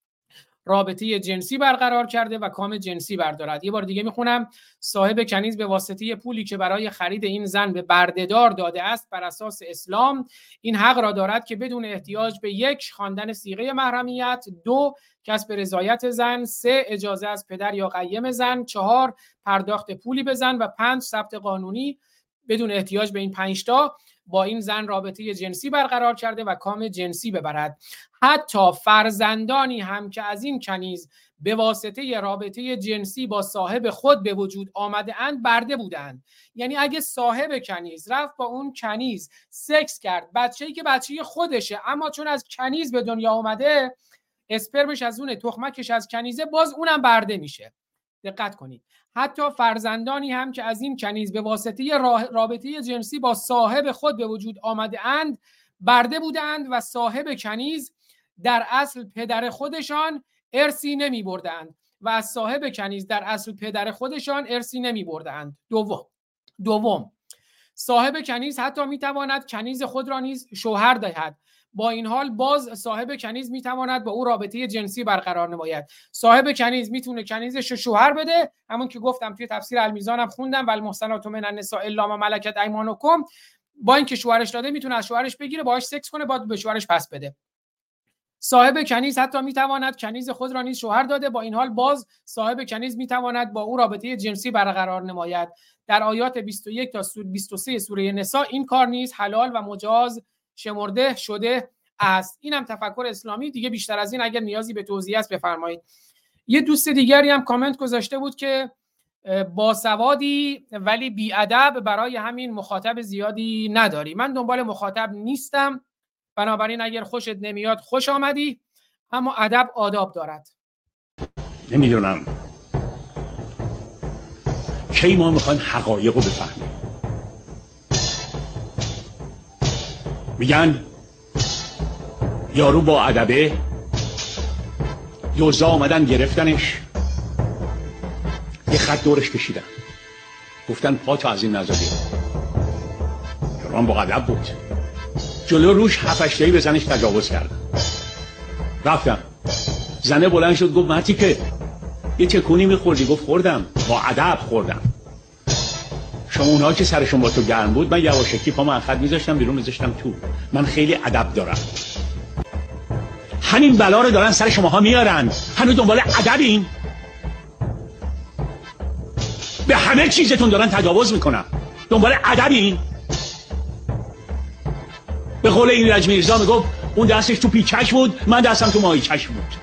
رابطه جنسی برقرار کرده و کام جنسی بردارد. یه بار دیگه میخونم، صاحب کنیز به واسطه پولی که برای خرید این زن به بردهدار داده است بر اساس اسلام این حق را دارد که بدون احتیاج به یک، خواندن صیغه محرمیت، دو، کسب رضایت زن، سه، اجازه از پدر یا قیم زن، چهار، پرداخت پولی به زن و پنج، ثبت قانونی بدون احتیاج به این پنج تا با این زن رابطه جنسی برقرار کرده و کام جنسی ببرد. حتی فرزندانی هم که از این کنیز به واسطه رابطه جنسی با صاحب خود به وجود آمده اند برده بودند. یعنی اگه صاحب کنیز رفت با اون کنیز سکس کرد، بچه‌ای که بچه خودشه اما چون از کنیز به دنیا آمده، اسپرمش از اونه، تخمکش از کنیزه، باز اونم برده میشه. دقت کنید. حتی فرزندانی هم که از این کنیز به واسطه رابطه جنسی با صاحب خود به وجود آمده اند برده بودند و صاحب کنیز در اصل پدر خودشان ارثی نمی بردند و از صاحب کنیز در اصل پدر خودشان ارثی نمی بردند. دوم دوم صاحب کنیز حتی می تواند کنیز خود را نیز شوهر دهد. با این حال باز صاحب کنیز میتواند با او رابطه جنسی برقرار نماید. صاحب کنیز میتونه کنیزش رو شوهر بده، همون که گفتم توی تفسیر المیزانم خوندم، والمحصنات من النساء الا ما ملکت ایمانکم، با اینکه شوهرش داده میتونه از شوهرش بگیره، باهاش سکس کنه، بعد به شوهرش پس بده. صاحب کنیز حتی میتواند کنیز خود را نیز شوهر داده، با این حال باز صاحب کنیز میتواند با او رابطه جنسی برقرار نماید. در آیات بیست و یک تا بیست و سه سوره نساء این کار نیز حلال و مجاز شمرده شده است. اینم تفکر اسلامی دیگه. بیشتر از این اگر نیازی به توضیح است بفرمایید. یه دوست دیگری هم کامنت گذاشته بود که باسوادی ولی بیادب، برای همین مخاطب زیادی نداری. من دنبال مخاطب نیستم، بنابراین اگر خوشت نمیاد خوش آمدی، اما ادب آداب دارد. نمیدونم کی ما میخوایم حقایق رو بفهمیم. میگن یارو با ادبه، یوزا آمدن گرفتنش، یه خط دورش کشیدن، گفتن پاتو از این نزدی. یارو با ادب بود، جلو روش هفتشتهی به زنش تجاوز کرد. رفتم، زنه بلند شد گفت مرتی که یه تکونی میخوردی؟ گفت خوردم، با ادب خوردم. شما اونها که سرشون با تو گرم بود، من یواشکی پامو از خط میذاشتم بیرون میذاشتم تو. من خیلی ادب دارم. همین بلا رو دارن سر شماها میارن، هنوز دنبال ادبین؟ به همه چیزتون دارن تجاوز میکنن، دنبال ادبین؟ به قول این رج میرزا میگفت اون دستش تو پیچش بود، من دستم تو ماهیچش بود.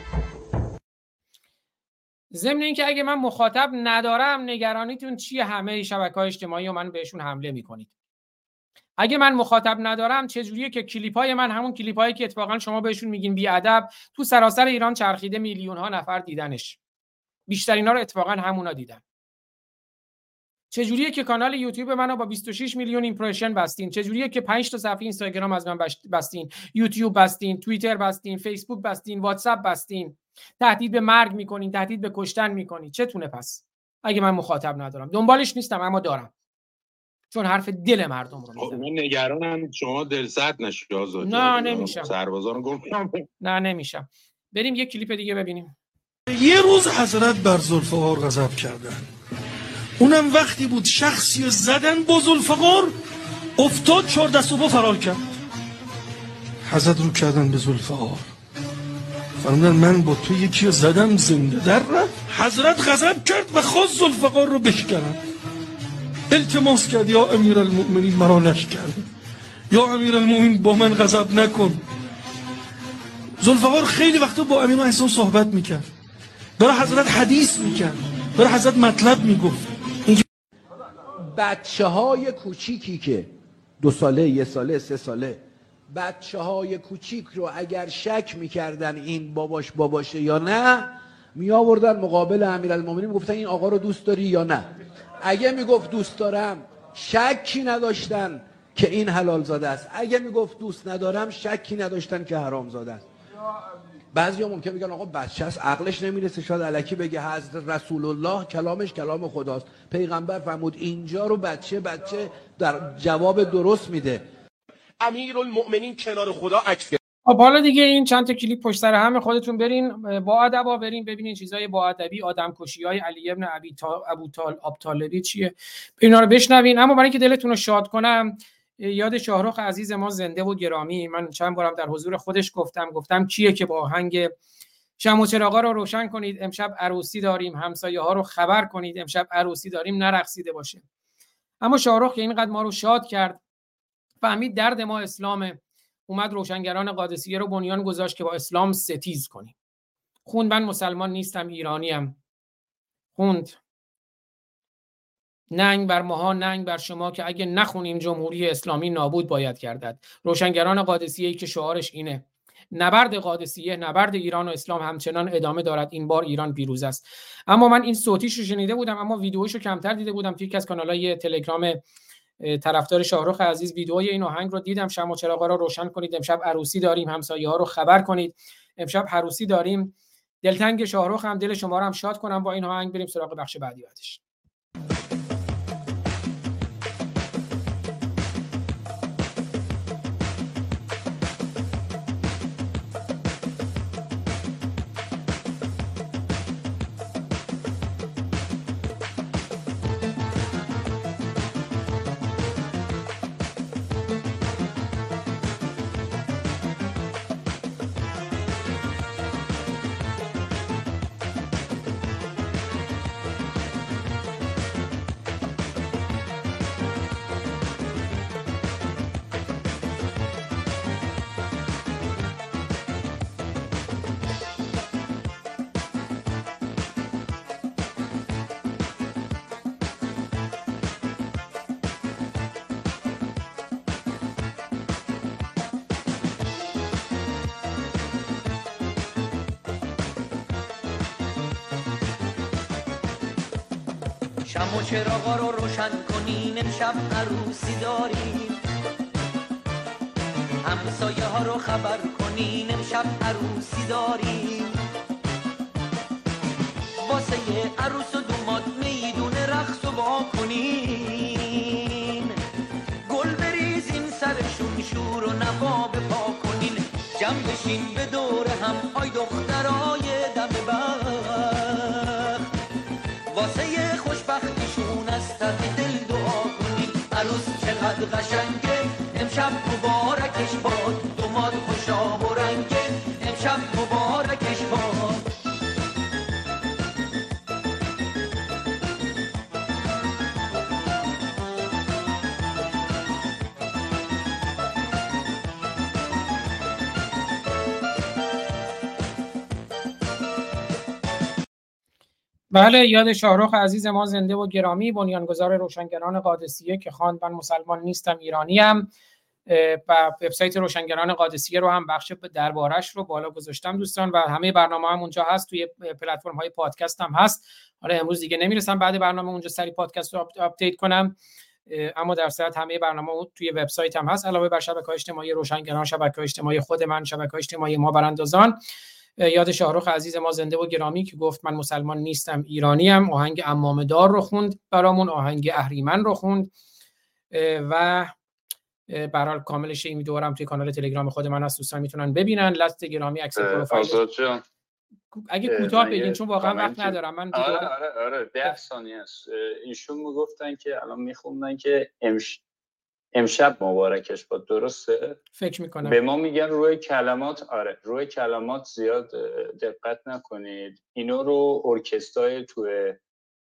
ضمن اینکه اگه من مخاطب ندارم نگرانیتون چیه؟ همه شبکه‌های اجتماعی و من بهشون حمله میکنید. اگه من مخاطب ندارم چجوریه که کلیپای من، همون کلیپایی که اتفاقا شما بهشون میگین بی ادب، تو سراسر ایران چرخیده، میلیون ها نفر دیدنش، بیشترینا رو اتفاقا همونا دیدن. چجوریه که کانال یوتیوب منو با بیست و شش میلیون ایمپرشن بستین؟ چجوریه که پنج تا صفحه اینستاگرام از من بستین، یوتیوب بستین، توییتر بستین، فیسبوک بستین، واتساپ بستین، تهدید به مرگ میکنین، تهدید به کشتن میکنین؟ چتونه پس اگه من مخاطب ندارم؟ دنبالش نیستم اما دارم، چون حرف دل مردم رو میزنم. من نگرانم شما دلسرد نشی آزاد. نه نمیشم، سربازان گفتم نه نمیشم. بریم یه کلیپ دیگه ببینیم. یه روز حضرت بر ذوالفقار غضب کردن، اونم وقتی بود شخصی زدن با ذوالفقار، افتاد چهار دست و پا فرار کرد. حضرت رو کردن به ذوالفقار، فرمودن من با تو یکی زدم زنده در رفت. حضرت غضب کرد و خواست ذوالفقار رو بشکنن. التماس کرد یا امیرالمؤمنین مرا نشکن، یا امیرالمؤمنین با من غضب نکن. ذوالفقار خیلی وقتا با امیر احسان صحبت میکرد، برای حضرت حدیث میکرد، برای حضرت مطلب میگفت. بچه های کوچیکی که دو ساله، یه ساله، سه ساله، بچه های کوچیک رو اگر شک میکردن این باباش باباشه یا نه، می آوردن مقابل امیرالمومنین میگفتن این آقا رو دوست داری یا نه. اگه میگفت دوست دارم، شکی نداشتن که این حلال زاده است. اگه میگفت دوست ندارم، شکی نداشتن که حرام زاده است. بعضیا ممکن میگن آقا بچه است، عقلش نمیرسه، شاید الکی بگه. حضرت رسول الله کلامش کلام خداست. پیغمبر فرمود اینجا رو بچه بچه در جواب درست میده. امیرالمؤمنین کنار خدا عکس. خب حالا دیگه این چند تا کلیپ پشت سر هم خودتون برین با ادبا برین ببینین چیزای با ادبی، آدمکشی‌های علی ابن ابی طالب چیه، اینا رو بشنوین. اما برای اینکه دلتون رو شاد کنم، یاد شاهرخ عزیز ما زنده و گرامی، من چند بارم در حضور خودش گفتم گفتم کیه که با آهنگ شمع و چراغا رو روشن کنید، امشب عروسی داریم، همسایه ها رو خبر کنید امشب عروسی داریم، نرقصیده باشه. اما شاهرخ که اینقدر ما رو شاد کرد، فهمید درد ما اسلامه، اومد روشنگران قادسیه رو بنیان گذاشت که با اسلام ستیز کنیم. خوند من مسلمان نیستم ایرانیم، خوند ننگ بر ماها ننگ بر شما که اگه نخونیم جمهوری اسلامی نابود باید گردد. روشنگران قادسیه‌ای که شعارش اینه نبرد قادسیه، نبرد ایران و اسلام همچنان ادامه دارد، این بار ایران پیروز است. اما من این صوتیش رو شنیده بودم، اما ویدیوشو کمتر دیده بودم. توی یکی از کانال‌های تلگرام طرفدار شاهرخ عزیز ویدیوی این آهنگ رو دیدم. شمع و چراغا رو روشن کنید، امشب عروسی داریم، همسایه‌ها رو خبر کنید، امشب عروسی داریم. دلتنگ شاهرخ هم، دل شما رو هم شاد کنم با این آهنگ. بریم سراغ بخش بعدی بعدش. شمع و چراغا رو روشن کنین، امشب عروسی داریم. همسایه ها رو خبر کنین، امشب عروسی داریم. واسه عروس و دوماد میدون رقص و با کنین، گل بریزین سرشون، شور و نوا بپا کنین. جمع بشین به دور هم، آی دخترای دم بخت، واسه خوشبختیشون از ته دل دعا کنین. عروس چقدر قشنگه، امشب مبارکش باد. دوماد خوشا و رنگه، امشب مبارکش باد. بله، یاد شاهرخ عزیز ما زنده و گرامی، بنیانگذار روشنگران قادسیه که خواند من مسلمان نیستم ایرانیم. و وبسایت روشنگران قادسیه رو هم بخش دربارش رو بالا گذاشتم دوستان، و همه برنامه هم اونجا هست، توی پلتفرم های پادکست هم هست. حالا امروز دیگه نمیرسم بعد برنامه اونجا سری پادکست رو آپدیت کنم، اما در صورت همه برنامه توی وبسایت هم هست، علاوه بر شبکه‌های اجتماعی روشنگران، شبکه‌های اجتماعی خود من، شبکه‌های اجتماعی ما براندازان. یاد شاهرخ عزیز ما زنده و گرامی که گفت من مسلمان نیستم ایرانیم، آهنگ عمامه دار رو خوند برامون، آهنگ اهریمن رو خوند. و به هر حال کاملش این ویدیو رو هم توی کانال تلگرام خود من هست، دوستان میتونن ببینن. لست گرامی عکس پروفایل اگه کوتاه بگین چون واقعا وقت ندارم من. آره آره آره ده ثانیه است. ایشون میگفتن که الان میخوندن که امش... امشب مبارکش باد، درسته؟ فکر میکنم به ما میگن روی کلمات، آره روی کلمات زیاد دقت نکنید. اینو رو ارکسترای توی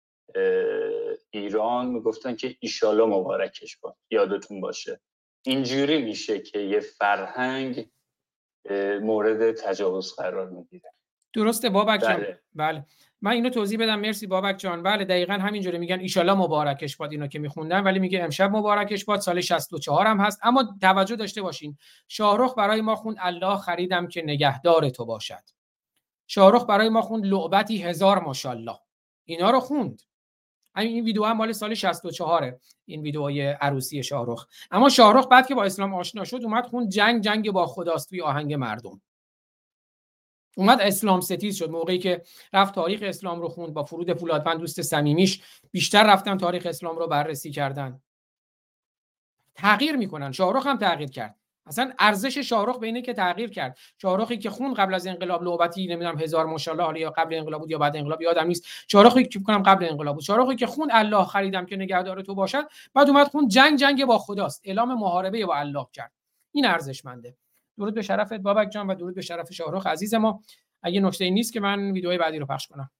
ایران میگفتن که ایشالا مبارکش باد، یادتون باشه. اینجوری میشه که یه فرهنگ مورد تجاوز قرار میگیره. درسته بابک جان. بله. بله من اینو توضیح بدم، مرسی بابک جان. بله دقیقاً همینجوری میگن ایشالا مبارکش باد اینو که میخوندن، ولی میگه امشب مبارکش باد. سال شصت و چهار هم هست، اما توجه داشته باشین شاهرخ برای ما خوند الله خریدم که نگهدار تو باشد. شاهرخ برای ما خوند لعبتی هزار ماشاءالله، اینا رو خوند. این ویدیو هم مال سال شصت و چهار، این ویدیوهای عروسی شاهرخ. اما شاهرخ بعد که با اسلام آشنا شد اومد خوند جنگ جنگ با خداست توی آهنگ مردم. اومد اسلام ستیز شد. موقعی که رفت تاریخ اسلام رو خوند با فرود فولادوند دوست صمیمیش، بیشتر رفتن تاریخ اسلام رو بررسی کردن. تغییر میکنن. شاهرخ هم تغییر کرد. اصلا ارزش شاهرخ به اینه که تغییر کرد. شاهرخی که خون قبل از انقلاب لعبتی نمیدونم هزار ماشاءالله، حالا یا قبل انقلاب بود یا بعد انقلاب یادم نیست، شاهرخی که میگم قبل انقلاب بود، شاهرخی که خون الله خریدم که نگهدار تو باشد، بعد اومد خون جنگ جنگ با خداست، اعلام محاربه با الله کرد. این ارزشمنده. درود به شرفت بابک جان و درود به شرف شاهرخ عزیز ما. اگه نکته‌ای نیست که من ویدیوهای بعدی رو پخش کنم.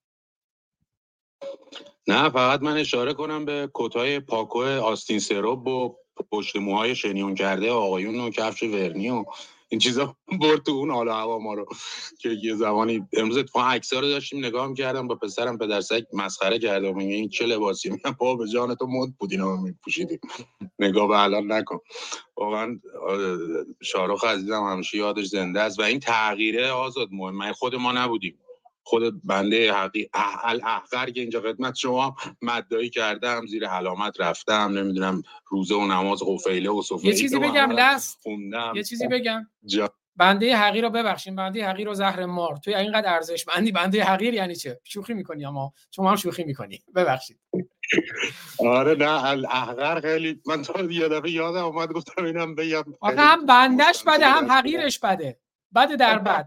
نه فقط من اشاره کنم به کتای پاکو آستین سروب و پشت موهای شنیون کرده آقایون و کفش ورنی و این چیزا برد تو اون حال هوا ما رو که یه زمانی امروز اتفاقا عکس‌ها رو داشتیم نگاه می‌کردم با پسرم، پدرسگ مسخره کرد و میگه این چه لباسی؟ میگم بابا به جان تو مد بود اینا میپوشیدیم، نگاه به الان نکن. واقعا شاهرخ عزیزم همیشه یادش زنده است و این تغییره آزاد مهمه. خود ما نبودیم، خود بنده حقی الاحقر که اینجا خدمت شما مدعی کردم، زیر علامت رفتم، نمیدونم روزه و نماز قفیله و سفیده یه چیزی بگم لست خوندم. یه چیزی بگم جا. بنده حقیر رو ببخشید، بنده حقیر رو زهر مار توی اینقدر ارزشمندی. بنده حقیر یعنی چه؟ شوخی میکنی اما شما هم شوخی میکنی، ببخشید. آره نه الاحقر خیلی من تو یه دفعه یادم اومد گفتم اینم بگم. آخه هم بندش بده هم حقیرش بده، بده در بد.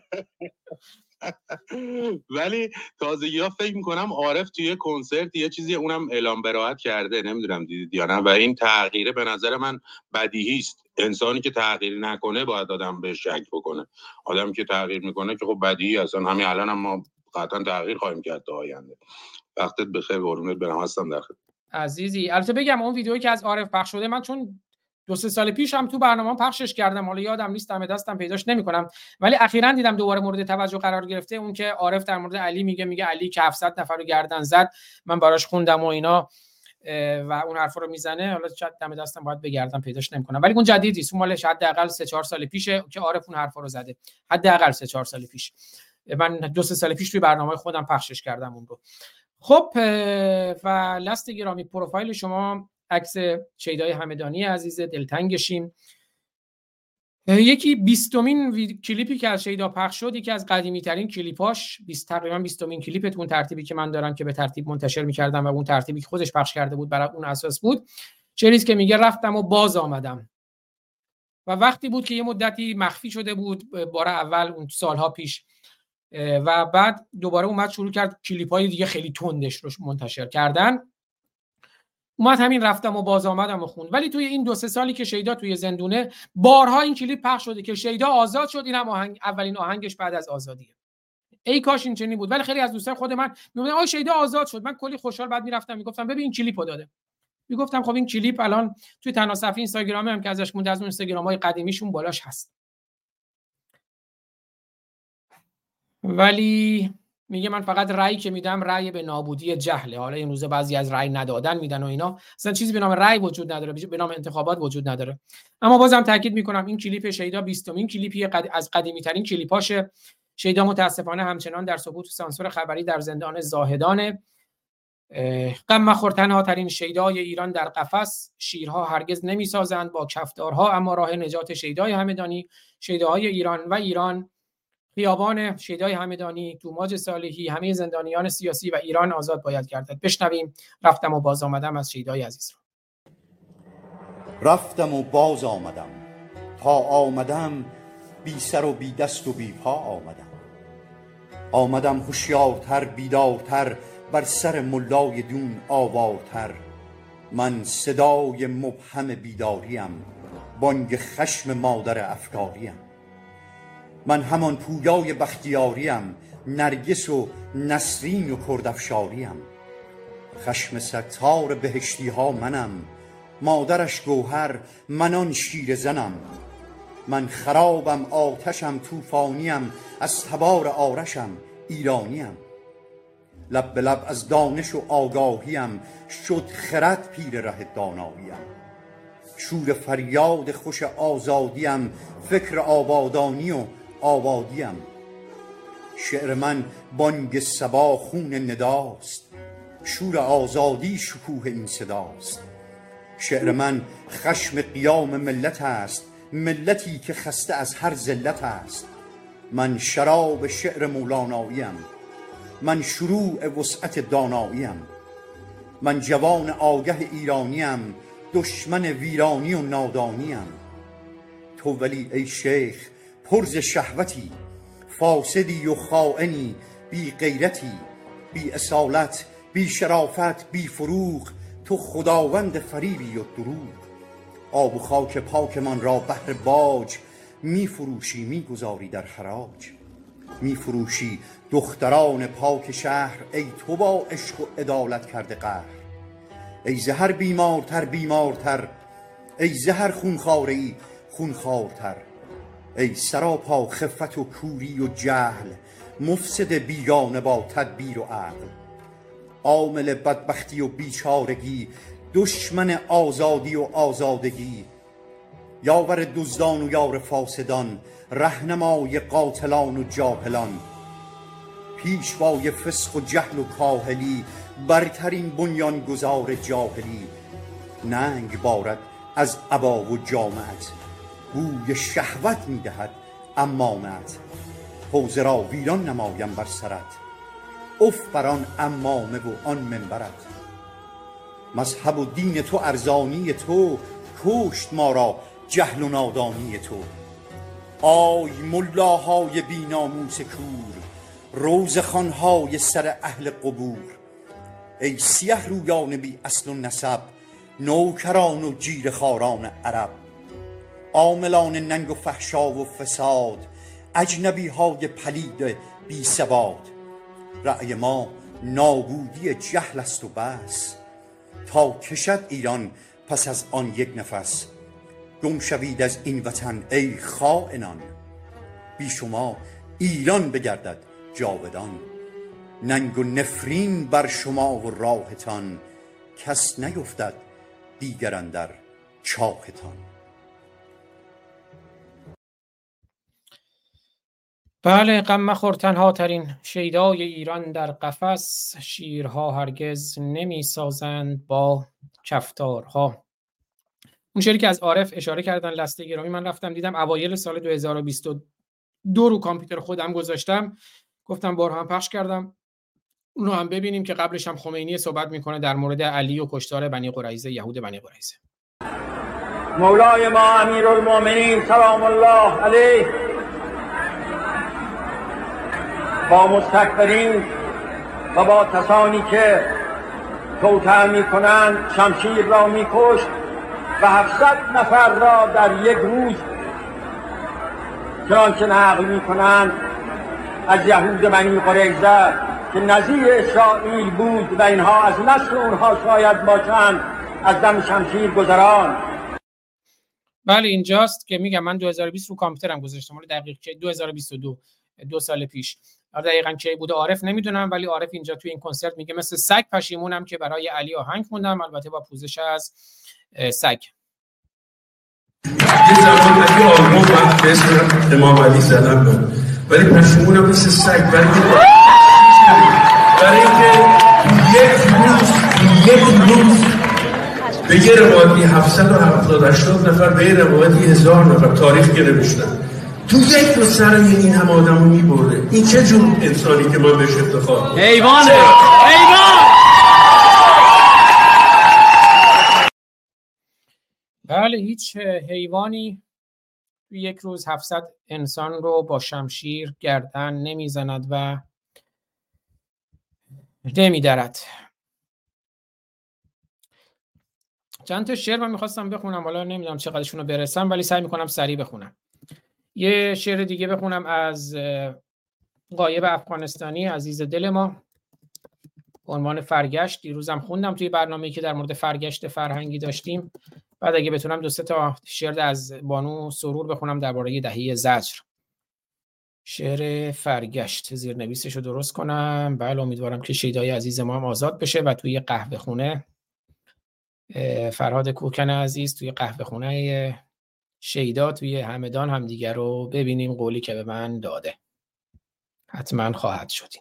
ولی تازگی ها فکر میکنم عارف توی کنسرت یه چیزی اونم اعلام براءت کرده، نمیدونم دیدید یا نه، و این تغییره به نظر من بدیهی است. انسانی که تغییر نکنه باید آدم بهش شک بکنه. آدمی که تغییر میکنه که خب بدیهی اصلا همین الان هم ما قطعا تغییر خواهیم کرد تا آینده. وقتت بخیر، قربونت برم، هستم در خدمت. عزیزی البته بگم اون ویدیویی که از عارف پخش شده من چون دو سه سال پیش هم تو برنامه پخشش کردم، حالا یادم نیست دم دستم پیداش نمی‌کنم، ولی اخیراً دیدم دوباره مورد توجه قرار گرفته. اون که عارف در مورد علی میگه میگه علی که هفتصد نفر رو گردن زد، من براش خوندم و اینا و اون حرفا رو میزنه. حالا چت دم دستم باید بگردم پیداش نمی‌کنم، ولی اون جدیدی است، اون مال حداقل سه چهار سال پیشه که عارف اون حرفا رو زده، حداقل سه چهار سال پیش. من دو سه سال پیش توی برنامه خودم پخشش کردم اون رو. خب و لست گرامی، پروفایل شما عکس شیدای همدانی عزیز، دلتنگشیم. یکی بیستمین کلیپی که از شیدا پخش شد، یکی از قدیمی ترین کلیپاش، بیست تقریبا بیستمین کلیپ اون ترتیبی که من دارم که به ترتیب منتشر می‌کردم و اون ترتیبی که خودش پخش کرده بود برای اون اساس بود. چریز که میگه رفتم و باز آمدم. و وقتی بود که یه مدتی مخفی شده بود، بار اول اون سالها پیش، و بعد دوباره اومد شروع کرد کلیپ‌های دیگه خیلی تندش رو منتشر کردن. اومد همین رفتم و باز آمدم و خوند. ولی توی این دو سه سالی که شیدا توی زندونه، بارها این کلیپ پخش شده که شیدا آزاد شد، اینم آهنگ اولین آهنگش بعد از آزادیه. ای کاش این چنین بود. ولی خیلی از دوستان خود من میگفتن آ شیدا آزاد شد. من کلی خوشحال بعد میرفتم میگفتم ببین این کلیپو داده. میگفتم خب این کلیپ الان توی تنها صفحه اینستاگرام هم که ازش مونده، از اون اینستاگرام‌های قدیمیشون بالاش هست. ولی میگه من فقط رأی که میدم رأی به نابودی جهله. حالا این روزا بعضی از رأی ندادن میدن و اینا، اصلا چیزی به نام رأی وجود نداره، به نام انتخابات وجود نداره. اما بازم تاکید میکنم این کلیپ شیدا بیستمین کلیپی قد... از قدیمی ترین کلیپاشه. شیدا متاسفانه همچنان در سقوط و سانسور خبری در زندان زاهدانه. غم مخور تنها ترین شیدای ایران در قفس، شیرها هرگز نمیسازند با کفتارها، اما راه نجات شیدای همدانی، شیداهای ایران و ایران، خیابان شیدای همدانی، توماج صالحی، همه زندانیان سیاسی و ایران آزاد باید گردد. بشنویم رفتم و باز آمدم از شیدای عزیز را. رفتم و باز آمدم، تا آمدم بی سر و بی دست و بی پا آمدم. آمدم هوشیارتر بیدارتر، بر سر ملای دون آوارتر. من صدای مبهم بیداریم، بانگ خشم مادر افکاریم. من همان پویای بختیاریم، نرگس و نسرین و کردافشاریم. خشم ستار بهشتی ها منم، مادرش گوهر من آن شیر زنم. من خرابم آتشم طوفانیم، از تبار آرشم ایرانیم. لب به لب از دانش و آگاهیم، شد خرد پیر ره داناییم. شور فریاد خوش آزادیم، فکر آبادانی و آبادیم. شعر من بانگ صبا خون نداست، شور آزادی شکوه این صداست. شعر من خشم قیام ملت است، ملتی که خسته از هر ذلت است. من شراب شعر مولاناییم، من شروع وسعت داناییم. من جوان آگه ایرانیم، دشمن ویرانی و نادانیم. تو ولی ای شیخ پرز شهوتی، فاسدی و خائنی بی غیرتی. بی اصالت بی شرافت بی فروغ، تو خداوند فریبی و دروغ. آب و خاک پاک من را بهر باج، می فروشی می گذاری در حراج. می فروشی دختران پاک شهر، ای تو با عشق و عدالت کرده قهر. ای زهر بیمارتر بیمارتر، ای زهر خونخواره خونخوارتر. ای سراپا خفت و کوری و جهل، مفسد بیگانه با تدبیر و عقل. عامل بدبختی و بیچارگی، دشمن آزادی و آزادگی. یاور دزدان و یار فاسدان، رهنمای قاتلان و جاهلان. پیشوای فسق و جهل و کاهلی، برترین بنیانگذار جاهلی. ننگ بارد از عبا و جامت، بوی شهوت میدهد امامت. حوضه را ویران نمایم بر سرت، اف بر آن امامه و آن منبرت. مذهب و دین تو ارزانی تو، کشت ما را جهل و نادانی تو. آی ملاهای بی ناموس کور، روزخوانهای سر اهل قبور. ای سیه رویان بی اصل و نسب، نوکران و جیر خاران عرب. عاملان ننگ و فحشا و فساد، اجنبی های پلید بی ثبات. رأی ما نابودی جهل است و بس، تا کشد ایران پس از آن یک نفس. گم شوید از این وطن ای خائنان، بی شما ایران بگردد جاودان. ننگ و نفرین بر شما و راهتان، کس نیفتد دیگر اندر چاهتان. بله، غم مخور تنها ترین شیدای ایران در قفس، شیرها هرگز نمی سازند با کفتارها. اون شعری که از عارف اشاره کردن لسته گرامی، من رفتم دیدم اوایل سال دو هزار و بیست و دو رو کامپیوتر خودم گذاشتم، گفتم بار هم پخش کردم اونو هم ببینیم که قبلش هم خمینی صحبت میکنه در مورد علی و کشتار بنی قریظه، یهود بنی قریظه. مولای ما امیرالمومنین سلام الله علیه با مستکبرین و با کسانی که توطئه میکنند شمشیر را میکشت و هفتصد نفر را در یک روز چنانچه نقل میکنند از یهود بنی قریظه که نظیر اسرائیل بود و اینها از نسل اونها شاید باشند از دم شمشیر گذران. بله اینجاست که میگم من دو هزار و بیست رو کامپیوترم گذاشتم، ولی دقیق که دو هزار و بیست و دو دو سال پیش دقیقاً کی بوده عارف نمیدونم، ولی عارف اینجا توی این کنسرت میگه مثل سگ پشیمونم که برای علی آهنگ خوندم، البته با پوزش از سگ. یه زمان اگه آلبوم من به اسم امام علی زدم من، ولی پشیمونم مثل سگ، برای اینکه برای اینکه یک روز یک روز به یه روایتی هفتصد و هفتاد هشتاد نفر، به یه روایتی هزار نفر تاریخ گرفتن، تو یک دو سر این همه آدمو میبره. این چه جور انسانی که من بهش افتخار؟ حیوانه حیوان. بله هیچ حیوانی یک روز هفتصد انسان رو با شمشیر گردن نمیزند و نمیدرد. چند تا شعر من میخواستم بخونم، حالا نمیدونم چقدرشون رو برسم، ولی سعی میکنم سریع بخونم. یه شعر دیگه بخونم از غایب افغانستانی عزیز دل ما به عنوان فرگشت. دیروزم خوندم توی برنامه‌ای که در مورد فرگشت فرهنگی داشتیم. بعد اگه بتونم دو سه تا شعر از بانو سرور بخونم درباره دهه زجر. شعر فرگشت، زیرنویسش رو درست کنم. بله امیدوارم که شیدای عزیز ما هم آزاد بشه و توی قهوه خونه فرهاد کوکن عزیز توی قهوه خونه شیدا توی همدان هم دیگر رو ببینیم. قولی که به من داده حتما خواهد شدیم.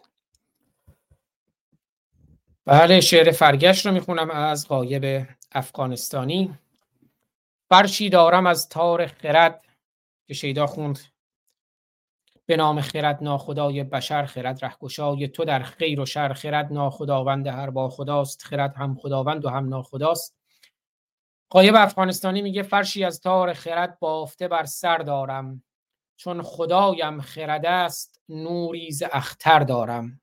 بله شعر فرگشت رو میخونم از غایب افغانستانی. فرشی دارم از تار خرد که شیدا خوند به نام خرد ناخدای بشر، خرد رهگشای تو در خیر و شر، خرد ناخداوند هر با خداست، خرد هم خداوند و هم ناخداست. غایب افغانستانی میگه فرشی از تار خرد بافته بر سر دارم، چون خدایم خرد است نوری ز اختر دارم.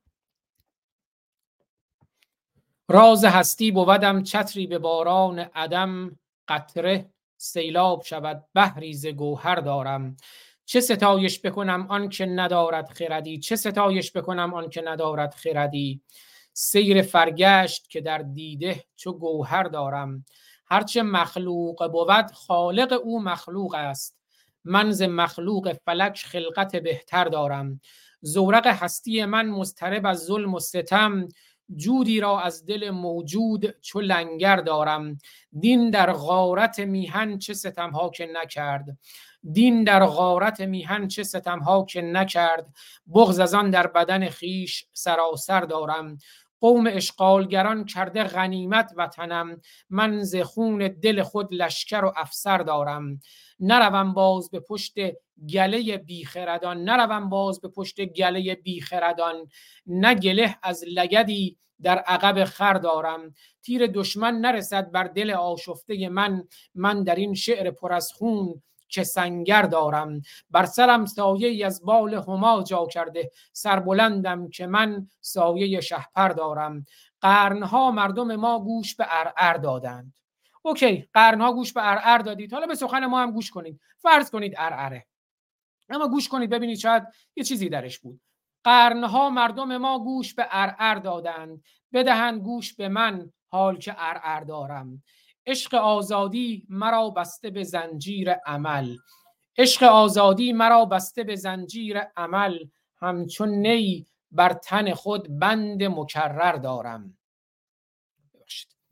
راز هستی بودم چتری به باران عدم، قطره سیلاب شود بحری ز گوهر دارم. چه ستایش بکنم آن که ندارد خردی، چه ستایش بکنم آن که ندارد خردی. سیر فرگشت که در دیده چو گوهر دارم، هرچه مخلوق بود خالق او مخلوق است، من ز مخلوق فلک خلقت بهتر دارم. زورق هستی من مضطرب از ظلم و ستم، جودی را از دل موجود چو لنگر دارم. دین در غارت میهن چه ستمها که نکرد، دین در غارت میهن چه ستمها که نکرد. بغض از آن در بدن خیش سراسر دارم، قوم اشغالگران کرده غنیمت وطنم، من ز خون دل خود لشکر و افسر دارم. نروم باز به پشت گله بیخردان، نروم باز به پشت گله بیخردان، نه گله از لگدی در عقب خر دارم. تیر دشمن نرسد بر دل آشفته من، من در این شعر پر از خون که سنگر دارم. بر سرم سایه ای از بال هما جا کرده، سربلندم که من سایه شهپر دارم. قرنها مردم ما گوش به عرعر دادند. اوکی قرنها گوش به عرعر دادید، حالا به سخن ما هم گوش کنید. فرض کنید عرعره، اما گوش کنید ببینید شاید یه چیزی درش بود. قرنها مردم ما گوش به عرعر دادند، بدهند گوش به من حال که عرعر دارم. عشق آزادی مرا بسته به زنجیر عمل، عشق آزادی مرا بسته به زنجیر عمل، همچون نی بر تن خود بند مکرر دارم.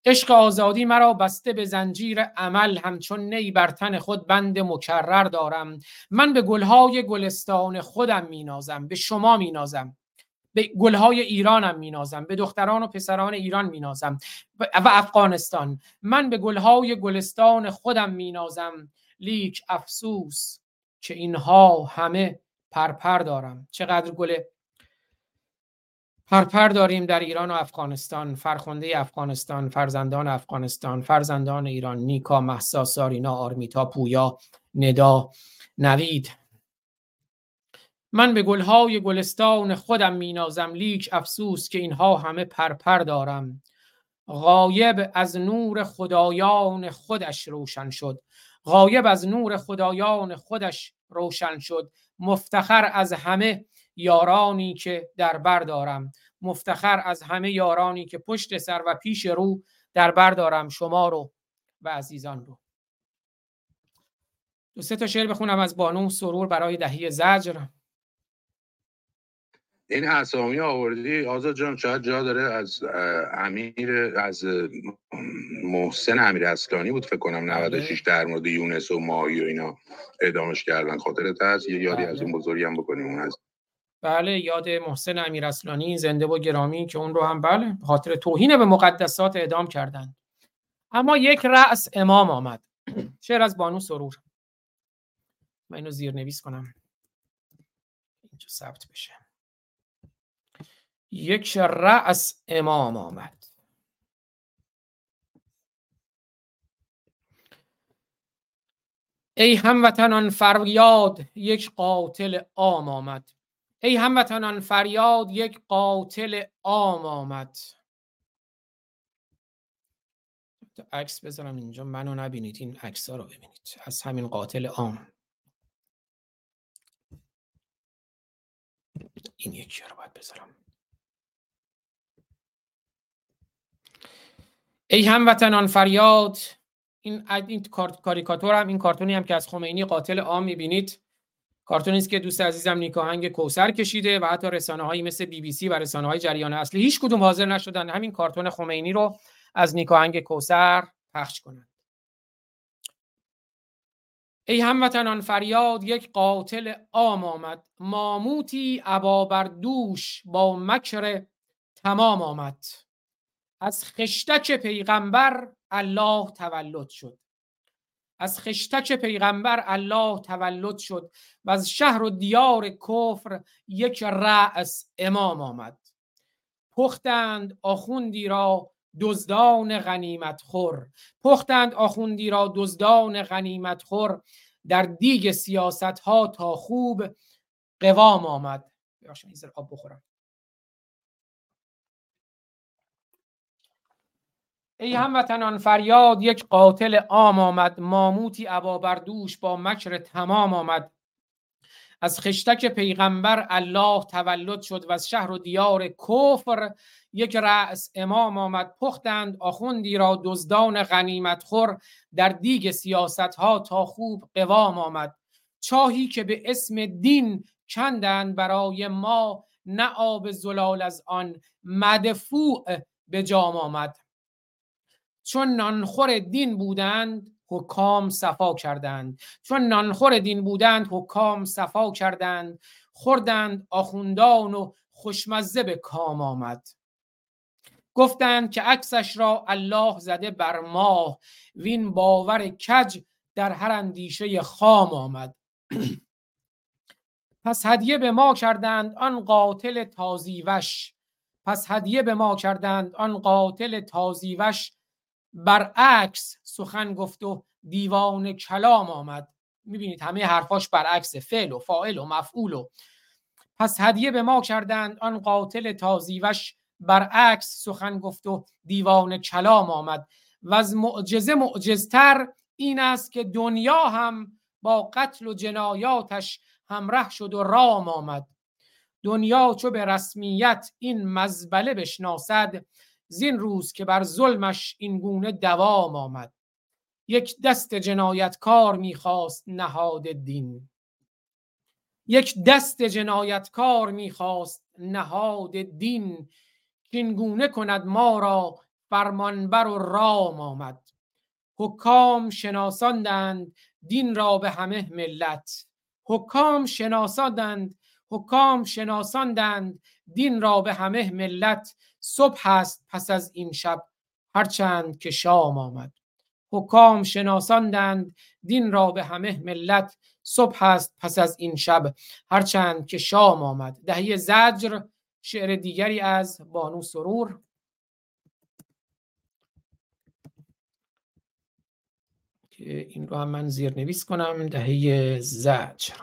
عشق آزادی مرا بسته به زنجیر عمل، همچون نی بر تن خود بند مکرر دارم. من به گلهای گلستان خودم مینازم، به شما مینازم، به گلهای ایرانم مینازم، به دختران و پسران ایران مینازم و افغانستان. من به گلهای گلستان خودم مینازم، لیک افسوس که اینها همه پرپر دارم. چقدر گل پرپر داریم در ایران و افغانستان. فرخنده افغانستان، فرزندان افغانستان، فرزندان ایران، نیکا، مهسا، سارینا، آرمیتا، پویا، ندا، نوید. من به گلهای گلستان خودم مینازم، لیک افسوس که اینها همه پرپر دارم. غایب از نور خدایان خودش روشن شد، غایب از نور خدایان خودش روشن شد. مفتخر از همه یارانی که در بر دارم، مفتخر از همه یارانی که پشت سر و پیش رو در بر دارم، شما رو و عزیزان رو. دو سه تا شعر بخونم از بانو سرور برای دهی زجر. این اسامی آوردی آزاد جان، شاید جا داره از امیر از محسن امیر اصلانی بود فکر کنم نود و شش در مورد یونس و ماهی و اینا اعدامش کردن. خاطرت هست؟ یه یادی از اون بزرگی هم بکنیم اون از. بله، یاد محسن امیر اصلانی زنده و گرامی که اون رو هم بله به خاطر توهین به مقدسات اعدام کردن. اما یک رأس امام آمد. شعر از بانو سرور. من اینو زیرنویس کنم اینجا ثبت بشه. یک رأس امام آمد. ای هموطنان فریاد یک قاتل عام آمد. ای هموطنان فریاد یک قاتل عام آمد. عکس بذارم اینجا منو نبینید، این عکس ها رو ببینید از همین قاتل عام. این یکی رو باید بذارم. ای هموطنان فریاد. این این کاریکاتور هم، این کارتونی هم که از خمینی قاتل عام میبینید، کارتونی است که دوست عزیزم نیکاهنگ کوثر کشیده و حتی رسانه‌هایی مثل بی بی سی و رسانه‌های جریان اصلی هیچ کدوم حاضر نشدن همین کارتون خمینی رو از نیکاهنگ کوثر پخش کنند. ای هموطنان فریاد یک قاتل عام آمد. ماموتی ابا بر دوش با مکر تمام آمد. از خشتک پیغمبر الله تولد شد. از خشتک پیغمبر الله تولد شد و از شهر و دیار کفر یک رأس امام آمد. پختند آخوندی را دزدان غنیمت خور. پختند آخوندی را دزدان غنیمت خور. در دیگ سیاست ها تا خوب قوام آمد. باشم این آب بخورم. ای هموطنان فریاد یک قاتل عام آمد. ماموتی ابا بر دوش با مکر تمام آمد. از خشتک پیغمبر الله تولد شد و از شهر و دیار کفر یک رأس امام آمد. پختند آخوندی را دزدان غنیمت خور. در دیگ سیاست ها تا خوب قوام آمد. چاهی که به اسم دین کندند برای ما، نه آب زلال از آن مدفوع به جام آمد. چون نانخور دین بودند حکام صفا کردند. چون نانخور دین بودند حکام صفا کردند. خوردند آخوندان و خوشمزه به کام آمد. گفتند که عکسش را الله زده بر ماه، وین باور کج در هر اندیشه خام آمد. پس هدیه به ما کردند آن قاتل تازیوش. پس هدیه به ما کردند آن قاتل تازیوش. برعکس سخن گفت و دیوان کلام آمد. میبینید همه حرفاش برعکس، فعل و فاعل و مفعول. و پس هدیه به ما کردند آن قاتل تازیوش. برعکس سخن گفت و دیوان کلام آمد. و از معجزه معجزتر این است که دنیا هم با قتل و جنایاتش همراه شد و رام آمد. دنیا چو به رسمیت این مزبله بشناسد، زین روز که بر ظلمش این گونه دوام آمد. یک دست جنایتکار میخواست نهاد دین. یک دست جنایتکار میخواست نهاد دین. این گونه کند ما را فرمانبر و رام آمد. حکام شناساندند دین را به همه ملت. حکام شناساندند حکام شناساندند دین را به همه ملت. صبح است پس از این شب هرچند که شام آمد. حکام شناساندند دین را به همه ملت. صبح است پس از این شب هرچند که شام آمد. دهه زجر، شعر دیگری از بانو سرور. که این رو هم من زیرنویس کنم. دهه زجر.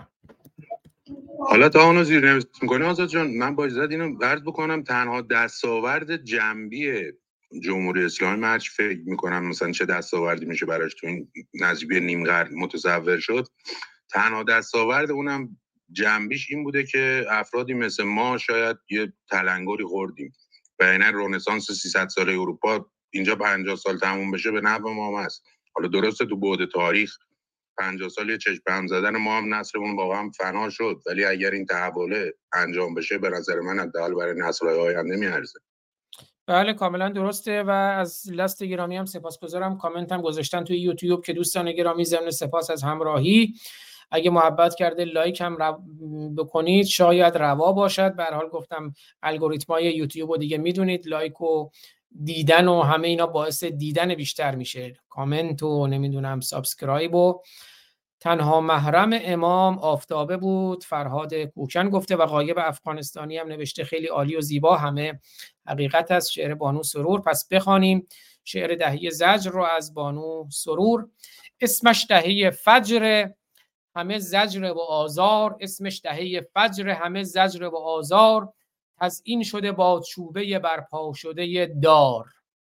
حالا تا اونو زیرنویس می‌کنی آزاد جان، من با اجازت اینو عرض بکنم تنها دستاورد جنبی جمهوری اسلامی من هرچی فکر میکنم مثلا چه دستاوردی میشه براش تو این نزدیکی نیم قرن متصور شد، تنها دستاورد اونم جنبیش این بوده که افرادی مثل ما شاید یه تلنگری خوردیم و اینا رنسانس سیصد ساله اروپا اینجا پنجاه سال تموم بشه به نفع ما هم هست. حالا درسته تو بعد تاریخ پنجاه سال چشم به هم زدن ما هم نسلمون واقعا فنا شد، ولی اگر این تحول انجام بشه به نظر من حداقل برای نسل‌های آینده میارزه. بله کاملا درسته و از لست گرامی هم سپاسگزارم. کامنت هم گذاشتن توی یوتیوب که دوستان گرامی ضمن سپاس از همراهی اگه محبت کرده لایک هم رو... بکنید شاید روا باشد. به هر حال گفتم الگوریتمای یوتیوب رو دیگه میدونید، لایک و دیدن و همه اینا باعث دیدن بیشتر میشه، کامنت و نمیدونم سابسکرایب. و تنها محرم امام آفتابه بود، فرهاد کوکن گفته و غایب افغانستانی هم نوشته خیلی عالی و زیبا، همه حقیقت از شعر بانو سرور. پس بخوانیم شعر دهه زجر رو از بانو سرور. اسمش دهه فجر همه زجر و آزار، اسمش دهه فجر همه زجر و آزار، تزیین شده با چوبه برپا شده دار.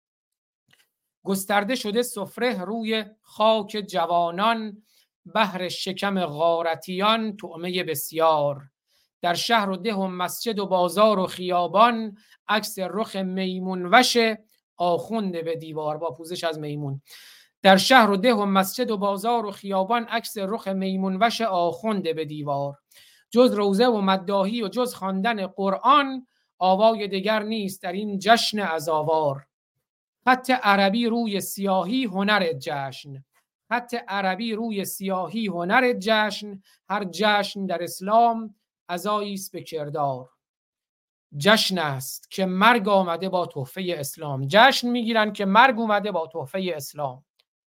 گسترده شده سفره روی خاک جوانان، بهر شکم غارتیان طعمه بسیار. در شهر و ده و مسجد و بازار و خیابان، عکس رخ میمون وش آخونده به دیوار. با پوزش از میمون. در شهر و ده و مسجد و بازار و خیابان، عکس رخ میمون وش آخونده به دیوار. جز روزه و مداحی و جز خواندن قرآن، آوای دیگر نیست در این جشن عزاوار. خط عربی روی سیاهی هنر جشن، خط عربی روی سیاهی هنر جشن. هر جشن در اسلام عزایی است به کردار. جشن است که مرگ آمده با تحفه اسلام. جشن میگیرن که مرگ اومده با تحفه اسلام.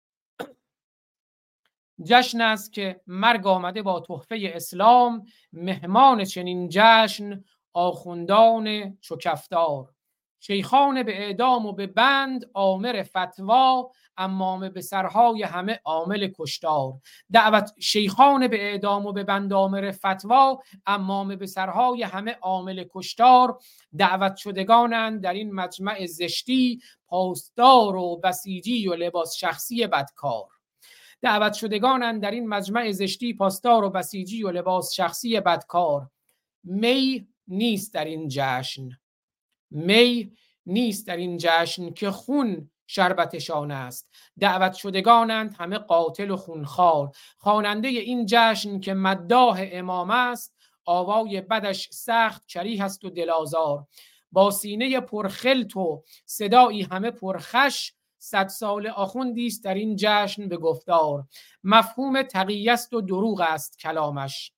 جشن است که مرگ آمده با تحفه اسلام. مهمان چنین جشن آخوندان چو کفتار. شیخان به اعدام و به بند آمر فتوا، امام به سرهای همه عامل کشتار. دعوت شیخان به اعدام و به بند آمر فتوا، امام به سرهای همه عامل کشتار. دعوت شدگانند در این مجمع زشتی، پاسدار و بسیجی و لباس شخصی بدکار. دعوت شدگانند در این مجمع زشتی، پاسدار و بسیجی و لباس شخصی بدکار. می نیست در این جشن، می نیست در این جشن که خون شربتشان است. دعوت شدگانند همه قاتل و خونخوار. خواننده این جشن که مداح امام است، آوای بدش سخت کریه است و دلازار. با سینه پرخلط و صدایی همه پرخش، صد سال آخوندی است در این جشن به گفتار. مفهوم تقیه است و دروغ است کلامش،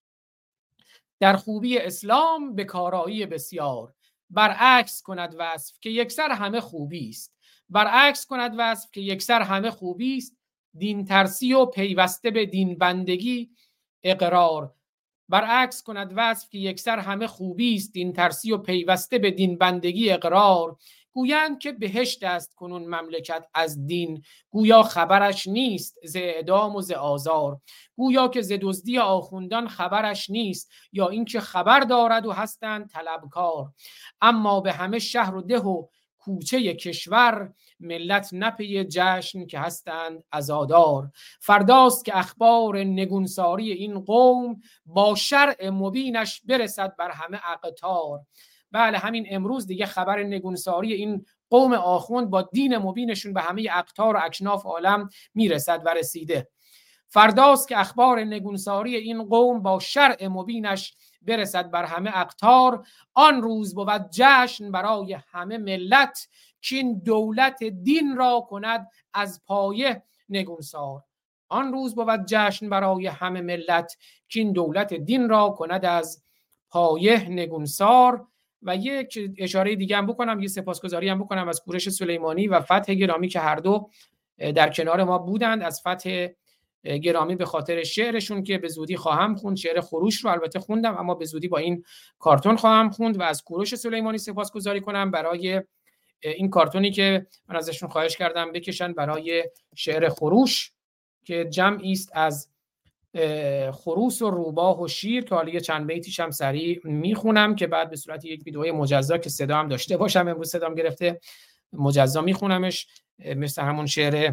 در خوبی اسلام به کارایی بسیار. برعکس کند وصف که یکسر همه خوبی است، برعکس کند وصف که یکسر همه خوبی است. دین ترسی و پیوسته به دین بندگی اقرار. برعکس کند وصف که یکسر همه خوبی است، دین ترسی و پیوسته به دین بندگی اقرار. گویند که بهشت است کنون مملکت از دین، گویا خبرش نیست ز اعدام و ز آزار. گویا که ز دزدی آخوندان خبرش نیست، یا اینکه خبر دارد و هستند طلبکار. اما به همه شهر و ده و کوچه کشور، ملت نپی جشن که هستند عزادار. فرداست که اخبار نگونساری این قوم، با شرع مبینش برسد بر همه اقطار. بله همین امروز دیگه خبر نگونساری این قوم آخوند با دین مبینشون به همه اقطار و اکناف عالم میرسد و رسیده. فرداست که اخبار نگونساری این قوم با شرع مبینش برسد بر همه اقطار. آن روز بود جشن برای همه ملت، کین دولت دین را کند از پایه نگونسار. آن روز بود جشن برای همه ملت، کین دولت دین را کند از پایه نگونسار. و یک اشاره دیگه هم بکنم، یه سپاسگزاری هم بکنم از کوروش سلیمانی و فتح گرامی که هر دو در کنار ما بودند. از فتح گرامی به خاطر شعرشون که به زودی خواهم خوند، شعر خروش رو البته خوندم اما به زودی با این کارتون خواهم خوند، و از کوروش سلیمانی سپاسگزاری کنم برای این کارتونی که من ازشون خواهش کردم بکشن برای شعر خروش که جمعی است از خروس و روباه و شیر که حالا چند بیتیش هم سریع میخونم که بعد به صورت یک ویدئوی مجزا که صدا هم داشته باشم، امروز صدام گرفته، مجزا میخونمش، مثل همون شعر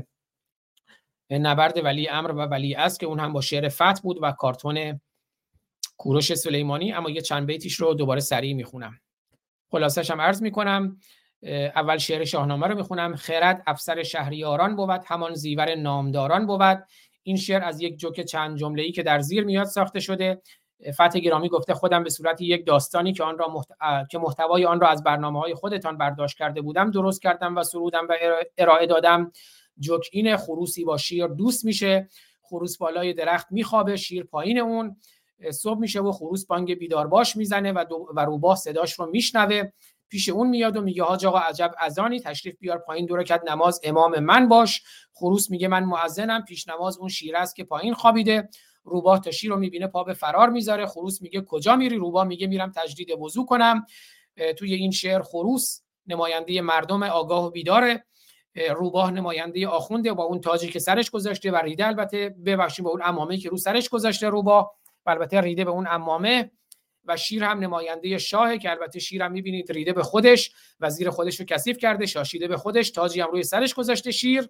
نبرد ولی امر و ولی عصر که اون هم با شعر فتح بود و کارتون کوروش سلیمانی، اما یه چند بیتیش رو دوباره سریع میخونم. خلاصش هم عرض میکنم. اول شعر شاهنامه رو میخونم. خرد افسر شهریاران بود، همان زیور نامداران بود. این شعر از یک جوک چند جمله‌ای که در زیر میاد ساخته شده. فتح گرامی گفته خودم به صورت یک داستانی که آن را محت... که محتوای آن را از برنامه‌های خودتان برداشت کرده بودم درست کردم و سرودم و ارائه دادم. جوک اینه: خروسی با شیر دوست میشه، خروس بالای درخت میخوابه، شیر پایین اون. صبح میشه و خروس بانگ بیدار باش میزنه و, دو... و روباه صداش رو میشنوه، پیش اون میاد و میگه حاج آقا عجب اذانی، تشریف بیار پایین دو رکعت نماز امام من باش. خروس میگه من مؤذنم، پیش نماز اون شیر است که پایین خوابیده. روباه تا شیر رو میبینه پا به فرار میذاره. خروس میگه کجا میری؟ روباه میگه میرم تجدید وضو کنم. توی این شعر خروس نماینده مردم آگاه و بیداره، روباه نماینده آخونده با اون تاجی که سرش گذاشته و ریده، البته ببخشید با اون عمامه‌ای که رو سرش گذاشته روباه، و البته ریده به اون عمامه. و شیر هم نماینده شاهه که البته شیر هم میبینید ریده به خودش، وزیر خودش رو کثیف کرده، شاشیده به خودش، تاجی هم روی سرش گذاشته شیر.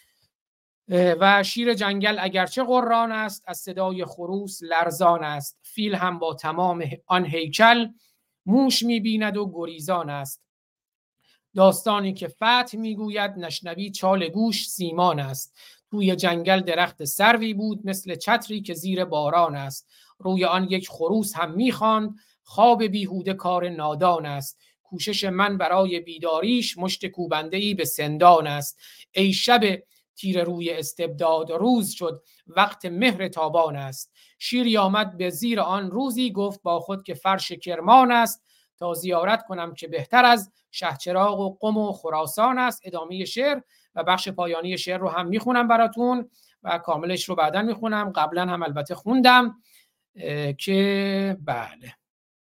و شیر جنگل اگرچه قران است، از صدای خروس لرزان است. فیل هم با تمام آن هیکل، موش میبیند و گریزان است. داستانی که فتح میگوید، نشنوی چال گوش سیمان است. توی جنگل درخت سروی بود، مثل چتری که زیر باران است. روی آن یک خروس هم میخواند، خواب بیهوده کار نادان است. کوشش من برای بیداریش، مشت کوبنده‌ای به سندان است. ای شب تیر روی استبداد، روز شد وقت مهر تابان است. شیری آمد به زیر آن روزی، گفت با خود که فرش کرمان است. تا زیارت کنم که بهتر از شهچراغ و قم و خراسان است. ادامه شعر و بخش پایانی شعر رو هم میخونم براتون و کاملش رو بعداً میخونم. قبلا هم البته خوندم که بله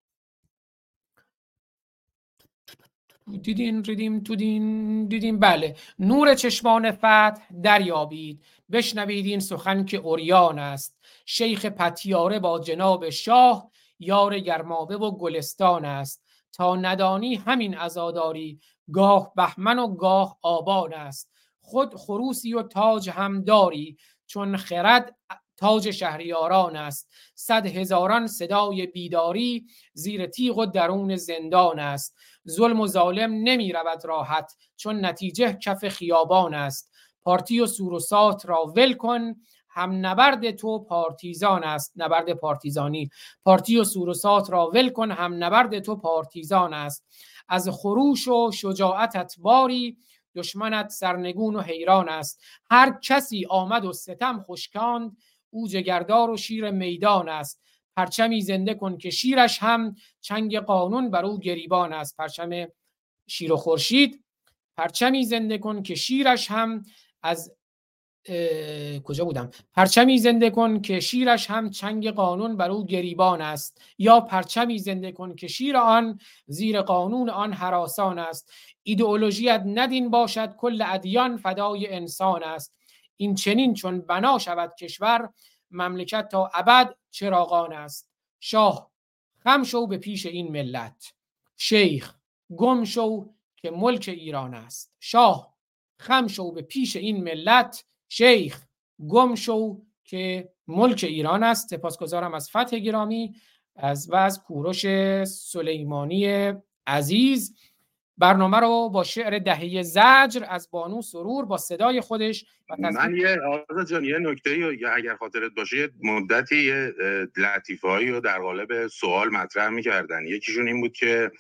دیدین ریدیم تو دین دیدیم بله. نور چشمان فتح دریابید، بشنوید این سخن که عریان است. شیخ پتیاره با جناب شاه، یار گرمابه و گلستان است. تا ندانی همین عزاداری، گاه بهمن و گاه آبان است. خود خروسی و تاج هم داری، چون خرد تاج شهریاران است. صد هزاران صدای بیداری، زیر تیغ و درون زندان است. ظلم و ظالم نمی رود راحت، چون نتیجه کف خیابان است. پارتی و سور و سات را ول کن، هم نبرد تو پارتیزان است. نبرد پارتیزانی. پارتی و سور و سات را ول کن، هم نبرد تو پارتیزان است. از خروش و شجاعتت باری، دشمنت سرنگون و حیران است. هر کسی آمد و ستم خشکاند، او جگردار و شیر میدان است. پرچمی زنده کن که شیرش هم، چنگ قانون بر او گریبان است. پرچم شیر و خورشید. پرچمی زنده کن که شیرش هم از کجا بودم پرچمی زنده کن که شیرش هم، چنگ قانون بر او گریبان است. یا پرچمی زنده کن که شیر آن، زیر قانون آن هراسان است. ایدئولوژیت ندین باشد، کل ادیان فدای انسان است. این چنین چون بنا شود کشور، مملکت تا ابد چراغان است. شاه خم شو به پیش این ملت، شیخ گم شو که ملک ایران است. شاه خم شو به پیش این ملت، شیخ گم شو که ملک ایران است. سپاسگزارم از فتح گرامی از و از کوروش سلیمانی عزیز. برنامه رو با شعر دهه زجر از بانو سرور با صدای خودش و من یه آزاد جان یه نکته‌ای اگر خاطرت باشه، یه مدتی یه لطیفه‌ای رو در قالب سوال مطرح می‌کردن. یکیشون این بود که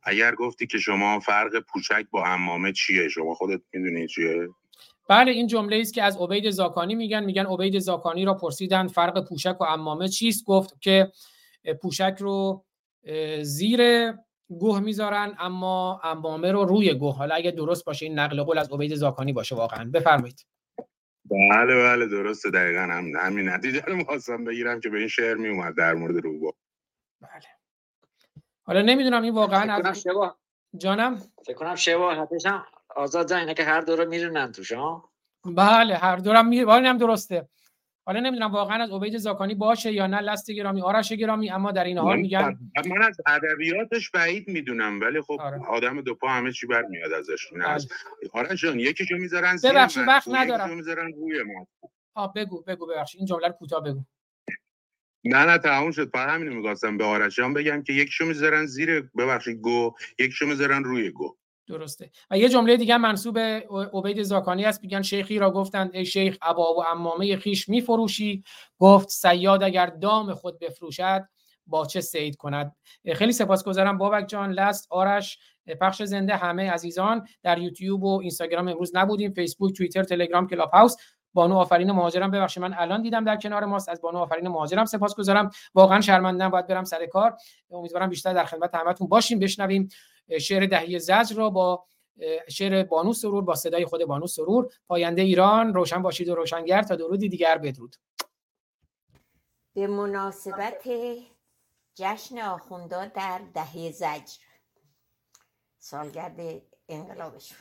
اگر گفتی که شما فرق پوشک با عمامه چیه، شما خودت میدونی چیه؟ بله این جمله است که از عبید زاکانی میگن میگن عبید زاکانی را پرسیدن فرق پوشک و عمامه چیست، گفت که پوشک رو زیر گوه میذارن اما عمامه رو روی گوه. حالا اگه درست باشه این نقل قول از عبید زاکانی باشه واقعا. بفرمایید. بله بله درسته، دقیقاً هم همین نتیجه رو می‌خواستم بگیرم که به این شعر میومد در مورد روباه. بله. حالا نمیدونم این واقعا از شبا جانم فکر کنم شباهتش هم آزاد جان اینه که هر دو رو میرونن توش ها. بله هر دورم می ولی هم درسته. حالا نمیدونم واقعا از عبید زاکانی باشه یا نه. لست گرامی، آرش گرامی، اما در این حال میگن من از ادبیاتش بعید میدونم ولی خب آره. آدم دو پا همه چی برمیاد ازش. نه از آرش جان یکیشو میذارن زیر ببخشید وقت ندارم. یکیشو میذارن روی ما. آ بگو بگو ببخشید این جمله رو کوتاه بگو. نه نه تموم شد. فقط همین رو می‌خواستم به آرش جان بگم که یکیشو میذارن زیر ببخشید گو، یکیشو میذارن روی گو. درسته. و یه جمله دیگه منسوب عبید زاکانی است، میگن شیخی را گفتند ای شیخ عبا و عمامه خیش میفروشی، گفت صیاد اگر دام خود بفروشد با چه صید کند. خیلی سپاسگزارم بابک جان، لست، آرش، پخش زنده، همه عزیزان. در یوتیوب و اینستاگرام امروز نبودیم، فیسبوک، توییتر، تلگرام، کلاب هاوس. بانو آفرین مهاجرم ببخشید من الان دیدم در کنار ماست. از بانو آفرین مهاجرم سپاسگزارم. واقعا شرمنده‌ام باید برم سر کار. امیدوارم بیشتر در خدمت همتون باشیم. بشنویم شعر دهی زجر را با شعر بانو سرور با صدای خود بانو سرور. پاینده ایران روشن باشید و روشنگر. تا درودی دیگر بدرود. به مناسبت جشن آخوندا در دهه زجر، سالگرد انقلابشون،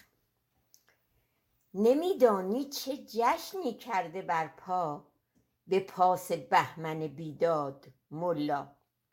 نمیدانی چه جشنی کرده بر پا به پاس بهمن بیداد ملا.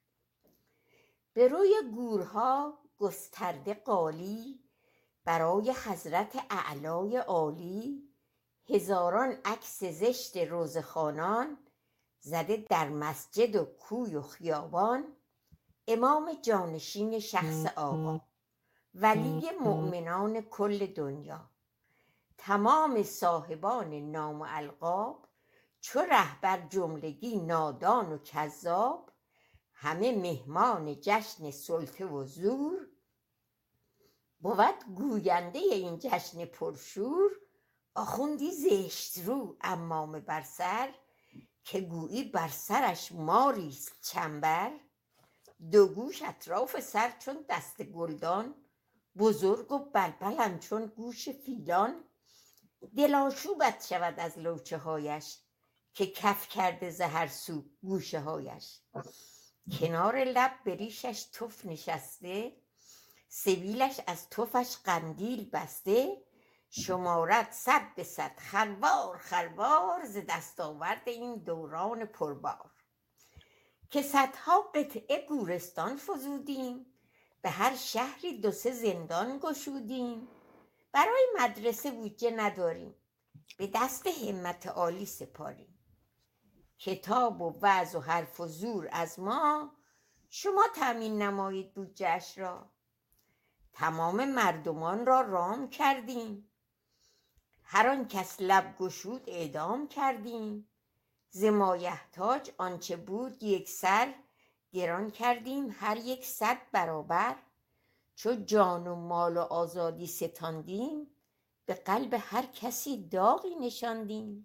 به روی گورها گسترده قالی برای حضرت اعلای عالی، هزاران عکس زشت روزخوانان زده در مسجد و کوی و خیابان. امام جانشین شخص آقا، ولی مؤمنان کل دنیا، تمام صاحبان نام و القاب، چو رهبر جملگی نادان و کذاب، همه مهمان جشن سلطه و زور. بود گوینده این جشن پرشور، آخوندی زشت رو عمامه بر سر، که گویی بر سرش ماریست چنبر. دو گوش اطراف سر چون دست گلدان، بزرگ و بلبلن چون گوش فیلان. دلاشوبت شود از لوچه هایش، که کف کرده ز هر سو گوشه هایش. کنار لب به ریشش تف نشسته، سبیلش از تفش قندیل بسته. شمارت صد به صد خروار خروار، ز دستاورد این دوران پربار. که صدها قطعه گورستان فزودیم، به هر شهری دو سه زندان گشودیم. برای مدرسه بودجه نداریم، به دست همت عالی سپاریم. کتاب و وعظ و حرف و زور از ما، شما تامین نمایید بودجه‌اش را. تمام مردمان را رام کردیم، هر آن کس لب گشود اعدام کردیم. ز مایحتاج آنچه بود یک سر، گران کردیم هر یک صد برابر. چو جان و مال و آزادی ستاندیم، به قلب هر کسی داغی نشاندیم.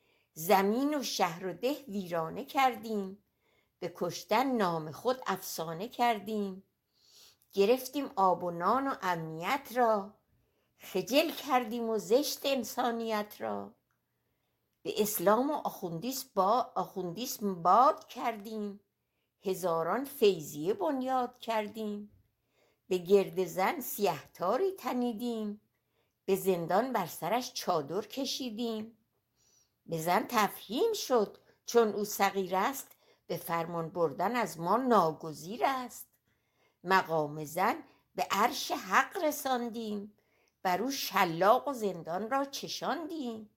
زمین و شهر و ده ویرانه کردیم، به کشتن نام خود افسانه کردیم. گرفتیم آب و نان و امنیت را، خجل کردیم و زشت انسانیت را. به اسلام و آخوندیسم با آخوندیسم باد کردیم، هزاران فیضیه بنیاد کردیم. به گرد زن سیهتاری تنیدیم، به زندان بر سرش چادر کشیدیم. به زن تفهیم شد چون او صغیر است، به فرمان بردن از ما ناگزیر است. مقام زن به عرش حق رساندیم، بر او شلاق و زندان را چشاندیم.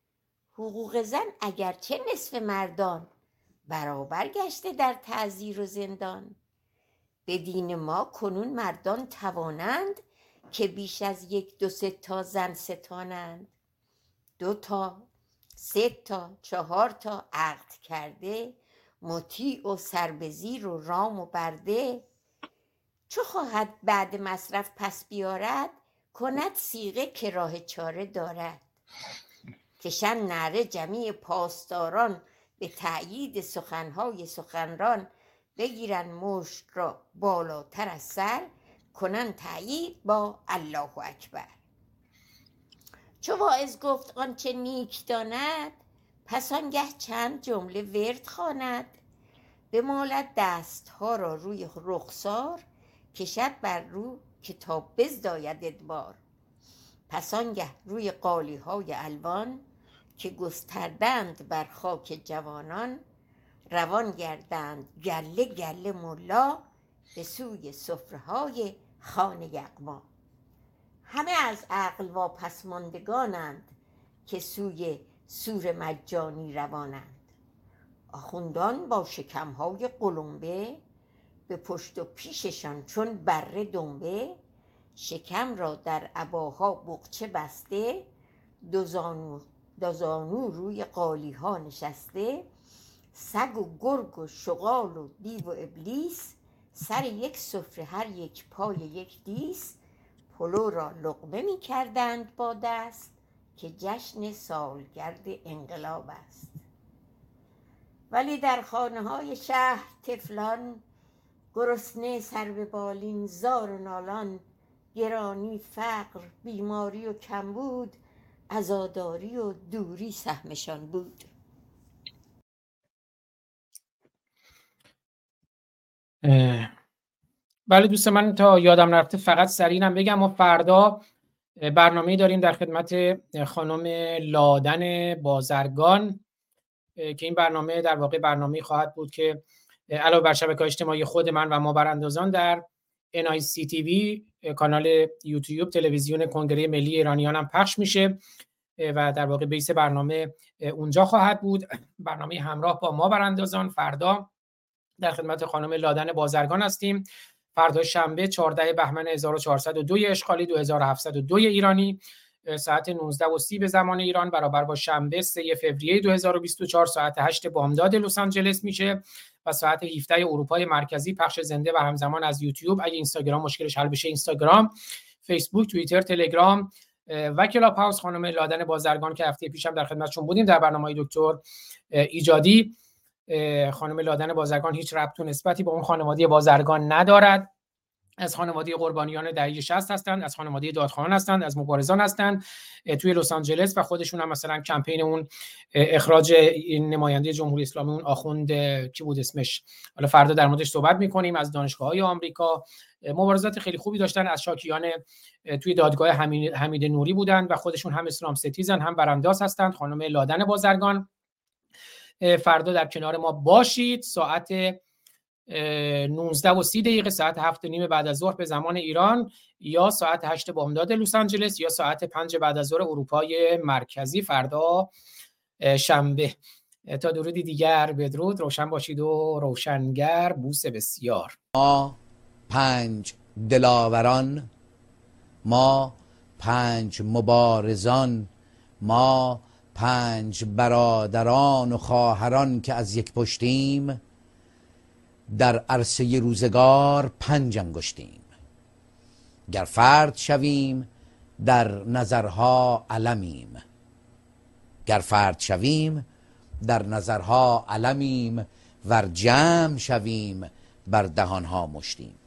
حقوق زن اگرچه نصف مردان، برابر گشته در تعزیر و زندان. به دین ما کنون مردان توانند، که بیش از یک دو سه تا زن ستانند. دو تا، سه تا، چهار تا عقد کرده، مطیع و سربزیر و رام و برده. چو خواهد بعد مصرف پس بیارد، کند صیغه که راه چاره دارد. کشن نعره جمیع پاسداران، به تأیید سخنهای سخنران. بگیرن مشت را بالاتر از سر، کنن تأیید با الله اکبر. چو واعظ گفت آنچه نیک داند، پس آنگه چند جمله ورد خواند. بمالد دستها را روی رخسار، کشد بر رو کتاب بزداید ادبار. پس آنگه روی قالی های الوان، که گستردند بر خاک جوانان. روان گردند گله گله ملا، به سوی سفره های خانه اقما. همه از عقل واپس ماندگانند، که سوی سور مجانی روانند. آخوندان با شکمهای قلمبه، به پشت و پیششان چون بره دنبه. شکم را در عباها بقچه بسته، دو زانو, دو زانو روی قالی ها نشسته. سگ و گرگ و شغال و دیو و ابلیس، سر یک سفره هر یک پای یک دیس. پلو را لقمه می کردند با دست، که جشن سالگرد انقلاب است. ولی در خانه های شهر طفلان، گرسنه سر به بالین زار و نالان. گرانی، فقر، بیماری و کمبود، عزاداری و دوری سهمشان بود. بله دوست من، تا یادم نرفته فقط سریعا بگم ما فردا برنامه داریم در خدمت خانم لادن بازرگان، که این برنامه در واقع برنامه خواهد بود که علاوه بر شبکه‌های اجتماعی خود من و ما براندازان در ان آی سی تی وی کانال یوتیوب تلویزیون کنگره ملی ایرانیان هم پخش میشه و در واقع بیس برنامه اونجا خواهد بود. برنامه همراه با ما براندازان فردا در خدمت خانم لادن بازرگان هستیم. فردا شنبه چهاردهم بهمن هزار و چهارصد و دو اشغالی دو هزار و هفتصد و دو ایرانی ساعت نوزده و سی به زمان ایران برابر با شنبه سوم فوریه دو هزار و بیست و چهار ساعت هشت بامداد لس آنجلس میشه و ساعت هفده اروپای مرکزی پخش زنده و همزمان از یوتیوب. اگه اینستاگرام مشکلش حل بشه، اینستاگرام، فیسبوک، توییتر، تلگرام و کلاب هاوس. خانم لادن بازرگان که هفته پیشم در خدمتشون بودیم در برنامه دکتر ایجادی. خانم لادن بازرگان هیچ ربط و نسبتی با اون خانواده بازرگان ندارد. از خانواده قربانیان دهه شصت هستند، از خانواده دادخواهان هستند، از مبارزان هستند توی لس آنجلس و خودشون هم مثلا کمپین اون اخراج این نماینده جمهوری اسلامی، اون آخوند کی بود اسمش، حالا فردا در موردش صحبت می‌کنیم، از دانشگاه‌های آمریکا مبارزات خیلی خوبی داشتن. از شاکیان توی دادگاه حمید نوری بودند و خودشون هم اسلام ستیزن هم برانداز هستند. خانم لادن بازرگان فردا در کنار ما باشید. ساعت نوزده و سی دقیقه، ساعت هفت و نیم بعد از ظهر به زمان ایران، یا ساعت هشت بامداد لس آنجلس، یا ساعت پنج بعد از ظهر اروپای مرکزی فردا شنبه. تا درودی دیگر، بدرود، روشن باشید و روشنگر. بوس بسیار. ما پنج دلاوران، ما پنج مبارزان، ما پنج برادران و خواهران که از یک پشتیم، در عرصه روزگار پنج انگشتیم. گر فرد شویم در نظرها علمیم، گر فرد شویم در نظرها علمیم، ور جمع شویم بر دهانها مشتیم.